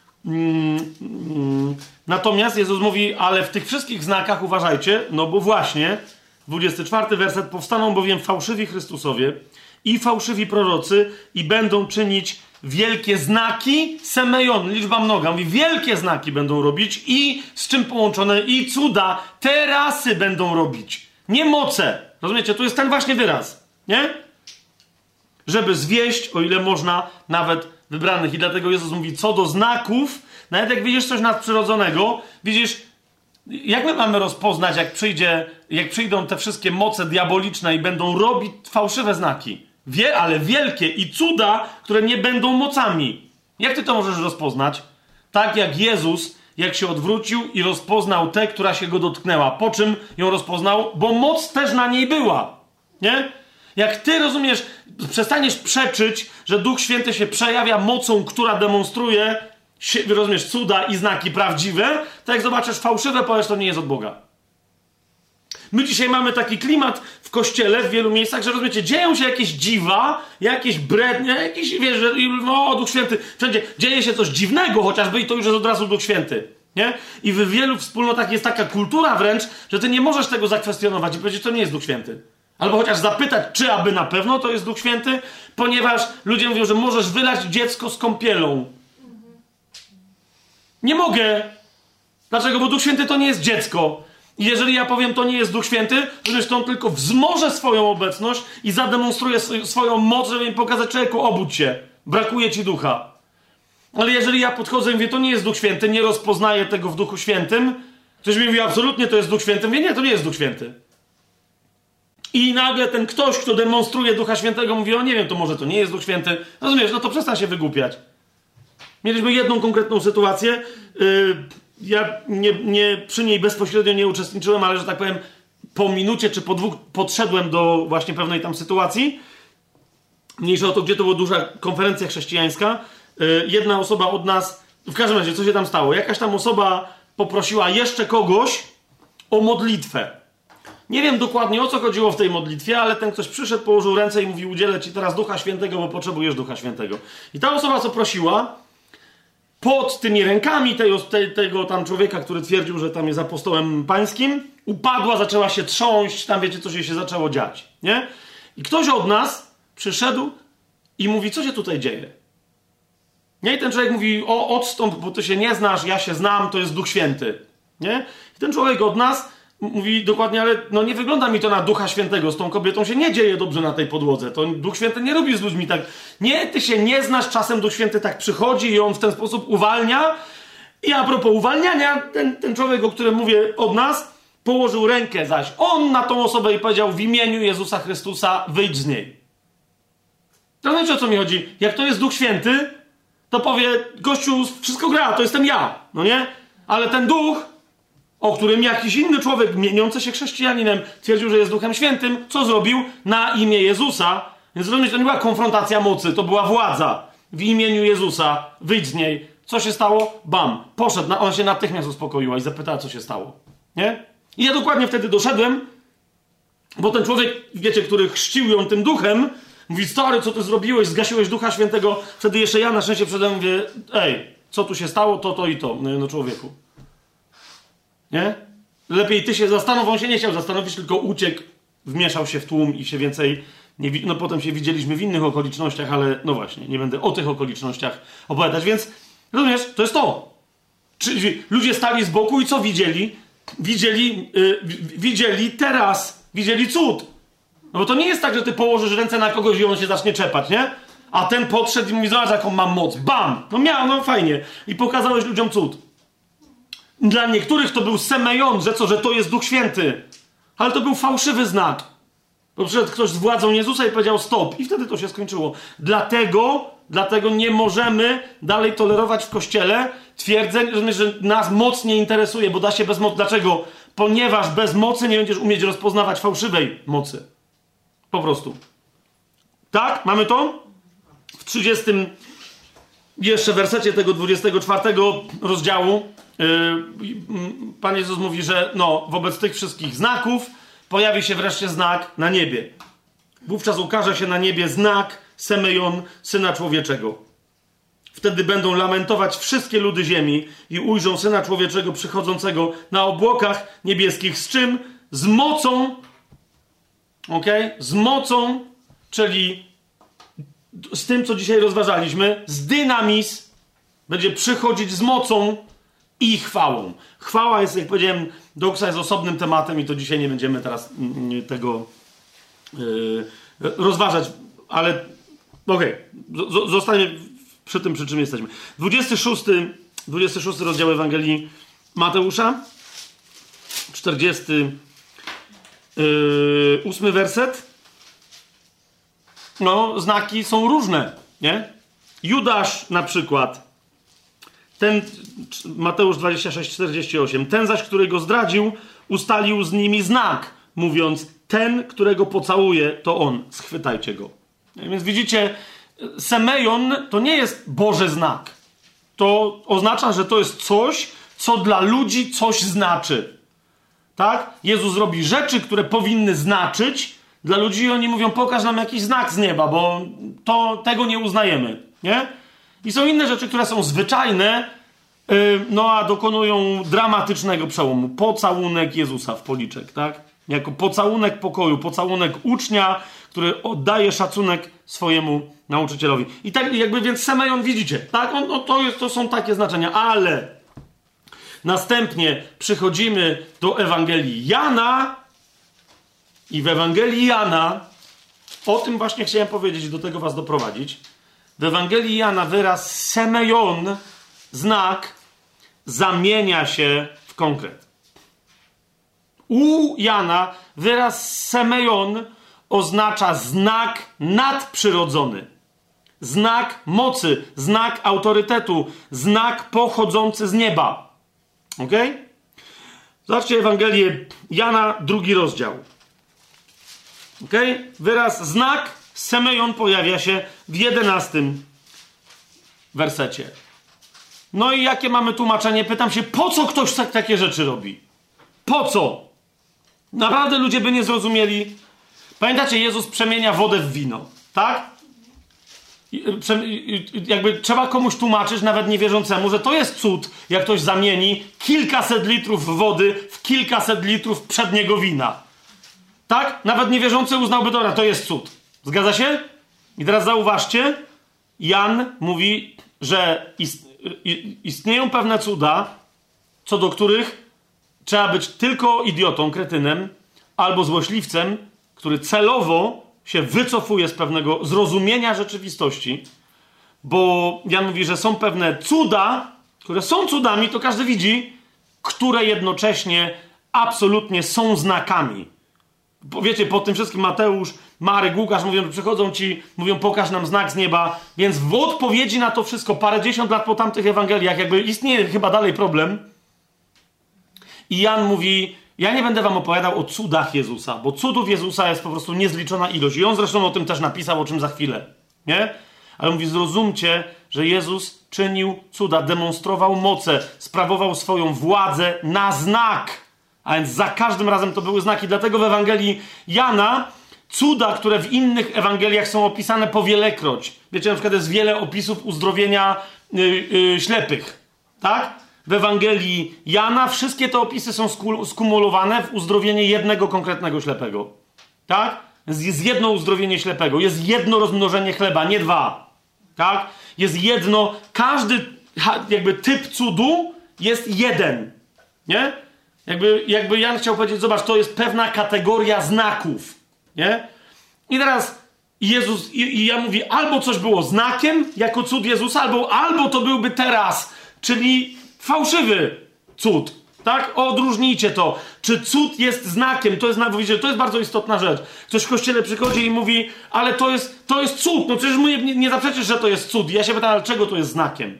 Natomiast Jezus mówi, ale w tych wszystkich znakach uważajcie, no bo właśnie 24 werset, powstaną bowiem fałszywi Chrystusowie i fałszywi prorocy i będą czynić wielkie znaki, semeion, liczba mnoga, mówi, wielkie znaki będą robić i z czym połączone, i cuda, terasy będą robić, nie moce. Rozumiecie, tu jest ten właśnie wyraz, nie? Żeby zwieść, o ile można, nawet wybranych. I dlatego Jezus mówi, co do znaków, nawet jak widzisz coś nadprzyrodzonego, widzisz, jak my mamy rozpoznać, jak przyjdą te wszystkie moce diaboliczne i będą robić fałszywe znaki? ale wielkie i cuda, które nie będą mocami. Jak ty to możesz rozpoznać? Tak jak Jezus, jak się odwrócił i rozpoznał tę, która się go dotknęła. Po czym ją rozpoznał? Bo moc też na niej była. Nie? Jak ty rozumiesz, przestaniesz przeczyć, że Duch Święty się przejawia mocą, która demonstruje, rozumiesz, cuda i znaki prawdziwe, to jak zobaczysz fałszywe, powiesz, to nie jest od Boga. My dzisiaj mamy taki klimat w kościele, w wielu miejscach, że rozumiecie, dzieją się jakieś dziwa, jakieś brednie, jakieś, wiesz, że Duch Święty, wszędzie dzieje się coś dziwnego chociażby i to już jest od razu Duch Święty, nie? I w wielu wspólnotach jest taka kultura wręcz, że ty nie możesz tego zakwestionować i powiedzieć, to nie jest Duch Święty. Albo chociaż zapytać, czy aby na pewno to jest Duch Święty, ponieważ ludzie mówią, że możesz wylać dziecko z kąpielą. Nie mogę. Dlaczego? Bo Duch Święty to nie jest dziecko. I jeżeli ja powiem, to nie jest Duch Święty, to on tylko wzmoże swoją obecność i zademonstruje swoją moc, żeby im pokazać, człowieku, obudź się. Brakuje ci ducha. Ale jeżeli ja podchodzę i mówię, to nie jest Duch Święty, nie rozpoznaję tego w Duchu Świętym, ktoś mi mówi, absolutnie to jest Duch Święty. Mówię, nie, to nie jest Duch Święty. I nagle ten ktoś, kto demonstruje Ducha Świętego, mówi, o nie wiem, to może to nie jest Duch Święty. Rozumiesz, no to przestań się wygłupiać. Mieliśmy jedną konkretną sytuację. Ja przy niej bezpośrednio nie uczestniczyłem, ale, że tak powiem, po minucie czy po dwóch podszedłem do właśnie pewnej tam sytuacji. Mniejsza o to, gdzie to była duża konferencja chrześcijańska. Jedna osoba od nas, w każdym razie, co się tam stało? Jakaś tam osoba poprosiła jeszcze kogoś o modlitwę. Nie wiem dokładnie, o co chodziło w tej modlitwie, ale ten ktoś przyszedł, położył ręce i mówił, udzielę ci teraz Ducha Świętego, bo potrzebujesz Ducha Świętego. I ta osoba, co prosiła, pod tymi rękami tego tam człowieka, który twierdził, że tam jest apostołem pańskim, upadła, zaczęła się trząść, tam wiecie, co się zaczęło dziać, nie? I ktoś od nas przyszedł i mówi, co się tutaj dzieje? Nie? I ten człowiek mówi, odstąp, bo ty się nie znasz, ja się znam, to jest Duch Święty, nie? I ten człowiek od nas mówi dokładnie, ale no nie wygląda mi to na Ducha Świętego, z tą kobietą się nie dzieje dobrze na tej podłodze, to Duch Święty nie robi z ludźmi tak, nie, ty się nie znasz, czasem Duch Święty tak przychodzi i on w ten sposób uwalnia. I a propos uwalniania, ten człowiek, o którym mówię od nas, położył rękę zaś on na tą osobę i powiedział, w imieniu Jezusa Chrystusa wyjdź z niej. To wiecie, o co mi chodzi? Jak to jest Duch Święty, to powie, gościu, wszystko gra, to jestem ja, no nie? Ale ten Duch, o którym jakiś inny człowiek, mieniący się chrześcijaninem, twierdził, że jest Duchem Świętym, co zrobił? Na imię Jezusa. Więc rozumiecie, to nie była konfrontacja mocy, to była władza. W imieniu Jezusa, wyjdź z niej. Co się stało? Bam. Poszedł, ona się natychmiast uspokoiła i zapytała, co się stało. Nie? I ja dokładnie wtedy doszedłem, bo ten człowiek, wiecie, który chrzcił ją tym duchem, mówi, stary, co ty zrobiłeś? Zgasiłeś Ducha Świętego. Wtedy jeszcze ja na szczęście przedem mówię, ej, co tu się stało? To i to. No człowieku. Nie? Lepiej ty się zastanów, on się nie chciał zastanowić, tylko uciekł, wmieszał się w tłum i się więcej nie... No potem się widzieliśmy w innych okolicznościach, ale no właśnie, nie będę o tych okolicznościach opowiadać, więc rozumiesz, to jest to. Czyli ludzie stali z boku i co widzieli? Widzieli teraz, widzieli cud. No bo to nie jest tak, że ty położysz ręce na kogoś i on się zacznie czepać, nie? A ten podszedł i mówi, zobacz jaką mam moc. Bam! No fajnie. I pokazałeś ludziom cud. Dla niektórych to był semejon, że to jest Duch Święty. Ale to był fałszywy znak. Bo przyszedł ktoś z władzą Jezusa i powiedział stop. I wtedy to się skończyło. Dlatego nie możemy dalej tolerować w Kościele twierdzeń, że nas moc nie interesuje, bo da się bez mocy. Dlaczego? Ponieważ bez mocy nie będziesz umieć rozpoznawać fałszywej mocy. Po prostu. Tak? Mamy to? W 30 jeszcze wersecie tego 24 rozdziału Pan Jezus mówi, że wobec tych wszystkich znaków pojawi się wreszcie znak na niebie. Wówczas ukaże się na niebie znak Semejon, Syna Człowieczego. Wtedy będą lamentować wszystkie ludy ziemi i ujrzą Syna Człowieczego przychodzącego na obłokach niebieskich. Z czym? Z mocą, z mocą, czyli z tym, co dzisiaj rozważaliśmy, z dynamis, będzie przychodzić z mocą i chwałą. Chwała jest, jak powiedziałem, doksa jest osobnym tematem i to dzisiaj nie będziemy teraz tego rozważać, ale zostanie przy tym, przy czym jesteśmy. 26 rozdział Ewangelii Mateusza, 48 werset. znaki są różne, nie? Judasz na przykład, ten, Mateusz 26:48, ten zaś, który go zdradził, ustalił z nimi znak, mówiąc, ten, którego pocałuje, to on, schwytajcie go. Więc widzicie, Semeion to nie jest Boży znak. To oznacza, że to jest coś, co dla ludzi coś znaczy. Tak? Jezus robi rzeczy, które powinny znaczyć dla ludzi i oni mówią, pokaż nam jakiś znak z nieba, bo tego nie uznajemy. Nie? I są inne rzeczy, które są zwyczajne, a dokonują dramatycznego przełomu. Pocałunek Jezusa w policzek, tak? Jako pocałunek pokoju, pocałunek ucznia, który oddaje szacunek swojemu nauczycielowi. I tak więc Semeion widzicie, tak? To są takie znaczenia, ale następnie przychodzimy do Ewangelii Jana i w Ewangelii Jana, o tym właśnie chciałem powiedzieć, do tego was doprowadzić. W Ewangelii Jana wyraz Semeion, znak, zamienia się w konkret. U Jana wyraz Semeion oznacza znak nadprzyrodzony, znak mocy, znak autorytetu, znak pochodzący z nieba. Ok? Zobaczcie Ewangelię Jana, 2 rozdział. Ok? Wyraz znak Semeion pojawia się w 11 wersecie. No i jakie mamy tłumaczenie? Pytam się, po co ktoś takie rzeczy robi? Po co? Naprawdę ludzie by nie zrozumieli. Pamiętacie, Jezus przemienia wodę w wino, tak? Jakby trzeba komuś tłumaczyć, nawet niewierzącemu, że to jest cud, jak ktoś zamieni kilkaset litrów wody w kilkaset litrów przedniego wina. Tak? Nawet niewierzący uznałby, dobra, to jest cud. Zgadza się? I teraz zauważcie, Jan mówi, że istnieją pewne cuda, co do których trzeba być tylko idiotą, kretynem, albo złośliwcem, który celowo się wycofuje z pewnego zrozumienia rzeczywistości, bo Jan mówi, że są pewne cuda, które są cudami, to każdy widzi, które jednocześnie absolutnie są znakami. Bo wiecie, po tym wszystkim Mateusz, Marek, Łukasz mówią, że przychodzą ci, mówią, pokaż nam znak z nieba, więc w odpowiedzi na to wszystko, parędziesiąt lat po tamtych Ewangeliach, jakby istnieje chyba dalej problem. I Jan mówi, ja nie będę wam opowiadał o cudach Jezusa, bo cudów Jezusa jest po prostu niezliczona ilość. I on zresztą o tym też napisał, o czym za chwilę. Nie? Ale mówi, zrozumcie, że Jezus czynił cuda, demonstrował moce, sprawował swoją władzę na znak. A więc za każdym razem to były znaki. Dlatego w Ewangelii Jana cuda, które w innych Ewangeliach są opisane powielekroć. Wiecie, na przykład jest wiele opisów uzdrowienia ślepych. Tak? W Ewangelii Jana wszystkie te opisy są skumulowane w uzdrowienie jednego konkretnego ślepego. Tak? Jest jedno uzdrowienie ślepego. Jest jedno rozmnożenie chleba, nie dwa. Tak? Jest jedno, każdy jakby typ cudu jest jeden. Nie? Jakby Jan chciał powiedzieć, zobacz, to jest pewna kategoria znaków. Nie? I teraz Jezus, i ja mówię, albo coś było znakiem, jako cud Jezusa, albo to byłby teraz, czyli fałszywy cud. Tak? Odróżnijcie to. Czy cud jest znakiem? To jest bardzo istotna rzecz. Ktoś w kościele przychodzi i mówi, ale to jest cud. No przecież nie zaprzeczysz, że to jest cud. Ja się pytam, ale czego to jest znakiem?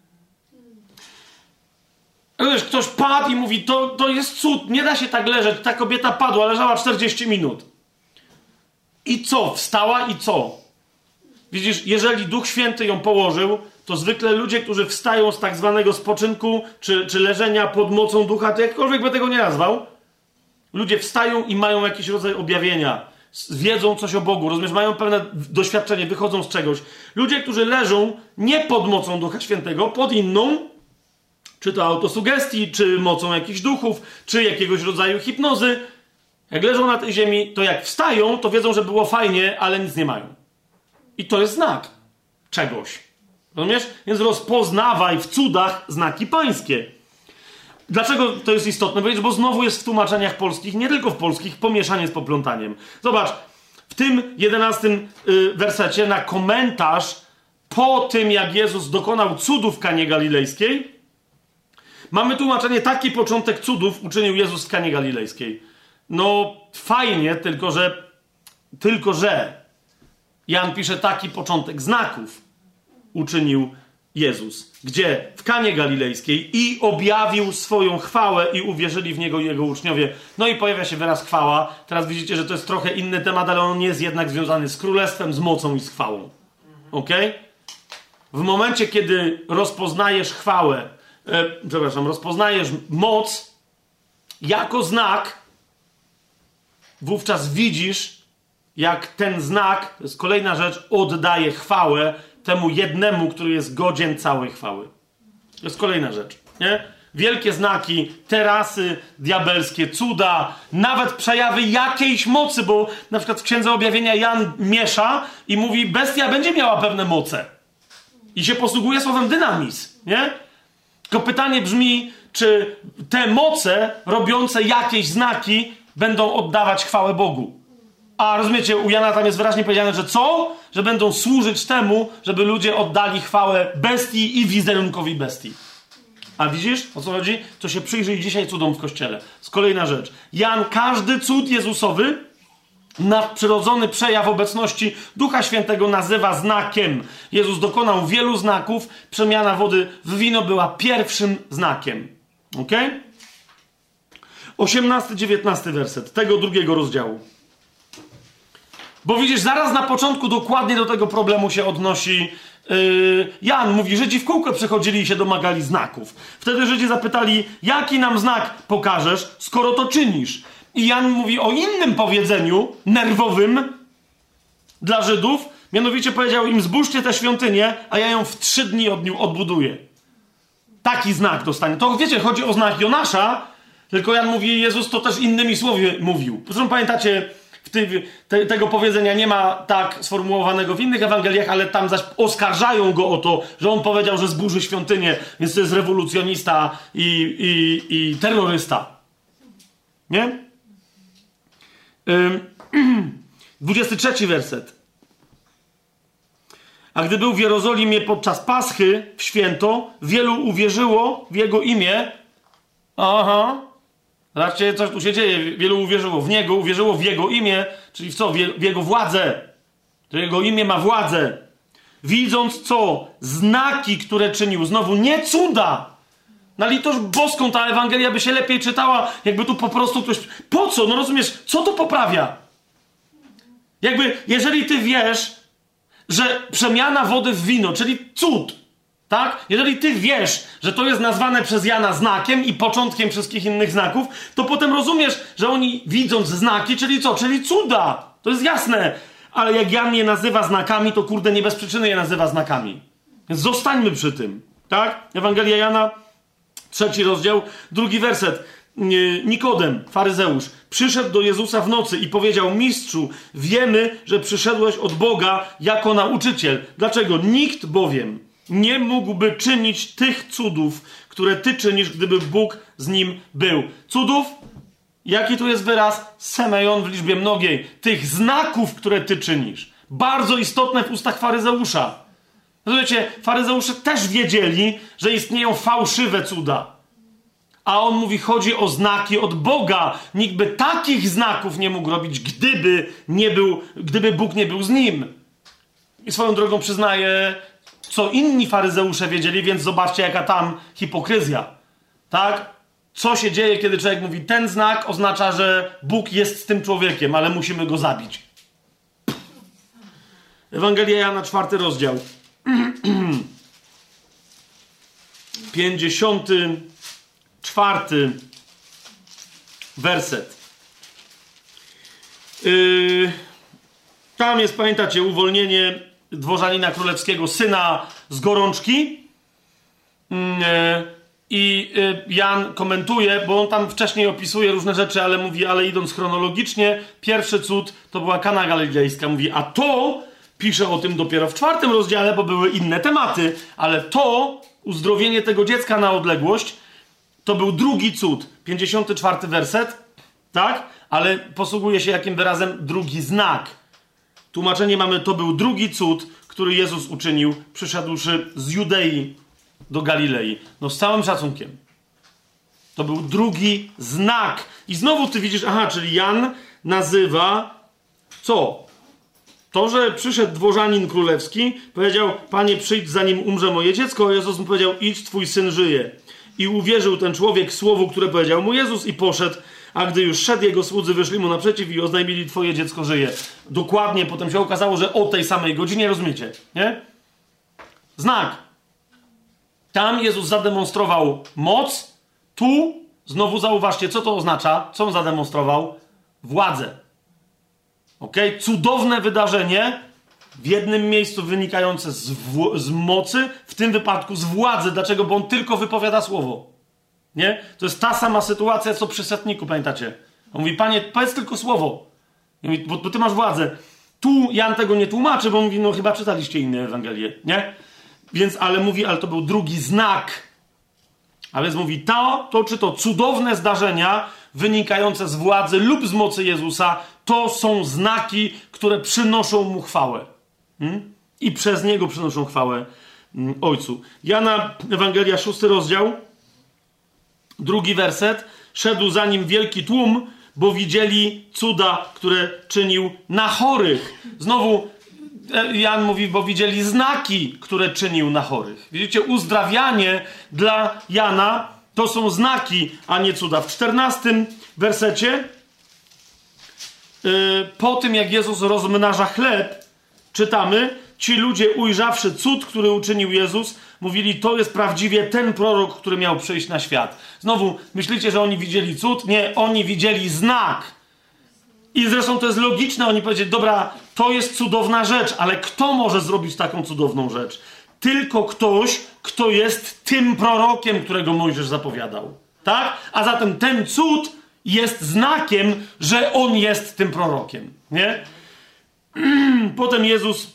Wiesz, ktoś padł i mówi, to jest cud, nie da się tak leżeć, ta kobieta padła, leżała 40 minut. I co? Wstała i co? Widzisz, jeżeli Duch Święty ją położył, to zwykle ludzie, którzy wstają z tak zwanego spoczynku, czy leżenia pod mocą Ducha, to jakkolwiek by tego nie nazwał, ludzie wstają i mają jakiś rodzaj objawienia, wiedzą coś o Bogu, rozumiesz, mają pewne doświadczenie, wychodzą z czegoś. Ludzie, którzy leżą nie pod mocą Ducha Świętego, pod inną, czy to autosugestii, czy mocą jakichś duchów, czy jakiegoś rodzaju hipnozy. Jak leżą na tej ziemi, to jak wstają, to wiedzą, że było fajnie, ale nic nie mają. I to jest znak czegoś. Rozumiesz? Więc rozpoznawaj w cudach znaki pańskie. Dlaczego to jest istotne? Bo znowu jest w tłumaczeniach polskich, nie tylko w polskich, pomieszanie z poplątaniem. Zobacz, w tym 11 wersecie na komentarz po tym, jak Jezus dokonał cudów w Kanie Galilejskiej, mamy tłumaczenie, taki początek cudów uczynił Jezus w Kanie Galilejskiej. No fajnie, tylko że Jan pisze, taki początek znaków uczynił Jezus. Gdzie? W Kanie Galilejskiej i objawił swoją chwałę i uwierzyli w Niego Jego uczniowie. No i pojawia się wyraz chwała. Teraz widzicie, że to jest trochę inny temat, ale on nie jest jednak związany z królestwem, z mocą i z chwałą. Okej? W momencie, kiedy rozpoznajesz chwałę, rozpoznajesz moc jako znak, wówczas widzisz, jak ten znak, to jest kolejna rzecz, oddaje chwałę temu jednemu, który jest godzien całej chwały. To jest kolejna rzecz, nie? Wielkie znaki, terasy diabelskie, cuda, nawet przejawy jakiejś mocy, bo na przykład w Księdze Objawienia Jan miesza i mówi, bestia będzie miała pewne moce. I się posługuje słowem dynamizm, nie? Tylko pytanie brzmi, czy te moce robiące jakieś znaki będą oddawać chwałę Bogu. A rozumiecie, u Jana tam jest wyraźnie powiedziane, że co? Że będą służyć temu, żeby ludzie oddali chwałę bestii i wizerunkowi bestii. A widzisz, o co chodzi? To się przyjrzyj dzisiaj cudom w Kościele. To jest kolejna rzecz. Jan każdy cud Jezusowy, nadprzyrodzony przejaw obecności Ducha Świętego nazywa znakiem. Jezus dokonał wielu znaków. Przemiana wody w wino była pierwszym znakiem. Okej? 18-19 werset tego 2 rozdziału. Bo widzisz, zaraz na początku dokładnie do tego problemu się odnosi Jan. Mówi, Żydzi w kółko przychodzili i się domagali znaków. Wtedy Żydzi zapytali, jaki nam znak pokażesz, skoro to czynisz? I Jan mówi o innym powiedzeniu nerwowym dla Żydów. Mianowicie powiedział im, zbóżcie tę świątynię, a ja ją w 3 dni odbuduję. Taki znak dostanie. To wiecie, chodzi o znak Jonasza, tylko Jan mówi, Jezus to też innymi słowy mówił. Zresztą pamiętacie, tego powiedzenia nie ma tak sformułowanego w innych Ewangeliach, ale tam zaś oskarżają go o to, że on powiedział, że zburzy świątynię, więc to jest rewolucjonista i terrorysta. Nie? 23 werset. A gdy był w Jerozolimie podczas Paschy w święto, wielu uwierzyło w Jego imię. Aha. Zobaczcie, coś tu się dzieje. Wielu uwierzyło w Niego, uwierzyło w Jego imię, czyli w co? W Jego władzę. To Jego imię ma władzę. Widząc co? Znaki, które czynił. Znowu nie cuda. Na litość boską ta Ewangelia by się lepiej czytała, jakby tu po prostu ktoś... Po co? No rozumiesz, co to poprawia? Jakby, jeżeli ty wiesz, że przemiana wody w wino, czyli cud, tak? Jeżeli ty wiesz, że to jest nazwane przez Jana znakiem i początkiem wszystkich innych znaków, to potem rozumiesz, że oni widząc znaki, czyli co? Czyli cuda. To jest jasne. Ale jak Jan je nazywa znakami, to kurde nie bez przyczyny je nazywa znakami. Więc zostańmy przy tym, tak? Ewangelia Jana, 3 rozdział, 2 werset. Nikodem, faryzeusz, przyszedł do Jezusa w nocy i powiedział, mistrzu, wiemy, że przyszedłeś od Boga jako nauczyciel. Dlaczego? Nikt bowiem nie mógłby czynić tych cudów, które ty czynisz, gdyby Bóg z nim był. Cudów? Jaki tu jest wyraz? Semeion w liczbie mnogiej. Tych znaków, które ty czynisz. Bardzo istotne w ustach faryzeusza. Rozumiecie, faryzeusze też wiedzieli, że istnieją fałszywe cuda. A on mówi, chodzi o znaki od Boga. Nikt by takich znaków nie mógł robić, gdyby Bóg nie był z nim. I swoją drogą przyznaję, co inni faryzeusze wiedzieli, więc zobaczcie, jaka tam hipokryzja. Tak? Co się dzieje, kiedy człowiek mówi, ten znak oznacza, że Bóg jest z tym człowiekiem, ale musimy go zabić. Ewangelia Jana, 4 rozdział. 54 werset. Tam jest, pamiętacie, uwolnienie dworzanina królewskiego, syna z gorączki. I Jan komentuje, bo on tam wcześniej opisuje różne rzeczy, ale mówi, ale idąc chronologicznie, pierwszy cud to była Kana Galilejska. Mówi, a to pisze o tym dopiero w 4 rozdziale, bo były inne tematy, ale to uzdrowienie tego dziecka na odległość to był drugi cud. 54 werset, tak? Ale posługuje się jakim wyrazem? Drugi znak. Tłumaczenie mamy, to był drugi cud, który Jezus uczynił, przyszedłszy z Judei do Galilei. No z całym szacunkiem. To był drugi znak. I znowu ty widzisz, aha, czyli Jan nazywa co? To, że przyszedł dworzanin królewski, powiedział: Panie, przyjdź, zanim umrze moje dziecko, a Jezus mu powiedział: idź, twój syn żyje. I uwierzył ten człowiek słowu, które powiedział mu Jezus, i poszedł, a gdy już szedł, jego słudzy wyszli mu naprzeciw i oznajmili: twoje dziecko żyje. Dokładnie, potem się okazało, że o tej samej godzinie, rozumiecie, nie? Znak. Tam Jezus zademonstrował moc, tu, znowu zauważcie, co to oznacza, co on zademonstrował? Władzę. Okej? Cudowne wydarzenie, w jednym miejscu wynikające z mocy, w tym wypadku z władzy. Dlaczego? Bo on tylko wypowiada słowo. Nie? To jest ta sama sytuacja, co przy setniku, pamiętacie? On mówi: Panie, powiedz tylko słowo, mówi, bo ty masz władzę. Tu Jan tego nie tłumaczy, bo mówi: no chyba czytaliście inne Ewangelie, nie? Więc, ale mówi, ale to był drugi znak. Ale mówi, czy to cudowne zdarzenia wynikające z władzy lub z mocy Jezusa, to są znaki, które przynoszą mu chwałę. I przez niego przynoszą chwałę Ojcu. Jana, Ewangelia, 6 rozdział, 2 werset. Szedł za nim wielki tłum, bo widzieli cuda, które czynił na chorych. Znowu Jan mówi, bo widzieli znaki, które czynił na chorych. Widzicie, uzdrawianie dla Jana to są znaki, a nie cuda. W 14 wersecie, po tym jak Jezus rozmnaża chleb, czytamy: ci ludzie, ujrzawszy cud, który uczynił Jezus, mówili: to jest prawdziwie ten prorok, który miał przyjść na świat. Znowu, myślicie, że oni widzieli cud? Nie, oni widzieli znak. I zresztą to jest logiczne, oni powiedzieli: dobra, to jest cudowna rzecz, ale kto może zrobić taką cudowną rzecz? Tylko ktoś, kto jest tym prorokiem, którego Mojżesz zapowiadał. Tak? A zatem ten cud jest znakiem, że on jest tym prorokiem. Nie? Potem Jezus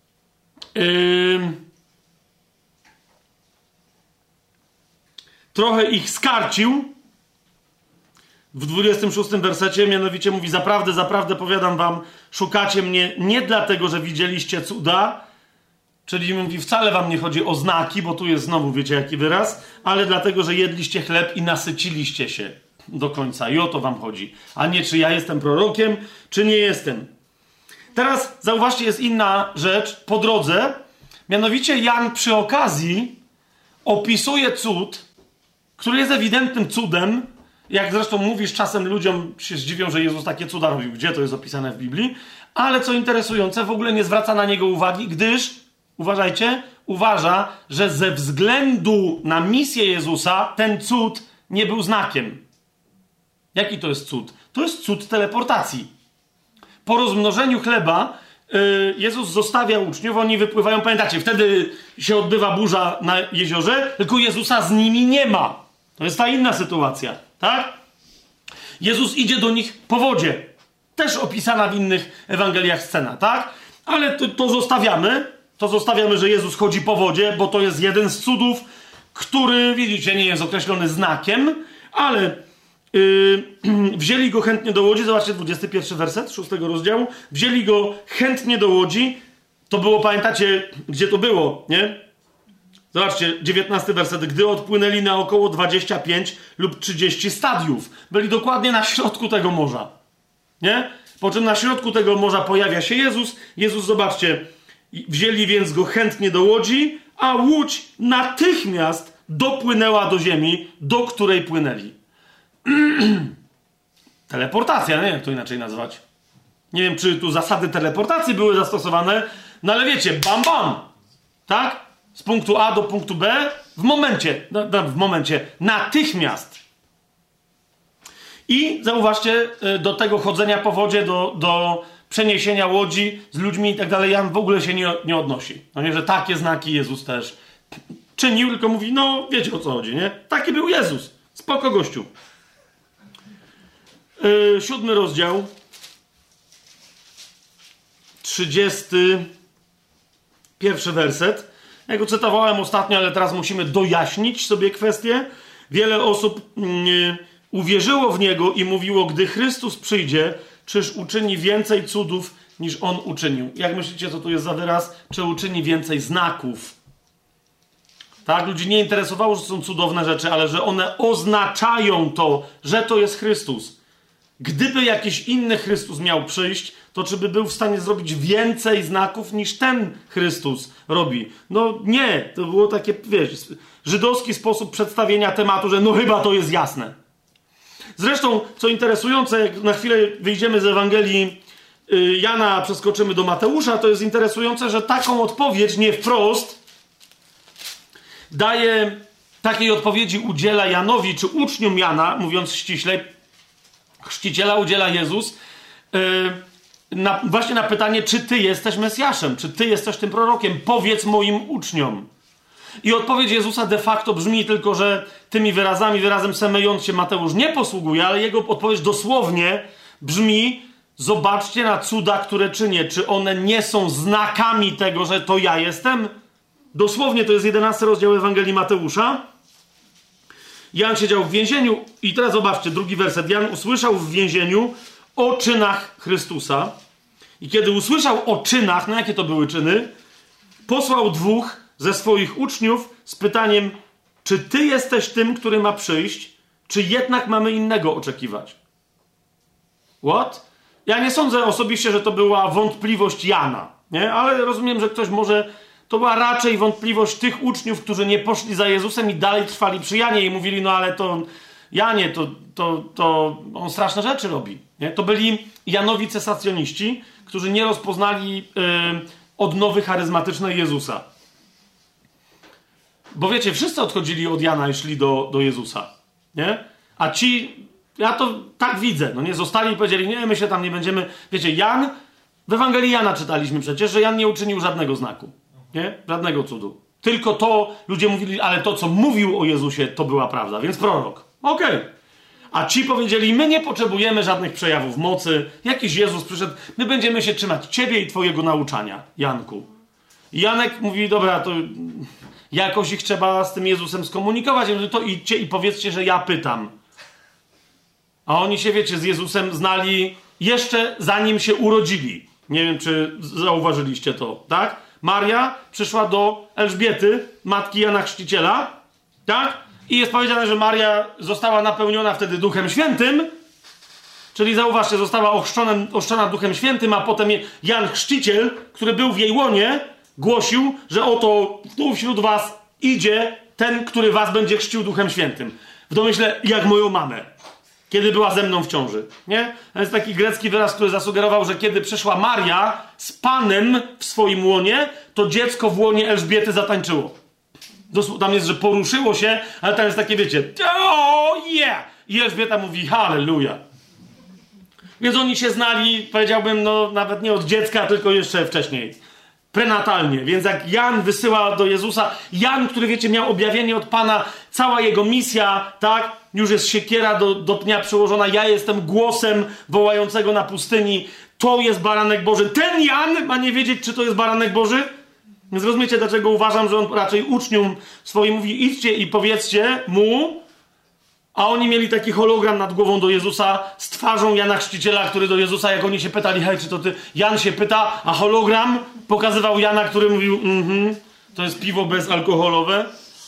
trochę ich skarcił. W 26 wersecie mianowicie mówi: zaprawdę, zaprawdę powiadam wam, szukacie mnie nie dlatego, że widzieliście cuda, czyli mówi, wcale wam nie chodzi o znaki, bo tu jest znowu, wiecie jaki wyraz, ale dlatego, że jedliście chleb i nasyciliście się do końca. I o to wam chodzi. A nie, czy ja jestem prorokiem, czy nie jestem. Teraz zauważcie, jest inna rzecz po drodze. Mianowicie Jan przy okazji opisuje cud, który jest ewidentnym cudem. Jak zresztą mówisz czasem, ludziom się zdziwią, że Jezus takie cuda robił. Gdzie to jest opisane w Biblii? Ale co interesujące, w ogóle nie zwraca na niego uwagi, gdyż, uważajcie, uważa, że ze względu na misję Jezusa ten cud nie był znakiem. Jaki to jest cud? To jest cud teleportacji. Po rozmnożeniu chleba Jezus zostawia uczniów, oni wypływają. Pamiętacie, wtedy się odbywa burza na jeziorze, tylko Jezusa z nimi nie ma. To jest ta inna sytuacja, tak? Jezus idzie do nich po wodzie. Też opisana w innych Ewangeliach scena, tak? Ale to zostawiamy. To zostawiamy, że Jezus chodzi po wodzie, bo to jest jeden z cudów, który, widzicie, nie jest określony znakiem, ale wzięli go chętnie do łodzi. Zobaczcie, 21 werset 6 rozdziału. Wzięli go chętnie do łodzi. To było, pamiętacie, gdzie to było, nie? Zobaczcie, 19 werset. Gdy odpłynęli na około 25 lub 30 stadiów. Byli dokładnie na środku tego morza. Nie? Po czym na środku tego morza pojawia się Jezus. Jezus, zobaczcie, wzięli więc go chętnie do łodzi, a łódź natychmiast dopłynęła do ziemi, do której płynęli. Teleportacja, nie? Jak to inaczej nazwać? Nie wiem, czy tu zasady teleportacji były zastosowane, no ale wiecie, bam, bam. Tak? Z punktu A do punktu B w momencie, natychmiast. I zauważcie, do tego chodzenia po wodzie, do przeniesienia łodzi z ludźmi i tak dalej, Jan w ogóle się nie odnosi. No nie, że takie znaki Jezus też czynił, tylko mówi, no wiecie o co chodzi, nie? Taki był Jezus. Spoko gościu. 7 rozdział. 31 werset. Ja go cytowałem ostatnio, ale teraz musimy dojaśnić sobie kwestię. Wiele osób uwierzyło w Niego i mówiło, gdy Chrystus przyjdzie, czyż uczyni więcej cudów niż On uczynił. Jak myślicie, co tu jest za wyraz? Czy uczyni więcej znaków? Tak, ludzi nie interesowało, że są cudowne rzeczy, ale że one oznaczają to, że to jest Chrystus. Gdyby jakiś inny Chrystus miał przyjść, to czy by był w stanie zrobić więcej znaków niż ten Chrystus robi? No nie, to było takie, wiesz, żydowski sposób przedstawienia tematu, że no chyba to jest jasne. Zresztą, co interesujące, jak na chwilę wyjdziemy z Ewangelii Jana, przeskoczymy do Mateusza, to jest interesujące, że taką odpowiedź nie wprost daje, takiej odpowiedzi udziela Janowi, czy uczniom Jana, mówiąc ściślej, chrzciciela udziela Jezus, właśnie na pytanie, czy ty jesteś Mesjaszem, czy ty jesteś tym prorokiem, powiedz moim uczniom. I odpowiedź Jezusa de facto brzmi tylko, że tymi wyrazem semeując się Mateusz nie posługuje, ale jego odpowiedź dosłownie brzmi: zobaczcie na cuda, które czynię. Czy one nie są znakami tego, że to ja jestem? Dosłownie to jest 11 rozdział Ewangelii Mateusza. Jan siedział w więzieniu i teraz zobaczcie, drugi werset. Jan usłyszał w więzieniu o czynach Chrystusa. I kiedy usłyszał o czynach, no jakie to były czyny? Posłał 2 ze swoich uczniów z pytaniem: czy ty jesteś tym, który ma przyjść, czy jednak mamy innego oczekiwać? What? Ja nie sądzę osobiście, że to była wątpliwość Jana, nie? Ale rozumiem, że ktoś może... To była raczej wątpliwość tych uczniów, którzy nie poszli za Jezusem i dalej trwali przy Janie i mówili: no ale to Janie, to on straszne rzeczy robi. Nie? To byli Janowi cesacjoniści, którzy nie rozpoznali odnowy charyzmatycznej Jezusa. Bo wiecie, wszyscy odchodzili od Jana i szli do Jezusa. Nie? A ci, ja to tak widzę, no nie, zostali i powiedzieli: nie, my się tam nie będziemy... Wiecie, Jan, w Ewangelii Jana czytaliśmy przecież, że Jan nie uczynił żadnego znaku. Nie? Żadnego cudu. Tylko to, ludzie mówili, ale to, co mówił o Jezusie, to była prawda, więc prorok. Okej. A ci powiedzieli: my nie potrzebujemy żadnych przejawów mocy, jakiś Jezus przyszedł, my będziemy się trzymać ciebie i twojego nauczania, Janku. I Janek mówi: dobra, to jakoś ich trzeba z tym Jezusem skomunikować, to idźcie i powiedzcie, że ja pytam. A oni się, wiecie, z Jezusem znali jeszcze zanim się urodzili. Nie wiem, czy zauważyliście to, tak? Maria przyszła do Elżbiety, matki Jana Chrzciciela, tak? I jest powiedziane, że Maria została napełniona wtedy Duchem Świętym, czyli zauważcie, została ochrzczona Duchem Świętym, a potem Jan Chrzciciel, który był w jej łonie, głosił, że oto tu wśród was idzie ten, który was będzie chrzcił Duchem Świętym. W domyśle jak moją mamę, kiedy była ze mną w ciąży. Nie? To jest taki grecki wyraz, który zasugerował, że kiedy przyszła Maria z Panem w swoim łonie, to dziecko w łonie Elżbiety zatańczyło. Tam jest, że poruszyło się, ale tam jest takie, wiecie, oh yeah! I Elżbieta mówi: halleluja. Więc oni się znali, powiedziałbym, no nawet nie od dziecka, tylko jeszcze wcześniej. Prenatalnie. Więc jak Jan wysyła do Jezusa, Jan, który, wiecie, miał objawienie od Pana, cała jego misja, tak? Już jest siekiera do pnia przyłożona. Ja jestem głosem wołającego na pustyni. To jest baranek Boży. Ten Jan ma nie wiedzieć, czy to jest baranek Boży? Więc rozumiecie, dlaczego uważam, że on raczej uczniom swoim mówi: idźcie i powiedzcie mu. A oni mieli taki hologram nad głową do Jezusa z twarzą Jana Chrzciciela, który do Jezusa, jak oni się pytali: hej, czy to ty? Jan się pyta, a hologram pokazywał Jana, który mówił: to jest piwo bezalkoholowe.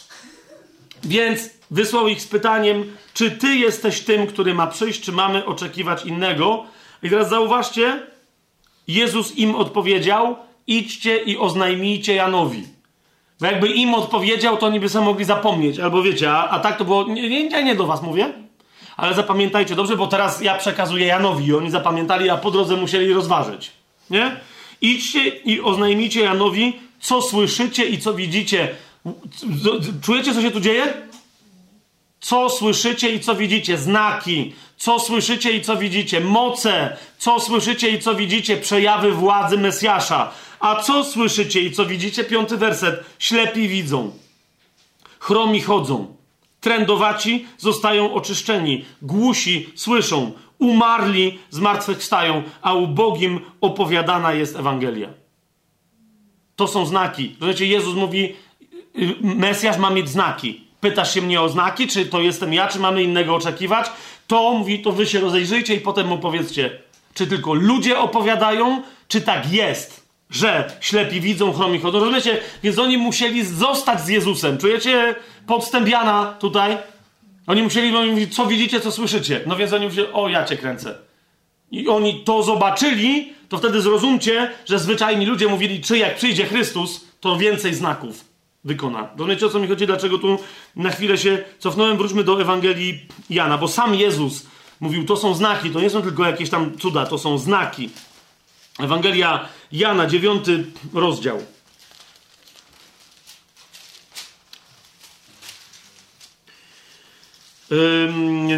Więc wysłał ich z pytaniem: czy ty jesteś tym, który ma przyjść, czy mamy oczekiwać innego? I teraz zauważcie, Jezus im odpowiedział: idźcie i oznajmijcie Janowi. Bo jakby im odpowiedział, to oni by sobie mogli zapomnieć. Albo wiecie, a tak to było... Nie do was mówię, ale zapamiętajcie dobrze, bo teraz ja przekazuję Janowi i oni zapamiętali, a po drodze musieli rozważyć. Nie? Idźcie i oznajmijcie Janowi, co słyszycie i co widzicie. Czujecie, co się tu dzieje? Co słyszycie i co widzicie? Znaki. Co słyszycie i co widzicie? Moce. Co słyszycie i co widzicie? Przejawy władzy Mesjasza. A co słyszycie i co widzicie? 5 werset. Ślepi widzą. Chromi chodzą. Trędowaci zostają oczyszczeni. Głusi słyszą. Umarli zmartwychwstają. A ubogim opowiadana jest Ewangelia. To są znaki. Rozumiecie, Jezus mówi: Mesjasz ma mieć znaki. Pytasz się mnie o znaki, czy to jestem ja, czy mamy innego oczekiwać? To mówi, to wy się rozejrzyjcie i potem mu powiedzcie, czy tylko ludzie opowiadają, czy tak jest, że ślepi widzą, chromi chodzą. Rozumiecie? Więc oni musieli zostać z Jezusem. Czujecie podstęp Jana tutaj? Oni mówić: co widzicie, co słyszycie? No więc oni mówili: o, ja cię kręcę. I oni to zobaczyli, to wtedy zrozumcie, że zwyczajni ludzie mówili, czy jak przyjdzie Chrystus, to więcej znaków wykona. Rozumiecie, o co mi chodzi? Dlaczego tu na chwilę się cofnąłem? Wróćmy do Ewangelii Jana, bo sam Jezus mówił, to są znaki, to nie są tylko jakieś tam cuda, to są znaki. Ewangelia Jana, 9 rozdział. Yy...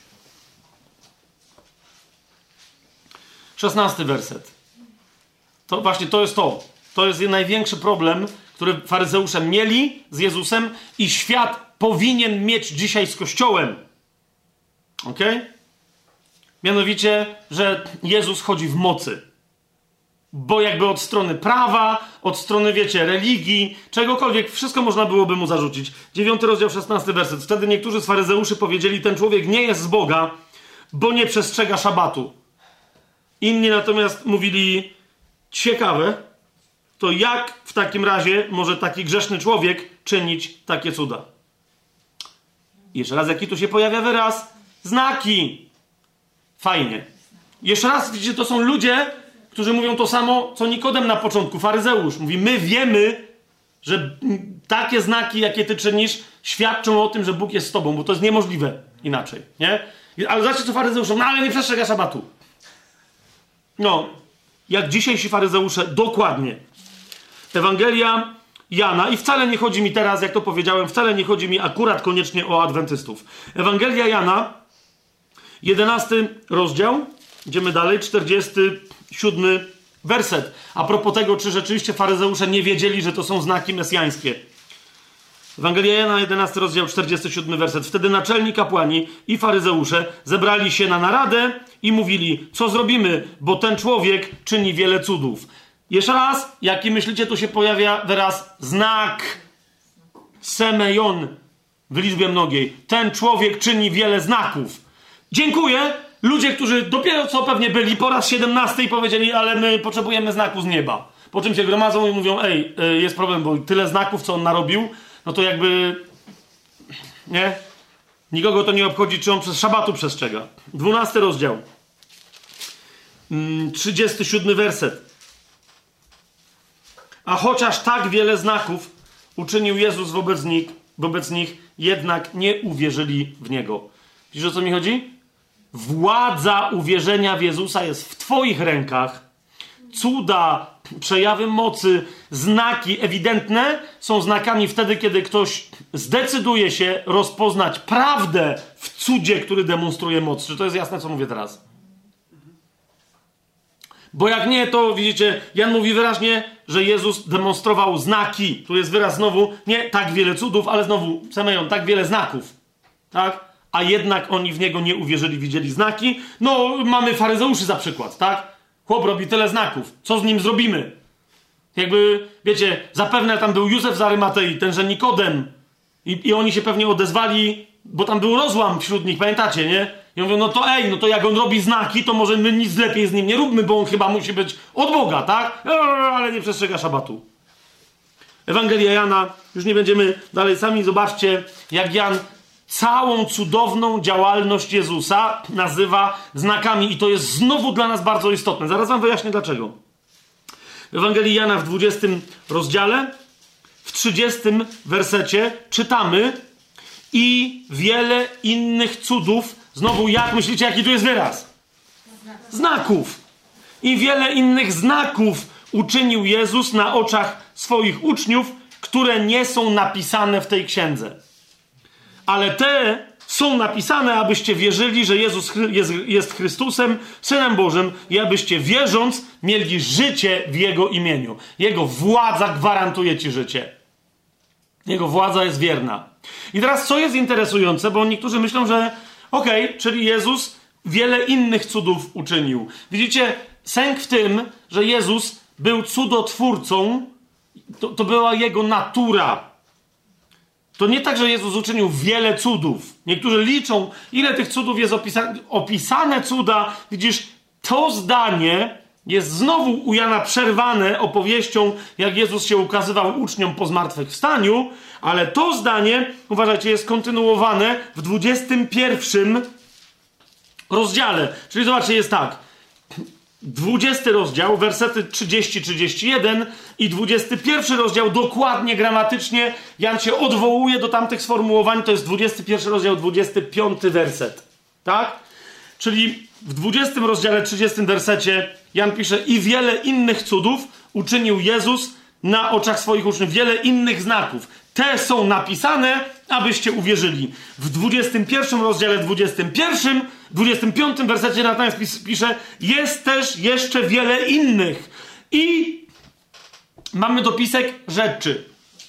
16 werset. To właśnie to jest to. To jest największy problem, który faryzeusze mieli z Jezusem i świat powinien mieć dzisiaj z Kościołem. Ok? Mianowicie, że Jezus chodzi w mocy. Bo jakby od strony prawa, od strony, wiecie, religii, czegokolwiek, wszystko można byłoby mu zarzucić. 9 rozdział, 16 werset. Wtedy niektórzy z faryzeuszy powiedzieli, ten człowiek nie jest z Boga, bo nie przestrzega szabatu. Inni natomiast mówili, ciekawe, to jak w takim razie może taki grzeszny człowiek czynić takie cuda? Jeszcze raz, jaki tu się pojawia wyraz? Znaki. Fajnie. Jeszcze raz, widzicie, to są ludzie, którzy mówią to samo, co Nikodem na początku, faryzeusz. Mówi, my wiemy, że takie znaki, jakie ty czynisz, świadczą o tym, że Bóg jest z tobą, bo to jest niemożliwe inaczej, nie? Ale zobaczcie, co faryzeusz, no ale nie przestrzega szabatu. No, jak dzisiejsi faryzeusze, dokładnie. Ewangelia Jana, i wcale nie chodzi mi teraz, jak to powiedziałem, wcale nie chodzi mi akurat koniecznie o adwentystów. Ewangelia Jana, 11 rozdział, idziemy dalej, 47 werset. A propos tego, czy rzeczywiście faryzeusze nie wiedzieli, że to są znaki mesjańskie. Ewangelia Jana, 11 rozdział, 47 werset. Wtedy naczelni kapłani i faryzeusze zebrali się na naradę i mówili, co zrobimy, bo ten człowiek czyni wiele cudów. Jeszcze raz, jaki myślicie, tu się pojawia wyraz znak. Semejon w liczbie mnogiej. Ten człowiek czyni wiele znaków. Dziękuję. Ludzie, którzy dopiero co pewnie byli po raz 17 i powiedzieli, ale my potrzebujemy znaku z nieba. Po czym się gromadzą i mówią, jest problem, bo tyle znaków, co on narobił, no to jakby, nie? Nikogo to nie obchodzi, czy on przez szabatu przestrzega. 12 rozdział. 37 werset. A chociaż tak wiele znaków uczynił Jezus wobec nich, jednak nie uwierzyli w Niego. Widzisz, o co mi chodzi? Władza uwierzenia w Jezusa jest w twoich rękach. Cuda, przejawy mocy, znaki ewidentne są znakami wtedy, kiedy ktoś zdecyduje się rozpoznać prawdę w cudzie, który demonstruje moc. Czy to jest jasne, co mówię teraz? Bo jak nie, to widzicie, Jan mówi wyraźnie, że Jezus demonstrował znaki. Tu jest wyraz znowu, nie tak wiele cudów, ale znowu, Semejon, tak wiele znaków. Tak? A jednak oni w Niego nie uwierzyli, widzieli znaki. No, mamy faryzeuszy za przykład, tak? Chłop robi tyle znaków. Co z nim zrobimy? Jakby, wiecie, zapewne tam był Józef z Arymatei, tenże Nikodem. I oni się pewnie odezwali, bo tam był rozłam wśród nich, pamiętacie, nie? I mówią, no to jak on robi znaki, to może my nic lepiej z nim nie róbmy, bo on chyba musi być od Boga, tak? Ale nie przestrzega szabatu. Ewangelia Jana, już nie będziemy dalej, sami zobaczcie, jak Jan całą cudowną działalność Jezusa nazywa znakami i to jest znowu dla nas bardzo istotne. Zaraz wam wyjaśnię dlaczego. W Ewangelii Jana w 20 rozdziale, w 30 wersecie czytamy i wiele innych cudów. Znowu, jak myślicie, jaki tu jest wyraz? Znaków. I wiele innych znaków uczynił Jezus na oczach swoich uczniów, które nie są napisane w tej księdze. Ale te są napisane, abyście wierzyli, że Jezus jest Chrystusem, Synem Bożym i abyście wierząc mieli życie w Jego imieniu. Jego władza gwarantuje ci życie. Jego władza jest wierna. I teraz co jest interesujące, bo niektórzy myślą, że czyli Jezus wiele innych cudów uczynił. Widzicie, sęk w tym, że Jezus był cudotwórcą, to była Jego natura. To nie tak, że Jezus uczynił wiele cudów. Niektórzy liczą, ile tych cudów jest opisane cuda. Widzisz, to zdanie jest znowu u Jana przerwane opowieścią, jak Jezus się ukazywał uczniom po zmartwychwstaniu, ale to zdanie, uważajcie, jest kontynuowane w 21 rozdziale. Czyli zobaczcie, jest tak. 20 rozdział, wersety 30-31 i 21 rozdział dokładnie gramatycznie Jan się odwołuje do tamtych sformułowań, to jest 21 rozdział, 25 werset. Tak? Czyli w 20 rozdziale, 30 wersecie Jan pisze: i wiele innych cudów uczynił Jezus na oczach swoich uczniów. Wiele innych znaków. Te są napisane, abyście uwierzyli. W 21 rozdziale, 25 wersecie natomiast pisze: jest też jeszcze wiele innych. I mamy dopisek rzeczy.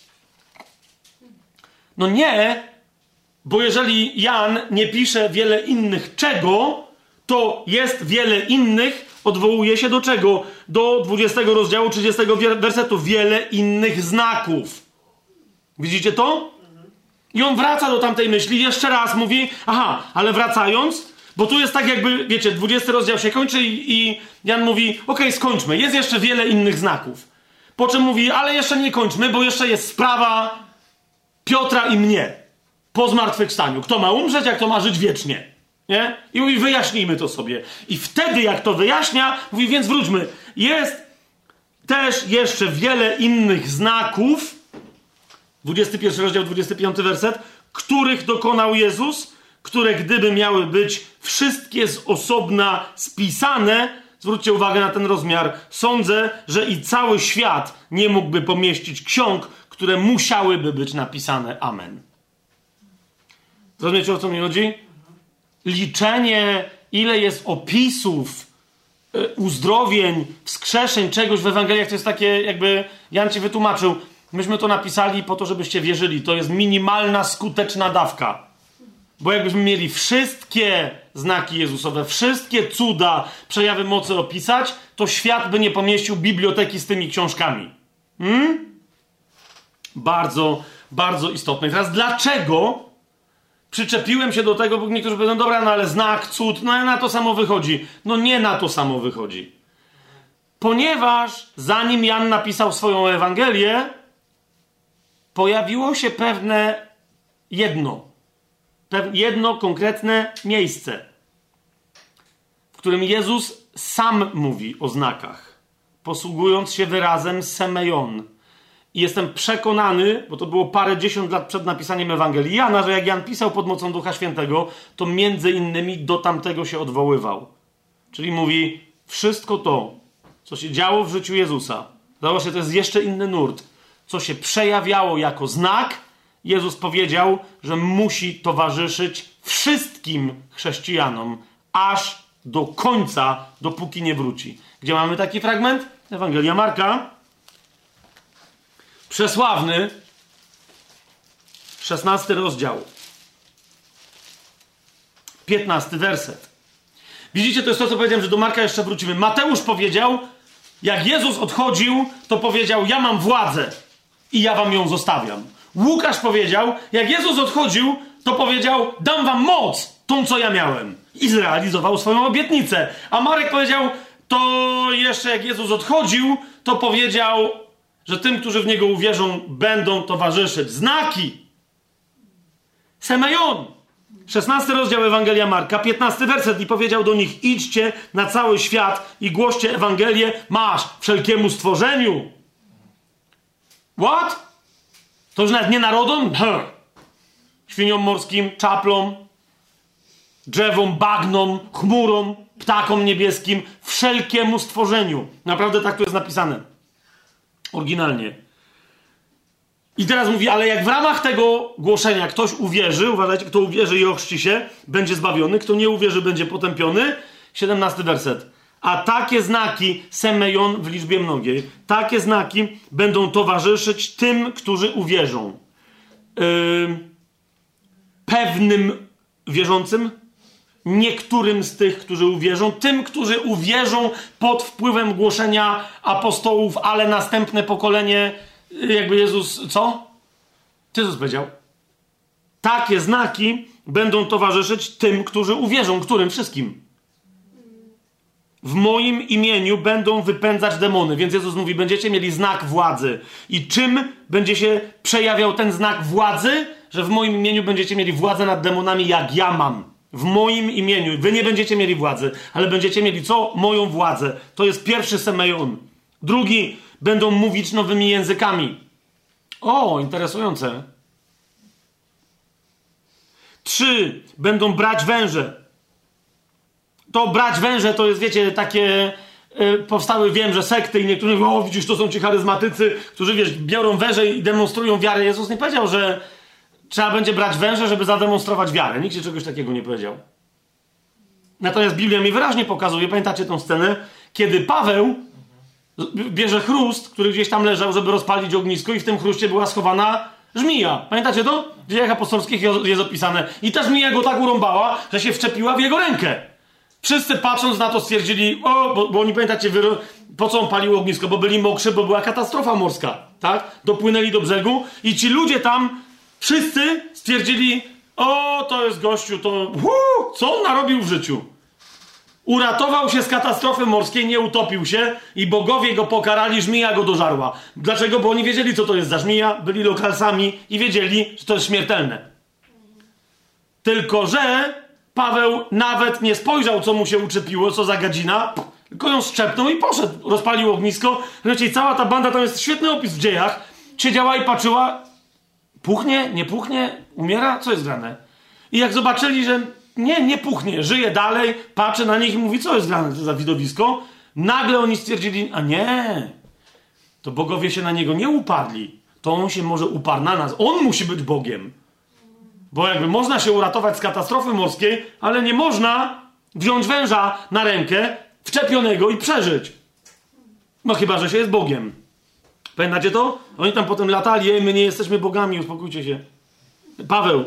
No nie, bo jeżeli Jan nie pisze wiele innych czego, to jest wiele innych, odwołuje się do czego? Do 20 rozdziału, 30 wersetu. Wiele innych znaków. Widzicie to? I on wraca do tamtej myśli, jeszcze raz mówi, aha, ale wracając, bo tu jest tak jakby, wiecie, 20 rozdział się kończy i Jan mówi, okej, skończmy, jest jeszcze wiele innych znaków. Po czym mówi, ale jeszcze nie kończmy, bo jeszcze jest sprawa Piotra i mnie po zmartwychwstaniu. Kto ma umrzeć, a kto ma żyć wiecznie. Nie? I mówi, wyjaśnijmy to sobie. I wtedy, jak to wyjaśnia, mówi, więc wróćmy. Jest też jeszcze wiele innych znaków, 21 rozdział, 25 werset, których dokonał Jezus, które gdyby miały być wszystkie z osobna spisane, zwróćcie uwagę na ten rozmiar, sądzę, że i cały świat nie mógłby pomieścić ksiąg, które musiałyby być napisane. Amen. Rozumiecie, o co mi chodzi? Liczenie, ile jest opisów, uzdrowień, wskrzeszeń, czegoś w Ewangeliach, to jest takie, jakby Jan ci wytłumaczył, myśmy to napisali po to, żebyście wierzyli. To jest minimalna, skuteczna dawka. Bo jakbyśmy mieli wszystkie znaki Jezusowe, wszystkie cuda, przejawy mocy opisać, to świat by nie pomieścił biblioteki z tymi książkami. Bardzo, bardzo istotne. I teraz dlaczego przyczepiłem się do tego, bo niektórzy powiedzą, dobra, no ale znak, cud, no na to samo wychodzi. No nie na to samo wychodzi. Ponieważ zanim Jan napisał swoją Ewangelię, pojawiło się pewne jedno konkretne miejsce, w którym Jezus sam mówi o znakach, posługując się wyrazem semeion. I jestem przekonany, bo to było parędziesiąt lat przed napisaniem Ewangelii Jana, że jak Jan pisał pod mocą Ducha Świętego, to między innymi do tamtego się odwoływał. Czyli mówi, wszystko to, co się działo w życiu Jezusa, zobaczcie, to jest jeszcze inny nurt, co się przejawiało jako znak, Jezus powiedział, że musi towarzyszyć wszystkim chrześcijanom, aż do końca, dopóki nie wróci. Gdzie mamy taki fragment? Ewangelia Marka. Przesławny, 16 rozdział, 15 werset. Widzicie, to jest to, co powiedziałem, że do Marka jeszcze wrócimy. Mateusz powiedział, jak Jezus odchodził, to powiedział, ja mam władzę i ja wam ją zostawiam. Łukasz powiedział, jak Jezus odchodził, to powiedział, dam wam moc, tą, co ja miałem. I zrealizował swoją obietnicę. A Marek powiedział, to jeszcze jak Jezus odchodził, to powiedział, że tym, którzy w Niego uwierzą, będą towarzyszyć znaki. Semeion. 16 rozdział Ewangelia Marka, 15 werset. I powiedział do nich, idźcie na cały świat i głoście Ewangelię, masz wszelkiemu stworzeniu. What? To już nawet nie narodom? Świniom morskim, czaplom, drzewom, bagnom, chmurom, ptakom niebieskim, wszelkiemu stworzeniu. Naprawdę tak tu jest napisane. Oryginalnie. I teraz mówi, ale jak w ramach tego głoszenia ktoś uwierzy, uważajcie, kto uwierzy i ochrzci się, będzie zbawiony, kto nie uwierzy, będzie potępiony. 17 werset. A takie znaki, semeion w liczbie mnogiej, takie znaki będą towarzyszyć tym, którzy uwierzą. Pewnym wierzącym, niektórym z tych, którzy uwierzą, tym, którzy uwierzą pod wpływem głoszenia apostołów, ale następne pokolenie, jakby Jezus, co? Jezus powiedział. Takie znaki będą towarzyszyć tym, którzy uwierzą. Którym? Wszystkim. W moim imieniu będą wypędzać demony. Więc Jezus mówi, będziecie mieli znak władzy. I czym będzie się przejawiał ten znak władzy? Że w moim imieniu będziecie mieli władzę nad demonami, jak ja mam w moim imieniu. Wy nie będziecie mieli władzy, ale będziecie mieli co? Moją władzę. To jest pierwszy Semejon. Drugi, będą mówić nowymi językami. O, interesujące. 3, będą brać węże. To brać węże to jest, wiecie, takie... powstały, wiem, że sekty i niektórzy mówią, o widzisz, to są ci charyzmatycy, którzy, wiesz, biorą węże i demonstrują wiarę. Jezus nie powiedział, że trzeba będzie brać węże, żeby zademonstrować wiarę. Nikt się czegoś takiego nie powiedział. Natomiast Biblia mi wyraźnie pokazuje, pamiętacie tą scenę, kiedy Paweł bierze chrust, który gdzieś tam leżał, żeby rozpalić ognisko i w tym chruście była schowana żmija. Pamiętacie to? W Dziejach Apostolskich jest opisane. I ta żmija go tak urąbała, że się wczepiła w jego rękę. Wszyscy patrząc na to stwierdzili, bo oni, pamiętacie, po co on palił ognisko? Bo byli mokrzy, bo była katastrofa morska, tak? Dopłynęli do brzegu i ci ludzie tam, wszyscy stwierdzili, o, to jest gościu, to co on narobił w życiu? Uratował się z katastrofy morskiej, nie utopił się i bogowie go pokarali, żmija go dożarła. Dlaczego? Bo oni wiedzieli, co to jest za żmija, byli lokalsami i wiedzieli, że to jest śmiertelne. Tylko że Paweł nawet nie spojrzał, co mu się uczepiło, co za gadzina, tylko ją szczepnął i poszedł. Rozpalił ognisko. Wiecie, cała ta banda, to jest świetny opis w Dziejach, siedziała i patrzyła, puchnie, nie puchnie, umiera, co jest grane? I jak zobaczyli, że nie puchnie, żyje dalej, patrzy na nich i mówi, co jest grane za widowisko, nagle oni stwierdzili, a nie, to bogowie się na niego nie uparli, to on się może uparł na nas, on musi być Bogiem. Bo jakby można się uratować z katastrofy morskiej, ale nie można wziąć węża na rękę, wczepionego i przeżyć. No chyba, że się jest Bogiem. Pamiętacie to? Oni tam potem latali, my nie jesteśmy bogami, uspokójcie się. Paweł,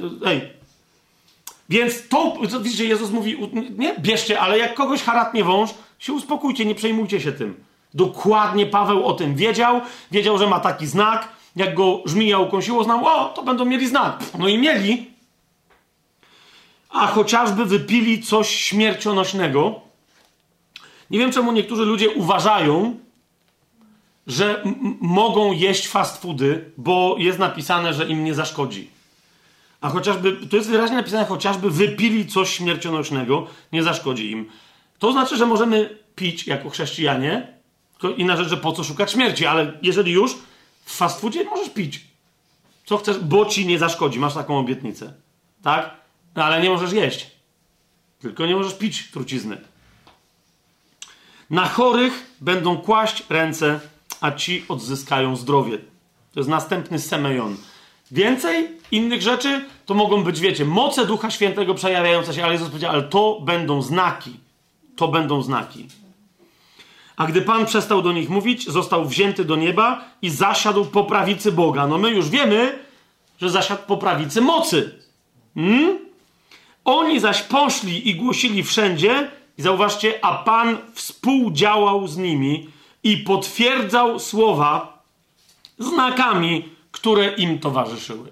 Więc to, widzicie, Jezus mówi, nie bierzcie, ale jak kogoś haratnie wąż, się uspokójcie, nie przejmujcie się tym. Dokładnie Paweł o tym wiedział, że ma taki znak, jak go żmija ukąsiło, znał, to będą mieli znak. No i mieli. A chociażby wypili coś śmiercionośnego. Nie wiem, czemu niektórzy ludzie uważają, że mogą jeść fast foody, bo jest napisane, że im nie zaszkodzi. A chociażby, tu jest wyraźnie napisane, chociażby wypili coś śmiercionośnego, nie zaszkodzi im. To znaczy, że możemy pić jako chrześcijanie, tylko inna rzecz, że po co szukać śmierci, ale jeżeli już, w fast foodzie możesz pić. Co chcesz, bo ci nie zaszkodzi, masz taką obietnicę. Tak? No, ale nie możesz jeść. Tylko nie możesz pić trucizny. Na chorych będą kłaść ręce, a ci odzyskają zdrowie. To jest następny Semejon. Więcej innych rzeczy to mogą być, wiecie, moce Ducha Świętego przejawiające się, ale Jezus powiedział, ale to będą znaki. To będą znaki. A gdy Pan przestał do nich mówić, został wzięty do nieba i zasiadł po prawicy Boga. No my już wiemy, że zasiadł po prawicy mocy. Oni zaś poszli i głosili wszędzie, i zauważcie, a Pan współdziałał z nimi i potwierdzał słowa znakami, które im towarzyszyły.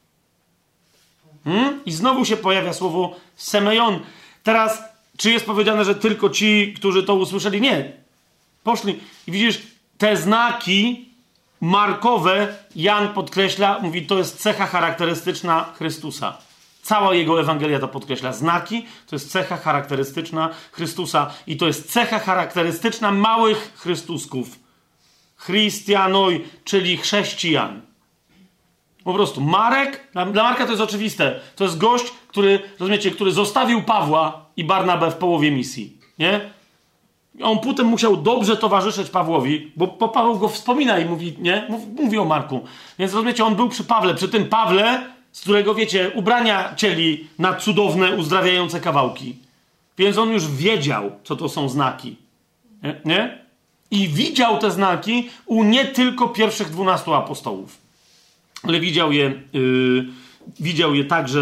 I znowu się pojawia słowo Semejon. Teraz, czy jest powiedziane, że tylko ci, którzy to usłyszeli? Nie. Poszli. I widzisz, te znaki markowe, Jan podkreśla, mówi, to jest cecha charakterystyczna Chrystusa. Cała jego Ewangelia to podkreśla. Znaki to jest cecha charakterystyczna Chrystusa. I to jest cecha charakterystyczna małych Chrystusków. Christianoi, czyli chrześcijan. Po prostu Marek, dla Marka to jest oczywiste. To jest gość, który, rozumiecie, który zostawił Pawła i Barnabę w połowie misji. Nie? On potem musiał dobrze towarzyszyć Pawłowi, bo Paweł go wspomina i mówi, nie? Mówi o Marku. Więc rozumiecie, on był przy Pawle, przy tym Pawle, z którego, wiecie, ubrania cieli na cudowne, uzdrawiające kawałki. Więc on już wiedział, co to są znaki. Nie? I widział te znaki u nie tylko pierwszych 12 apostołów. Ale widział je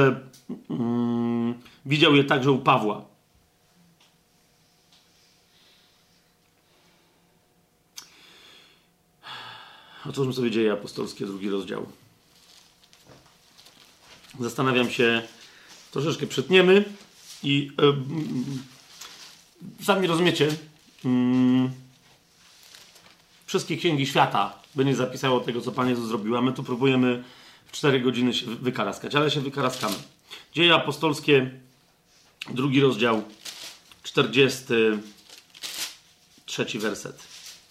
także u Pawła. Otwórzmy sobie Dzieje Apostolskie, 2 rozdział. Zastanawiam się, troszeczkę przytniemy i sami rozumiecie, wszystkie księgi świata by nie zapisało tego, co Pan Jezus zrobił, a my tu próbujemy w 4 godziny się wykaraskać, ale się wykaraskamy. Dzieje Apostolskie, 2 rozdział, 43 werset.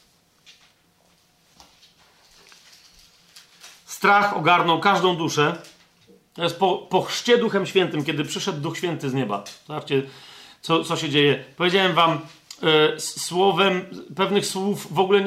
Strach ogarnął każdą duszę. To jest po chrzcie Duchem Świętym, kiedy przyszedł Duch Święty z nieba. Zobaczcie, co się dzieje. Powiedziałem wam, słowem, pewnych słów w ogóle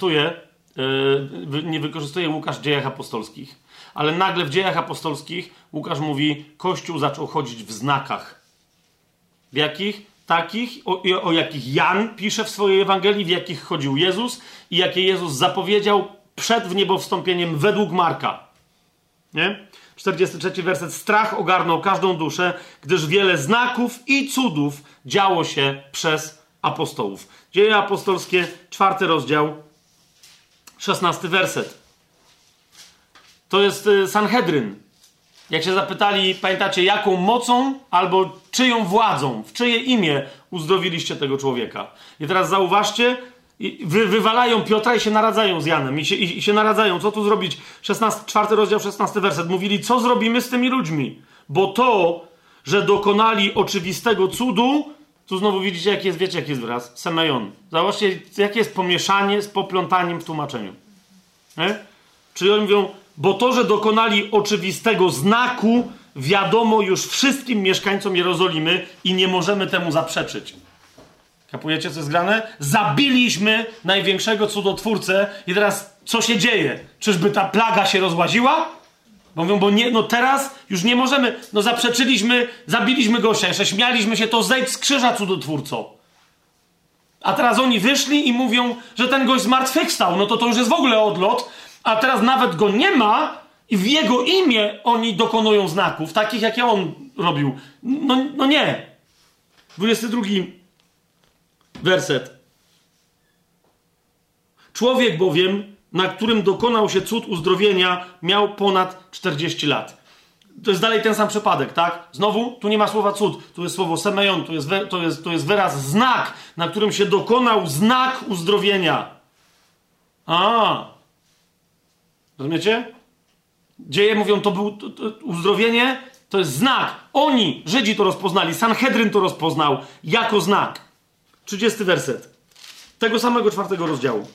nie wykorzystuje Łukasz w Dziejach Apostolskich. Ale nagle w Dziejach Apostolskich Łukasz mówi, Kościół zaczął chodzić w znakach. W jakich? Takich, o jakich Jan pisze w swojej Ewangelii, w jakich chodził Jezus i jakie Jezus zapowiedział przed wniebowstąpieniem według Marka. Nie? 43 werset. Strach ogarnął każdą duszę, gdyż wiele znaków i cudów działo się przez apostołów. Dzieje apostolskie, 4 rozdział, 16 werset. To jest Sanhedryn. Jak się zapytali, pamiętacie, jaką mocą albo czyją władzą, w czyje imię uzdrowiliście tego człowieka. I teraz zauważcie, wywalają Piotra i się naradzają z Janem. I się naradzają, co tu zrobić? 4 rozdział, 16 werset. Mówili, co zrobimy z tymi ludźmi? Bo to, że dokonali oczywistego cudu, tu znowu widzicie, wiecie, jaki jest wyraz? Semeion. Zobaczcie, jakie jest pomieszanie z poplątaniem w tłumaczeniu. Nie? Czyli oni mówią, bo to, że dokonali oczywistego znaku, wiadomo już wszystkim mieszkańcom Jerozolimy i nie możemy temu zaprzeczyć. Kapujecie, co jest grane? Zabiliśmy największego cudotwórcę i teraz co się dzieje? Czyżby ta plaga się rozłaziła? Bo mówią, bo nie, no teraz już nie możemy, no zaprzeczyliśmy, zabiliśmy gościa, jeszcze śmialiśmy się, to zejdź z krzyża, cudotwórco. A teraz oni wyszli i mówią, że ten gość zmartwychwstał, no to już jest w ogóle odlot, a teraz nawet go nie ma i w jego imię oni dokonują znaków, takich jakie on robił. No nie. 22 werset. Człowiek bowiem, na którym dokonał się cud uzdrowienia, miał ponad 40 lat. To jest dalej ten sam przypadek, tak? Znowu, tu nie ma słowa cud, tu jest słowo semeion, tu jest wyraz znak, na którym się dokonał znak uzdrowienia. Rozumiecie? Dzieje mówią, to uzdrowienie, to jest znak. Oni, Żydzi to rozpoznali, Sanhedryn to rozpoznał jako znak. 30 werset. Tego samego 4 rozdziału.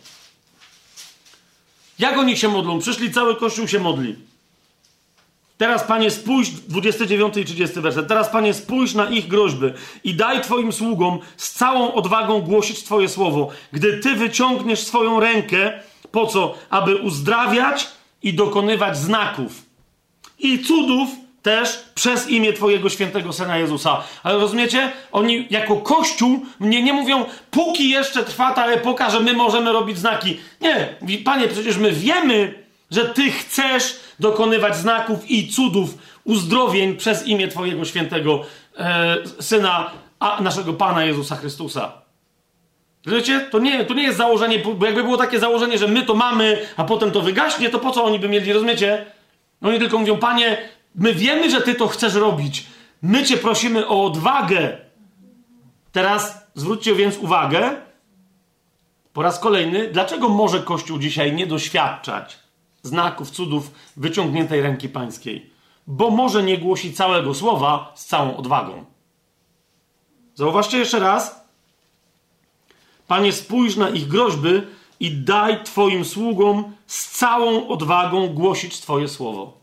Jak oni się modlą? Przyszli, cały Kościół się modli. Teraz, Panie, spójrz, 29 i 30 werset. Teraz, Panie, spójrz na ich groźby i daj Twoim sługom z całą odwagą głosić Twoje słowo. Gdy Ty wyciągniesz swoją rękę, po co? Aby uzdrawiać i dokonywać znaków. I cudów też przez imię Twojego świętego Syna Jezusa. Ale rozumiecie? Oni jako Kościół nie mówią, póki jeszcze trwa ta epoka, że my możemy robić znaki. Nie. Panie, przecież my wiemy, że Ty chcesz dokonywać znaków i cudów, uzdrowień przez imię Twojego świętego Syna, naszego Pana Jezusa Chrystusa. Wiecie? To nie jest założenie, bo jakby było takie założenie, że my to mamy, a potem to wygaśnie, to po co oni by mieli, rozumiecie? Oni tylko mówią, Panie, my wiemy, że Ty to chcesz robić. My Cię prosimy o odwagę. Teraz zwróćcie więc uwagę, po raz kolejny, dlaczego może Kościół dzisiaj nie doświadczać znaków, cudów wyciągniętej ręki pańskiej? Bo może nie głosi całego słowa z całą odwagą. Zauważcie jeszcze raz. Panie, spójrz na ich groźby i daj Twoim sługom z całą odwagą głosić Twoje słowo.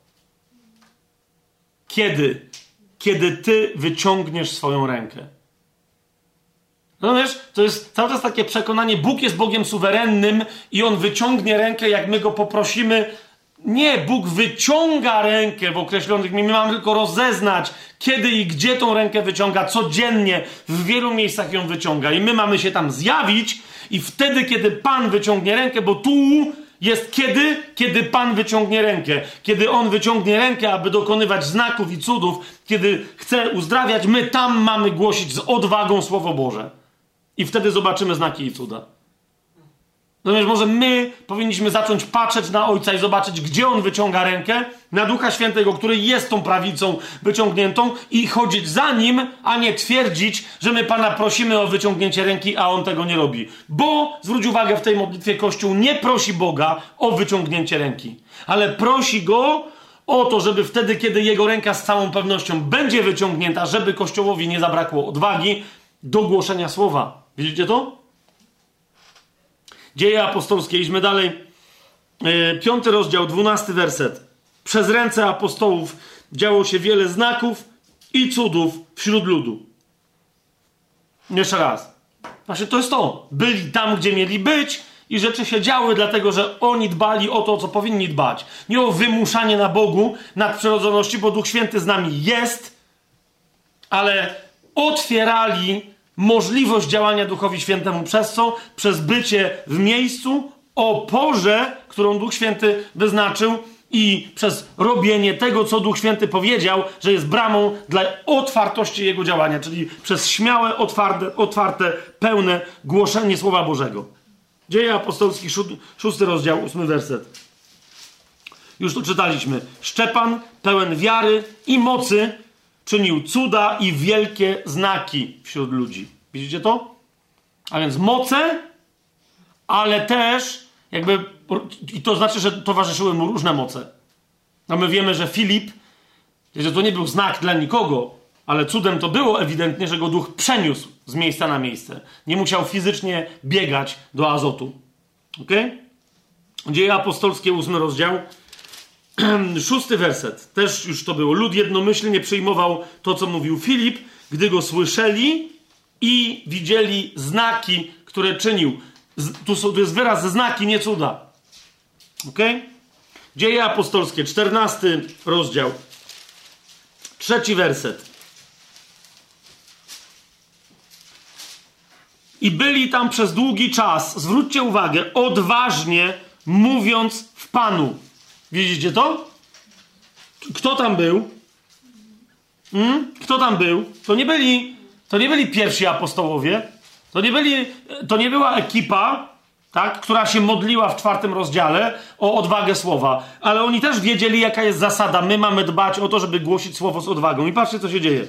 Kiedy? Kiedy Ty wyciągniesz swoją rękę. Rozumiesz? To jest cały czas takie przekonanie, Bóg jest Bogiem suwerennym i On wyciągnie rękę, jak my Go poprosimy. Nie, Bóg wyciąga rękę w określonych, my mamy tylko rozeznać, kiedy i gdzie tą rękę wyciąga, codziennie, w wielu miejscach ją wyciąga. I my mamy się tam zjawić i wtedy, kiedy Pan wyciągnie rękę, bo tu jest kiedy Pan wyciągnie rękę. Kiedy On wyciągnie rękę, aby dokonywać znaków i cudów, kiedy chce uzdrawiać, my tam mamy głosić z odwagą Słowo Boże. I wtedy zobaczymy znaki i cuda. Natomiast może my powinniśmy zacząć patrzeć na Ojca i zobaczyć, gdzie On wyciąga rękę, na Ducha Świętego, który jest tą prawicą wyciągniętą i chodzić za Nim, a nie twierdzić, że my Pana prosimy o wyciągnięcie ręki, a On tego nie robi. Bo, zwróć uwagę, w tej modlitwie Kościół nie prosi Boga o wyciągnięcie ręki, ale prosi Go o to, żeby wtedy, kiedy jego ręka z całą pewnością będzie wyciągnięta, żeby Kościołowi nie zabrakło odwagi do głoszenia słowa. Widzicie to? Dzieje apostolskie, idźmy dalej. 5 rozdział, 12 werset. Przez ręce apostołów działo się wiele znaków i cudów wśród ludu. Jeszcze raz. Właśnie to jest to. Byli tam, gdzie mieli być i rzeczy się działy, dlatego że oni dbali o to, o co powinni dbać. Nie o wymuszanie na Bogu nadprzyrodzoności, bo Duch Święty z nami jest, ale otwierali możliwość działania Duchowi Świętemu przez co? Przez bycie w miejscu o porze, którą Duch Święty wyznaczył i przez robienie tego, co Duch Święty powiedział, że jest bramą dla otwartości Jego działania, czyli przez śmiałe, otwarte, pełne głoszenie Słowa Bożego. Dzieje apostolskich, 6 rozdział, 8 werset. Już to czytaliśmy. Szczepan, pełen wiary i mocy, czynił cuda i wielkie znaki wśród ludzi. Widzicie to? A więc moce, ale też jakby, i to znaczy, że towarzyszyły mu różne moce. A my wiemy, że Filip, że to nie był znak dla nikogo, ale cudem to było ewidentnie, że go Duch przeniósł z miejsca na miejsce. Nie musiał fizycznie biegać do Azotu. Okej? Dzieje apostolskie, 8 rozdział, 6 werset. Też już to było. Lud jednomyślnie przyjmował to, co mówił Filip, gdy go słyszeli i widzieli znaki, które czynił. Tu jest wyraz znaki, nie cuda. Okej? Dzieje apostolskie, 14 rozdział, 3 werset. I byli tam przez długi czas, zwróćcie uwagę, odważnie mówiąc w Panu. Widzicie to? Kto tam był? Kto tam był? To nie byli pierwsi apostołowie. To nie była ekipa, tak, która się modliła w 4 rozdziale o odwagę słowa. Ale oni też wiedzieli, jaka jest zasada. My mamy dbać o to, żeby głosić słowo z odwagą. I patrzcie, co się dzieje.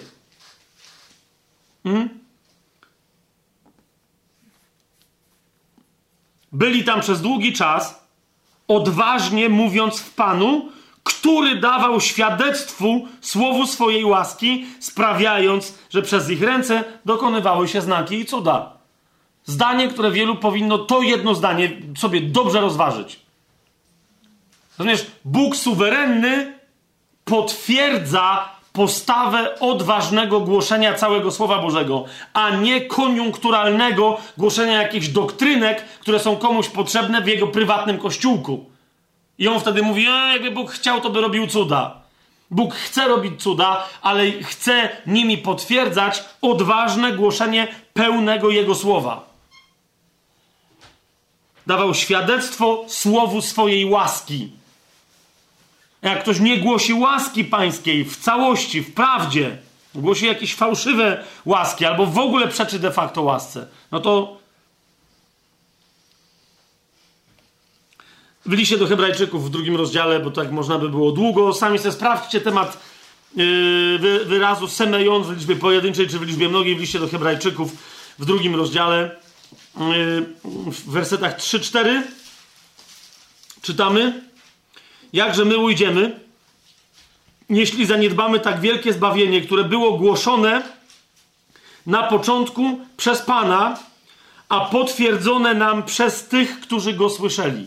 Byli tam przez długi czas, odważnie mówiąc w Panu, który dawał świadectwu słowu swojej łaski, sprawiając, że przez ich ręce dokonywały się znaki i cuda. Zdanie, które wielu powinno to jedno zdanie sobie dobrze rozważyć. Rozumiesz, Bóg suwerenny potwierdza postawę odważnego głoszenia całego Słowa Bożego, a nie koniunkturalnego głoszenia jakichś doktrynek, które są komuś potrzebne w jego prywatnym kościółku. I on wtedy mówi, jakby Bóg chciał, to by robił cuda. Bóg chce robić cuda, ale chce nimi potwierdzać odważne głoszenie pełnego Jego Słowa. Dawał świadectwo słowu swojej łaski. Jak ktoś nie głosi łaski pańskiej w całości, w prawdzie, głosi jakieś fałszywe łaski, albo w ogóle przeczy de facto łasce, no to w liście do Hebrajczyków w 2 rozdziale, bo tak można by było długo, sami sobie sprawdźcie temat wyrazu semeion w liczbie pojedynczej czy w liczbie mnogiej w liście do Hebrajczyków w 2 rozdziale, w wersetach 3-4 czytamy: jakże my ujdziemy, jeśli zaniedbamy tak wielkie zbawienie, które było głoszone na początku przez Pana, a potwierdzone nam przez tych, którzy go słyszeli,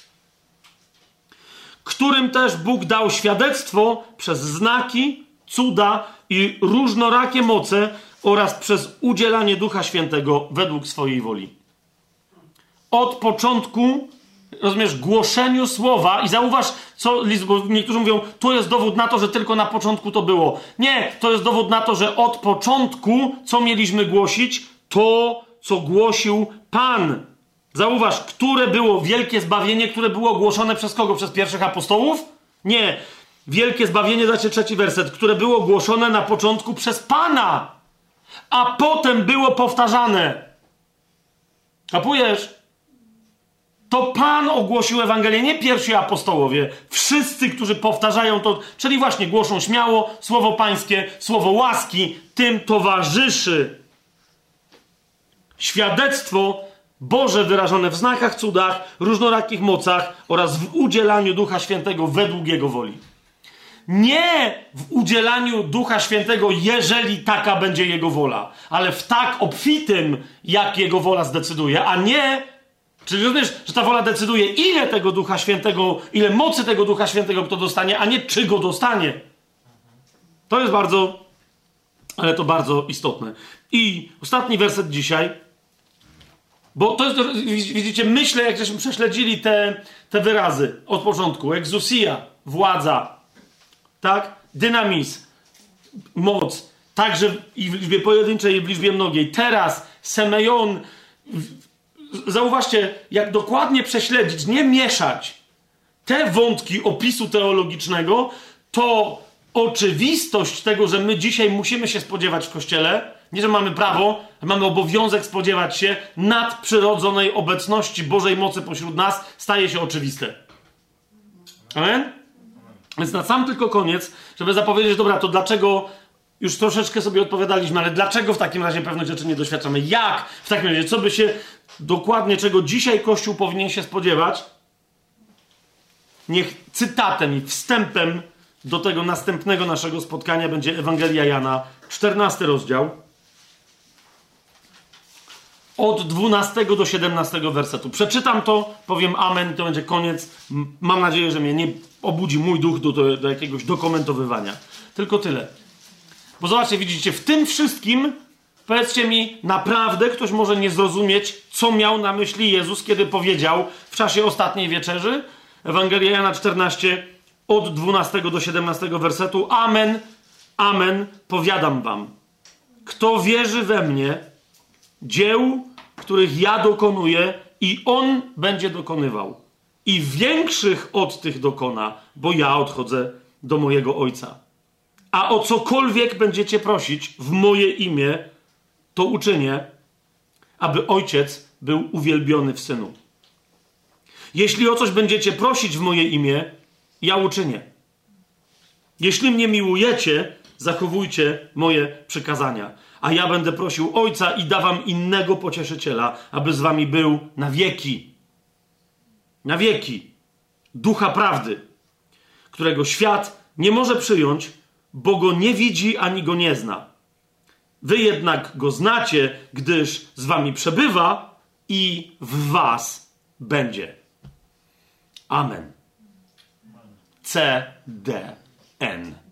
którym też Bóg dał świadectwo przez znaki, cuda i różnorakie moce oraz przez udzielanie Ducha Świętego według swojej woli. Od początku, rozumiesz, głoszeniu słowa, i zauważ, co list, bo niektórzy mówią, to jest dowód na to, że tylko na początku to było. Nie, to jest dowód na to, że od początku, co mieliśmy głosić, to, co głosił Pan. Zauważ, które było wielkie zbawienie, które było głoszone przez kogo? Przez pierwszych apostołów? Nie. Wielkie zbawienie, dajcie 3 werset, które było głoszone na początku przez Pana, a potem było powtarzane. Kapujesz? To Pan ogłosił Ewangelię, nie pierwsi apostołowie. Wszyscy, którzy powtarzają to, czyli właśnie głoszą śmiało słowo pańskie, słowo łaski, tym towarzyszy świadectwo Boże wyrażone w znakach, cudach, różnorakich mocach oraz w udzielaniu Ducha Świętego według Jego woli. nie w udzielaniu Ducha Świętego, jeżeli taka będzie Jego wola, ale w tak obfitym, jak Jego wola zdecyduje, a nie... Czyli rozumiesz, że ta wola decyduje, ile tego Ducha Świętego, ile mocy tego Ducha Świętego kto dostanie, a nie czy go dostanie. To jest bardzo, ale to bardzo istotne. I ostatni werset dzisiaj, bo to jest, widzicie, myślę, jak żeśmy prześledzili te wyrazy od początku. Exousia, władza, tak? Dynamizm, moc, także i w liczbie pojedynczej, i w liczbie mnogiej. Teraz semeion. Zauważcie, jak dokładnie prześledzić, nie mieszać te wątki opisu teologicznego, to oczywistość tego, że my dzisiaj musimy się spodziewać w Kościele, nie, że mamy prawo, mamy obowiązek spodziewać się nadprzyrodzonej obecności Bożej mocy pośród nas, staje się oczywiste. Amen? Więc na sam tylko koniec, żeby zapowiedzieć, dobra, to dlaczego, już troszeczkę sobie odpowiadaliśmy, ale dlaczego w takim razie pewnych rzeczy nie doświadczamy? Jak w takim razie, co by się dokładnie, czego dzisiaj Kościół powinien się spodziewać? Niech cytatem i wstępem do tego następnego naszego spotkania będzie Ewangelia Jana, 14 rozdział, od 12 do 17 wersetu. Przeczytam to, powiem amen, to będzie koniec. Mam nadzieję, że mnie nie obudzi mój duch do jakiegoś dokumentowywania. Tylko tyle. Bo zobaczcie, widzicie, w tym wszystkim, powiedzcie mi, naprawdę ktoś może nie zrozumieć, co miał na myśli Jezus, kiedy powiedział w czasie ostatniej wieczerzy, Ewangelia Jana 14, od 12 do 17 wersetu, amen, amen, powiadam wam, kto wierzy we mnie, dzieł, których ja dokonuję, i on będzie dokonywał. I większych od tych dokona, bo ja odchodzę do mojego Ojca. A o cokolwiek będziecie prosić w moje imię, to uczynię, aby Ojciec był uwielbiony w Synu. Jeśli o coś będziecie prosić w moje imię, ja uczynię. Jeśli mnie miłujecie, zachowujcie moje przykazania. A ja będę prosił Ojca i da wam innego pocieszyciela, aby z wami był na wieki. Na wieki. Ducha prawdy, którego świat nie może przyjąć, bo go nie widzi ani go nie zna. Wy jednak go znacie, gdyż z wami przebywa i w was będzie. Amen. C, D, N.